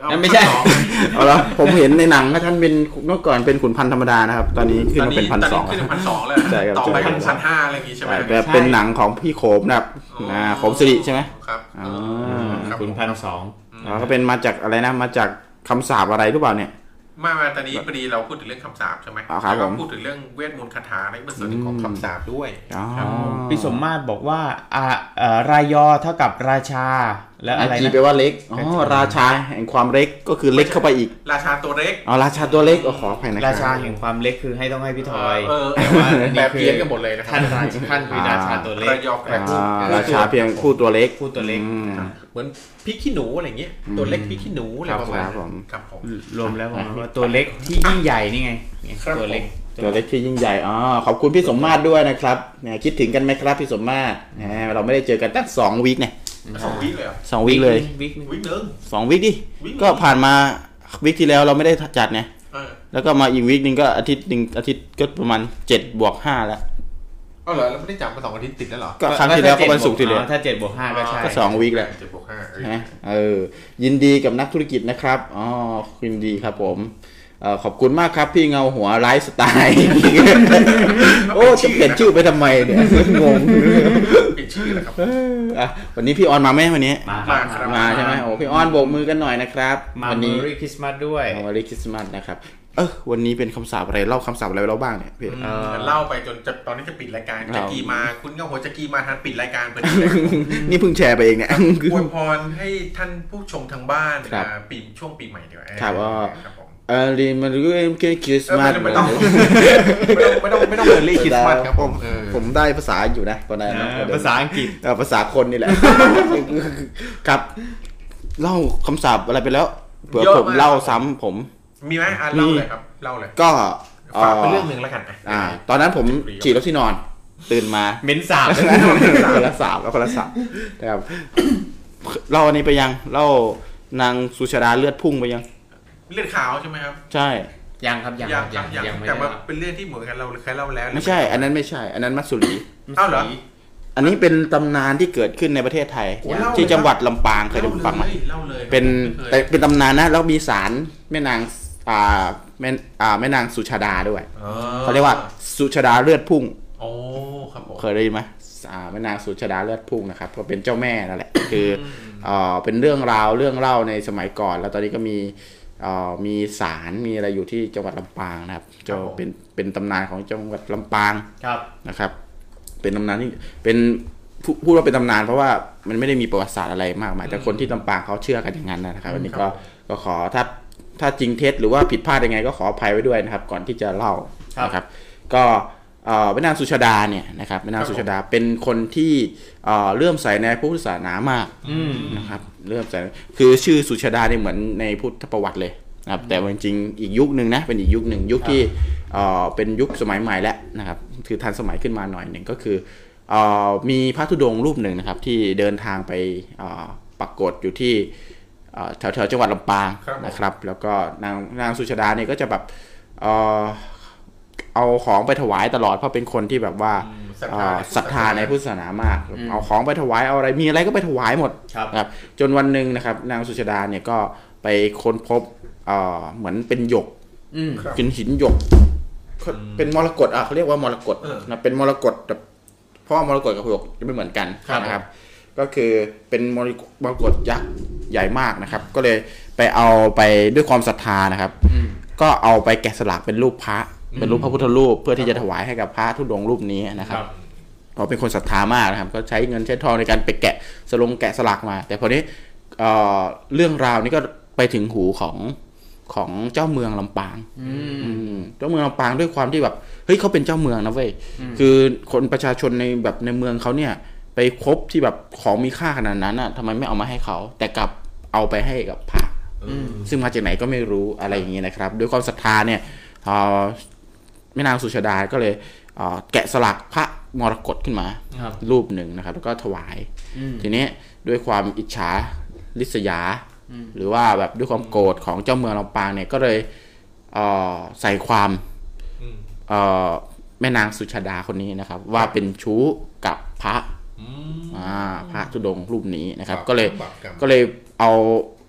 นั่นไม่ใช่เอาละผมเห็นในหนังท่านเป็นเมื่อก่อนเป็นขุนพันธ์ธรรมดานะครับตอนนี้ขึ้นมาเป็นพันสองขึ้นเป็นพันสองเลยต่อไปเป็นพันห้าอะไรอย่างงี้ใช่ไหมแบบเป็นหนังของพี่โขมนะครับอ่าโขมสิริใช่ไหมครับอ๋อขุนพันสองอ๋อก็เป็นมาจากอะไรนะมาจากคำสาปอะไรหรือเปล่าเนี่ยมามาตอนนี้พอดีเราพูดถึงเรื่องคำสาปใช่ไหมแล้วก็พูดถึงเรื่องเวทมนต์คาถาในเป็นส่วนหนึ่งของคำสาปด้วยพี่สมมาตรบอกว่าอ่ารายอเท่ากับราชาแล้วอะไรนะจีแปลว่าเล็กอ๋อราชาแห่งความเล็กก็คือเล็กเข้าไปอีกราชาตัวเล็กอ๋อราชาตัวเล็กขออภัยนะครับราชาแห่งความเล็กคือให้ต้องให้พี่ทอยแบบเพี้ยนกันหมดเลยนะครับท่านราชท่านคือราชาตัวเล็กราชาเพียงผู้ตัวเล็กผู้ตัวเล็กเหมือนพริกขี้หนูอะไรอย่างเงี้ยตัวเล็กพริกขี้หนูอะไรประมาณนั้นครับผมรวมแล้วผมว่าตัวเล็กที่ยิ่งใหญ่นี่ไงตัวเล็กตัวเล็กที่ยิ่งใหญ่อ๋อขอบคุณพี่สมมาตรด้วยนะครับเนี่ยคิดถึงกันไหมครับพี่สมมาตรเราไม่ได้เจอกันตั้งสองวีคเนี่ยสองวีคเลยสองวีคเลยวีคนึงวีคนึงสองวีคดิก็ผ่านมาวีคที่แล้วเราไม่ได้จัดไงแล้วก็มาอีกวีคนึงก็อาทิตย์นึงอาทิตย์ก็ประมาณเจ็ดบวกห้าแล้วอ๋อเหรอเราไม่ได้จับมาสองอาทิตย์ติดแล้วเหรอก็ครั้งที่แล้วก็วันศุกร์ที่แล้วถ้าเจ็ดบวกห้าก็ใช่ก็สองวีคแหละเจ็ดบวกห้าเออยินดีกับนักธุรกิจนะครับอ๋อยินดีครับผมขอบคุณมากครับพี่เงาหัวไลฟ์สไตล์โอ้จะเปลี่ยนชื่อไปทำไมเนี่ยงงเปลี่ยนชื่อนะครับอ่ะวันนี้พี่ออนมาไหมวันนี้มาครับมาใช่ไหมโอ้พี่ออนโบกมือกันหน่อยนะครับวันนี้ Merry Christmas ด้วย Merry Christmas นะครับเออวันนี้เป็นคำสาปอะไรเล่าคำสาปอะไรเล่าบ้างเนี่ยพี่เล่าไปจนจะตอนนี้จะปิดรายการจะกีมาคุณเงาหัวจะกีมาทันปิดรายการพอดีนี่เพิ่งแชร์ไปเองเนี่ยอวยพรให้ท่านผู้ชมทางบ้านปีช่วงปีใหม่ดีกว่าครับว่าเออรีมันก็เกี่ยวกับคริสต์มาสไม่ต้องไม่ต้องไม่ต้องเมอร์รี่คริสต์มาสครับผมผมได้ภาษาอยู่นะตอนนั้นภาษาอังกฤษภาษาคนนี่แหละครับเล่าคำสาปอะไรไปแล้วเผื่อผมเล่าซ้ำผมมีไหมอ่ะเล่าเลยครับเล่าเลยก็ฝากเป็นเรื่องหนึ่งแล้วกันอ่าตอนนั้นผมฉี่รถที่นอนตื่นมาเม้นสาบคนละสาบแล้วคนละสาบนะครับเล่าอันนี้ไปยังเล่านางสุชาดาเลือดพุ่งไปยังเลือดขาวใช่ไหมครับใช่ยังครับยังยังยังแต่ว่าเป็นเรื่องที่เหมือนกันเราเคยเล่าแล้วไม่ใช่อันนั้นไม่ใช่อันนั้นมัตสุรีอ้าวเหรออันนี้เป็นตำนานที่เกิดขึ้นในประเทศไทยที่จังหวัดลำปางเคยได้ฟังไหมเป็นแต่เป็นตำนานนะแล้วมีศาลแม่นางอ่าแม่อ่าแม่นางสุชาดาด้วยเขาเรียกว่าสุชาดาเลือดพุ่งโอ้ครับผมเคยได้ยินไหมอ่าแม่นางสุชาดาเลือดพุ่งนะครับก็เป็นเจ้าแม่นั่นแหละคืออ่าเป็นเรื่องราวเรื่องเล่าในสมัยก่อนแล้วตอนนี้ก็มีอ่ามีศาลมีอะไรอยู่ที่จังหวัดลำปางนะครับจะเป็นเป็นตำนานของจังหวัดลำปางนะครับเป็นตำนานที่เป็นพูดว่าเป็นตำนานเพราะว่ามันไม่ได้มีประวัติศาสตร์อะไรมากมายแต่คนที่ลำปางเขาเชื่อกันอย่างนั้นนะครับวันนี้ก็ก็ขอถ้าถ้าจริงเท็จหรือว่าผิดพลาดยังไงก็ขออภัยไว้ด้วยนะครับก่อนที่จะเล่านะครับก็แม่นางสุชาดาเนี่ยนะครับแม่นางสุชาดาเป็นคนที่เลื่อมใสในพระพุทธศาสนามากนะครับเลื่อมใสคือชื่อสุชาดาเนี่ยเหมือนในพุทธประวัติเลยนะครับแต่จริงๆอีกยุคนึงนะเป็นอีกยุคหนึ่งยุคที่เป็นยุคสมัยใหม่แล้วนะครับคือทันสมัยขึ้นมาหน่อยหนึ่งก็คือมีพระธุดงค์รูปหนึ่งนะครับที่เดินทางไปปรากฏอยู่ที่แถวแถวจังหวัดลำปางนะครับแล้วก็นางนางสุชาดาเนี่ยก็จะแบบเออเอาของไปถวายตลอดเพราะเป็นคนที่แบบว่าศรัทธาในพุทธศาสนามากเอาของไปถวายเอาอะไรมีอะไรก็ไปถวายหมดครับจนวันหนึ่งนะครับนางสุชาดาเนี่ยก็ไปค้นพบเหมือนเป็นหยกเป็นหินหยกเป็นมรกตอ่ะเขาเรียกว่ามรกตนะเป็นมรกตแบบเพราะมรกตกับหยกจะไม่เหมือนกันนะครับก็คือเป็นมรกตยักษ์ใหญ่มากนะครับก็เลยไปเอาไปด้วยความศรัทธานะครับก็เอาไปแกะสลักเป็นรูปพระเป็นรูปพระพุทธรูปเพื่อที่จะถวายให้กับพระธุดงค์รูปนี้นะครับเพราะเป็นคนศรัทธามากนะครับก็ใช้เงินใช้ทองในการไปแกะสลงแกะสลักมาแต่พอนี้เอ่อเรื่องราวนี้ก็ไปถึงหูของของเจ้าเมืองลำปางเจ้าเมืองลำปางด้วยความที่แบบเฮ้ยเขาเป็นเจ้าเมืองนะเว้ยคือคนประชาชนในแบบในเมืองเขาเนี่ยไปคบที่แบบของมีค่าขนาดนั้นอ่ะทำไมไม่เอามาให้เขาแต่กลับเอาไปให้กับพระซึ่งมาจากไหนก็ไม่รู้อะไรอย่างเงี้ยนะครับด้วยความศรัทธาเนี่ยแม่นางสุชาดาก็เลยแกะสลักพระมรกตขึ้นมารูปหนึ่งนะครับแล้วก็ถวายทีนี้ด้วยความอิจฉาริษยาหรือว่าแบบด้วยความโกรธของเจ้าเมืองลำปางเนี่ยก็เลยใส่ความแม่นางสุชาดาคนนี้นะครับว่าเป็นชู้กับพระพระธุดงค์รูปนี้นะครับก็เลยก็เลยเอา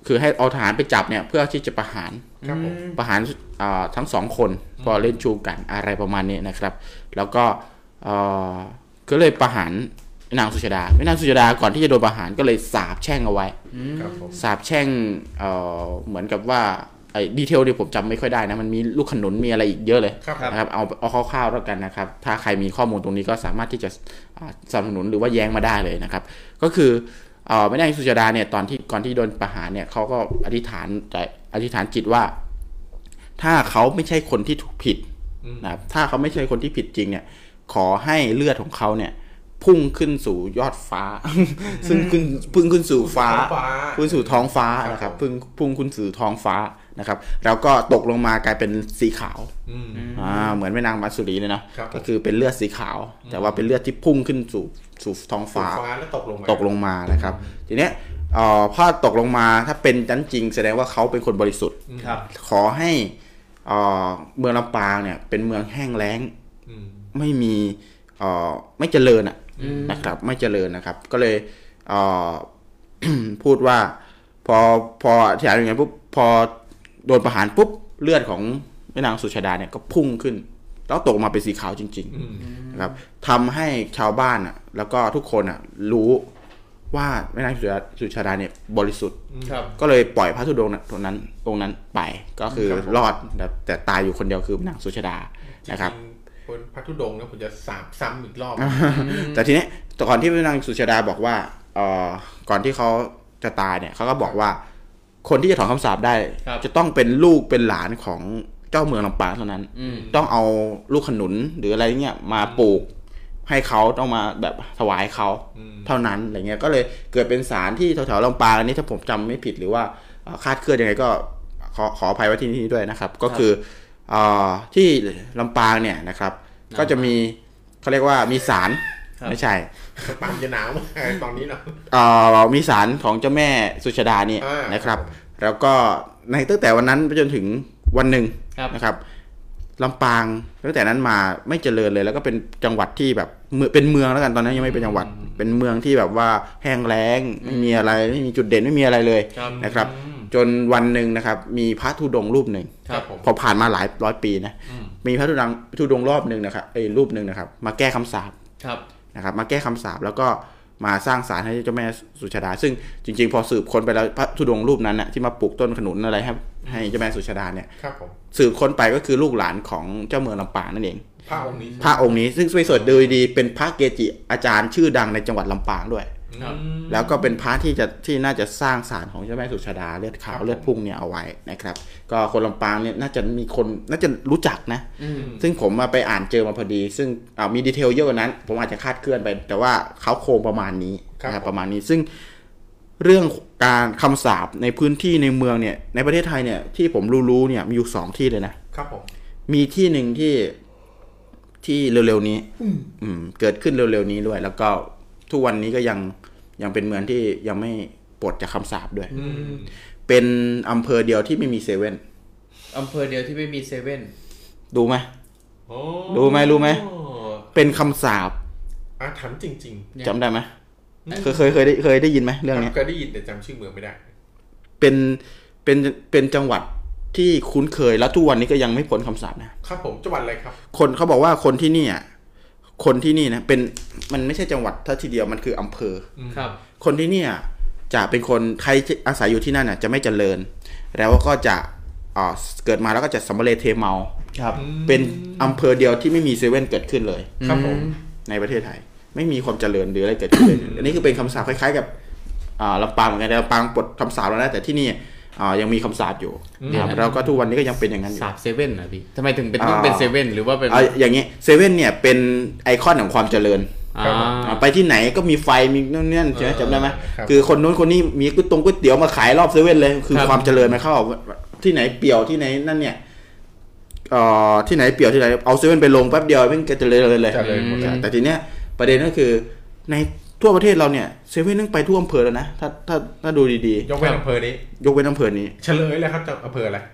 คือให้เอาทหารไปจับเนี่ยเพื่อที่จะประหารประหารทั้งสองคนพอเล่นชูกันอะไรประมาณนี้นะครับแล้วก็ก็เลยประหารนางสุชาดาแม่นางสุชาดาก่อนที่จะโดนประหารก็เลยสาปแช่งเอาไว้สาปแช่ง เ, เหมือนกับว่าไอ้ดีเทลเนี่ยผมจำไม่ค่อยได้นะมันมีลูกขนุนมีอะไรอีกเยอะเลยนะครับเอาเอาคร่าวๆแล้วกันนะครับถ้าใครมีข้อมูลตรงนี้ก็สามารถที่จะสนับสนุนหรือว่าแย้งมาได้เลยนะครับก็คือแม่นางสุชาดาเนี่ยตอนที่ก่อนที่โดนประหารเนี่ยเขาก็อธิษฐานใจอธิษฐานจิตว่าถ้าเขาไม่ใช่คนที่ถูกผิดนะครับถ้าเขาไม่ใช่คนที่ผิดจริงเนี่ยขอให้เลือดของเขาเนี่ยพุ่งขึ้นสู่ยอดฟ้าซึ่งขึ้นพุ่งขึ้นสู่ฟ้าพุ่งสู่ท้องฟ้านะครับพุ่งพุ่งขึ้นสู่ท้องฟ้านะครับแล้วก็ตกลงมากลายเป็นสีขาวอ่าเหมือนแม่นางมัตสุรีเลยนะก็คือเป็นเลือดสีขาวแต่ว่าเป็นเลือดที่พุ่งขึ้นสู่สู่ท้องฟ้าแล้วตกลงมาตกลงมานะครับทีเนี้ยเอ่อพอตกลงมาถ้าเป็นนั้นจริงแสดงว่าเขาเป็นคนบริสุทธิ์ขอให้เอ่อเมืองลำปางเนี่ยเป็นเมืองแห้งแล้งไม่มีเอ่อไม่เจริญอ่ะนะครับไม่เจริญนะครับก็เลยเอ่อ พูดว่าพอพอที่อ่านอย่างนี้ปุ๊บพอโดนประหารปุ๊บเลือดของแม่นางสุชาดาเนี่ยก็พุ่งขึ้นแล้วตกมาเป็นสีขาวจริงๆนะครับทำให้ชาวบ้านอ่ะแล้วก็ทุกคนอ่ะรู้ว่าแม่นางสุชาดาเนี่ยบริสุทธิ์ก็เลยปล่อยพระธุดงค์ตรงนั้นตรงนั้นไปก็คือรอดแต่ตายอยู่คนเดียวคือแม่นางสุชาดานะครับคนพระธุดงค์นะผมจะสาบซ้ำอีกรอบแต่ทีนี้ก่อนที่แม่นางสุชาดาบอกว่าเอ่อก่อนที่เขาจะตายเนี่ยเขาก็บอกว่าคนที่จะถอนคำสาปได้จะต้องเป็นลูกเป็นหลานของเจ้าเมืองลำปางเท่านั้นต้องเอาลูกขนุนหรืออะไรเงี้ยมาปลูกให้เขาต้องมาแบบถวายเขาเท่านั้นอะไรเงี้ยก็เลยเกิดเป็นศาลที่แถวๆลำปางอันนี้ถ้าผมจำไม่ผิดหรือว่าคาดเคลื่อนยังไงก็ขอขออภัยไว้ที่นี่ด้วยนะครับก็คือที่ลำปางเนี่ยนะครับก็จะมีเขาเรียกว่ามีศาลไม่ใช่ลำปางจะหนาวมากตอนนี้เนาะมีศาลของเจ้าแม่สุชาดานี่นะครับแล้วก็ในตั้งแต่วันนั้นไปจนถึงวันหนึ่งนะครับลำปางตั้งแต่นั้นมาไม่เจริญเลยแล้วก็เป็นจังหวัดที่แบบเป็นเมืองแล้วกันตอนนั้นยังไม่เป็นจังหวัดเป็นเมืองที่แบบว่าแห้งแล้งไม่มีอะไรไม่มีจุดเด่นไม่มีอะไรเลยนะครับจนวันหนึ่งนะครับมีพระธุดงค์รูปหนึ่งพอผ่านมาหลายร้อยปีนะมีพระธุดงค์ธุดงค์รอบหนึ่งนะครับไอ้รูปหนึ่งนะครับมาแก้คำสาปนะครับมาแก้คำสาปแล้วก็มาสร้างศาลให้เจ้าแม่สุชาดาซึ่งจริงๆพอสืบค้นไปแล้วพระธุดงค์รูปนั้นน่ะที่มาปลูกต้นขนุนอะไรครับให้เจ้าแม่สุชาดาเนี่ยสืบค้นไปก็คือลูกหลานของเจ้าเมืองลำปางนั่นเองพระองค์นี้พระองค์นี้ซึ่งไปสวดโดยดีเป็นพระเกจิอาจารย์ชื่อดังในจังหวัดลำปางด้วยแล้วก็เป็นพระที่จะที่น่าจะสร้างศาลของเจ้าแม่สุชาดาเลือดขาวเลือดพุ่งเนี่ยเอาไว้นะครับก็คนลำปางเนี่ยน่าจะมีคนน่าจะรู้จักนะซึ่งผมมาไปอ่านเจอมาพอดีซึ่งมีดีเทลเยอะกว่านั้นผมอาจจะคาดเคลื่อนไปแต่ว่าเขาโครงประมาณนี้นะครับประมาณนี้ซึ่งเรื่องการคำสาปในพื้นที่ในเมืองเนี่ยในประเทศไทยเนี่ยที่ผมรู้ๆเนี่ยมีอยู่สองที่เลยนะครับผมมีที่หนึ่งที่ที่เร็วๆนี้อืมเกิดขึ้นเร็วๆนี้ด้วยแล้วก็ทุกวันนี้ก็ยังยังเป็นเมืองที่ยังไม่ปลดจากคำสาปด้วยเป็นอำเภอเดียวที่ไม่มีเซเว่นอำเภอเดียวที่ไม่มีเซเว่นดูไหมรู้ไหมรู้ไหมเป็นคำสาปอาถรรพ์จริงๆจำได้ไหมเคยเคยเคยได้เคยได้ยินไหมเรื่องนี้เคยได้ยินแต่จำชื่อเมืองไม่ได้เป็นเป็นเป็นจังหวัดที่คุ้นเคยแล้วทุกวันนี้ก็ยังไม่พ้นคำสาปนะครับผมจังหวัดอะไรครับคนเขาบอกว่าคนที่นี่อ่ะคนที่นี่นะเป็นมันไม่ใช่จังหวัดท่าทีเดียวมันคืออำเภอครับคนที่นี่จะเป็นคนใครอาศัยอยู่ที่นั่นน่ะจะไม่เจริญแล้วก็จะเอ่อเกิดมาแล้วก็จะสัมเบเลเทเมาครับเป็นอำเภอเดียวที่ไม่มีเซเว่นเกิดขึ้นเลยครับผมในประเทศไทยไม่มีความเจริญหรืออะไรเกิดขึ้นเลยอันนี้คือเป็นคำสาปคล้ายๆกับอ่าลำปางเหมือนกันลำปางปลดคำสาปแล้วนะแต่ที่นี่อ่ายังมีคำสาปอยู่แล้วก็ทุกวันนี้ก็ยังเป็นอย่างนั้นอยู่สาปเซเว่นนะพี่ทำไมถึงเป็นต้องเป็นเซเว่นหรือว่าเป็นอย่างนี้เซเว่นเนี่ยเป็นไอคอนของความเจริญไปที่ไหนก็มีไฟมีนั่นนี่ใช่ไหมจำได้ไหมคือคนนู้นคนนี้มีก๋วยตงก๋วยเตี๋ยวมาขายรอบเซเว่นเลยคือความเจริญมันเข้าที่ไหนเปี่ยวที่ไหนนั่นเนี่ยเอ่อที่ไหนเปี่ยวที่ไหนเอาเซเว่นไปลงแป๊บเดียวเพิ่งจะเจริญเลยแต่ทีเนี้ยประเด็นก็คือในทั่วประเทศเราเนี่ยเซเว่นต้องไปทั่วอำเภอแล้วนะถ้าถ้าถ้าดูดีๆยกเว้นอำเภอนี้ยกเว้นอำเภอนี้เฉลยเลยครับจากอำเภออะไร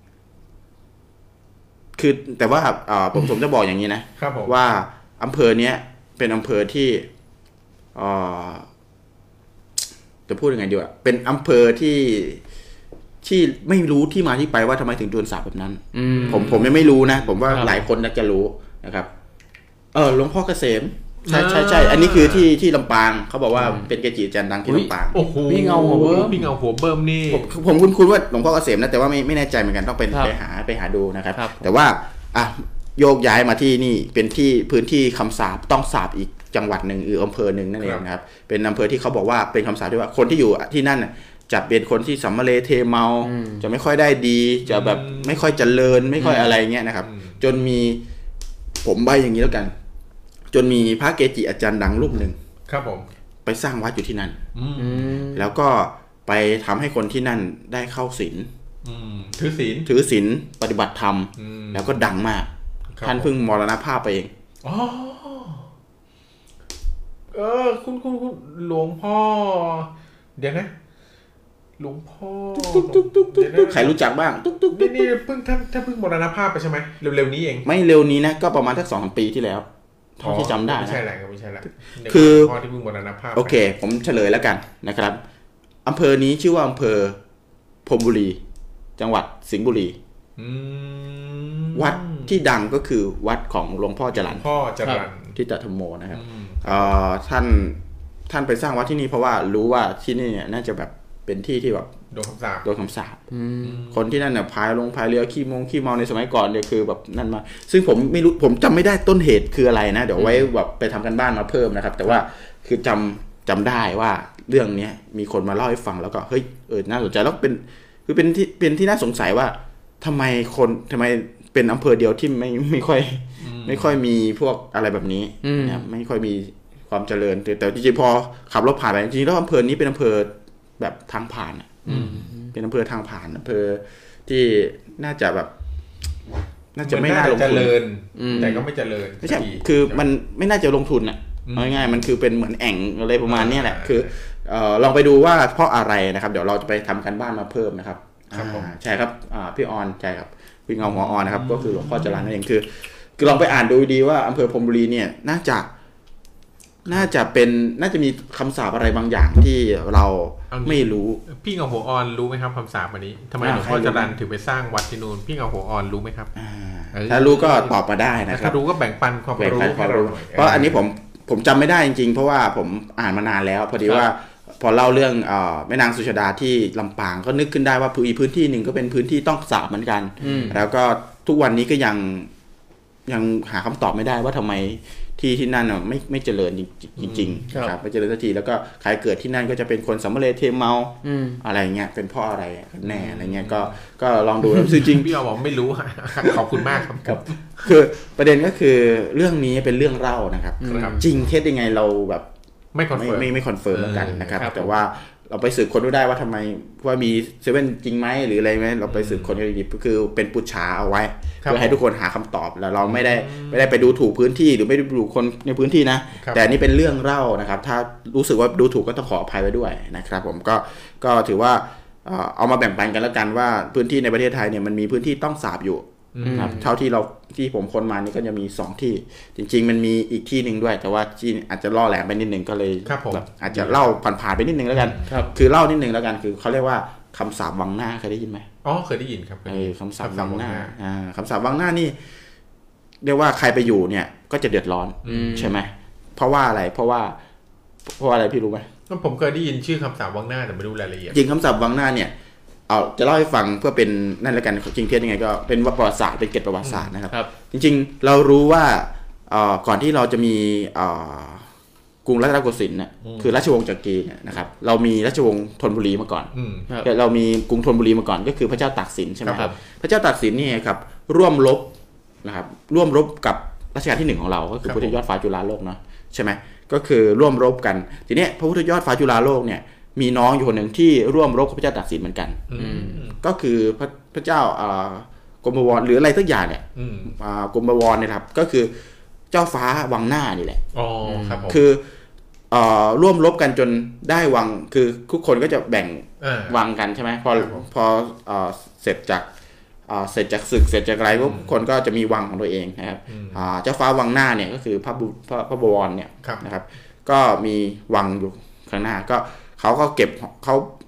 คือแต่ว่าอ่าผมผมจะบอกอย่างนี้นะว่าอำเภอเนี้ยเป็นอำเภอที่อ่าจะพูดยังไงดีวะเป็นอำเภอที่ที่ไม่รู้ที่มาที่ไปว่าทำไมถึงโดนสาปแบบนั้นผมผมยังไม่รู้นะผมว่าหลายคนน่าจะรู้นะครับเออหลวงพ่อเกษมใช่ใช่ใช่อันนี้คือที่ที่ลำปางเขาบอกว่าเป็นเกจิอาจารย์ดังที่ลำปางโอ้โหพี่เงาหัวเบิ้มพี่เงาหัวเบิ้มนี่ผมผมคุ้นๆว่าหลวงพ่อเกษมนะแต่ว่าไม่ไม่แน่ใจเหมือนกันต้องไปไปหาไปหาดูนะครับแต่ว่าอ่ะโยกย้ายมาที่นี่เป็นที่พื้นที่คำสาปต้องสาปอีกจังหวัดหนึ่งหรืออำเภอหนึ่งนั่นเองนะครับเป็นอำเภอที่เขาบอกว่าเป็นคำสาปที่ว่าคนที่อยู่ที่นั่นจะเป็นคนที่สัมมาเลเทเมาจะไม่ค่อยได้ดีจะแบบไม่ค่อยเจริญไม่ค่อยอะไรเงี้ยนะครับจนมีผมใบอย่างนี้แล้วกันจนมีพระเกจิอาจารย์ดังรูปหนึ่งครับผมไปสร้างวัดอยู่ที่นั่นแล้วก็ไปทำให้คนที่นั่นได้เข้าศีลถือศีลถือศีลปฏิบัติธรรมแล้วก็ดังมากท่านเพิ่งมรณภาพไปเองอ๋อเออคุณคุณคุณหลวงพ่อเดี๋ยวนะหลวงพ่อตุ๊กตุ๊กตุ๊กตุ๊กตุ๊กใครรู้จักบ้างตุ๊กตุ๊กนี่นี่เพิ่งท่านท่านเพิ่งมรณภาพไปใช่ไหมเร็วๆนี้เองไม่เร็วนี้นะก็ประมาณสักสองปีที่แล้วเท่าที่จำได้ไม่ใช่แหละไม่ใช่แหละคือพ่อที่เพิ่งมรณภาพโอเคผมเฉลยแล้วกันนะครับอำเภอนี้ชื่อว่าอำเภอพรหมบุรีจังหวัดสิงห์บุรีวัดที่ดังก็คือวัดของหลวงพ่อจรัญพ่อจรัญทิฏฐธรรมโมนะครับท่านท่านไปสร้างวัดที่นี่เพราะว่ารู้ว่าที่นี่เนี่ยน่าจะแบบเป็นที่ที่แบบโดนคำสาปโดนคำสาปคนที่นั่นเนี่ยพายลงพายเรือขี้มงขี้เมาในสมัยก่อนเนี่ยคือแบบนั่นมาซึ่งผมไม่รู้ผมจำไม่ได้ต้นเหตุคืออะไรนะเดี๋ยวไว้แบบไปทำกันบ้านมาเพิ่มนะครับแต่ว่าคือจำจำได้ว่าเรื่องนี้มีคนมาเล่าให้ฟังแล้วก็เฮ้ยเออน่าสนใจแล้วเป็นคือเป็นที่เป็นที่น่าสงสัยว่าทำไมคนทำไมเป็นอำเภอเดียวที่ไม่ไม่ค่อยไม่ค่อยมีพวกอะไรแบบนี้นะไม่ค่อยมีความเจริญแต่แต่จริงๆพอขับรถผ่านไปจริงๆแล้วอำเภอนี้เป็นอำเภอแบบทางผ่านอ่ะเป็นอำเภอทางผ่านอำเภอที่น่าจะแบบน่าจะไม่น่าลงทุนแต่ก็ไม่เจริญไม่ใช่คือมันไม่น่าจะลงทุนอ่ะง่ายๆมันคือเป็นเหมือนแอ่งอะไรประมาณนี้แหละคือเอ่อลองไปดูว่าเพราะอะไรนะครับเดี๋ยวเราจะไปทำกันบ้านมาเพิ่มนะครับใช่ครับพี่ออนใช่ครับพี่เงาหัวออนนะครับก็คือหลวงพ่อจรัญนั่นเองคือคือลองไปอ่านดูดีว่าอำเภอพรหมบุรีเนี่ยน่าจะน่าจะเป็นน่าจะมีคำสาปอะไรบางอย่างที่เราไม่รู้พี่เงาหัวออนรู้ไหมครับคำสาปอันนี้ทำไมหลวงพ่อจรัญถึงไปสร้างวัดที่นู่นพี่เงาหัวออนรู้ไหมครับถ้ารู้ก็ตอบมาได้นะครับถ้ารู้ก็แบ่งปันความรู้เพราะอันนี้ผมผมจำไม่ได้จริงๆเพราะว่าผมอ่านมานานแล้วพอดีว่าพอเล่าเรื่องแม่นางสุชาดาที่ลำปางก็นึกขึ้นได้ว่าพื้นพื้นที่หนึ่งก็เป็นพื้นที่ต้องสาปเหมือนกันแล้วก็ทุกวันนี้ก็ยังยังหาคำตอบไม่ได้ว่าทำไมที่ที่นั่นอ่ะไม่ไม่เจริญจริงๆครับไม่เจริญสักทีแล้วก็ใครเกิดที่นั่นก็จะเป็นคนสัมมาเลเทเมาอะไรเงี้ยเป็นเพราะอะไรแน่อะไรเงี้ยก็ก็ลองดูแล้วจริงพี่เอาบอกไม่รู้ขอบคุณมากครับคือประเด็นก็คือเรื่องนี้เป็นเรื่องเล่านะครับจริงเท็จยังไงเราแบบไม่คอนเฟิร์มไม่ไม่คอนเฟิร์มแล้วกันนะครับแต่ว่าเราไปสืบค้นดูได้ว่าทำไมว่ามีเซเว่นจริงไหมหรืออะไรไหมเราไปสืบค้นกันดีก็คือเป็นปุจฉาเอาไว้เพื่อให้ทุกคนหาคำตอบแล้วเราไม่ได้ไม่ได้ไปดูถูกพื้นที่หรือไม่ได้ดูคนในพื้นที่นะแต่นี่เป็นเรื่องเล่านะครับถ้ารู้สึกว่าดูถูกก็ต้องขออภัยไว้ด้วยนะครับผมก็ก็ถือว่าเอามาแบ่งปันกันแล้วกันว่าพื้นที่ในประเทศไทยเนี่ยมันมีพื้นที่ต้องสาปอยู่ครับเท่าที่เราที่ผมค้นมานี่ก็จะมีสองที่จริงๆมันมีอีกที่หนึ่งด้วยแต่ว่าที่อาจจะล่อแหลมไปนิดนึงก็เลยแบบอาจจะเล่าผ่านๆไปนิดนึงแล้วกันคือเล่านิดนึงแล้วกันคือเขาเรียกว่าคำสาปวังหน้าเคยได้ยินไหมอ๋อเคยได้ยินครับเออคำสาปวังหน้าอ่าคำสาปวังหน้านี่เรียกว่าใครไปอยู่เนี่ยก็จะเดือดร้อนใช่ไหมเพราะว่าอะไรเพราะว่าเพราะว่าอะไรพี่รู้ไหมผมเคยได้ยินชื่อคำสาปวังหน้าแต่ไม่รู้รายละเอียดจริงคำสาปวังหน้าเนี่ยเอาจะเล่าให้ฟังเพื่อเป็นนั่นแล้วกันจริงเท็จยังไงก็เป็นประวัติศาสตร์เป็นเกร็ดประวัติศาสตร์นะครับจริงๆเรารู้ว่าก่อนที่เราจะมีกรุงรัตนโกสินทร์เนี่ยคือราชวงศ์จักรีเนี่ยนะครับเรามีราชวงศ์ธนบุรีมาก่อนเรามีกรุงธนบุรีมาก่อนก็คือพระเจ้าตากสินใช่ไหมครับพระเจ้าตากสินนี่ครับร่วมรบนะครับร่วมรบกับรัชกาลที่หนึ่งของเราก็คือพระพุทธยอดฟ้าจุฬาโลกเนาะใช่ไหมก็คือร่วมรบกันทีนี้พระพุทธยอดฟ้าจุฬาโลกเนี่ยมีน้องอยู่คนหนึ่งที่ร่วมรบกับพระเจ้าตากสินเหมือนกันก็คือพระพระเจ้ากรมบวรหรืออะไรสักอย่างเนี่ยกรมบวรเนี่ยครับก็คือเจ้าฟ้าวังหน้านี่แหละอ๋อครับคือร่วมรบกันจนได้วังคือทุกคนก็จะแบ่งวังกันใช่ไหมพอพอเสร็จจากเสร็จจากศึกเสร็จจากอะไรพวกคนก็จะมีวังของตัวเองนะครับเจ้าฟ้าวังหน้าเนี่ยก็คือพระพระพระบวรเนี่ยนะครับก็มีวังอยู่ข้างหน้าก็เขาก็เก็บเขา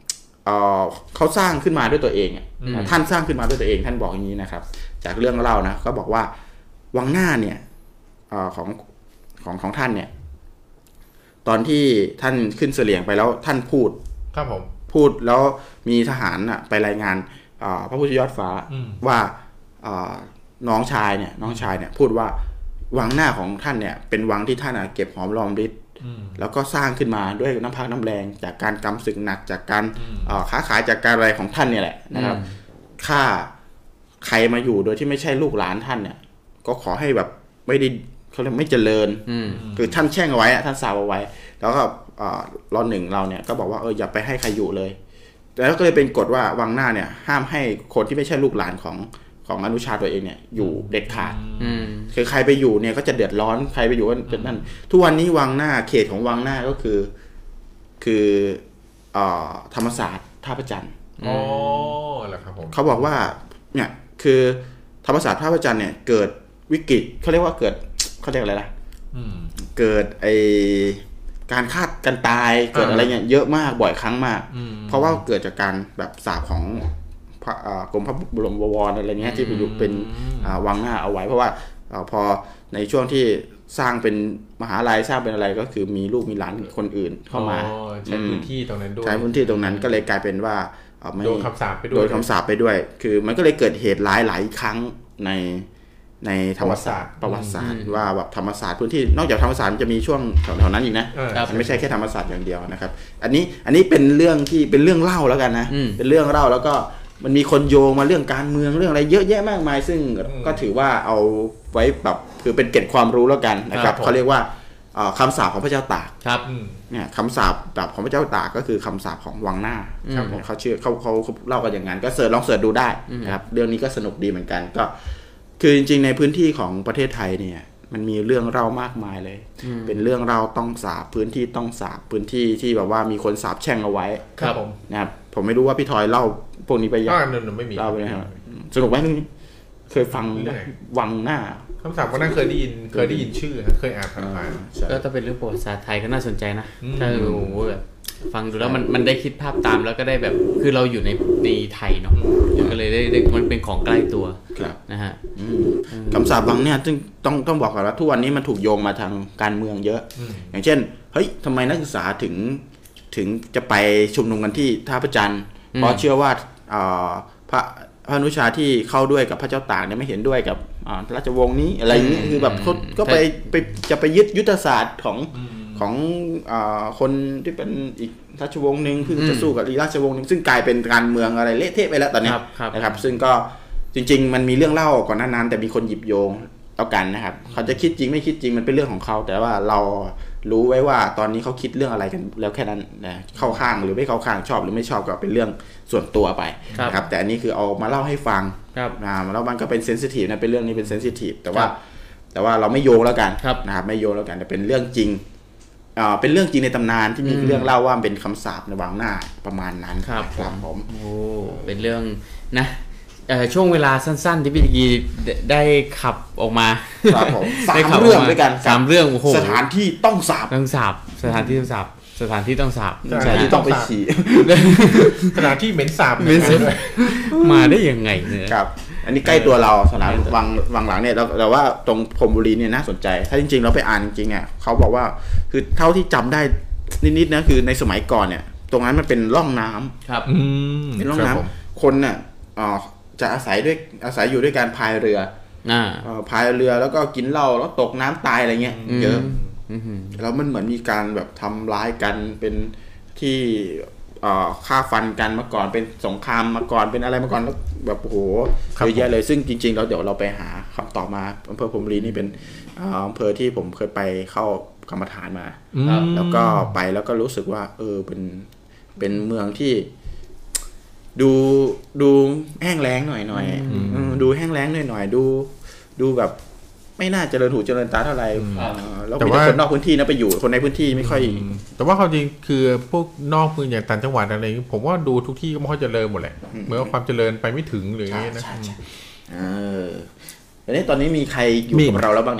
เอ่อเขาสร้างขึ้นมาด้วยตัวเองอ่ะท่านสร้างขึ้นมาด้วยตัวเองท่านบอกอย่างนี้นะครับจากเรื่องเล่านะก็บอกว่าวังหน้าเนี่ยเอ่อของของของท่านเนี่ยตอนที่ท่านขึ้นเสลี่ยงไปแล้วท่านพูดครับผมพูดแล้วมีทหารอ่ะไปรายงานพระพุทธยอดฟ้าว่าน้องชายเนี่ยน้องชายเนี่ยพูดว่าวังหน้าของท่านเนี่ยเป็นวังที่ท่านเก็บหอมรอมริบแล้วก็สร้างขึ้นมาด้วยน้ำพักน้ำแรงจากการกำศึกหนักจากการค้าขายจากการอะไรของท่านเนี่ยแหละนะครับถ้าใครมาอยู่โดยที่ไม่ใช่ลูกหลานท่านเนี่ยก็ขอให้แบบไม่ได้เขาเรียกไม่เจริญคือท่านแช่งเอาไว้ท่านสาบเอาไว้แล้วก็รอหนึ่งเราเนี่ยก็บอกว่าเอออย่าไปให้ใครอยู่เลยแล้วก็เลยเป็นกฎว่าวังหน้าเนี่ยห้ามให้คนที่ไม่ใช่ลูกหลานของของอนุชาตัวเองเนี่ยอยู่เด็ดขาดคือใครไปอยู่เนี่ยก็จะเดือดร้อนใครไปอยู่ก็จะนั่นทุกวันนี้วังหน้าเขตของวังหน้าก็คือคือเอ่อธรรมศาสตร์ท่าพระจันทร์อ๋อเหรอครับผมเขาบอกว่าเนี่ยคือธรรมศาสตร์ท่าพระจันทร์เนี่ยเกิดวิกฤตเขาเรียกว่าเกิดเขาเรียกอะไรล่ะเกิดไอการฆ่ากันตายเกิดอะไรเงี้ยเยอะมากบ่อยครั้งมากเพราะว่าเกิดจากการแบบสาปของกรมพระบรมวรอะไรเงี้ยที่อยู่เป็นวังหน้าเอาไว้เพราะว่าพอในช่วงที่สร้างเป็นมหาลัยสร้างเป็นอะไรก็คือมีลูกมีหลานคนอื่นเข้ามาใช้พื้นที่ตรงนั้นด้วยใช้พื้นที่ตรงนั้นก็เลยกลายเป็นว่าโดนคำสาปไปด้วยโดนคำสาปไปด้วยคือมันก็เลยเกิดเหตุร้ายหลายครั้งในในธรรมศาสตร์ประวัติศาสตร์ว่าแบบธรรมศาสตร์พื้นที่นอกจากธรรมศาสตร์มันจะมีช่วงแถวๆนั้นอีกนะมันไม่ใช่แค่ธรรมศาสตร์อย่างเดียวนะครับอันนี้อันนี้เป็นเรื่องที่เป็นเรื่องเล่าแล้วกันนะเป็นเรื่องเล่าแล้วก็มันมีคนโยงมาเรื่องการเมืองเรื่องอะไรเยอะแยะมากมายซึ่งก็ถือว่าเอาไว้แบบคือเป็นเกร็ดความรู้แล้วกันนะครับเขาเรียกว่าคำสาปของพระเจ้าตากครับเนี่ยคำสาปแบบของพระเจ้าตากก็คือคำสาปของวังหน้าเขาเชื่อเขาเขาเล่ากันอย่างนั้นก็เสิร์ชลองเสิร์ชดูได้นะครับเรื่องนี้ก็สนุกดีเหมือนกันก็คือจริงๆในพื้นที่ของประเทศไทยเนี่ยมันมีเรื่องเล่ามากมายเลยเป็นเรื่องเล่าต้องสาปพื้นที่ต้องสาปพื้นที่ที่แบบว่ามีคนสาปแช่งเอาไว้ครับผมนะครับผมไม่รู้ว่าพี่ทอยเล่าพวกนี้ไปยังอ่านั่นไม่มีเล่าไปนะครับสนุกไหมเรื่องนี้เคยฟังวังหน้าคำสาปก็น่าเคยได้ยินเคยได้ยินชื่อเคยอ่านผ่านๆก็ถ้าเป็นเรื่องประวัติศาสตร์ไทยก็น่าสนใจนะถ้าโอ้โหแบบฟังดูแล้วมันมันได้คิดภาพตามแล้วก็ได้แบบคือเราอยู่ในในไทยเนาะก็เลยได้มันเป็นของใกล้ตัวนะฮะคำสาปบางเนี่ยซึ่งต้องต้องบอกก่อนว่าทุกวันนี้มันถูกโยงมาทางการเมืองเยอะอย่างเช่นเฮ้ยทำไมนักศึกษาถึงถึงจะไปชุมนุมกันที่ท่าพระจันทร์เพราะเชื่อว่าพระพระอนุชาที่เข้าด้วยกับพระเจ้าตากเนี่ยไม่เห็นด้วยกับราชวงศ์นี้อะไรอย่างนี้คือแบบก็ไปไปจะไปยึดยุทธศาสตร์ของของอ่าคนที่เป็นอีกราชวงศ์นึงคือจะสู้กับอีกราชวงศ์นึงซึ่งกลายเป็นการเมืองอะไรเละเทะไปแล้วตอนนี้นะครับซึ่งก็จริงๆมันมีเรื่องเล่าก่อนหน้านั้นแต่มีคนหยิบโยงแล้วกันนะครับเขาจะคิดจริงไม่คิดจริงมันเป็นเรื่องของเขาแต่ว่าเรารู้ไว้ว่าตอนนี้เขาคิดเรื่องอะไรกันแล้วแค่นั้นนะเข้าข้างหรือไม่เข้าข้างชอบหรือไม่ชอบก็เป็นเรื่องส่วนตัวไปนะครับแต่อันนี้คือเอามาเล่าให้ฟังนะมาแล้วมันก็เป็นเซนซิทีฟนะเป็นเรื่องนี้เป็นเซนซิทีฟแต่ว่าแต่ว่าเราไม่โยงแล้วกันนะครับไม่โยงแล้วกันแต่เป็นเรื่องจริงอ่าเป็นเรื่องจริงในตำนานที่มีเรื่องเล่าว่าเป็นคำสาปในวังหน้าประมาณนั้นครับผมโอ้เป็นเรื่องนะช่วงเวลาสั้นๆที่พี่ตะกี้ได้ขับออกมาครับผมสามเรื่องด้วยกันสามเรื่องโอ้โหสถานที่ต้องสาปต้องสาปสถานที่ต้องสาปสถานที่ต้องสาปสถานที่ต้องไปฉี่สถานที่เหม็นสาปเหม็นด้วยมาได้ยังไงเนี่ยครับอันนี้ใกล้ตัวเราสนามวังวังหลังเนี่ยแต่ว่าตรงพรหมบุรีเนี่ยน่าสนใจถ้าจริงๆเราไปอ่านจริงๆอ่ะเขาบอกว่าคือเท่าที่จำได้นิดๆนะคือในสมัยก่อนเนี่ยตรงนั้นมันเป็นร่องน้ำครับเป็นร่องน้ำคนน่ะอ๋อจะอาศัยด้วยอาศัยอยู่ด้วยการพายเรืออ่าพายเรือแล้วก็กินเหล้าแล้วตกน้ำตายอะไรเงี้ยเยอะแล้วมันเหมือนมีการแบบทำร้ายกันเป็นที่ฆ่าฟันกันมาก่อนเป็นสงครามมาก่อนเป็นอะไรมาก่อนแล้วแบบโอ้โหเยอะแยะเลยซึ่งจริงๆเราเดี๋ยวเราไปหาคำตอบมาอำเภอพรหมบุรีนี่เป็นอำเภอที่ผมเคยไปเข้ากรรมฐานมาแล้วก็ไปแล้วก็รู้สึกว่าเออเป็นเป็นเมืองที่ดูดูแห้งแล้งหน่อยหน่อยดูแห้งแล้งหน่อยหน่อยดูดูแบบไม่น่าเจริญหูเจริญตาเท่าไหร่แล้วมีคนนอกพื้นที่นะไปอยู่คนในพื้นที่ไม่ค่อยแต่ว่าความจริงคือพวกนอกพื้นอย่างต่างจังหวัดอะไรผมว่าดูทุกที่ก็ไม่ค่อยเจริญหมดแหละเหมือนว่าความเจริญไปไม่ถึงหรืออย่างนี้นะเออทีนี้ตอนนี้มีใครอยู่กับเราแล้วบ้างเนี่ย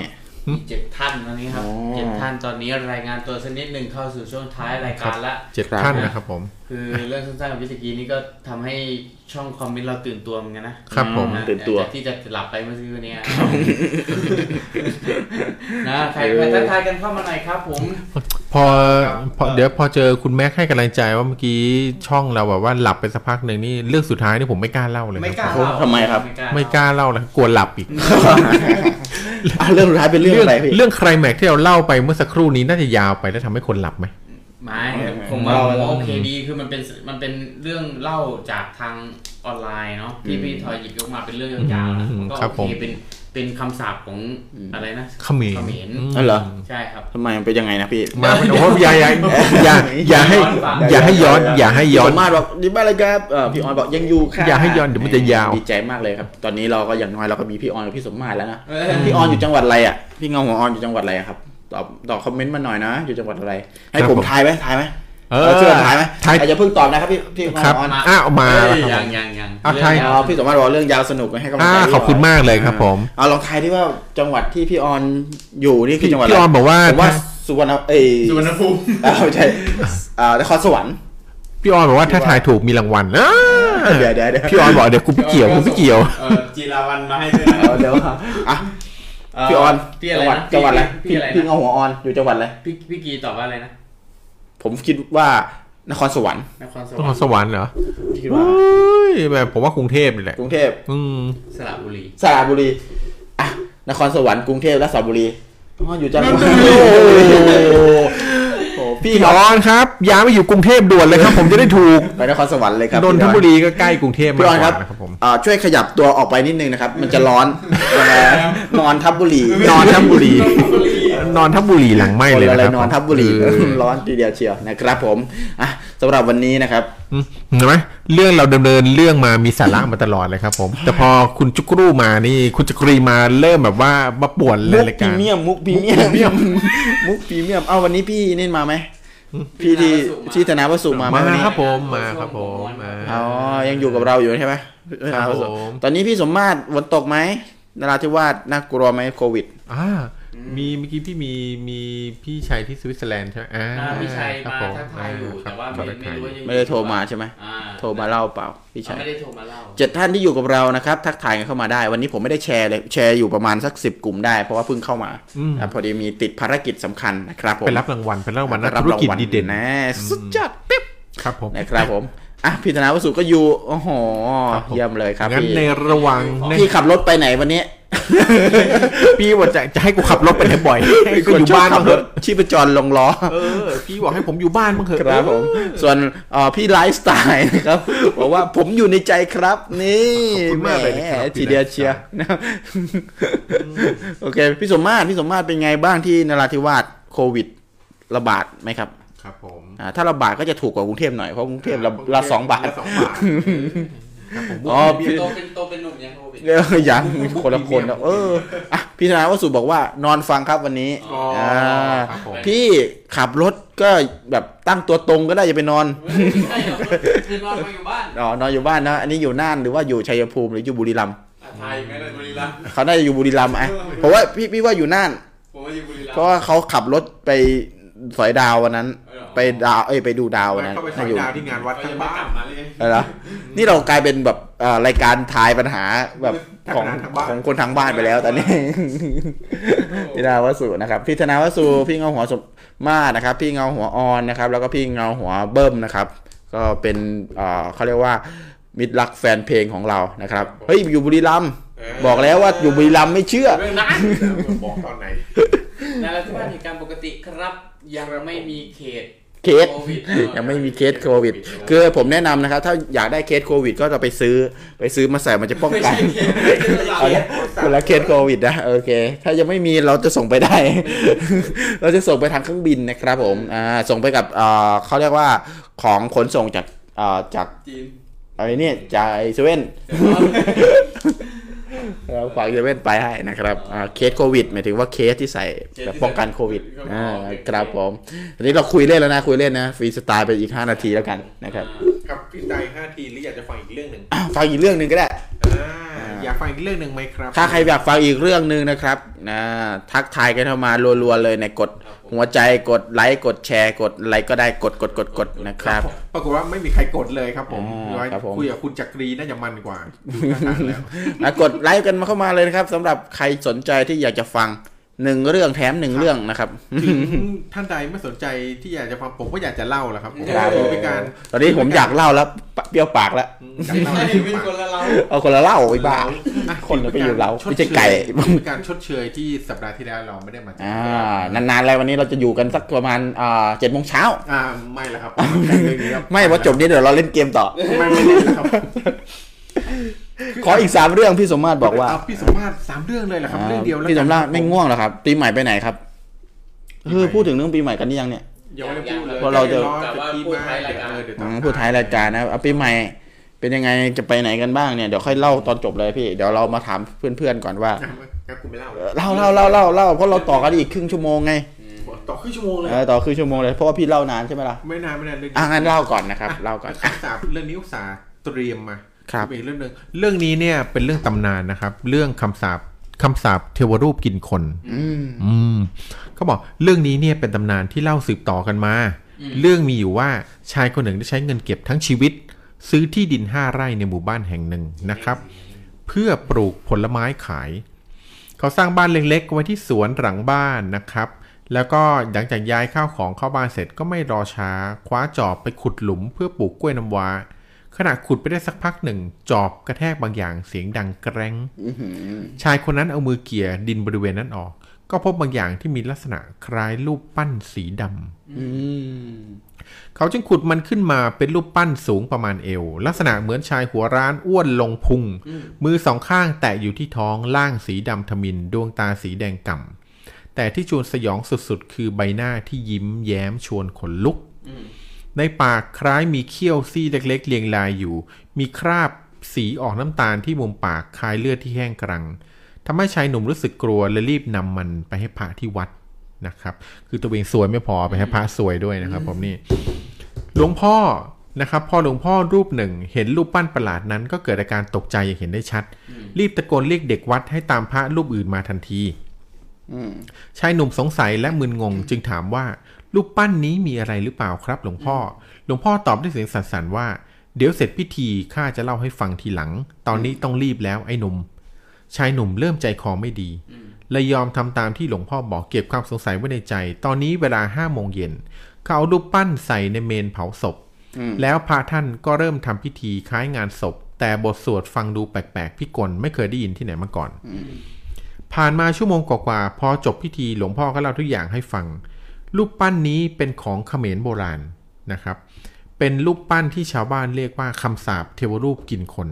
เจ็ดท่านตอนนี้ครับเจ็ดท่านตอนนี้รายงานตัวสักนิดหนึ่งเข้าสู่ช่วงท้ายรายการละเจ็ดท่านนะครับผมคือเรื่องสั้นๆของพี่ตะกี้นี่ก็ทำให้ช่องคอมเมนต์เราตื่นตัวเหมือนกันนะครับผมตื่นตัวที่จะหลับไปเมื่อคืนนี้นะใครใครทักทายกันเข้ามาหน่อยครับผมพอพอเดี๋ยวพอเจอคุณแม็กให้กำลังใจว่าเมื่อกี้ช่องเราแบบว่าหลับไปสักพักหนึ่งนี่เรื่องสุดท้ายนี่ผมไม่กล้าเล่าเลยไม่กล้าเล่าทำไมครับไม่กล้าเล่าแล้วกลัวหลับอีกเรื่องสุดท้ายเป็นเรื่องอะไรพี่เรื่องไคลแม็กซ์ที่เราเล่าไปเมื่อสักครู่นี้น่าจะยาวไปแล้วทำให้คนหลับไหมไม่ผมว่าโอเคดีคือมันเป็นมันเป็นเรื่องเล่าจากทางออนไลน์เนาะที่พี่ทอยหยิบยกมาเป็นเรื่องยาวๆนะก็โอเคเป็นเป็นคำสาปของอะไรนะเขมรนั่นเหรอใช่ครับทำไมมันเป็นยังไงนะพี่มาโอ้ยอย่าอย่าอย่าอย่าให้อย่าให้ย้อนอย่าให้ย้อนมาบอกดีมากเลยครับพี่ออนบอกยังอยู่ค่ะอย่าให้ย้อนเดี๋ยวมันจะยาวดีใจมากเลยครับตอนนี้เราก็อย่างน้อยเราก็มีพี่ออนกับพี่สมมาตรแล้วนะพี่ออนอยู่จังหวัดอะไรอ่ะพี่เงาหัวออนอยู่จังหวัดอะไรครับตอบตอบคอมเมนต์มาหน่อยนะอยู่จังหวัดอะไรให้ผมทายไหมทายไหมเออเชื่อถ่ายไหมถ่ายจะเพิ่งตอบนะครับพี่พี่ครับอ้าวมายังยังยังเอาถ่ายพี่สมมาตรบอกเรื่องยาวสนุกให้กำลังใจขอบคุณมากเลยครับผมเอาลองทายที่ว่าจังหวัดที่พี่ออนอยู่นี่คือจังหวัดอะไรพี่ออนบอกว่าว่าสุวรรณเอสุวรรณภูมิอ้าวใช่อ่านครสวรรค์พี่ออนบอกว่าถ้าทายถูกมีรางวัลเดี๋ยวเดี๋ยวพี่ออนบอกเดี๋ยวกูไม่เกี่ยวกูไม่เกี่ยวจีราวันมาให้ด้วยเดี๋ยวอ่ะพี่ออนจังหวัดจังหวัดอะไรพี่พี่เงาหัวออนอยู่จังหวัดอะไรพี่พี่กีตอบว่าอะไรนะผมคิดว่านครสวรรค์นครสวรรค์นครสวรรค์เหรอคิดว่าแบบผมว่ากรุงเทพนี่แหละกรุงเทพอืมสระบุรีสระบุรีอ่ะนครสวรรค์กรุงเทพและสระบุรีอ๋ออยู่จังหวัดโอ้พี่ออนครับย้ายมาอยู่กรุงเทพด่วนเลยครับผมจะได้ถูกไปนครสวรรค์เลยครับนนทบุรีก็ใกล้กรุงเทพมากกว่านะครับผมอ่าช่วยขยับตัวออกไปนิดนึงนะครับมันจะร้อนนอนทับบุรีนอนทับบุรีนอนทับบุรีหลังไม่เลยนะครับนอนทับบุรีร้อนทีเดียวเชียวนะครับผมอ่ะสำหรับวันนี้นะครับเห็นไหมเรื่องเราดำเนินเรื่องมามีสาระมาตลอดเลยครับผมแต่พอคุณจุกรูมานี่คุณจักรีมาเริ่มแบบว่ามาป่วนเลยรายการมุกพรีเมียมมุกพรีเมียมมุกพรีเมียมเอาวันนี้พี่นี่มาไหมพี่ที่ที่ธนาวสุมามาครับผมมาครับผมอ๋อยังอยู่กับเราอยู่ใช่ไหมตอนนี้พี่สมมาตรฝนตกไหมนราธิวาสน่ากลัวไหมโควิดอ่ามีเมื่อกี้พี่มีมีพี่ชัยที่สวิตเซอร์แลนด์ใช่ไหมอ่าพี่ชัยมาทักทายอยู่แต่ว่าไม่ไม่รู้ไม่ได้โทรมาใช่ไหมโทรมาเล่าเปล่าพี่ชัยไม่ได้โทรมาเล่าเจ็ดท่านที่อยู่กับเรานะครับทักทายกันเข้ามาได้วันนี้ผมไม่ได้แชร์เลยแชร์อยู่ประมาณสักสิบกลุ่มได้เพราะว่าเพิ่งเข้ามาพอดีมีติดภารกิจสำคัญนะครับผมไปรับรางวัลไปรับรางวัลนักธุรกิจดีเด่นนะสุดยอดปิ๊บครับผมนะครับผมอ่ะพี่ธนาวสุก็อยู่โอ้โหเยี่ยมเลยครับงั้นในระหว่างพี่ขับรถไปไหนวันนี้พี่บอกจะจะให้กูขับรถไปไหนบ่อยให้กูอยู่บ้านขับรถชีพจรลงล้อเออพี่บอกให้ผมอยู่บ้านบ้างเถอะครับผมส่วนพี่ไลฟ์สไตล์นะครับบอกว่าผมอยู่ในใจครับนี่แม่ทีเดียวเชียร์โอเคพี่สมมาตรพี่สมมาตรเป็นไงบ้างที่นราธิวาสโควิดระบาดไหมครับครับผมถ้าระบาดก็จะถูกกว่ากรุงเทพหน่อยเพราะกรุงเทพละสองบาทอ๋อพี่โตเป็นโตเป็นหนุ่มยังโควิดยังคนละคนเอออ่ะพี่ธนาวสุบอกว่านอนฟังครับวันนี้อ่าพี่ขับรถก็แบบตั้งตัวตรงก็ได้อย่าไปนอนคือนอนอยู่บ้านอ๋อนอนอยู่บ้านนะอันนี้อยู่น่านหรือว่าอยู่ชัยภูมิหรืออยู่บุรีรัมย์ไทยไม่ได้บุรีรัมย์เขาน่าจะอยู่บุรีรัมย์ไอ้เพราะว่าพี่พี่ว่าอยู่น่านเพราะว่าเขาขับรถไปสอยดาววันนั้นไปดาวเอ้ยไปดูดาววันนั้นไปอยู่ดาวที่งานวัดข้างบ้านอะไรนะนี่เรากลายเป็นแบบรายการทายปัญหาแบบของของคนทางบ้านไปแล้วตอนนี้พี่ธนาวสุนะครับพี่ธนาวสุพี่เงาหัวสมมานะครับพี่เงาหัวออนนะครับแล้วก็พี่เงาหัวเบิ้มนะครับก็เป็นเขาเรียกว่ามิตรรักแฟนเพลงของเรานะครับเฮ้ยอยู่บุรีรัมย์บอกแล้วว่าอยู่บุรีรัมย์ไม่เชื่อบอกตอนไหนนราธิวาสเหตุการณ์ปกติครับยังไม่มีเขตเคสยังไม่มีเคสโควิดคือผมแนะนำนะครับถ้าอยากได้เคสโควิดก็จะไปซื้อไปซื้อมาใส่มันจะป้องกันคนละเคสโควิดนะโอเคถ้ายังไม่มีเราจะส่งไปได้เราจะส่งไปทางเครื่องบินนะครับผมอ่าส่งไปกับอ่าเขาเรียกว่าของขนส่งจากอ่าจากจีนอะไรเนี่ยจากไอเซเว่นเราฝากเซเว่นไปให้นะครับเคสโควิดหมายถึงว่าเคสที่ใส่แบบป้องกันโควิดครับผมวันนี้เราคุยเล่นแล้วนะคุยเล่นนะฟรีสไตล์ไปอีกห้านาทีแล้วกันนะครับครับฟรีสไตล์ห้านาทีหรืออยากจะฟังอีกเรื่องหนึ่งฟังอีกเรื่องหนึ่งก็ได้อยากฟังอีกเรื่องนึงไหมครับถ้าใครอยากฟังอีกเรื่องนึงนะครับนะทักทายกันเข้ามารัวๆเลยในกดหัวใจกดไลค์กดแชร์กดอะไรก็ได้กดกดกดกดนะครับปรากฏว่าไม่มีใครกดเลยครับผมคุยกับคุณจักรีน่าจะมันกว่าแล้วกดไลค์กันมาเข้ามาเลยนะครับสำหรับใครสนใจที่อยากจะฟังหนึ่งเรื่องแถมหนึ่งเรื่องนะครับถึงท่านใดไม่สนใจที่อยากจะฟังผมก็อยากจะเล่าแหละครับเป็นการตอนนี้ผมอยากเล่าแล้วเปรี้ยวปากแล้วเอาคนละเล่าไอ้บ้าคนไปอยู่เล่าไม่ใช่ไก่เป็นการชดเชยที่สัปดาห์ที่แล้วเราไม่ได้มาอ่านานๆแล้ววันนี้เราจะอยู่กันสักประมาณอ่าเจ็ดโมงเช้าอ่าไม่ละครับไม่ว่าจบนี้เดี๋ยวเราเล่นเกมต่อไม่ไม่เล่นครับขออีกสามเรื่องพี่สมมาตรบอกว่าพี่สมมาตรสามเรื่องเลยเหรอครับเรื่องเดียวแล้วพี่สมมาตรไม่ง่วงหรอครับปีใหม่ไปไหนครับคือพูดถึงเรื่องปีใหม่กันยังเนี่ยยังไม่พูดเลยเพราะเราจะพูดท้ายรายการพูดท้ายรายการนะเอาปีใหม่เป็นยังไงจะไปไหนกันบ้างเนี่ยเดี๋ยวค่อยเล่าตอนจบเลยพี่เดี๋ยวเรามาถามเพื่อนๆก่อนว่าเล่าเล่าเล่าเล่าเล่าเพราะเราต่อกันอีกครึ่งชั่วโมงไงต่อครึ่งชั่วโมงเลยต่อครึ่งชั่วโมงเลยเพราะว่าพี่เล่านานใช่ไหมล่ะไม่นานไม่นานอ่ะงั้นเล่าก่อนนะครับเล่าก่อนคำสาปเรื่องนี้อุตส่าห์เตรียมมาครับอีกเรื่องนึงเรื่องนี้เนี่ยเป็นเรื่องตำนานนะครับเรื่องคำสาปคำสาปเทวรูปกินคนอืมอืมเขาบอกเรื่องนี้เนี่ยเป็นตำนานที่เล่าสืบต่อกันมาเรื่องมีอยู่ว่าชายคนหนึ่งได้ใช้เงินเก็บทั้งชีวิตซื้อที่ดินห้าไร่ในหมู่บ้านแห่งหนึ่งนะครับเพื่อปลูกผลไม้ขายเขาสร้างบ้านเล็กๆไว้ที่สวนหลังบ้านนะครับแล้วก็หลังจากย้ายข้าวของเข้าบ้านเสร็จก็ไม่รอช้าคว้าจอบไปขุดหลุมเพื่อปลูกกล้วยน้ำว้าขณะขุดไปได้สักพักหนึ่งจอบกระแทกบางอย่างเสียงดังแกร้งชายคนนั้นเอามือเกี่ยดินบริเวณนั้นออกก็พบบางอย่างที่มีลักษณะคล้ายรูปปั้นสีดำเขาจึงขุดมันขึ้นมาเป็นรูปปั้นสูงประมาณเอวลักษณะเหมือนชายหัวร้านอ้วนลงพุงมือสองข้างแตะอยู่ที่ท้องล่างสีดำทมิฬดวงตาสีแดงก่ำแต่ที่ชวนสยองสุดๆคือใบหน้าที่ยิ้มแย้มชวนขนลุกในปากคล้ายมีเขี้ยวซี่เล็กๆเรียงรายอยู่มีคราบสีออกน้ำตาลที่มุมปากคล้ายเลือดที่แห้งกรังทำให้ชายหนุ่มรู้สึกกลัวและรีบนำมันไปให้พระที่วัดนะครับคือตัวเองสวยไม่พอไปให้พระสวยด้วยนะครับผมนี่หลวงพ่อนะครับพอหลวงพ่อรูปหนึ่งเห็นรูปปั้นประหลาดนั้นก็เกิดอาการตกใจอย่างเห็นได้ชัดรีบตะโกนเรียกเด็กวัดให้ตามพระรูปอื่นมาทันทีชายหนุ่มสงสัยและมึนงงจึงถามว่ารูปปั้นนี้มีอะไรหรือเปล่าครับหลวงพ่อหลวงพ่อตอบด้วยเสียงสั่นๆว่าเดี๋ยวเสร็จพิธีข้าจะเล่าให้ฟังทีหลังตอนนี้ต้องรีบแล้วไอ้หนุ่มชายหนุ่มเริ่มใจคอไม่ดีเลยยอมทำตามที่หลวงพ่อบอกเก็บความสงสัยไว้ในใจตอนนี้เวลาห้าโมงเย็นเขาเอารูปปั้นใส่ในเมนเผาศพแล้วพระท่านก็เริ่มทำพิธีคล้ายงานศพแต่บทสวดฟังดูแปลกๆพิกลไม่เคยได้ยินที่ไหนมาก่อนผ่านมาชั่วโมงกว่าๆพอจบพิธีหลวงพ่อก็เล่าทุกอย่างให้ฟังรูปปั้นนี้เป็นของเขมรโบราณนะครับเป็นรูปปั้นที่ชาวบ้านเรียกว่าคำสาปเทวรูปกินคน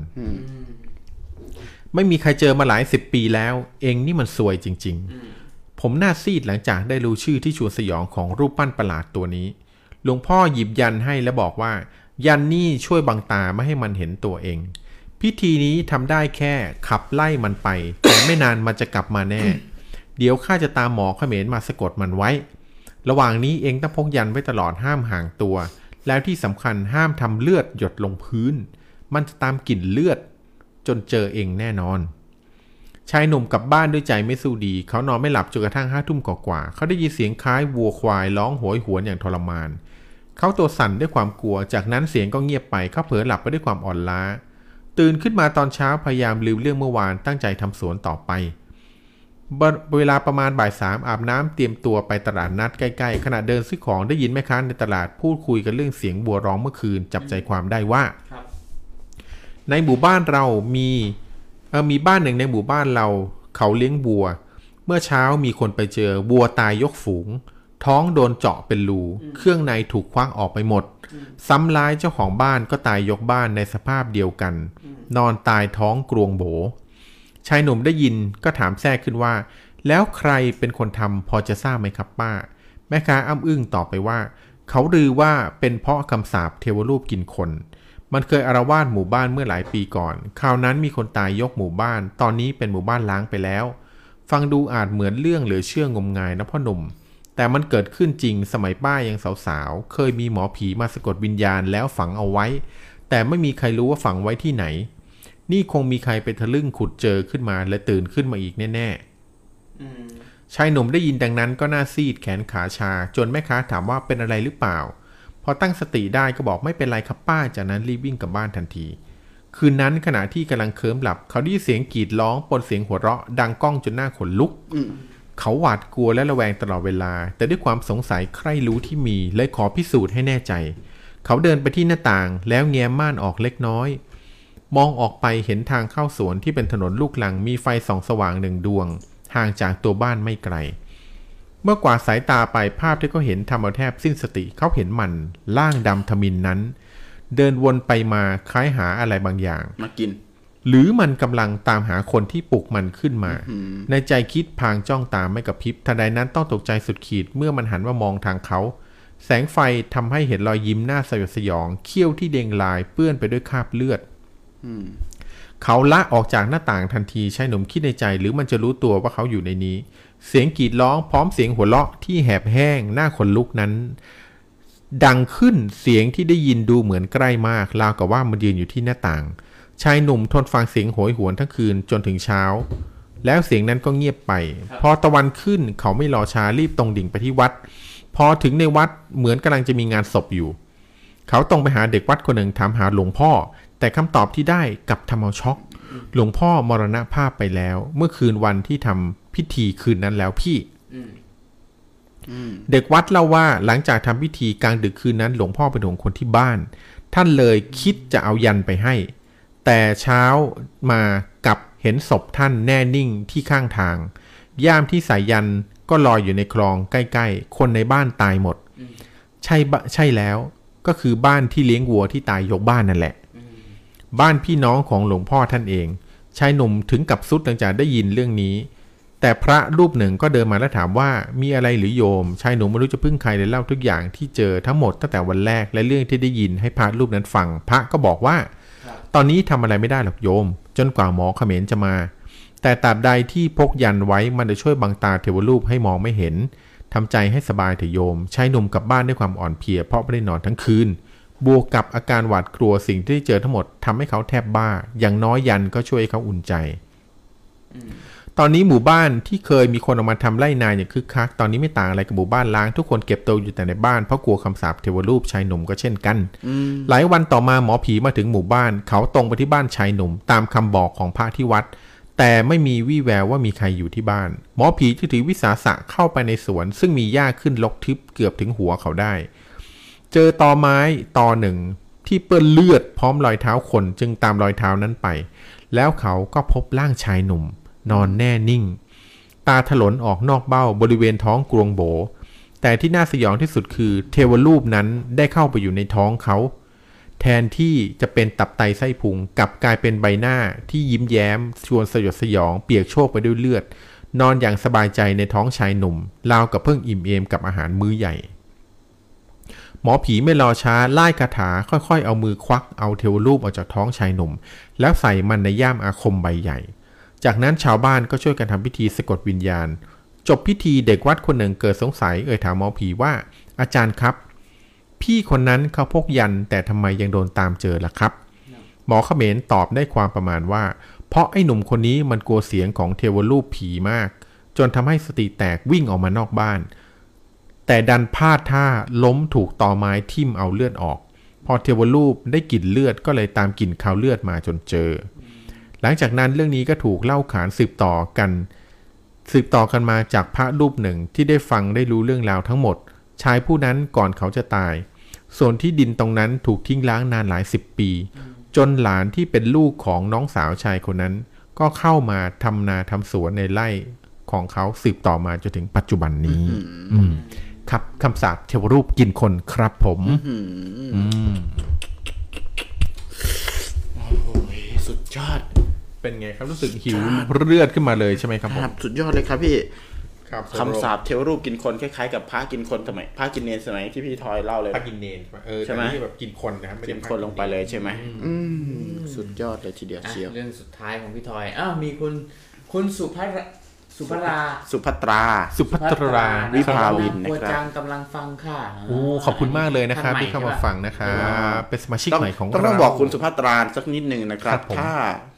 ไม่มีใครเจอมาหลายสิบปีแล้วเองนี่มันซวยจริงๆผมหน้าซีดหลังจากได้รู้ชื่อที่ชวนสยองของรูปปั้นประหลาดตัวนี้หลวงพ่อหยิบยันให้และบอกว่ายันนี่ช่วยบังตาไม่ให้มันเห็นตัวเองพิธีนี้ทำได้แค่ขับไล่มันไปแต่ไม่นานมันจะกลับมาแน่ เดี๋ยวข้าจะตามหมอเขมรมาสะกดมันไว้ระหว่างนี้เองต้องพกยันไว้ตลอดห้ามห่างตัวแล้วที่สำคัญห้ามทำเลือดหยดลงพื้นมันจะตามกลิ่นเลือดจนเจอเองแน่นอนชายหนุ่มกลับบ้านด้วยใจไม่สู้ดีเขานอนไม่หลับจนกระทั่งห้าทุ่มกว่าๆเขาได้ยินเสียงคล้ายวัวควายร้องโหยหวนอย่างทรมานเขาตัวสั่นด้วยความกลัวจากนั้นเสียงก็เงียบไปเขาเผลอหลับไปด้วยความอ่อนล้าตื่นขึ้นมาตอนเช้าพยายามลืมเรื่องเมื่อวานตั้งใจทำสวนต่อไปเวลาประมาณบ่ายสามอาบน้ำเตรียมตัวไปตลาดนัดใกล้ๆขณะเดินซื้อของได้ยินแม่ค้าในตลาดพูดคุยกันเรื่องเสียงวัวร้องเมื่อคืนจับใจความได้ว่าในหมู่บ้านเรามีเออมีบ้านหนึ่งในหมู่บ้านเราเขาเลี้ยงวัวเมื่อเช้ามีคนไปเจอวัวตายยกฝูงท้องโดนเจาะเป็นรูเครื่องในถูกคว้างออกไปหมดซ้ำร้ายเจ้าของบ้านก็ตายยกบ้านในสภาพเดียวกันนอนตายท้องกรวงโบชายหนุ่มได้ยินก็ถามแทรกขึ้นว่าแล้วใครเป็นคนทำพอจะทราบไหมครับป้าแม่ค้าอ้ำอึ้งตอบไปว่าเขาลือว่าเป็นเพราะคำสาปเทวรูปกินคนมันเคยอาละวาดหมู่บ้านเมื่อหลายปีก่อนคราวนั้นมีคนตายยกหมู่บ้านตอนนี้เป็นหมู่บ้านล้างไปแล้วฟังดูอาจเหมือนเรื่องเหลือเชื่องมงายนะพ่อหนุ่มแต่มันเกิดขึ้นจริงสมัยป้ายังสาวๆเคยมีหมอผีมาสะกดวิญญาณแล้วฝังเอาไว้แต่ไม่มีใครรู้ว่าฝังไว้ที่ไหนนี่คงมีใครไปทะลึ่งขุดเจอขึ้นมาและตื่นขึ้นมาอีกแน่ๆชายหนุ่มได้ยินดังนั้นก็หน้าซีดแขนขาชาจนแม่ค้าถามว่าเป็นอะไรหรือเปล่าพอตั้งสติได้ก็บอกไม่เป็นไรครับป้าจากนั้นรีบวิ่งกลับบ้านทันทีคืนนั้นขณะที่กำลังเคลิ้มหลับเขาได้ยินเสียงกรีดร้องปนเสียงหัวเราะดังก้องจนหน้าขนลุกเขาหวาดกลัวและระแวงตลอดเวลาแต่ด้วยความสงสัยใคร่รู้ที่มีเลยขอพิสูจน์ให้แน่ใจเขาเดินไปที่หน้าต่างแล้วแง้มม่านออกเล็กน้อยมองออกไปเห็นทางเข้าสวนที่เป็นถนนลูกรังมีไฟส่องสว่างหนึ่งดวงห่างจากตัวบ้านไม่ไกลเมื่อกวาดสายตาไปภาพที่เขาเห็นทำเอาแทบสิ้นสติเขาเห็นมันร่างดำทมิฬนั้นเดินวนไปมาคล้ายหาอะไรบางอย่างมากินหรือมันกำลังตามหาคนที่ปลุกมันขึ้นมาในใจคิดพางจ้องตามไม่กระพริบทันใดนั้นต้องตกใจสุดขีดเมื่อมันหันมามองทางเขาแสงไฟทำให้เห็นรอยยิ้มหน้าสยดสยองเขี้ยวที่เด้งลายเปื้อนไปด้วยคราบเลือดเขาละออกจากหน้าต่างทันทีชายหนุ่มคิดในใจหรือมันจะรู้ตัวว่าเขาอยู่ในนี้เสียงกรีดร้องพร้อมเสียงหัวเราะที่แหบแห้งหน้าขนลุกนั้นดังขึ้นเสียงที่ได้ยินดูเหมือนใกล้มากราวกับว่ามันยืนอยู่ที่หน้าต่างชายหนุ่มทนฟังเสียงโหยหวนทั้งคืนจนถึงเช้าแล้วเสียงนั้นก็เงียบไปพอตะวันขึ้นเขาไม่รอช้ารีบตรงดิ่งไปที่วัดพอถึงในวัดเหมือนกำลังจะมีงานศพอยู่เขาตรงไปหาเด็กวัดคนหนึ่งถามหาหลวงพ่อแต่คำตอบที่ได้กลับทำเอาช็อกหลวงพ่อมรณภาพไปแล้วเมื่อคืนวันที่ทำพิธีคืนนั้นแล้วพี่เด็กวัดเล่าว่าหลังจากทำพิธีกลางดึกคืนนั้นหลวงพ่อเป็นห่วงคนที่บ้านท่านเลยคิดจะเอายันไปให้แต่เช้ามากับเห็นศพท่านแน่นิ่งที่ข้างทางย่ามที่ใส่ยันก็ลอยอยู่ในคลองใกล้ๆคนในบ้านตายหมดใช่ใช่แล้วก็คือบ้านที่เลี้ยงวัวที่ตายยกบ้านนั่นแหละบ้านพี่น้องของหลวงพ่อท่านเองชายหนุ่มถึงกับซุดหลังจากได้ยินเรื่องนี้แต่พระรูปหนึ่งก็เดินมาแล้วถามว่ามีอะไรหรือโยมชายหนุ่มไม่รู้จะพึ่งใครเลยเล่าทุกอย่างที่เจอทั้งหมดตั้งแต่วันแรกและเรื่องที่ได้ยินให้พระรูปนั้นฟังพระก็บอกว่าตอนนี้ทำอะไรไม่ได้หรอกโยมจนกว่าหมอเขมรจะมาแต่ตราบใดที่พกยันไว้มันจะช่วยบังตาเทวรูปให้มองไม่เห็นทำใจให้สบายเถอะโยมชายหนุ่มกลับบ้านด้วยความอ่อนเพลียเพราะไม่ได้นอนทั้งคืนบวกกับอาการหวาดกลัวสิ่งที่เจอทั้งหมดทำให้เขาแทบบ้าอย่างน้อยยันก็ช่วยเขาอุ่นใจตอนนี้หมู่บ้านที่เคยมีคนออกมาทำไร่นาอย่างคึกคักตอนนี้ไม่ต่างอะไรกับหมู่บ้านล้างทุกคนเก็บตัวอยู่แต่ในบ้านเพราะกลัวคำสาปเทวรูปชายหนุ่มก็เช่นกันหลายวันต่อมาหมอผีมาถึงหมู่บ้านเขาตรงไปที่บ้านชายหนุ่มตามคำบอกของพระที่วัดแต่ไม่มีวี่แววว่ามีใครอยู่ที่บ้านหมอผีจึงถือวิสาสะเข้าไปในสวนซึ่งมีหญ้าขึ้นรกทึบเกือบถึงหัวเขาได้เจอตอไม้ตอหนึ่งที่เปื้อนเลือดพร้อมรอยเท้าคนจึงตามรอยเท้านั้นไปแล้วเขาก็พบร่างชายหนุ่มนอนแน่นิ่งตาถลนออกนอกเบ้าบริเวณท้องกรวงโบแต่ที่น่าสยองที่สุดคือเทวรูปนั้นได้เข้าไปอยู่ในท้องเขาแทนที่จะเป็นตับไตไส้พุงกลับกลายเป็นใบหน้าที่ยิ้มแย้มชวนสยดสยองเปียกโชกไปด้วยเลือดนอนอย่างสบายใจในท้องชายหนุ่มราวกับเพิ่งอิ่มเอมกับอาหารมื้อใหญ่หมอผีไม่รอช้าไล่คาถาค่อยๆเอามือควักเอาเทวรูปออกจากท้องชายหนุ่มแล้วใส่มันในย่ามอาคมใบใหญ่จากนั้นชาวบ้านก็ช่วยกันทำพิธีสะกดวิญญาณจบพิธีเด็กวัดคนหนึ่งเกิดสงสัยเอ่ยถามหมอผีว่าอาจารย์ครับพี่คนนั้นเขาพกยันแต่ทำไมยังโดนตามเจอล่ะครับหมอเขมรตอบได้ความประมาณว่าเพราะไอ้หนุ่มคนนี้มันกลัวเสียงของเทวรูปผีมากจนทำให้สติแตกวิ่งออกมานอกบ้านแต่ดันพลาดท่าล้มถูกตอไม้ทิ่มเอาเลือดออกพอเทวรูปได้กลิ่นเลือดก็เลยตามกลิ่นคาวเลือดมาจนเจอหลังจากนั้นเรื่องนี้ก็ถูกเล่าขานสืบต่อกันสืบต่อกันมาจากพระรูปหนึ่งที่ได้ฟังได้รู้เรื่องราวทั้งหมดชายผู้นั้นก่อนเขาจะตายส่วนที่ดินตรงนั้นถูกทิ้งล้างนานหลายสิบปีจนหลานที่เป็นลูกของน้องสาวชายคนนั้นก็เข้ามาทำนาทำสวนในไร่ของเขาสืบต่อมาจนถึงปัจจุบันนี้ครับคำสาปเทวรูปกินคนครับผมสุดยอดเป็นไงครับรู้สึกหิวเลือดขึ้นมาเลยใช่ไหมครับผมสุดยอดเลยครับพี่คำสาปเทวรูปกินคนคล้ายๆกับพระกินคนสมัยพระกินเนรสมัยที่พี่ทอยเล่าเลยพระกินเนรเออใช่ไหมแบบกินคนนะครับกินคนลงไปเลยใช่ไหมสุดยอดเลยทีเดียวเชียวเรื่องสุดท้ายของพี่ทอยอ้าวมีคุณคุณสุภัทรสุภัตราสุภัตราสุภัตราวิภาวินนะครับจังกำลังฟังค่ะโอ้ขอบคุณมากเลยนะครับที่เข้ามาฟังนะครับเป็นสมาชิกใหม่ของเราต้องบอกคุณสุภัตราสักนิดนึงนะครับถ้า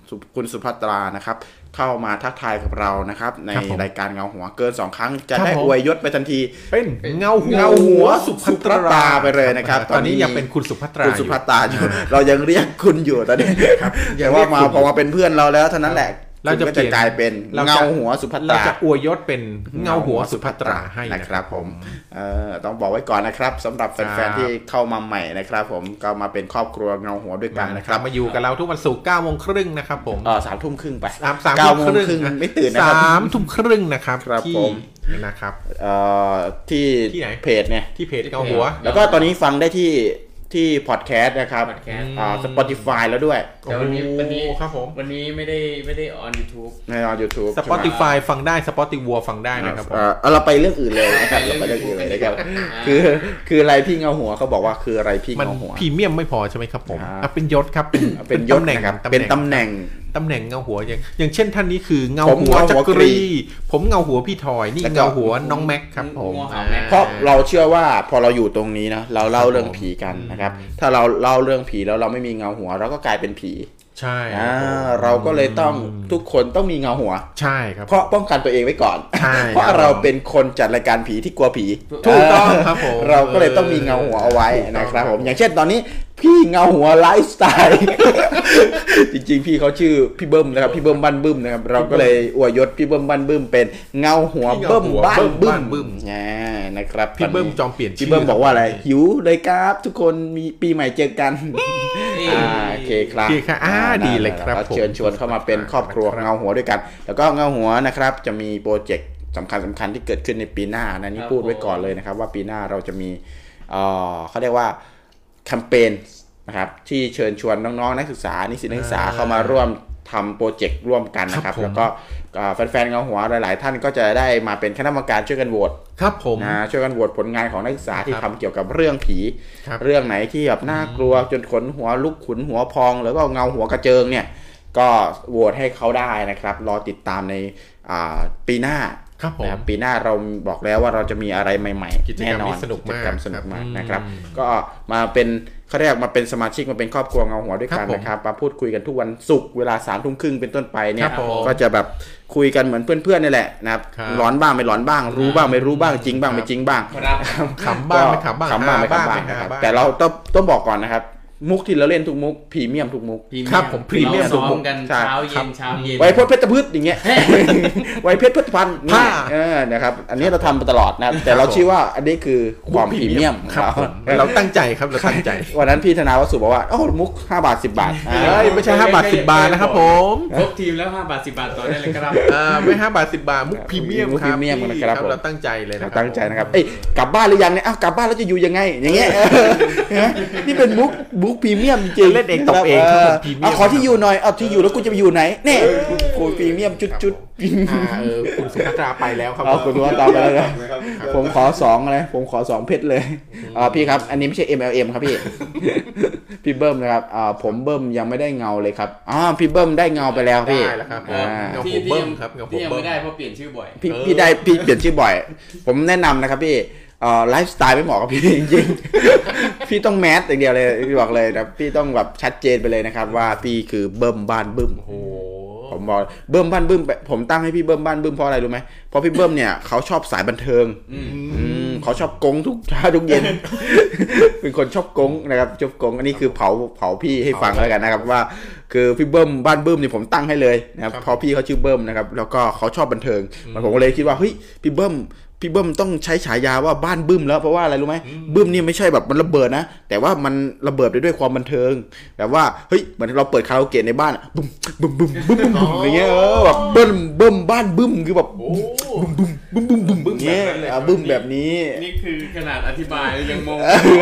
คุณสุภัตรานะครับเข้ามาทักทายกับเรานะครับในรายการเงาหัวเกินสองครั้งจะได้อวยยศไปทันทีเป็นเงาหัวเงาหัวสุภัตราไปเลยนะครับตอนนี้ยังเป็นคุณสุภัตราคุณสุภัตราอยู่เรายังเรียกคุณอยู่ตอนนี้แต่ว่ามาพอมาเป็นเพื่อนเราแล้วเท่านั้นแหละเราจะกลายเป็นเงาหัวสุภัตราเราจะอวยยศเป็นเงาหัวสุภัตราให้นะครับผมเอ่อต้องบอกไว้ก่อนนะครับสำหรับแฟนๆที่เข้ามาใหม่นะครับผมก็มาเป็นครอบครัวเงาหัวด้วยกันนะครับมาอยู่กับเราทุกวันศุกร์เก้าโมงครึ่งนะครับผมเออสามทุ่มครึ่งไปเก้าโมงครึ่งไม่ตื่นนะครับสามทุ่มครึ่งนะครับที่นะครับเอ่อที่เพจเนี่ยที่เพจเงาหัวแล้วก็ตอนนี้ฟังได้ที่ที่พอดแคสต์นะครับอ่า Spotify แล้วด้วยแต่วันนี้วันนี้ครับผมวันนี้ไม่ได้ไม่ได้ออน YouTube ไม่ออน YouTube Spotify ฟังได้ Spotify ฟังได้นะครับผมเออเราไปเรื่องอื่นเลยนะครับเราไปเรื่องอื่นเลยนะครับคือคืออะไรพี่เงาหัวเขาบอกว่าคืออะไรพี่เงาหัวพรีเมียมไม่พอใช่ไหมครับผมอ่ะเป็นยศครับเป็นเป็นยศนะครับเป็นตำแหน่งตำแหน่งเงาหัวอย่างอย่างเช่นท่านนี้คือเงาหัวจักรีผมเงาหัวพี่ทอยนี่เงาหัวน้องแม็กครับผมเพราะเราเชื่อว่าพอเราอยู่ตรงนี้นะเราเล่าเรื่องผีกันนะครับถ้าเราเล่าเรื่องผีแล้วเราไม่มีเงาหัวเราก็กลายเป็นผีใช่เราก็เลยต้องทุกคนต้องมีเงาหัวใช่ครับเพราะป้องกันตัวเองไว้ก่อนเพราะเราเป็นคนจัดรายการผีที่กลัวผีถูกต้องครับผมเราก็เลยต้องมีเงาหัวเอาไว้นะครับผมอย่างเช่นตอนนี้พี่เงาหัวไลฟ์สไตล์จริงๆพี่เขาชื่อพี่เบิ้มนะครับพี่เบิ้มบ้านบึ้มนะครับเราก็เลยอวยยศพี่เบิ้มบ้านบึ้มเป็นเงาหัวเบิ้มบ้านบึ้มนะครับพี่เบิ้มจอมเปลี่ยนพี่เบิ้มบอกว่าอะไรหิวเลยครับทุกคนมีปีใหม่เจอกันโอเคครับอ่าดีเลยครับเชิญชวนเข้ามาเป็นครอบครัวเงาหัวด้วยกันแล้วก็เงาหัวนะครับจะมีโปรเจกต์สำคัญสำคัญที่เกิดขึ้นในปีหน้านะนี่พูดไว้ก่อนเลยนะครับว่าปีหน้าเราจะมีเขาเรียกว่าแคมเปญนะครับที่เชิญชวนน้องๆนักศึกษานิสิตนักศึกษาเข้ามาร่วมทำโปรเจกต์ร่วมกันนะครับแล้วก็แฟนๆเงาหัวหลายๆท่านก็จะได้มาเป็นคณะกรรมการช่วยกันโหวตครับผมนะช่วยกันโหวตผลงานของนักศึกษาที่ทำเกี่ยวกับเรื่องผีเรื่องไหนที่แบบน่ากลัวจนขนหัวลุกขุนหัวพองหรือว่าเงาหัวกระเจิงเนี่ยก็โหวตให้เขาได้นะครับรอติดตามในปีหน้าครับผมปีหน้าเราบอกแล้วว่าเราจะมีอะไรใหม่ๆแน่นอนสนุกมากสนุกมากนะครับก็มาเป็นเขาเรียกมาเป็นสมาชิกมาเป็นครอบครัวเงาหัวด้วยกันนะครับมาพูดคุยกันทุกวันศุกร์เวลาสามทุ่มครึ่งเป็นต้นไปเนี่ยก็จะแบบคุยกันเหมือนเพื่อนๆนี่แหละนะครับร้อนบ้างไม่ร้อนบ้างรู้บ้างไม่รู้บ้างจริงบ้างไม่จริงบ้างขำบ้างไม่ขำบ้างขำบ้างไม่ขำบ้างนะครับแต่เราต้องต้องบอกก่อนนะครับมุกที่เราเล่นทุกมุกพรีเมียมทุกมุกครับผมพรีเมียมทุกมุกกันเช้าเย็นเช้าเย็นไวเพชรเพชรพืชอย่างเงี้ยไวเพชรเพชรพันธุ์นี่เออนะครับอันนี้เราทำมาตลอดนะแต่เราชื่อว่าอันนี้คือความพรีเมียมครับเราตั้งใจครับเราตั้งใจวันนั้นพี่ธนาวสุบอกว่าโอ้มุกห้าบาทสิบบาทเอ้ยไม่ใช่ห้าบาทสิบบาทนะครับผมครบทีมแล้วห้าบาทสิบบาทต่อได้เลยครับอ่าไม่ห้าบาทสิบบาทมุกพรีเมียมครับพรีเมียมนะครับเราตั้งใจเลยนะตั้งใจนะครับเอ้ยกลับบ้านหรือยังเนี่ยอ้าวกลับบ้านแล้วจะอยู่ยังไงอย่างเงี้ยนี่เป็นมุกมุกพรีเมียมจริงเล่นเองตบเองครับผมพรีเมียมเอาขอที่อยู่หน่อยเอาที่อยู่แล้วกูจะไปอยู่ไหนเนี่ยโอ้ยพรีเมียมจุดๆเออคุณสุภัตราไปแล้วครับเอาคุณสุภัตราไปแล้วผมขอสองเลยผมขอสองเพชรเลยอ่าพี่ครับอันนี้ไม่ใช่ เอ็ม แอล เอ็ม ครับพี่พี่เบิ้มนะครับอ่าผมเบิ้มยังไม่ได้เงาเลยครับอ๋อพี่เบิ้มได้เงาไปแล้วพี่ได้แล้วครับเงาผมเบิ้มครับเงาผมเบิ้มไม่ได้เพราะเปลี่ยนชื่อบ่อยพี่พี่ได้พี่เปลี่ยนชื่อบ่อยผมแนะนำนะครับพี่ไลฟ์สไตล์ไม่เหมาะกับพี่จริงๆพี่ต้องแมสอย่างเดียวเลยพี่บอกเลยนะพี่ต้องแบบชัดเจนไปเลยนะครับว่าพี่คือเบิ้มบ้านบึ้มโอ้ผมบอกเบิ้มบ้านบึ้มผมตั้งให้พี่เบิ้มบ้านบึ้มเพราะอะไรรู้ไหมเพราะพี่เบิ้มเนี่ยเขาชอบสายบันเทิงเขาชอบกงทุกเช้าทุกเย็นเป็นคนชอบกงนะครับชอบกงอันนี้คือเผาเผาพี่ให้ฟังแล้วกันนะครับว่าคือพี่เบิ้มบ้านบึ้มนี่ผมตั้งให้เลยนะครับเพราะพี่เขาชื่อเบิ้มนะครับแล้วก็เขาชอบบันเทิงผมก็เลยคิดว่าเฮ้ยพี่เบิ้มพี่เบิ้มต้องใช้ฉายาว่าบ้านบึ้มแล้วเพราะว่าอะไรรู้ไหมบึ้มนี่ไม่ใช่แบบมันระเบิดนะแต่ว่ามันระเบิดไปด้วยความบันเทิงแบบว่าเฮ้ยเหมือนเราเปิดคาราโอเกะในบ้านบึ้มบึ้มบึ้มบึ้มบึ้มอย่างเงี้ยเออแบบเบิ้มเบิ้มบ้านบึ้มคือแบบบึ้มบึ้มบึ้มบึ้มบึ้มบึ้มเงี้ยบึ้มแบบนี้นี่คือขนาดอธิบายยังงง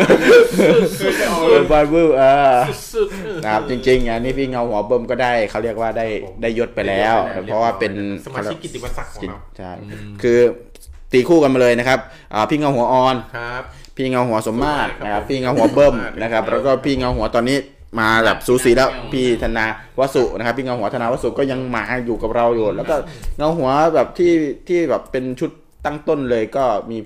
บ้านบึ้มอ่านะครับจริงๆอันนี้พี่เงาหัวเบิ้มก็ได้เขาเรียกว่าได้ได้ยศไปแล้วเพราะว่าเป็นสมาชิกกิตติมศักดิ์ของเราใช่คือตีคู่กันมาเลยนะครับพี่เงาหัวออนครับพี่เงาหัวสมมาตรนะครับพี่เงาหัวเบิ้มนะครับแล้วก็พี่เงาหัวตอนนี้มาแบบสูสีแล้วพี่ธนาวสุนะครับพี่เงาหัวธนาวสุก็ยังมาอยู่กับเราอยู่แล้วก็เงาหัวแบบที่ที่แบบเป็นชุดตั้งต้นเลยก็มีพวก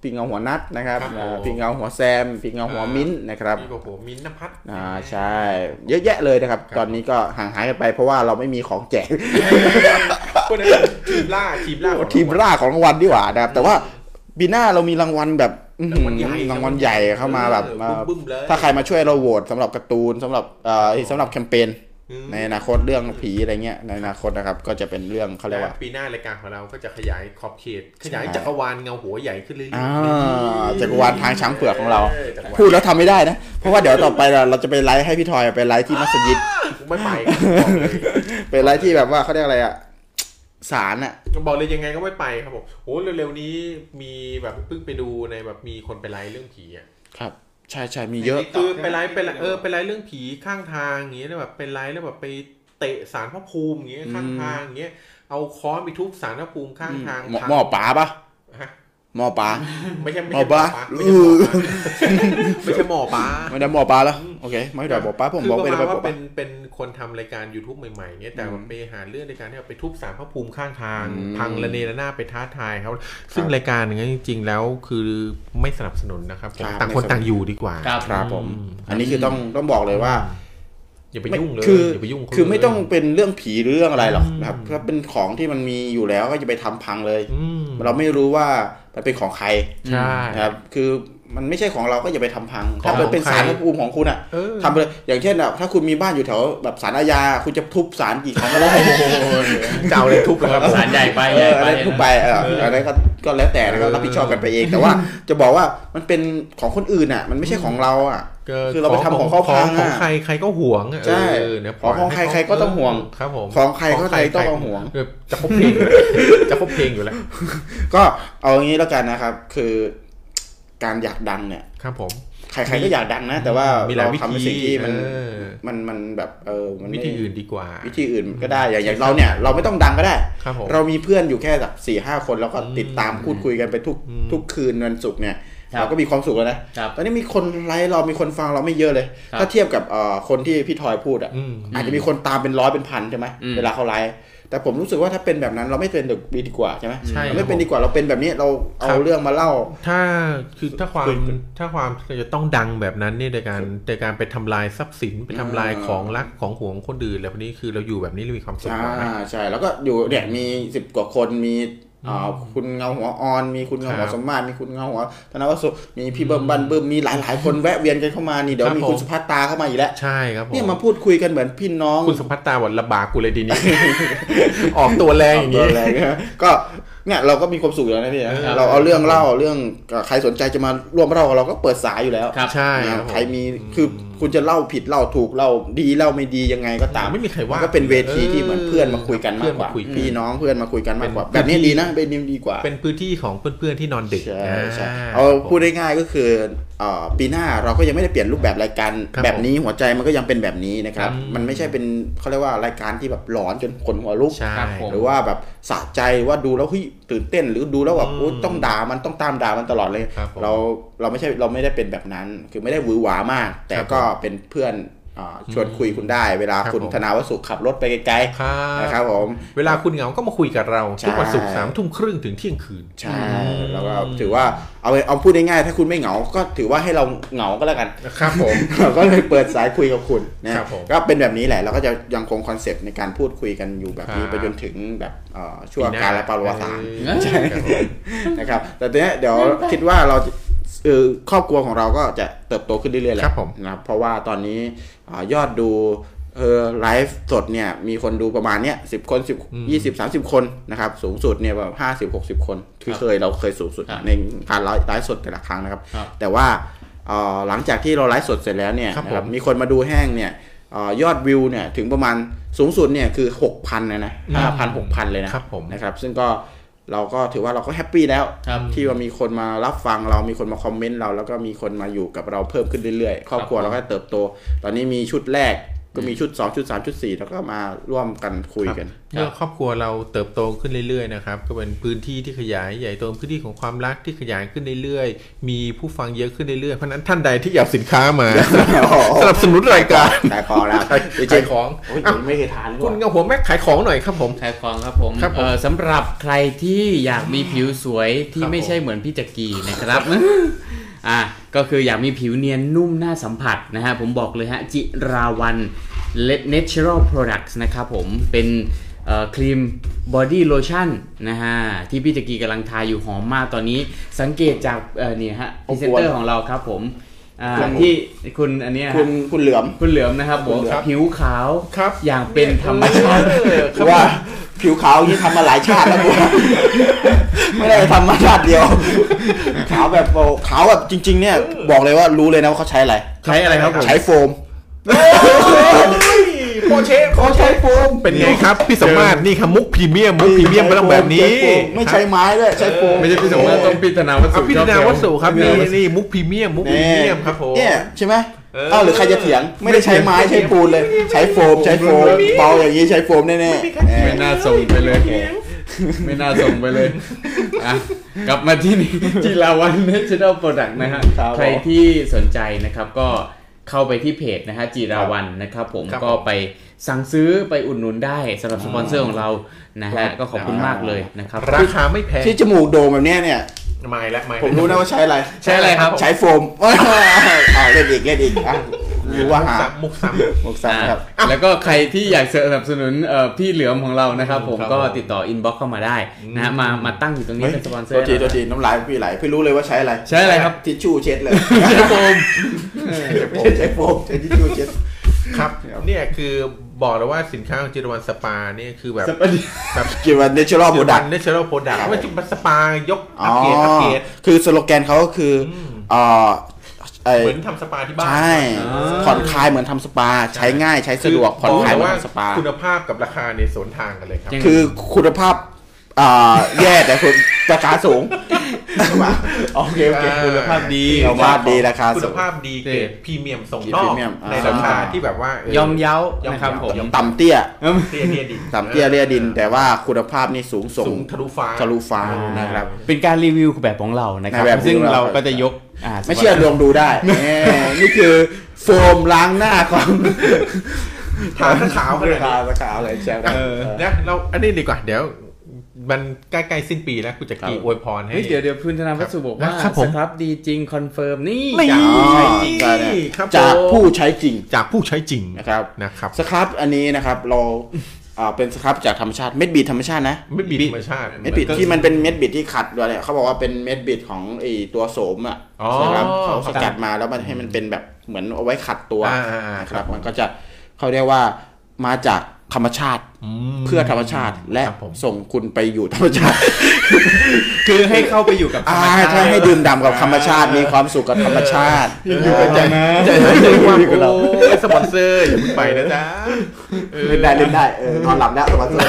พี่เงาหัวนัดนะครับพี่เงาหัวแซมพี่เงาหัวมิ้นนะครับพี่หัวมิ้นนภัทรอ่าใช่เยอะแยะเลยนะครับตอนนี้ก็ห่างหายกันไปเพราะว่าเราไม่มีของแจกคนนั้นทีมล่าทีมล่าทีมล่าของรางวัลดีกว่านะครับแต่ว่าปีหน้าเรามีรางวัลแบบรางวัลใหญ่รางวัลใหญ่เข้ามาแบบถ้าใครมาช่วยเราโหวตสำหรับการ์ตูนสำหรับเอ่อสำหรับแคมเปญในอนาคตเรื่องผีอะไรเงี้ยในอนาคตนะครับก็จะเป็นเรื่องเขาเรียกว่าปีหน้ารายการของเราก็จะขยายขอบเขตขยายจักรวาลเงาหัวใหญ่ขึ้นเรื่อยๆจักรวาลทางช้างเผือกของเราพูดแล้วทำไม่ได้นะเพราะว่าเดี๋ยวต่อไปเราจะไปไลฟ์ให้พี่ทอยไปไลฟ์ที่มัสยิดไม่ไปไปไลฟ์ที่แบบว่าเขาเรียกอะไรอะศาลอ่ะบอกเลยยังไงก็ไม่ไปครับผมโอ้เร็วๆนี้มีแบบเพิ่งไปดูในแบบมีคนไปไลฟ์เรื่องผีอ่ะครับใช่ๆมีเยอะคือไปไลฟ์ไปเออไปไลฟ์เรื่องผีข้างทางอย่างเงี้ยแบบไปไลฟ์แล้วแบบไปเตะศาลพระภูมิอย่างเงี้ยข้างทางอย่างเงี้ยเอาค้อนไปทุบศาลพระภูมิข้างทางหม้อป๋าปะหม้อปลาไม่ใช่ไม่ใช่หม้อปลาไม่ใช่หม้อปลาไม่ได้หม้อปลาแล้วโอเคไม่ได้หม้อปลาผมบอกไปว่าเป็นเป็นคนทำรายการ YouTube ใหม่ๆเงี้ยแต่ไปหาเรื่องในการที่ไปทุบศาลพระภูมิข้างทางพังระเนระนาดไปท้าทายเขาซึ่งรายการอย่างนี้จริงๆแล้วคือไม่สนับสนุนนะครับต่างคนต่างอยู่ดีกว่าครับผมอันนี้คือต้องต้องบอกเลยว่าอย่าไปยุ่งเลยคือคือไม่ต้องเป็นเรื่องผีหรือเรื่องอะไรหรอกนะครับถ้าเป็นของที่มันมีอยู่แล้วก็จะไปทำพังเลยเราไม่รู้ว่ามันเป็นของใครใช่ครับคือมันไม่ใช่ของเราก็อย่าไปทำพังถ้าเป็นศาลพระภูมิของคุณอ่ะทำไปเลยอย่างเช่นแบบถ้าคุณมีบ้านอยู่แถวแบบศาลอาญาคุณจะทุบศาลกี่ครั้งก็ได้เจ้าเลยทุบเลยครับศาลใหญ่ไปใหญ่ไปทุบไปเอออะไรก็ก็แล้วแต่ก็รับผิดชอบกันไปเองแต่ว่าจะบอกว่ามันเป็นของคนอื่นอ่ะมันไม่ใช่ของเราอ่ะคือเราไปทำของเขาพังของใครใครก็หวงใช่ของใครใครก็ต้องห่วงของใครก็ใครต้องห่วงจะครบเพลงจะครบเพลงอยู่แล้วก็เอาอย่างนี้แล้วกันนะครับคือการอยากดังเนี่ยครับผมใครๆก็อยากดังนะแต่ว่าเราทำในสิ่งที่มันมันมันแบบเออมันวิธีอื่นดีกว่าวิธีอื่นก็ได้อย่างอย่างเราเนี่ยเราไม่ต้องดังก็ได้เรามีเพื่อนอยู่แค่แบบสี่ห้าคนแล้วก็ติดตามพูดคุยกันไปทุกทุกคืนวันศุกร์เนี่ยเราก็มีความสุขแล้วนะตอนนี้มีคนไลค์เรามีคนฟังเราไม่เยอะเลยถ้าเทียบกับคนที่พี่ทอยพูดอ่ะอาจจะมีคนตามเป็นร้อยเป็นพันใช่ไหมเวลาเขาไลค์แต่ผมรู้สึกว่าถ้าเป็นแบบนั้นเราไม่เป็นดีดีกว่าใช่ไหมเราไม่เป็นดีกว่าเราเป็นแบบนี้เราเอาเรื่องมาเล่าถ้าคือถ้าความถ้าความจะต้องดังแบบนั้นเนี่ยในการในการไปทำลายทรัพย์สินไปทำลายของรักของห่วงคนอื่นแล้วพวกนี้คือเราอยู่แบบนี้เรามีความสุขมากใช่แล้วก็อยู่เนี่ยมีสิบกว่าคนมีคุณเงาหัวออนมีคุณเงาหัวสมมาตรมีคุณเงาหัวธนวัฒน์มีพี่เบิ้มบันเบิ้มมีหลายๆคนแวะเวียนกันเข้ามานี่เดี๋ยวมีคุณสุภัตตาเข้ามาอีกแล้วใช่ครับเนี่ยมาพูดคุยกันเหมือนพี่น้องคุณสุภัตตาบอกลำบากกูเลยดีนี้ออกตัวแรงอย่างนี้ก็เนี่ยเราก็มีความสุขแล้วนะพี่เราเอาเรื่องเล่าเรื่องใครสนใจจะมาร่วมเล่ากับเราก็เปิดสายอยู่แล้วใช่ใครมีคือคุณจะเล่าผิดเล่าถูกเล่าดีเล่าไม่ดียังไงก็ตามไม่มีใครว่าก็เป็นเวทีที่เหมือนเพื่อนมาคุยกันมากกว่าพี่น้องเพื่อนมาคุยกันมากกว่าแบบนี้ดีนะเป็นดีกว่าเป็นพื้นที่ของเพื่อนๆที่นอนดึกใช่เอาพูดง่ายๆก็คือปีหน้าเราก็ยังไม่ได้เปลี่ยนรูปแบบรายการแบบนี้หัวใจมันก็ยังเป็นแบบนี้นะครับมันไม่ใช่เป็นเขาเรียกว่ารายการที่แบบหลอนจนขนหัวลุกหรือว่าแบบสะใจว่าดูแล้วเฮ้ยตื่นเต้นหรือดูแล้วแบบต้องด่ามันต้องตามด่ามันตลอดเลยเราเราไม่ใช่เราไม่ได้เป็นแบบนั้นคือไม่ได้หวือหวามากแต่ก็เป็นเพื่อนชวนคุยคุณได้เวลาคุณธนาวสุขขับรถไปไกลๆนะครับผมเวลาคุณเหงาก็มาคุยกับเราทุกวันศุกร์สามทุ่มครึ่งถึงเที่ยงคืนใช่แล้วก็ถือว่าเอาเอาพูดง่ายๆถ้าคุณไม่เหงาก็ถือว่าให้เราเหงาก็แล้วกันครับผมเราก็เลยเปิดสายคุยกับคุณนะก็เป็นแบบนี้แหละเราก็จะยังคงคอนเซปต์ในการพูดคุยกันอยู่แบบนี้ไปจนถึงแบบช่วงการละปรวสานใช่นะครับแต่ทีนี้เดี๋ยวคิดว่าเราเออครอบครัวของเราก็จะเติบโตขึ้นเรื่อยๆแหละนะครับเพราะว่าตอนนี้ยอดดูเออไลฟ์สดเนี่ยมีคนดูประมาณเนี้ยสิบคนสิบ ยี่สิบ สามสิบคนนะครับสูงสุดเนี่ยแบบห้าสิบ หกสิบคนที่เคยเราเคยสูงสุดในการไลฟ์สดแต่ละครั้งนะครับแต่ว่าหลังจากที่เราไลฟ์สดเสร็จแล้วเนี่ยนะครับมีคนมาดูแห้งเนี่ยยอดวิวเนี่ยถึงประมาณสูงสุดเนี่ยคือ หกพัน นะนะ ห้าพัน หกพัน เลยนะนะครับซึ่งก็เราก็ถือว่าเราก็แฮปปี้แล้วที่ว่ามีคนมารับฟังเรามีคนมาคอมเมนต์เราแล้วก็มีคนมาอยู่กับเราเพิ่มขึ้นเรื่อยๆครอบครัวเราก็เติบโตตอนนี้มีชุดแรกก็มีชุดสองชุดสามชุดสี่แล้วก็มาร่วมกันคุยกันเมื่อครอบครัวเราเติบโตขึ้นเรื่อยๆนะครับก็เป็นพื้นที่ที่ขยายใหญ่โตพื้นที่ของความรักที่ขยายขึ้นเรื่อยๆมีผู้ฟังเยอะขึ้นเรื่อยๆเพราะนั้นท่านใดที่อยากสินค้ามาสนับสนุนรายการขายของแล้วขายของไม่เคยทานคุณเงาหัวแม็กขายของหน่อยครับผมขายของครับผมเออสำหรับใครที่อยากมีผิวสวยที่ไม่ใช่เหมือนพี่จักรีนะครับอ่ะก็คืออยากมีผิวเนียนนุ่มน่าสัมผัสนะฮะผมบอกเลยฮะจิราวัน Natural Products นะครับผมเป็นครีมบอดี้โลชั่นนะฮะที่พี่จักรีกำลังทาอยู่หอมมากตอนนี้สังเกตจากเอ่อนี่ฮะพรีเซนเตอร์ของเราครับผมที่คุณอันนี้คุณคุณเหลือมคุณเหลือมนะครับผมผิวขาวอย่างเป็นธรรมชาติว่าผิวขาวนี่ทำมาหลายชาติแล้วไม่ได้ทำมาชาติเดียวขาวแบบขาวแบบจริงๆเนี่ยบอกเลยว่ารู้เลยนะว่าเขาใช้อะไรใช้อะไรครับผมใช้โฟมโคเชฟโคเชฟโฟมเป็นไงครับพี่สมมาตรนี่ครับมุกพรีเมียมมุกพรีเมียมก็ต้องแบบนี้ไม่ใช้ไม้ด้วยใช้โฟมไม่ใช่พี่สมมาตรต้องพิจารณาวัสดุพิจารณาวัสดุครับนี่นี่มุกพรีเมียมมุกพรีเมียมครับผมเนี่ยใช่ไหมอ้าวหรือใครจะเถียงไม่ได้ใช้ไม้ใช้ปูนเลยใช้โฟมใช้โฟมเบาอย่างนี้ใช้โฟมแน่ๆไม่น่าส่งไปเลยไม่น่าส่งไปเลยอ่ะกลับมาที่นี่จิราวัน Natural Product นะฮะใครที่สนใจนะครับก็เข้าไปที่เพจนะฮะจิราวันนะครับผมก็ไปสั่งซื้อไปอุดหนุนได้สำหรับสปอนเซอร์ของเรานะฮะก็ขอบคุณมากเลยนะครับราคาไม่แพงที่จมูกโด่งแบบนี้เนี่ยไม่ละไม่ผมรู้นะว่าใช้อะไรใช้อะไรครับใช้โฟมอ่าเล่นอีกเล่นอีกอ่ะรู้ว่าหามุกซ้ำมุกซ้ำครับแล้วก็ใครที่อยากสนับสนุนพี่เหลือมของเรานะครับผมก็ติดต่ออินบ็อกซ์เข้ามาได้นะฮะมามาตั้งอยู่ตรงนี้เป็นสปอนเซอร์ตัวจีตัวจีน้ำลายพี่ไหลพี่รู้เลยว่าใช้อะไรใช้อะไรครับทิชชู่เช็ดเลยใช้โฟมไม่ใช่ใช้โฟมใช้ทิชชู่เช็ดครับเนี่ยคือบอกเลยว่าสินค้าของจิรวันสปาเนี่ยคือแบบแบบจิรวัน Natural Product Natural Product ว่าจิรวันสปายกอัปเกรดอัปเกรดคือสโลแกนเขาก็คืออ่าเหมือนทำสปาที่บ้านใช่ผ่อนคลายเหมือนทำสปาใช้ง่ายใช้สะดวกผ่อนคลายเหมือนสปาคุณภาพกับราคาในสวนทางกันเลยครับคือคุณภาพแย่แต่คุณราคาสูงโอเคโอเคคุณภาพดีคุณภาพดีราคาคุณภาพดีเกรดพรีเมียมส่งนอกในราคาที่แบบว่าย่อมเย้านะครับผมต่ำเตี้ยเตี้ยเตี้ยดินต่ำเตี้ยเตี้ยดินแต่ว่าคุณภาพนี่สูงส่งทะลุฟ้าทะลุฟ้านะครับเป็นการรีวิวแบบของเรานะครับซึ่งเราก็จะยกไม่เชื่อลองดูได้นี่คือโฟมล้างหน้าของทาขาวเลยทาขาวเลยใช่ไหมเนี่ยเราอันนี้ดีกว่าเดี๋ยวมันใกล้ๆสิ้นปีแล้วกูจะกี่อวยพรให้เดี๋ยวเดี๋ยวพื้นธนาวัสดุบอกว่าสครับดีจริงคอนเฟิร์มนี่จากผู้ใช้จริงจากผู้ใช้จริงนะครับนะครับสครับอันนี้นะครับเราเป็นสครับจากธรรมชาติเม็ดบีทธรรมชาตินะเม็ดบีทธรรมชาติเม็ดบีทที่มันเป็นเม็ดบีทที่ขัดด้วยเนี่ยเขาบอกว่าเป็นเม็ดบีทของไอตัวโสมอ่ะนะครับเขาสกัดมาแล้วมันให้มันเป็นแบบเหมือนเอาไว้ขัดตัวครับมันก็จะเขาเรียกว่ามาจากธรรมชาติเพื่อธรรมชาติและส่งคุณไปอยู่ธรรมชาติคือให้เข้าไปอยู่กับธรรมชาติใช่ให้ดื่มด่ำกับธรรมชาติมีความสุขกับธรรมชาติใจนะใจใจว่าโอ้สปอนเซอร์อย่าเพิ่งไปนะจ๊ะเล่นได้เล่นได้นอนหลับแล้วสปอนเซอร์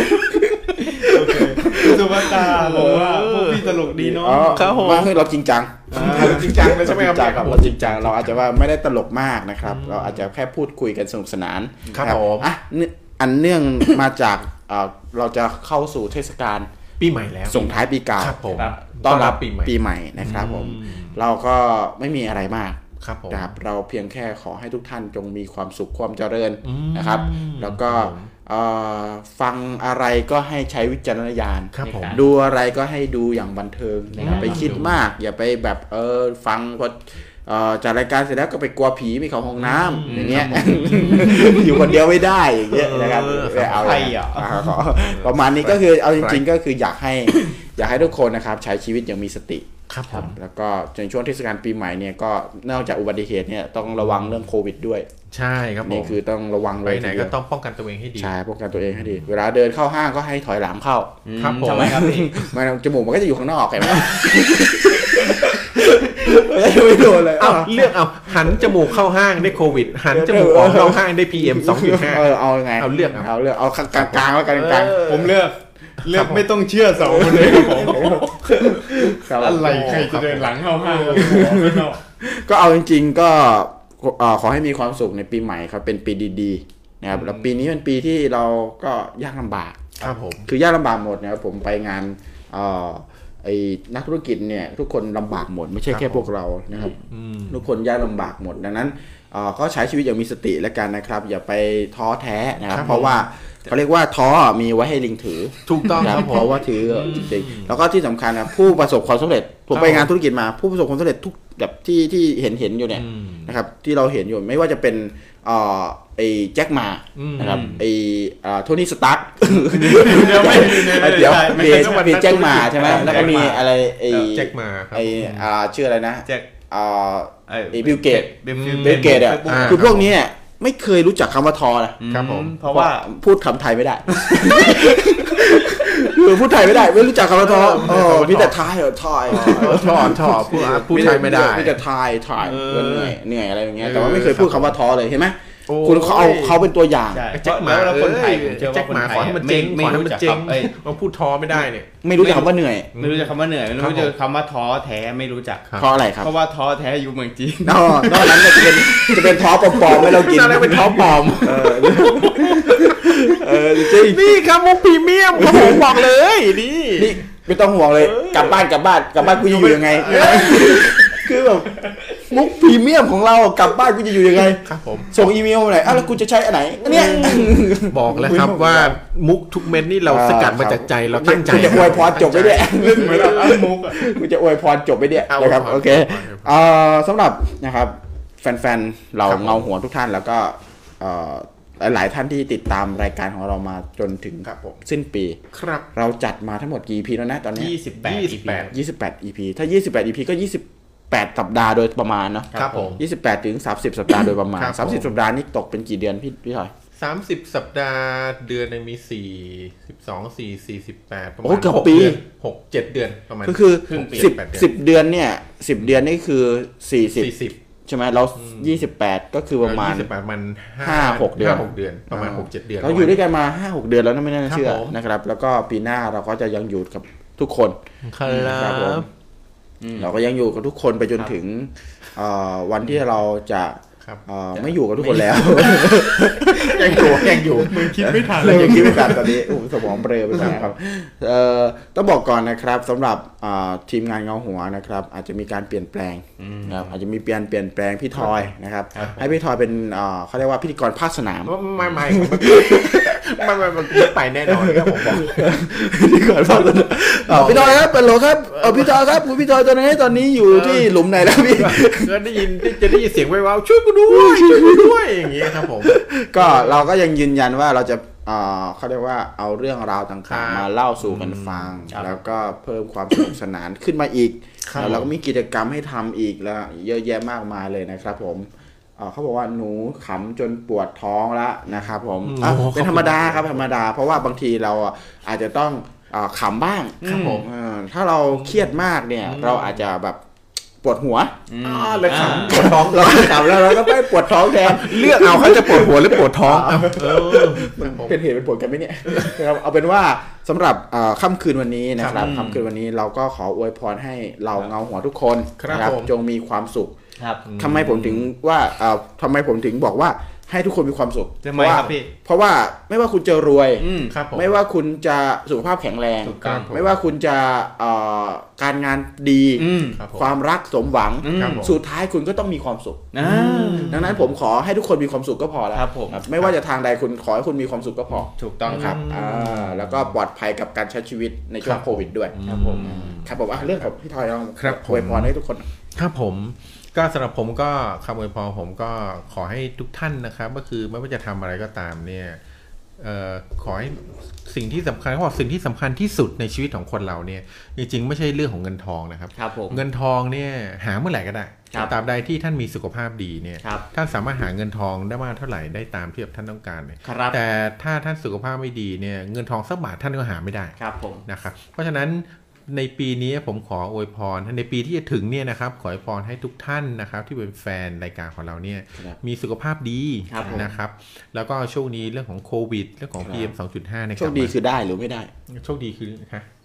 สุภาตาบอกว่าพวกพี่ตลกดีเนาะครับผมว่าเราจริงจังจริงจังเลยใช่ไหมครับเราจริงจังเราอาจจะว่าไม่ได้ตลกมากนะครับเราอาจจะแค่พูดคุยกันสนุกสนานครับผมอ่ะอันเนื่องมาจากเราจะเข้าสู่เทศกาลปีใหม่แล้วส่งท้ายปีเก่าต้อนรับปีใหม่นะครับผมเราก็ไม่มีอะไรมากนะครับเราเพียงแค่ขอให้ทุกท่านจงมีความสุขความเจริญนะครับแล้วก็ฟังอะไรก็ให้ใช้วิจารณญาณดูอะไรก็ให้ดูอย่างบันเทิงอย่าไปคิดมากอย่าไปแบบเออฟังพอจากรายการเสร็จแล้วก็ไปกลัวผีไม่เข้าห้องน้ำอย่างเงี้ยอยู่คนเดียวไม่ได้อย่างเงี้ยนะครับเอาไปอ่ะประมาณนี้ก็คือเอาจริงๆก็คืออยากให้อยากให้ทุกคนนะครับใช้ชีวิตอย่างมีสติครับผมแล้วก็ในช่วงเทศกาลปีใหม่เนี่ยก็นอกจากอุบัติเหตุเนี่ยต้องระวังเรื่องโควิดด้วยใช่ครับนี่คือต้องระวังเลยไปไหนก็ต้องป้องกันตัวเองให้ดีใช่ป้องกันตัวเองให้ดีเวลาเดินเข้าห้างก็ให้ถอยหลังเข้าครับผมทำไมครับพี่มันจมูกมันก็จะอยู่ข้างนอกเห็นไหมไม่โดนเลยเอาเลือกเอาหันจมูกเข้าห้างได้โควิดหันจมูกออกเข้าห้างได้ พี เอ็ม สองจุดห้าเออเอาไงเอาเลือกเอาเลือกเอากลางๆแล้วกันกลางผมเลือกเลือกไม่ต้องเชื่อสองคนเลยครับผมอะไรใครจะเดินหลังเข้าห้างก็เอาจริงๆก็ขอให้มีความสุขในปีใหม่ครับเป็นปีดีๆนะครับแล้วปีนี้เป็นปีที่เราก็ยากลำบากครับผมคือยากลำบากหมดนะครับผมไปงานไอ้นักธุรกิจเนี่ยทุกคนลำบากหมดไม่ใช่แค่พวกเรานะครับทุกคนยากลำบากหมดดังนั้นก็ใช้ชีวิตอย่างมีสติแล้วกันนะครับอย่าไปท้อแท้นะครับเพราะว่าเขาเรียกว่าท้อมีไว้ให้ลิงถือถูกต้องครับเพราะว่าถือจริงๆแล้วก็ที่สำคัญนะผู้ประสบความสำเร็จผมไปงานธุรกิจมาผู้ประสบความสำเร็จทุกแบบที่ที่เห็นเห็นอยู่เนี่ยนะครับที่เราเห็นอยู่ไม่ว่าจะเป็นไอ้แจ็คมานะครับไอ้โทนี่สตาร์คเดี๋ยวไม่เดี๋ยวมีมีแจ็คมาใช่ไหมแล้วก็มีอะไรไอ้แจ็คมาไอ้ชื่ออะไรนะแจ็คไอ้บิลเกตบิลเกตอ่ะคือพวกนี้เนี่ยไม่เคยรู้จักคำว่าทอนะครับผมเพราะว่าพูดคำไทยไม่ได้คือพูดไทยไม่ได้ไม่รู้จักคำว่าทอมีแต่ทายเหรอทายทอทอพูดพูดไทยไม่ได้มีแต่ทายทายเหนื่อยเหนื่อยอะไรอย่างเงี้ยแต่ว่าไม่เคยพูดคำว่าทอเลยเห็นไหมคุณเขาเอาเขาเป็นตัวอย่างแจ็คมาแล้วคนไทยผมเชื่อว่าคนไทยมันเจ๊งขอให้มันเจ๊งมาพูดท้อไม่ได้เนี่ยไม่รู้จักคำว่าเหนื่อยไม่รู้จักคำว่าเหนื่อยไม่รู้จักคำว่าท้อแท้ไม่รู้จักเพราะอะไรครับเพราะว่าท้อแท้อยู่เมืองจีนนอกนอกนั้นจะเป็นจะเป็นท้อปลอมๆไม่เรากินนั่นเป็นท้อปลอมเออจริงนี่ครับมุกพรีเมียมครับผมบอกเลยนี่นี่ไม่ต้องห่วงเลยกลับบ้านกลับบ้านกลับบ้านกูอยู่ยังไงคือแบบมุกพรีเมียมของเรากลับบ้านกูจะอยู่ยังไงครับผมส่งอีเมลมาไหนอ่ะแล้วกูจะใช้อันไหนอันเนี้ยบอกแล้วครับว่ามุกทุกเม็ดนี่เราสกัดมาจากใจเราตั้งใจจะอวยพรจบไปเนี่ยเล่นเหมือนเอามุกกูจะอวยพรจบไปเนี่ยนะครับโอเคเอ่อสำหรับนะครับแฟนๆเราเงาหัวทุกท่านแล้วก็เอ่อหลายๆท่านที่ติดตามรายการของเรามาจนถึงสิ้นปีครับเราจัดมาทั้งหมดกี่ อี พี แล้วนะตอนนี้ยี่สิบแปดยี่สิบแปด ยี่สิบแปด อี พี ถ้ายี่สิบแปด อี พี ก็ยี่สิบแปดสัปดาห์โดยประมาณเนาะครับผมยี่สิบแปดถึงสามสิบสัปดาห์โดยประมาณสามสิบสัปดาห์นี่ตกเป็นกี่เดือนพี่พี่ถอยสามสิบสัปดาห์เดือนนึงมีสี่ สิบสอง สี่ สี่สิบแปดประมาณโอ้เกือบปีหก เจ็ดเดือนประมาณก็คือสิบ สิบเดือนเนี่ยสิบเดือนนี่คือสี่สิบสี่สิบใช่ไหมเรายี่สิบแปดก็คือประมาณยี่สิบแปดมันห้า หก เดือนหก เดือนประมาณ หก เจ็ด เดือนเราอยู่ด้วยกันมา ห้า หก เดือนแล้วนะไม่น่าเชื่อนะครับแล้วก็ปีหน้าเราก็จะยังอยู่กับทุกคนครับผมเราก็ยังอยู่กับทุกคนไปจนถึงวันที่เราจะไม่อยู่กับทุกคนแล้วยังอยู่ยังอยู่มึงคิดไม่ทันเลยยังคิดไม่ทันตอนนี้สมองเบลอไปแล้วครับต้องบอกก่อนนะครับสำหรับทีมงานเงาหัวนะครับอาจจะมีการเปลี่ยนแปลงนะครับอาจจะมีเปลี่ยนเปลี่ยนแปลงพี่ทอยนะครับให้พี่ทอยเป็นเขาเรียกว่าพิธีกรภาคสนามไม่ไม่ไม่ไม่มันไปแน่นอนครับผมบอกพิธีกรภาคสนามพี่ทอยครับเป็นโหลครับพี่ทอยครับคุณพี่ทอยตอนนี้ตอนนี้อยู่ที่หลุมไหนแล้วพี่ก็ได้ยินจะได้ยินเสียงแว่วๆช่วยกูด้วยช่วยกูด้วยอย่างเงี้ยครับผมก็เราก็ยังยืนยันว่าเราจะเขาเรียกว่าเอาเรื่องราวต่างๆมาเล่าสู่กันฟังแล้วก็เพิ่มความสนุกสนานขึ้นมาอีกแล้วเราก็มีกิจกรรมให้ทำอีกแล้วเยอะแยะมากมายเลยนะครับผมเขาบอกว่าหนูขำจนปวดท้องแล้วนะครับผมเป็นธรรมดาครับธรรมดาเพราะว่าบางทีเราอาจจะต้องขำบ้างครับผมถ้าเราเครียดมากเนี่ยเราอาจจะแบบปวดหัวอ๋อเลยขำปวดท้องเราขำแล้วเราก็ไปปวดท้องแทนเลือกเอาเขาจะปวดหัวหรือปวดท้องเป็นเหตุเป็นผลกันไหมเนี่ยเอาเป็นว่าสำหรับค่ำคืนวันนี้นะครับค่ำคืนวันนี้เราก็ขออวยพรให้เราเงาหัวทุกคนนะครับจงมีความสุขทำไมผมถึงว่าทำไมผมถึงบอกว่าให้ทุกคนมีความสุขทำไมครับพี่เพราะว่าไม่ว่าคุณจะรวยไม่ว่าคุณจะสุขภาพแข็งแรงไม่ว่าคุณจะการงานดีความรักสมหวังสุดท้ายคุณก็ต้องมีความสุขดังนั้นผมขอให้ทุกคนมีความสุขก็พอแล้วไม่ว่าจะทางใดคุณขอให้คุณมีความสุขก็พอถูกต้องครับแล้วก็ปลอดภัยกับการใช้ชีวิตในช่วงโควิดด้วยครับผมครับผมเรื่องของพี่ทอยเราอวยพรให้ทุกคนครับผมก็สำหรับผมก็คำอวยพรผมก็ขอให้ทุกท่านนะครับก็คือไม่ว่าจะทำอะไรก็ตามเนี่ยเอ่อขอให้สิ่งที่สำคัญเขาบอกสิ่งที่สำคัญที่สุดในชีวิตของคนเราเนี่ยจริงๆไม่ใช่เรื่องของเงินทองนะครับเงินทองเนี่ยหาเมื่อไหร่ก็ได้ตราบใดที่ท่านมีสุขภาพดีเนี่ยท่านสามารถหาเงินทองได้มากเท่าไหร่ได้ตามที่ท่านต้องการเนี่ยแต่ถ้าท่านสุขภาพไม่ดีเนี่ยเงินทองสักบาทท่านก็หาไม่ได้นะครับเพราะฉะนั้นในปีนี้ผมขออวยพรในปีที่จะถึงเนี่ยนะครับขออวยพรให้ทุกท่านนะครับที่เป็นแฟนรายการของเราเนี่ยมีสุขภาพดีนะครับแล้วก็โชคดีเรื่องของโควิดเรื่องของ พี เอ็ม สองจุดห้าเนี่ยโชคดีคือได้หรือไม่ได้โชคดีคือฮะ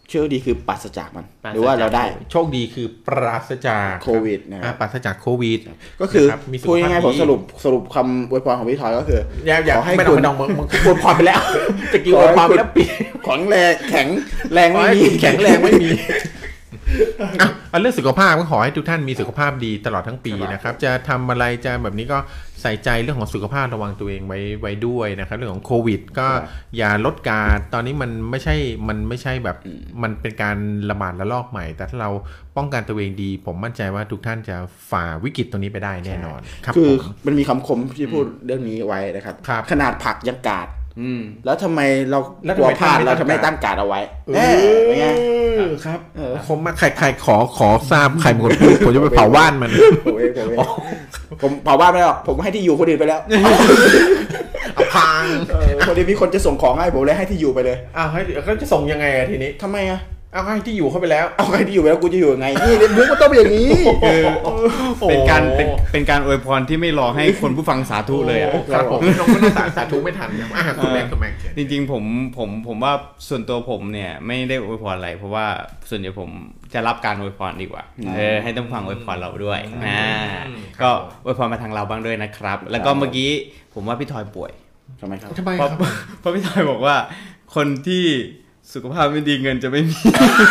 โชคดีคือปราศจากมันหรือว่าเราได้โชคดีคือปราศจากโควิดนะครับปราศจากโควิดก็คือพูดง่ายๆผมสรุปสรุปคำอวยพรของพี่ทอยก็คือขอให้คุณไม่ต้องมึงอวยพรไปแล้วจะกี่อวยพรไปแล้วปีของแรงแข็งแรงไม่มีแข็งแรงไม่มีอ่ะเรื่องสุขภาพก็ขอให้ทุกท่านมีสุขภาพดีตลอดทั้งปีนะครับจะทำอะไรจะแบบนี้ก็ใส่ใจเรื่องของสุขภาพระวังตัวเองไว้ไว้ด้วยนะครับเรื่องของโควิดก็อย่าลดการตอนนี้มันไม่ใช่มันไม่ใช่แบบมันเป็นการระบาดระลอกใหม่แต่ถ้าเราป้องกันตัวเองดีผมมั่นใจว่าทุกท่านจะฝ่าวิกฤตตรงนี้ไปได้แน่นอนคือมันมีคำคมที่พูดเรื่องนี้ไว้นะครับขนาดผักยังกาดแล้วทำไมเรากลัวพลาดเราทำไมตั้งการเอาไว้เออไงครับผมมาใครใครขอขอทราบใครเป็นคนพูดผมจะไปเผาบ้านมันผมเองผมเองผมเผาบ้านไม่หรอกผมให้ที่อยู่คนอื่นไปแล้วพังคนนี้มีคนจะส่งของให้ผมเลยให้ที่อยู่ไปเลยอ้าวให้เขาจะส่งยังไงทีนี้ทำไมอะเอาให้ที่อยู่เข้าไปแล้วเอาให้ที่อยู่ไปแล้วกูจะอยู่ยังไงนี่มุกมันต้องเป็นอย่างนี้เป็นการเป็นเป็นการอวยพรที่ไม่รอให้คนผู้ฟังสาธุเลยอ่ะครับผมน้องไม่ได้สาธุไม่ทันอ่ะคุณแม็กคุณแม็กจริงๆผมผมผมว่าส่วนตัวผมเนี่ยไม่ได้อวยพรอะไรเพราะว่าส่วนใหญ่ผมจะรับการอวยพรดีกว่าเออให้ต้องฟังอวยพรเราด้วยนะก็อวยพรมาทางเราบ้างด้วยนะครับแล้วก็เมื่อกี้ผมว่าพี่ทอยป่วยทำไมครับทำไมครับเพราะพี่ทอยบอกว่าคนที่สุขภาพไม่ดีเงินจะไม่มี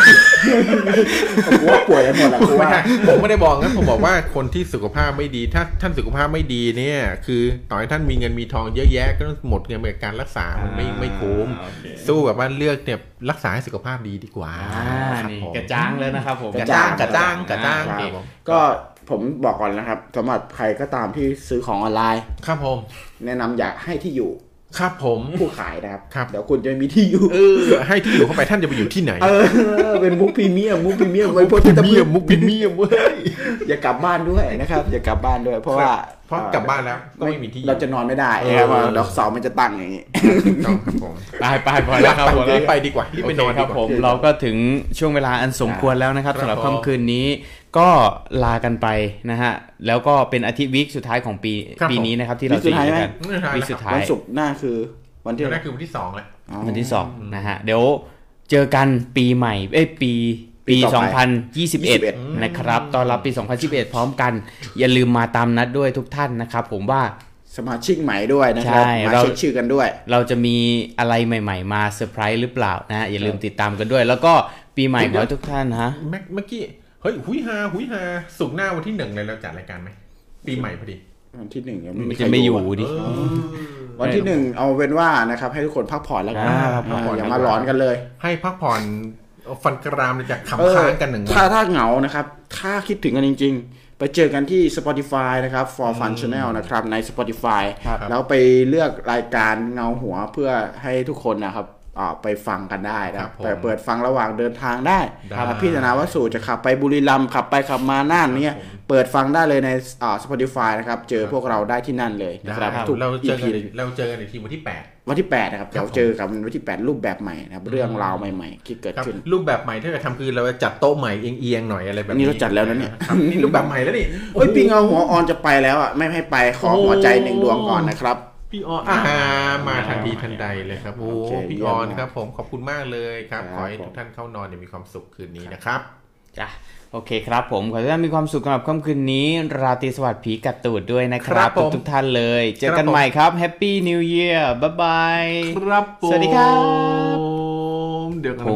ผมว่าป่วยกันหมดแล้วผมว่าผมไม่ได้บอกงั้นผมบอกว่าคนที่สุขภาพไม่ดีถ้าท่านสุขภาพไม่ดีเนี่ยคือต่อให้ท่านมีเงินมีทองเยอะแยะก็ต้องหมดเงินไปกับการรักษามันไม่ไม่คุ้มสู้แบบว่าเลือกเนี่ยรักษาให้สุขภาพดีดีกว่านี่กระจ้างเลยนะครับผมกระจ้างกระจ้างกระจ้างก็ผมบอกก่อนนะครับสำหรับใครก็ตามที่ซื้อของออนไลน์ครับผมแนะนำอยากให้ที่อยู่ครับผมผู้ขายนะครับครับเดี๋ยวคุณจะมีที่อยู่เออให้ที่อยู่เข้าไปท่านจะไปอยู่ที่ไหนเออเป็นมุกพรีเมียมมุกพรีเมียมไว้พวกพรีเมียมมุกพรีเมียมเว้ยอย่ากลับบ้านด้วยนะครับอย่ากลับบ้านด้วยเพราะว่าเพราะกลับบ้านแล้วก็ไม่มีที่เราจะนอนไม่ได้ครับว่าดอกเสามันจะตั้งอย่างนี้ต้องครับผมไปไปพอแล้วครับผมไปดีกว่ารีบไปนอนครับผมเราก็ถึงช่วงเวลาอันสมควรแล้วนะครับสำหรับค่ำคืนนี้ก็ลากันไปนะฮะแล้วก็เป็นอาทิตย์วีคสุดท้ายของปีปีนี้นะครับที่เราจะอยู่กันวีคสุดท้ายวันศุกร์หน้าคือวันที่นั่นคือวันที่สองแหละวันที่สองนะฮะเดี๋ยวเจอกันปีใหม่เอ้ยปีปีสองพันยี่สิบเอ็ดนะครับต้อนรับปีสองพันยี่สิบเอ็ดพร้อมกันอย่าลืมมาตามนัดด้วยทุกท่านนะครับผมว่าสมาชิกใหม่ด้วยนะครับมาเช็คชื่อกันด้วยเราจะมีอะไรใหม่ๆมาเซอร์ไพรส์หรือเปล่านะอย่าลืมติดตามกันด้วยแล้วก็ปีใหม่ขอให้ทุกท่านฮะเมื่อกี้เฮ้ยหุยฮาหุยฮาสุกหน้าวันที่หนึ่งเลยเราจัดรายการไหมปีใหม่พอดีวันที่หนึ่งยังไม่จะไม่อยู่ดิวันที่หนึ่งเอาเป็นว่านะครับให้ทุกคนพักผ่อนแล้วกันอย่ามาร้อนกันเลยให้พักผ่อนฟันกรามจากขำค้างกันหนึ่งถ้าถ้าเหงานะครับถ้าคิดถึงกันจริงๆไปเจอกันที่ Spotify นะครับ For Fun Channel นะครับใน Spotify แล้วไปเลือกรายการเงาหัวเพื่อให้ทุกคนนะครับไปฟังกันได้นะไปเปิดฟังระหว่างเดินทางได้พี่ธนาวสูจะขับไปบุรีรัมย์ขับไปขับมาน่านเนี่ยเปิดฟังได้เลยใน Spotify นะครับเจอพวกเราได้ที่นั่นเลยนะครับทุก เราเจอกันเราเจอกันในทีวันที่แปดวันที่แปดนะครับเราเจอกันวันที่แปดรูปแบบใหม่นะครับเรื่องราวใหม่ๆที่เกิดขึ้นรูปแบบใหม่ที่เราทำคือเราจัดโต๊ะใหม่เอียงๆหน่อยอะไรแบบนี้นี่เราจัดแล้วนะเนี่ยนี่รูปแบบใหม่แล้วนี่โอ้ยปีเงาหัวออนจะไปแล้วอ่ะไม่ให้ไปขอหัวใจหนึ่งดวงก่อนนะครับพี่ออนมาทันทีทันใดเลยครับโอ้พี่ออนครับผมขอบคุณมากเลยครับขอให้ทุกท่านเข้านอนอย่างมีความสุขคืนนี้นะครับจ้ะโอเคครับผมขอให้ทุกท่านมีความสุขสำหรับค่ำคืนนี้ราตรีสวัสดิ์ผีกัดตูดด้วยนะครับทุกท่านเลยเจอกันใหม่ครับแฮปปี้นิวเยียร์บ๊ายบายครับสวัสดีครับเดี๋ยว